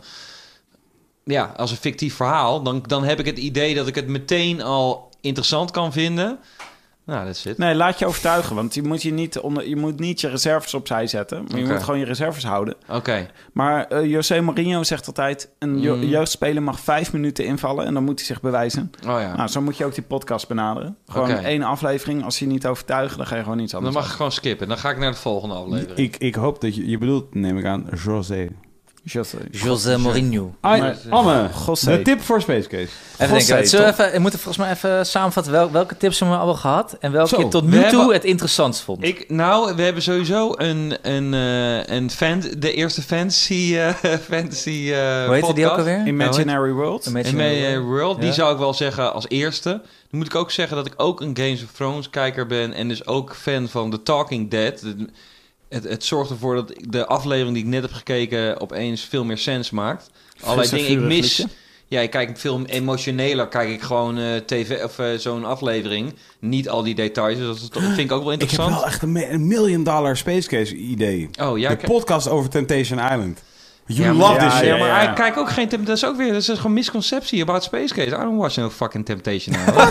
ja, als een fictief verhaal... dan, dan heb ik het idee dat ik het meteen al interessant kan vinden... Nou, dat zit. Nee, laat je overtuigen. Want je moet, je niet, onder, je moet niet je reserves opzij zetten. Maar je Oké. moet gewoon je reserves houden. Oké. Maar eh José Mourinho zegt altijd... een jo- Mm. jeugdspeler mag vijf minuten invallen... en dan moet hij zich bewijzen. Oh ja. Nou, zo moet je ook die podcast benaderen. Gewoon Oké. één aflevering. Als je je niet overtuigt, dan ga je gewoon iets Dan anders mag ik doen. gewoon skippen. Dan ga ik naar de volgende aflevering. Ik, ik hoop dat je... Je bedoelt, neem ik aan, José. José. José Mourinho. Ah, Maar- Anne, José. de tip voor Space Case. Even José, denken. Zullen we, toch? even, we moeten volgens mij even samenvatten wel, welke tips hebben we allemaal gehad en welke Zo, je tot we nu toe hebben- het interessantst vond. Ik, nou, we hebben sowieso een, een, eh, een fan, de eerste fantasy, eh fantasy eh Hoe heette die ook podcast. alweer? Imaginary World. Imaginary Imaginary World. World, die Ja. zou ik wel zeggen als eerste. Dan moet ik ook zeggen dat ik ook een Games of Thrones kijker ben en dus ook fan van The Talking Dead. Het, het zorgt ervoor dat de aflevering die ik net heb gekeken opeens veel meer sens maakt. Allerlei Fris en dingen ik vurig mis. liedje. Ja, ik kijk veel emotioneler. Kijk ik gewoon eh, tv of eh, zo'n aflevering. Niet al die details. Dus dat, is toch- vind ik ook wel Ik heb interessant. wel echt een, me- een million dollar Space Case idee. Oh ja, de kijk- podcast over Temptation Island. You Ja, love maar- this ja, shit. Ja, maar ja. ik kijk ook geen... temp- Dat is ook weer... Dat is gewoon misconceptie about Space Case. I don't watch no fucking Temptation Island.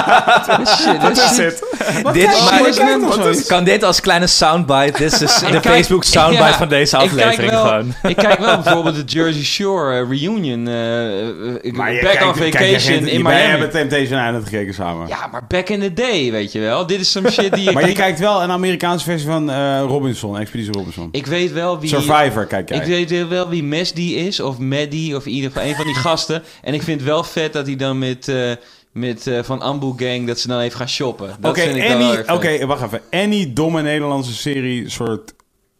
This shit, Dat this is shit. het. Dit, Oh, maar, maar kijk nog zoiets. kan dit als kleine soundbite? Dit is de kijk- Facebook soundbite ja, van deze ik kijk aflevering wel- gewoon. Ik kijk wel bijvoorbeeld de Jersey Shore eh, reunion. eh, eh, Maar je back kijkt- on kijk je vacation geen- in je- Wij Miami. hebben Temptation Island gekeken samen. Ja, maar back in the day, weet je wel. Dit is some shit die ik... Maar je niet- kijkt wel een Amerikaanse versie van eh, Robinson, Expeditie Robinson. Ik weet wel wie... Survivor kijk jij. Ik weet wel wie Mesdi is, of Maddie, of in ieder geval een van die gasten. En ik vind het wel vet dat hij dan met, eh, met eh, Van Ambu Gang, dat ze dan even gaan shoppen. Dat Oké, vind ik wel any- heel erg vet. oké, wacht even. Any domme Nederlandse serie, soort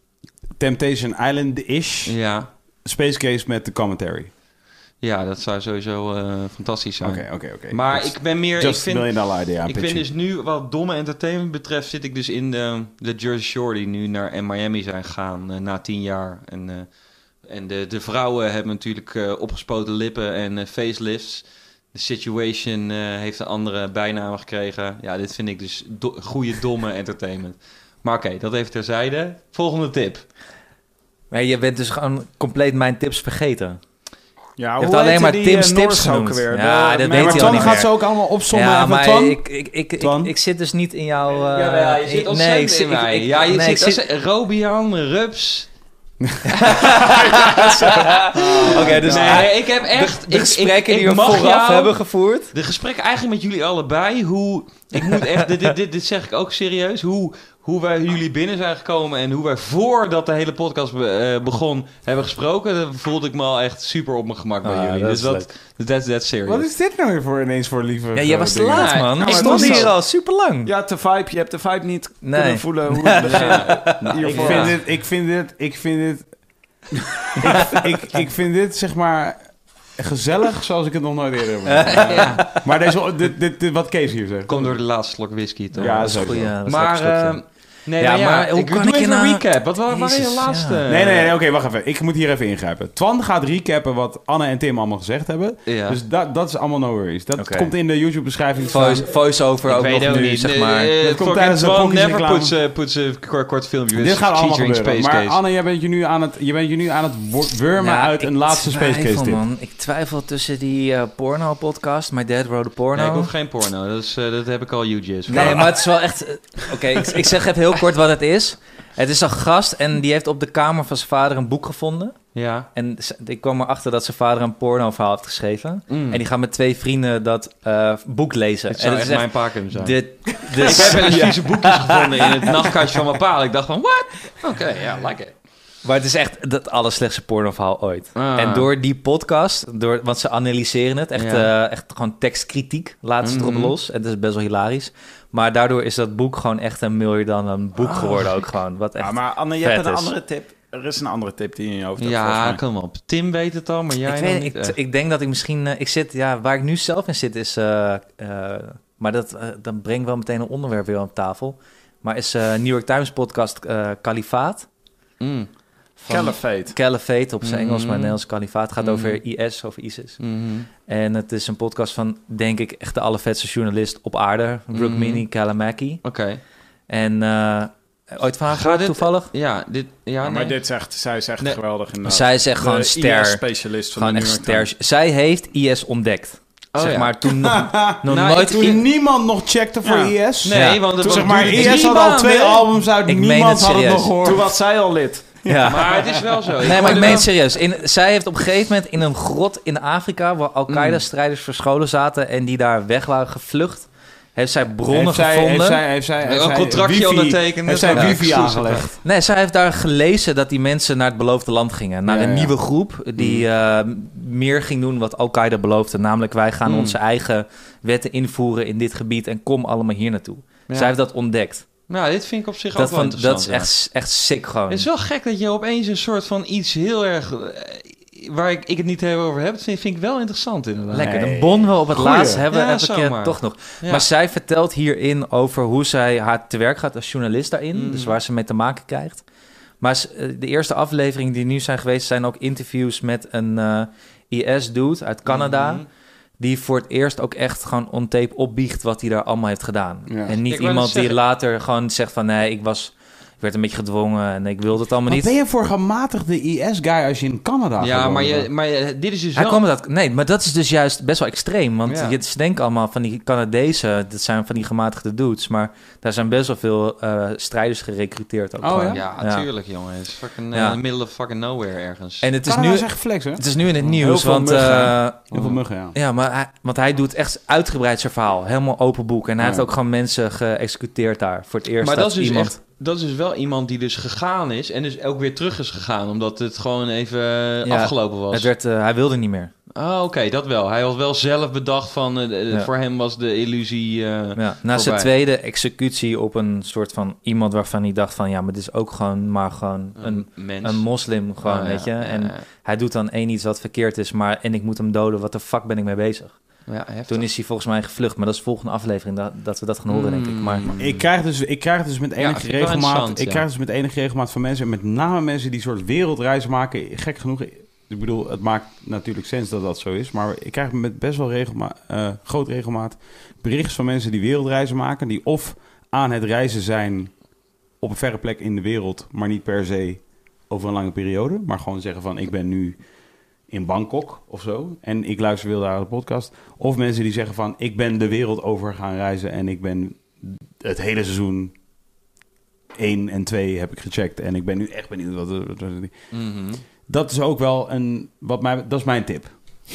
Temptation Island-ish, Ja. Space Case met de commentary. ja, dat zou sowieso eh, fantastisch zijn. Oké, oké, oké. Maar That's ik ben meer... Ik Just a vind, million dollar idea. I'm ik vind pitching. dus nu, wat domme entertainment betreft, zit ik dus in de, de Jersey Shore die nu naar Miami zijn gegaan eh, na tien jaar. En, eh, en de, de vrouwen hebben natuurlijk eh, opgespoten lippen en eh, facelifts. De Situation eh, heeft een andere bijnaam gekregen. Ja, dit vind ik dus do- goede, domme entertainment. Maar oké, dat even terzijde. Volgende tip. Maar je bent dus gewoon compleet mijn tips vergeten. Ja, Je hebt alleen maar Tim Stips genoemd. Weer? Ja, de, dat Nee, weet maar hij al Twan niet gaat meer. ze ook allemaal opzommen. Ja, Even maar Twan? ik, ik, ik, ik, Twan? ik zit dus niet in jouw... Uh, Ja, ja, je zit in- ontzettend ik zit- in mij. ik- ik- ja, je nee, ik zit zit... als Robian, Rups. Oké, dus nee, hij- ik heb echt... de ik, gesprekken ik, die ik we mag vooraf jou- hebben gevoerd. De gesprekken eigenlijk met jullie allebei. Hoe... Ik moet echt... dit, dit, dit, dit zeg ik ook serieus. Hoe... Hoe wij jullie binnen zijn gekomen en hoe wij voordat de hele podcast be- uh, begon hebben gesproken, dan voelde ik me al echt super op mijn gemak bij Ah, jullie. dat Dus is dat, that's, that's serious. Wat is dit nou weer voor ineens voor lieve... Ja, jij was te dingen? laat, Ja, man. ja, Ik maar stond dat is hier zo. al super lang. Ja, de vibe. Je hebt de vibe niet Nee. kunnen voelen hoe het begint. Ik Hiervoor. vind dit... Ik vind dit... Ik vind dit... ik, ik, ik vind dit, zeg maar... Gezellig, zoals ik het nog nooit eerder heb gedaan. Ja. Maar deze, dit, dit, dit, wat Kees hier zegt. Komt door de laatste slok whisky, toch? Ja, dat is sowieso. goed, ja, dat is maar... lekker slokje. Uh, nee, Ja, maar, ja, maar hoe ik kan doe ik je even een nou- recap. Wat wa- waren je Jezus, laatste? ja. Nee, nee, nee, oké, wacht even. Ik moet hier even ingrijpen. Twan gaat recappen wat Anne en Tim allemaal gezegd hebben. Ja. Dus dat, dat is allemaal no worries. Dat Oké. komt in de YouTube-beschrijving staan. Voice, voice-over Ik ook weet nog ook nu, niet. zeg Nee, maar. eh, Dat komt fucking tijdens de Twan Pockies never reclame. puts, uh, puts a kort, kort filmpje. Dit gaat allemaal featuring gebeuren. Space Maar Case. Anne, jij bent je nu aan het, je bent je nu aan het wo- wurmen Ja, uit een ik laatste Space twijfel, Case tip. man. Ik twijfel tussen die uh, porno-podcast, My Dad Wrote a Porno. Nee, ik hoef geen porno. Dat, is, uh, dat heb ik al U G's. Nee, maar het is wel echt... uh, Oké, ik, ik zeg even heel kort wat het is. Het is een gast en die heeft op de kamer van zijn vader een boek gevonden. Ja. En z- ik kwam erachter dat zijn vader een porno-verhaal heeft geschreven. Mm. En die gaat met twee vrienden dat uh, boek lezen. Het en zou het echt is mijn pa kunnen zijn. Dit, Ik dus, heb wel eens vieze boekjes gevonden in het nachtkastje van mijn pa. Ik dacht van, what? Oké, ja, like it. maar het is echt het allerslechtste pornoverhaal ooit. Ah. En door die podcast, door, want ze analyseren het, echt, Ja. uh, echt gewoon tekstkritiek, laten ze Mhm. erop los. En het is best wel hilarisch. Maar daardoor is dat boek gewoon echt een miljoen dan een boek geworden ook gewoon. Wat echt Ja, maar Anne, je vet hebt een is. andere tip. Er is een andere tip die je in je hoofd hebt. volgens Ja, mij. kom op. Tim weet het al, maar jij ik, nog weet, niet ik, echt. ik denk dat ik misschien... uh, ik zit, ja, waar ik nu zelf in zit is... Uh, uh, maar dat, uh, dan breng wel meteen een onderwerp weer op tafel. Maar is uh, New York Times podcast uh, Kalifaat. Mm. Van Caliphate. Caliphate op zijn Engels, maar Mhm. Nederlands Kalifaat. Het gaat Mhm. over I S, over ISIS. Mhm. En het is een podcast van, denk ik, echt de allervetste journalist op aarde. Brooke Mhm. Mini Kalamaki. Oké. En uh, ooit van haar Ga gehoord, dit- toevallig? Ja, dit... Ja, Ja, nee. maar dit zegt, zij is echt Nee. geweldig inderdaad. Zij is echt gewoon De ster. I S-specialist van Gewoon de echt New York ster. Times. Zij heeft I S ontdekt. Oh, zeg ja. maar toen nog, nog Nou, nooit... Toen i- niemand nog checkte voor Ja. I S. Nee, Ja. want het Toen was zeg maar, duurde I S drie had al maanden. twee albums uit. Ik meen niemand het had het nog serieus. gehoord. Toen was zij al lid. Ja. Maar het is wel zo. Nee, maar ik hoorde meen wel- het serieus. In, zij heeft op een gegeven moment in een grot in Afrika... waar Al-Qaeda-strijders verscholen zaten... en die daar weg waren gevlucht... heeft zij bronnen heeft zij, gevonden. Heeft zij, heeft zij, heeft Een zij contractje wifi- ondertekend. Heeft zij Ja, wifi exclusive. aangelegd. Nee, zij heeft daar gelezen dat die mensen naar het beloofde land gingen. Naar Ja, een ja. nieuwe groep die uh, meer ging doen wat Al-Qaeda beloofde. Namelijk, wij gaan Mm. onze eigen wetten invoeren in dit gebied... en kom allemaal hier naartoe. Ja. Zij heeft dat ontdekt. Nou, dit vind ik op zich Dat, ook wel van, dat interessant. is echt, echt sick gewoon. Het is wel gek dat je opeens een soort van iets heel erg... eh, waar ik, ik het niet heel over heb, vind, vind ik wel interessant inderdaad. Lekker, Nee. dan bonden we op het Goeie. laatst. Hebben we Ja, even een keer zomaar. toch nog. Ja. Maar zij vertelt hierin over hoe zij haar te werk gaat als journalist daarin. Mm. Dus waar ze mee te maken krijgt. Maar s- eh, de eerste afleveringen die nu zijn geweest... zijn ook interviews met een uh, I S-dude uit Canada... Mhm. die voor het eerst ook echt gewoon on tape opbiecht... wat hij daar allemaal heeft gedaan. Ja. En niet Ik wou iemand net die zeggen- later gewoon zegt van... nee, ik was... Ik werd een beetje gedwongen en ik wilde het allemaal Wat niet. ben je voor gematigde I S-guy als je in Canada Ja, gewoond maar, je, hebt? maar je, dit is dus Hij wel... kwam met dat, nee, maar dat is dus juist best wel extreem. Want Ja. je, ze denken allemaal van die Canadezen, dat zijn van die gematigde dudes. Maar daar zijn best wel veel uh, strijders gerecruiteerd ook. Oh, gewoon. Ja, Ja. tuurlijk, jongen. Het is fucking uh, Ja. in the middle of fucking nowhere ergens. En het is, Canada nu, is echt flex, hè? het is nu in het Heel nieuws, veel want... muggen. uh, Heel veel muggen, ja. ja, maar hij, want hij doet echt uitgebreid zijn verhaal. Helemaal open boek. En hij Ja. heeft ook gewoon mensen geëxecuteerd daar. Voor het eerst maar dat is dus iemand... echt... Dat is dus wel iemand die dus gegaan is en dus ook weer terug is gegaan, omdat het gewoon even uh, Ja, afgelopen was. Het werd, uh, hij wilde niet meer. Ah, oké, dat wel. Hij had wel zelf bedacht van, uh, uh, Ja. voor hem was de illusie... Uh, Ja, na voorbij. zijn tweede executie op een soort van iemand waarvan hij dacht van... ja, maar dit is ook gewoon maar gewoon een, mens. een moslim gewoon, Ah, weet je. ja, ja, En ja. hij doet dan één iets wat verkeerd is, maar en ik moet hem doden. Wat de fuck ben ik mee bezig? Ja, heftig. Toen is hij volgens mij gevlucht, maar dat is de volgende aflevering dat, dat we dat gaan horen, denk ik. Maar Mm. Ik krijg dus, ik krijg dus met Ja, enige vind ik wel regelmaat, interessant, ik ja. krijg dus met enige regelmaat van mensen, met name mensen die soort wereldreizen maken. Gek genoeg, ik bedoel, het maakt natuurlijk sens dat dat zo is, maar ik krijg met best wel regelmaat, uh, groot regelmaat berichten van mensen die wereldreizen maken, die of aan het reizen zijn op een verre plek in de wereld, maar niet per se over een lange periode, maar gewoon zeggen van ik ben nu in Bangkok of zo. En ik luister Wilde Haren de podcast. Of mensen die zeggen van, ik ben de wereld over gaan reizen en ik ben het hele seizoen één en twee heb ik gecheckt. En ik ben nu echt benieuwd wat... wat, wat Mm-hmm. Dat is ook wel een... Wat mij, dat is mijn tip.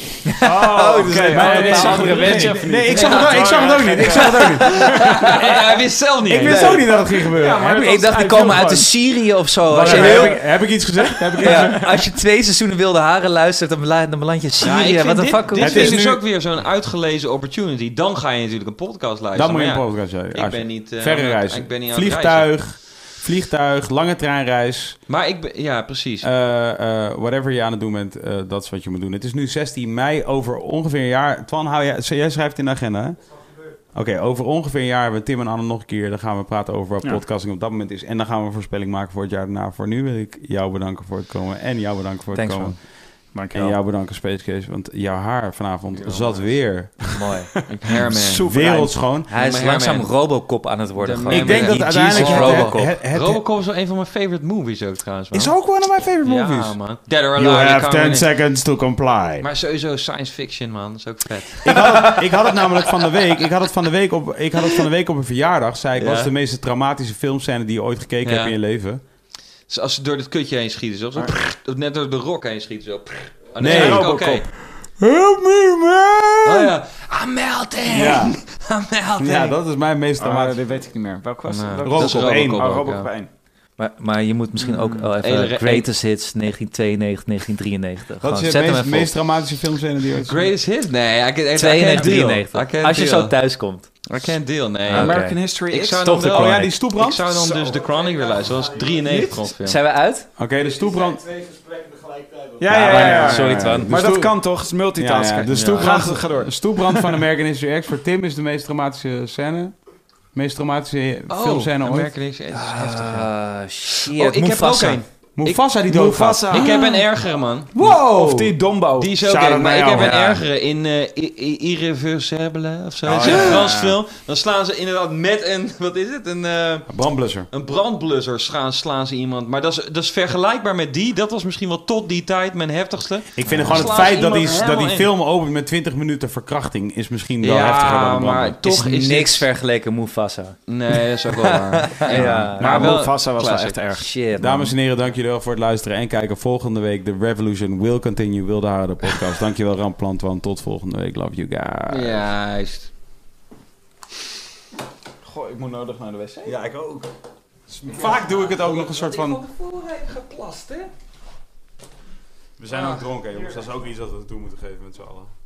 Oh, oké. Okay. Maar, nee, andere nee, wens. nee, nee, ik zag het ook, ik zag het ook niet. Ik zag het ook niet. Hij wist zelf niet. Ik wist ook niet dat het ging gebeuren. Ja, maar heb, ik dacht, die komen uit de Syrië of zo. Als Als je heb, heel, ik, heb ik iets gezegd? Heb ik iets ja, gezegd? als je twee seizoenen Wilde Haren luistert, dan beland, dan beland je in Syrië. Ja, ik vind Wat een dit, fuck. dit Het vind is ik dus nu- ook weer zo'n uitgelezen opportunity. Dan ga je natuurlijk een podcast luisteren. Dan moet je een maar ja, podcast zeggen. Ik ben niet... Uh, Verre aan het- reis. Ik ben niet aan het reizen. Vliegtuig, vliegtuig, lange treinreis. Maar ik ben... Ja, precies. Uh, uh, whatever je aan het doen bent, uh, dat is wat je moet doen. Het is nu zestien mei, over ongeveer een jaar. Twan, hou jij, jij schrijft in de agenda, hè? Oké, okay, over ongeveer een jaar hebben we Tim en Anne nog een keer. Dan gaan we praten over wat Ja. podcasting op dat moment is. En dan gaan we een voorspelling maken voor het jaar daarna. Voor nu wil ik jou bedanken voor het komen. En jou bedanken voor het Thanks, komen. Dank je En wel. jou bedanken, Space Case. Want jouw haar vanavond Ja, zat man. weer Mooi. Ik Herman. Soeverein. wereldschoon. Hij is Maar langzaam Herman. Robocop aan het worden. De gewoon. Ik denk dat Die uiteindelijk... Jesus het- Robocop. het- het- Robocop is wel een van mijn favorite movies ook trouwens. Man. is ook one of my favorite movies. Ja, man. Dead or Alive. You die have kan ten weer niet- seconds to comply. Maar sowieso science fiction, man. Dat is ook vet. Ik had, het, ik had het namelijk van de week. Ik had het van de week op, ik had het van de week op een verjaardag. Zei ik, Ja. wat is de meest traumatische filmscène die je ooit gekeken Ja. hebt in je leven? Dus als ze door het kutje heen schieten, zo. zo of net door de rok heen schieten, zo. Oh, Nee, nee, oké. Robocop. Help me, man! Oh ja. I'm melting! Ja. I'm melting! Ja, dat is mijn meest Ah, traumatische... dit weet ik niet meer. Welk was het? Nou, Welk Robocop was het? dat is één. Robocop Oh, ook, Robocop ja. één. Maar, maar je moet misschien ook wel even Hele- Greatest Hits negentien tweeënnegentig, negentien drieënnegentig. Wat is Gewoon, je zet hem meest, even op. meest traumatische filmscène die je ooit... Greatest hit? Nee, I can, I tweeënnegentig, can't deal. drieënnegentig. I can't Als je deal. zo thuis komt. I can't deal, nee. Ah, oké. American History Ik X. zou Toch dan de wel... Oh ja, Chronic. die stoeprand? Ik zou dan dus de Chronic weer luisteren. Dat was drieënnegentig ongeveer. Zijn we uit? Oké, de stoeprand... Twee gesprekken tegelijkertijd. op. Ja, ja, ja. ja. Sorry, Twan. Maar De dat stoep- kan toch? Het is Ja, multitasken. ja, de Ja. stoeprand, Ga- ga door. de stoeprand van American History X voor Tim is de meest traumatische scène. Meest traumatische filmscène ooit. American History X is heftig, ja. Ah, shit. Oh, ik heb er ook Mufasa. een. Mufasa die doodgaat. Mufasa. Ik heb een ergere, man. Wow! Of die Dombo. Die is ook Shout-out een, maar naar ik jou. heb een Ja. ergere in uh, I- I- Irreversible of zo. Oh, Het is ja. een Frans film. Dan slaan ze inderdaad met een, wat is het? Een, uh, Brandblusser. een brandblusser slaan, slaan ze iemand. Maar dat is, dat is vergelijkbaar met die. Dat was misschien wel tot die tijd mijn heftigste. Ik vind gewoon het Slaan ze feit dat die, iemand dat die helemaal in. film opent met twintig minuten verkrachting is misschien wel Ja, heftiger dan een maar brandblusser. toch Is is niks dit- vergeleken Mufasa. Nee, dat is ook wel waar. Ja. Maar wel Mufasa was wel classic. echt erg. Shit, man. Dames en heren, dank jullie wel voor het luisteren en kijken. Volgende week de Revolution will continue. Wilde Haren de podcast. Dankjewel Ramplant, want tot volgende week. Love you guys. Juist. Goh, ik moet nodig naar de wc. Ja, ik ook. Vaak doe ik het ook nog een soort van... geplast, hè? We zijn ook dronken, jongens. Dat is ook iets dat we toe moeten geven met z'n allen.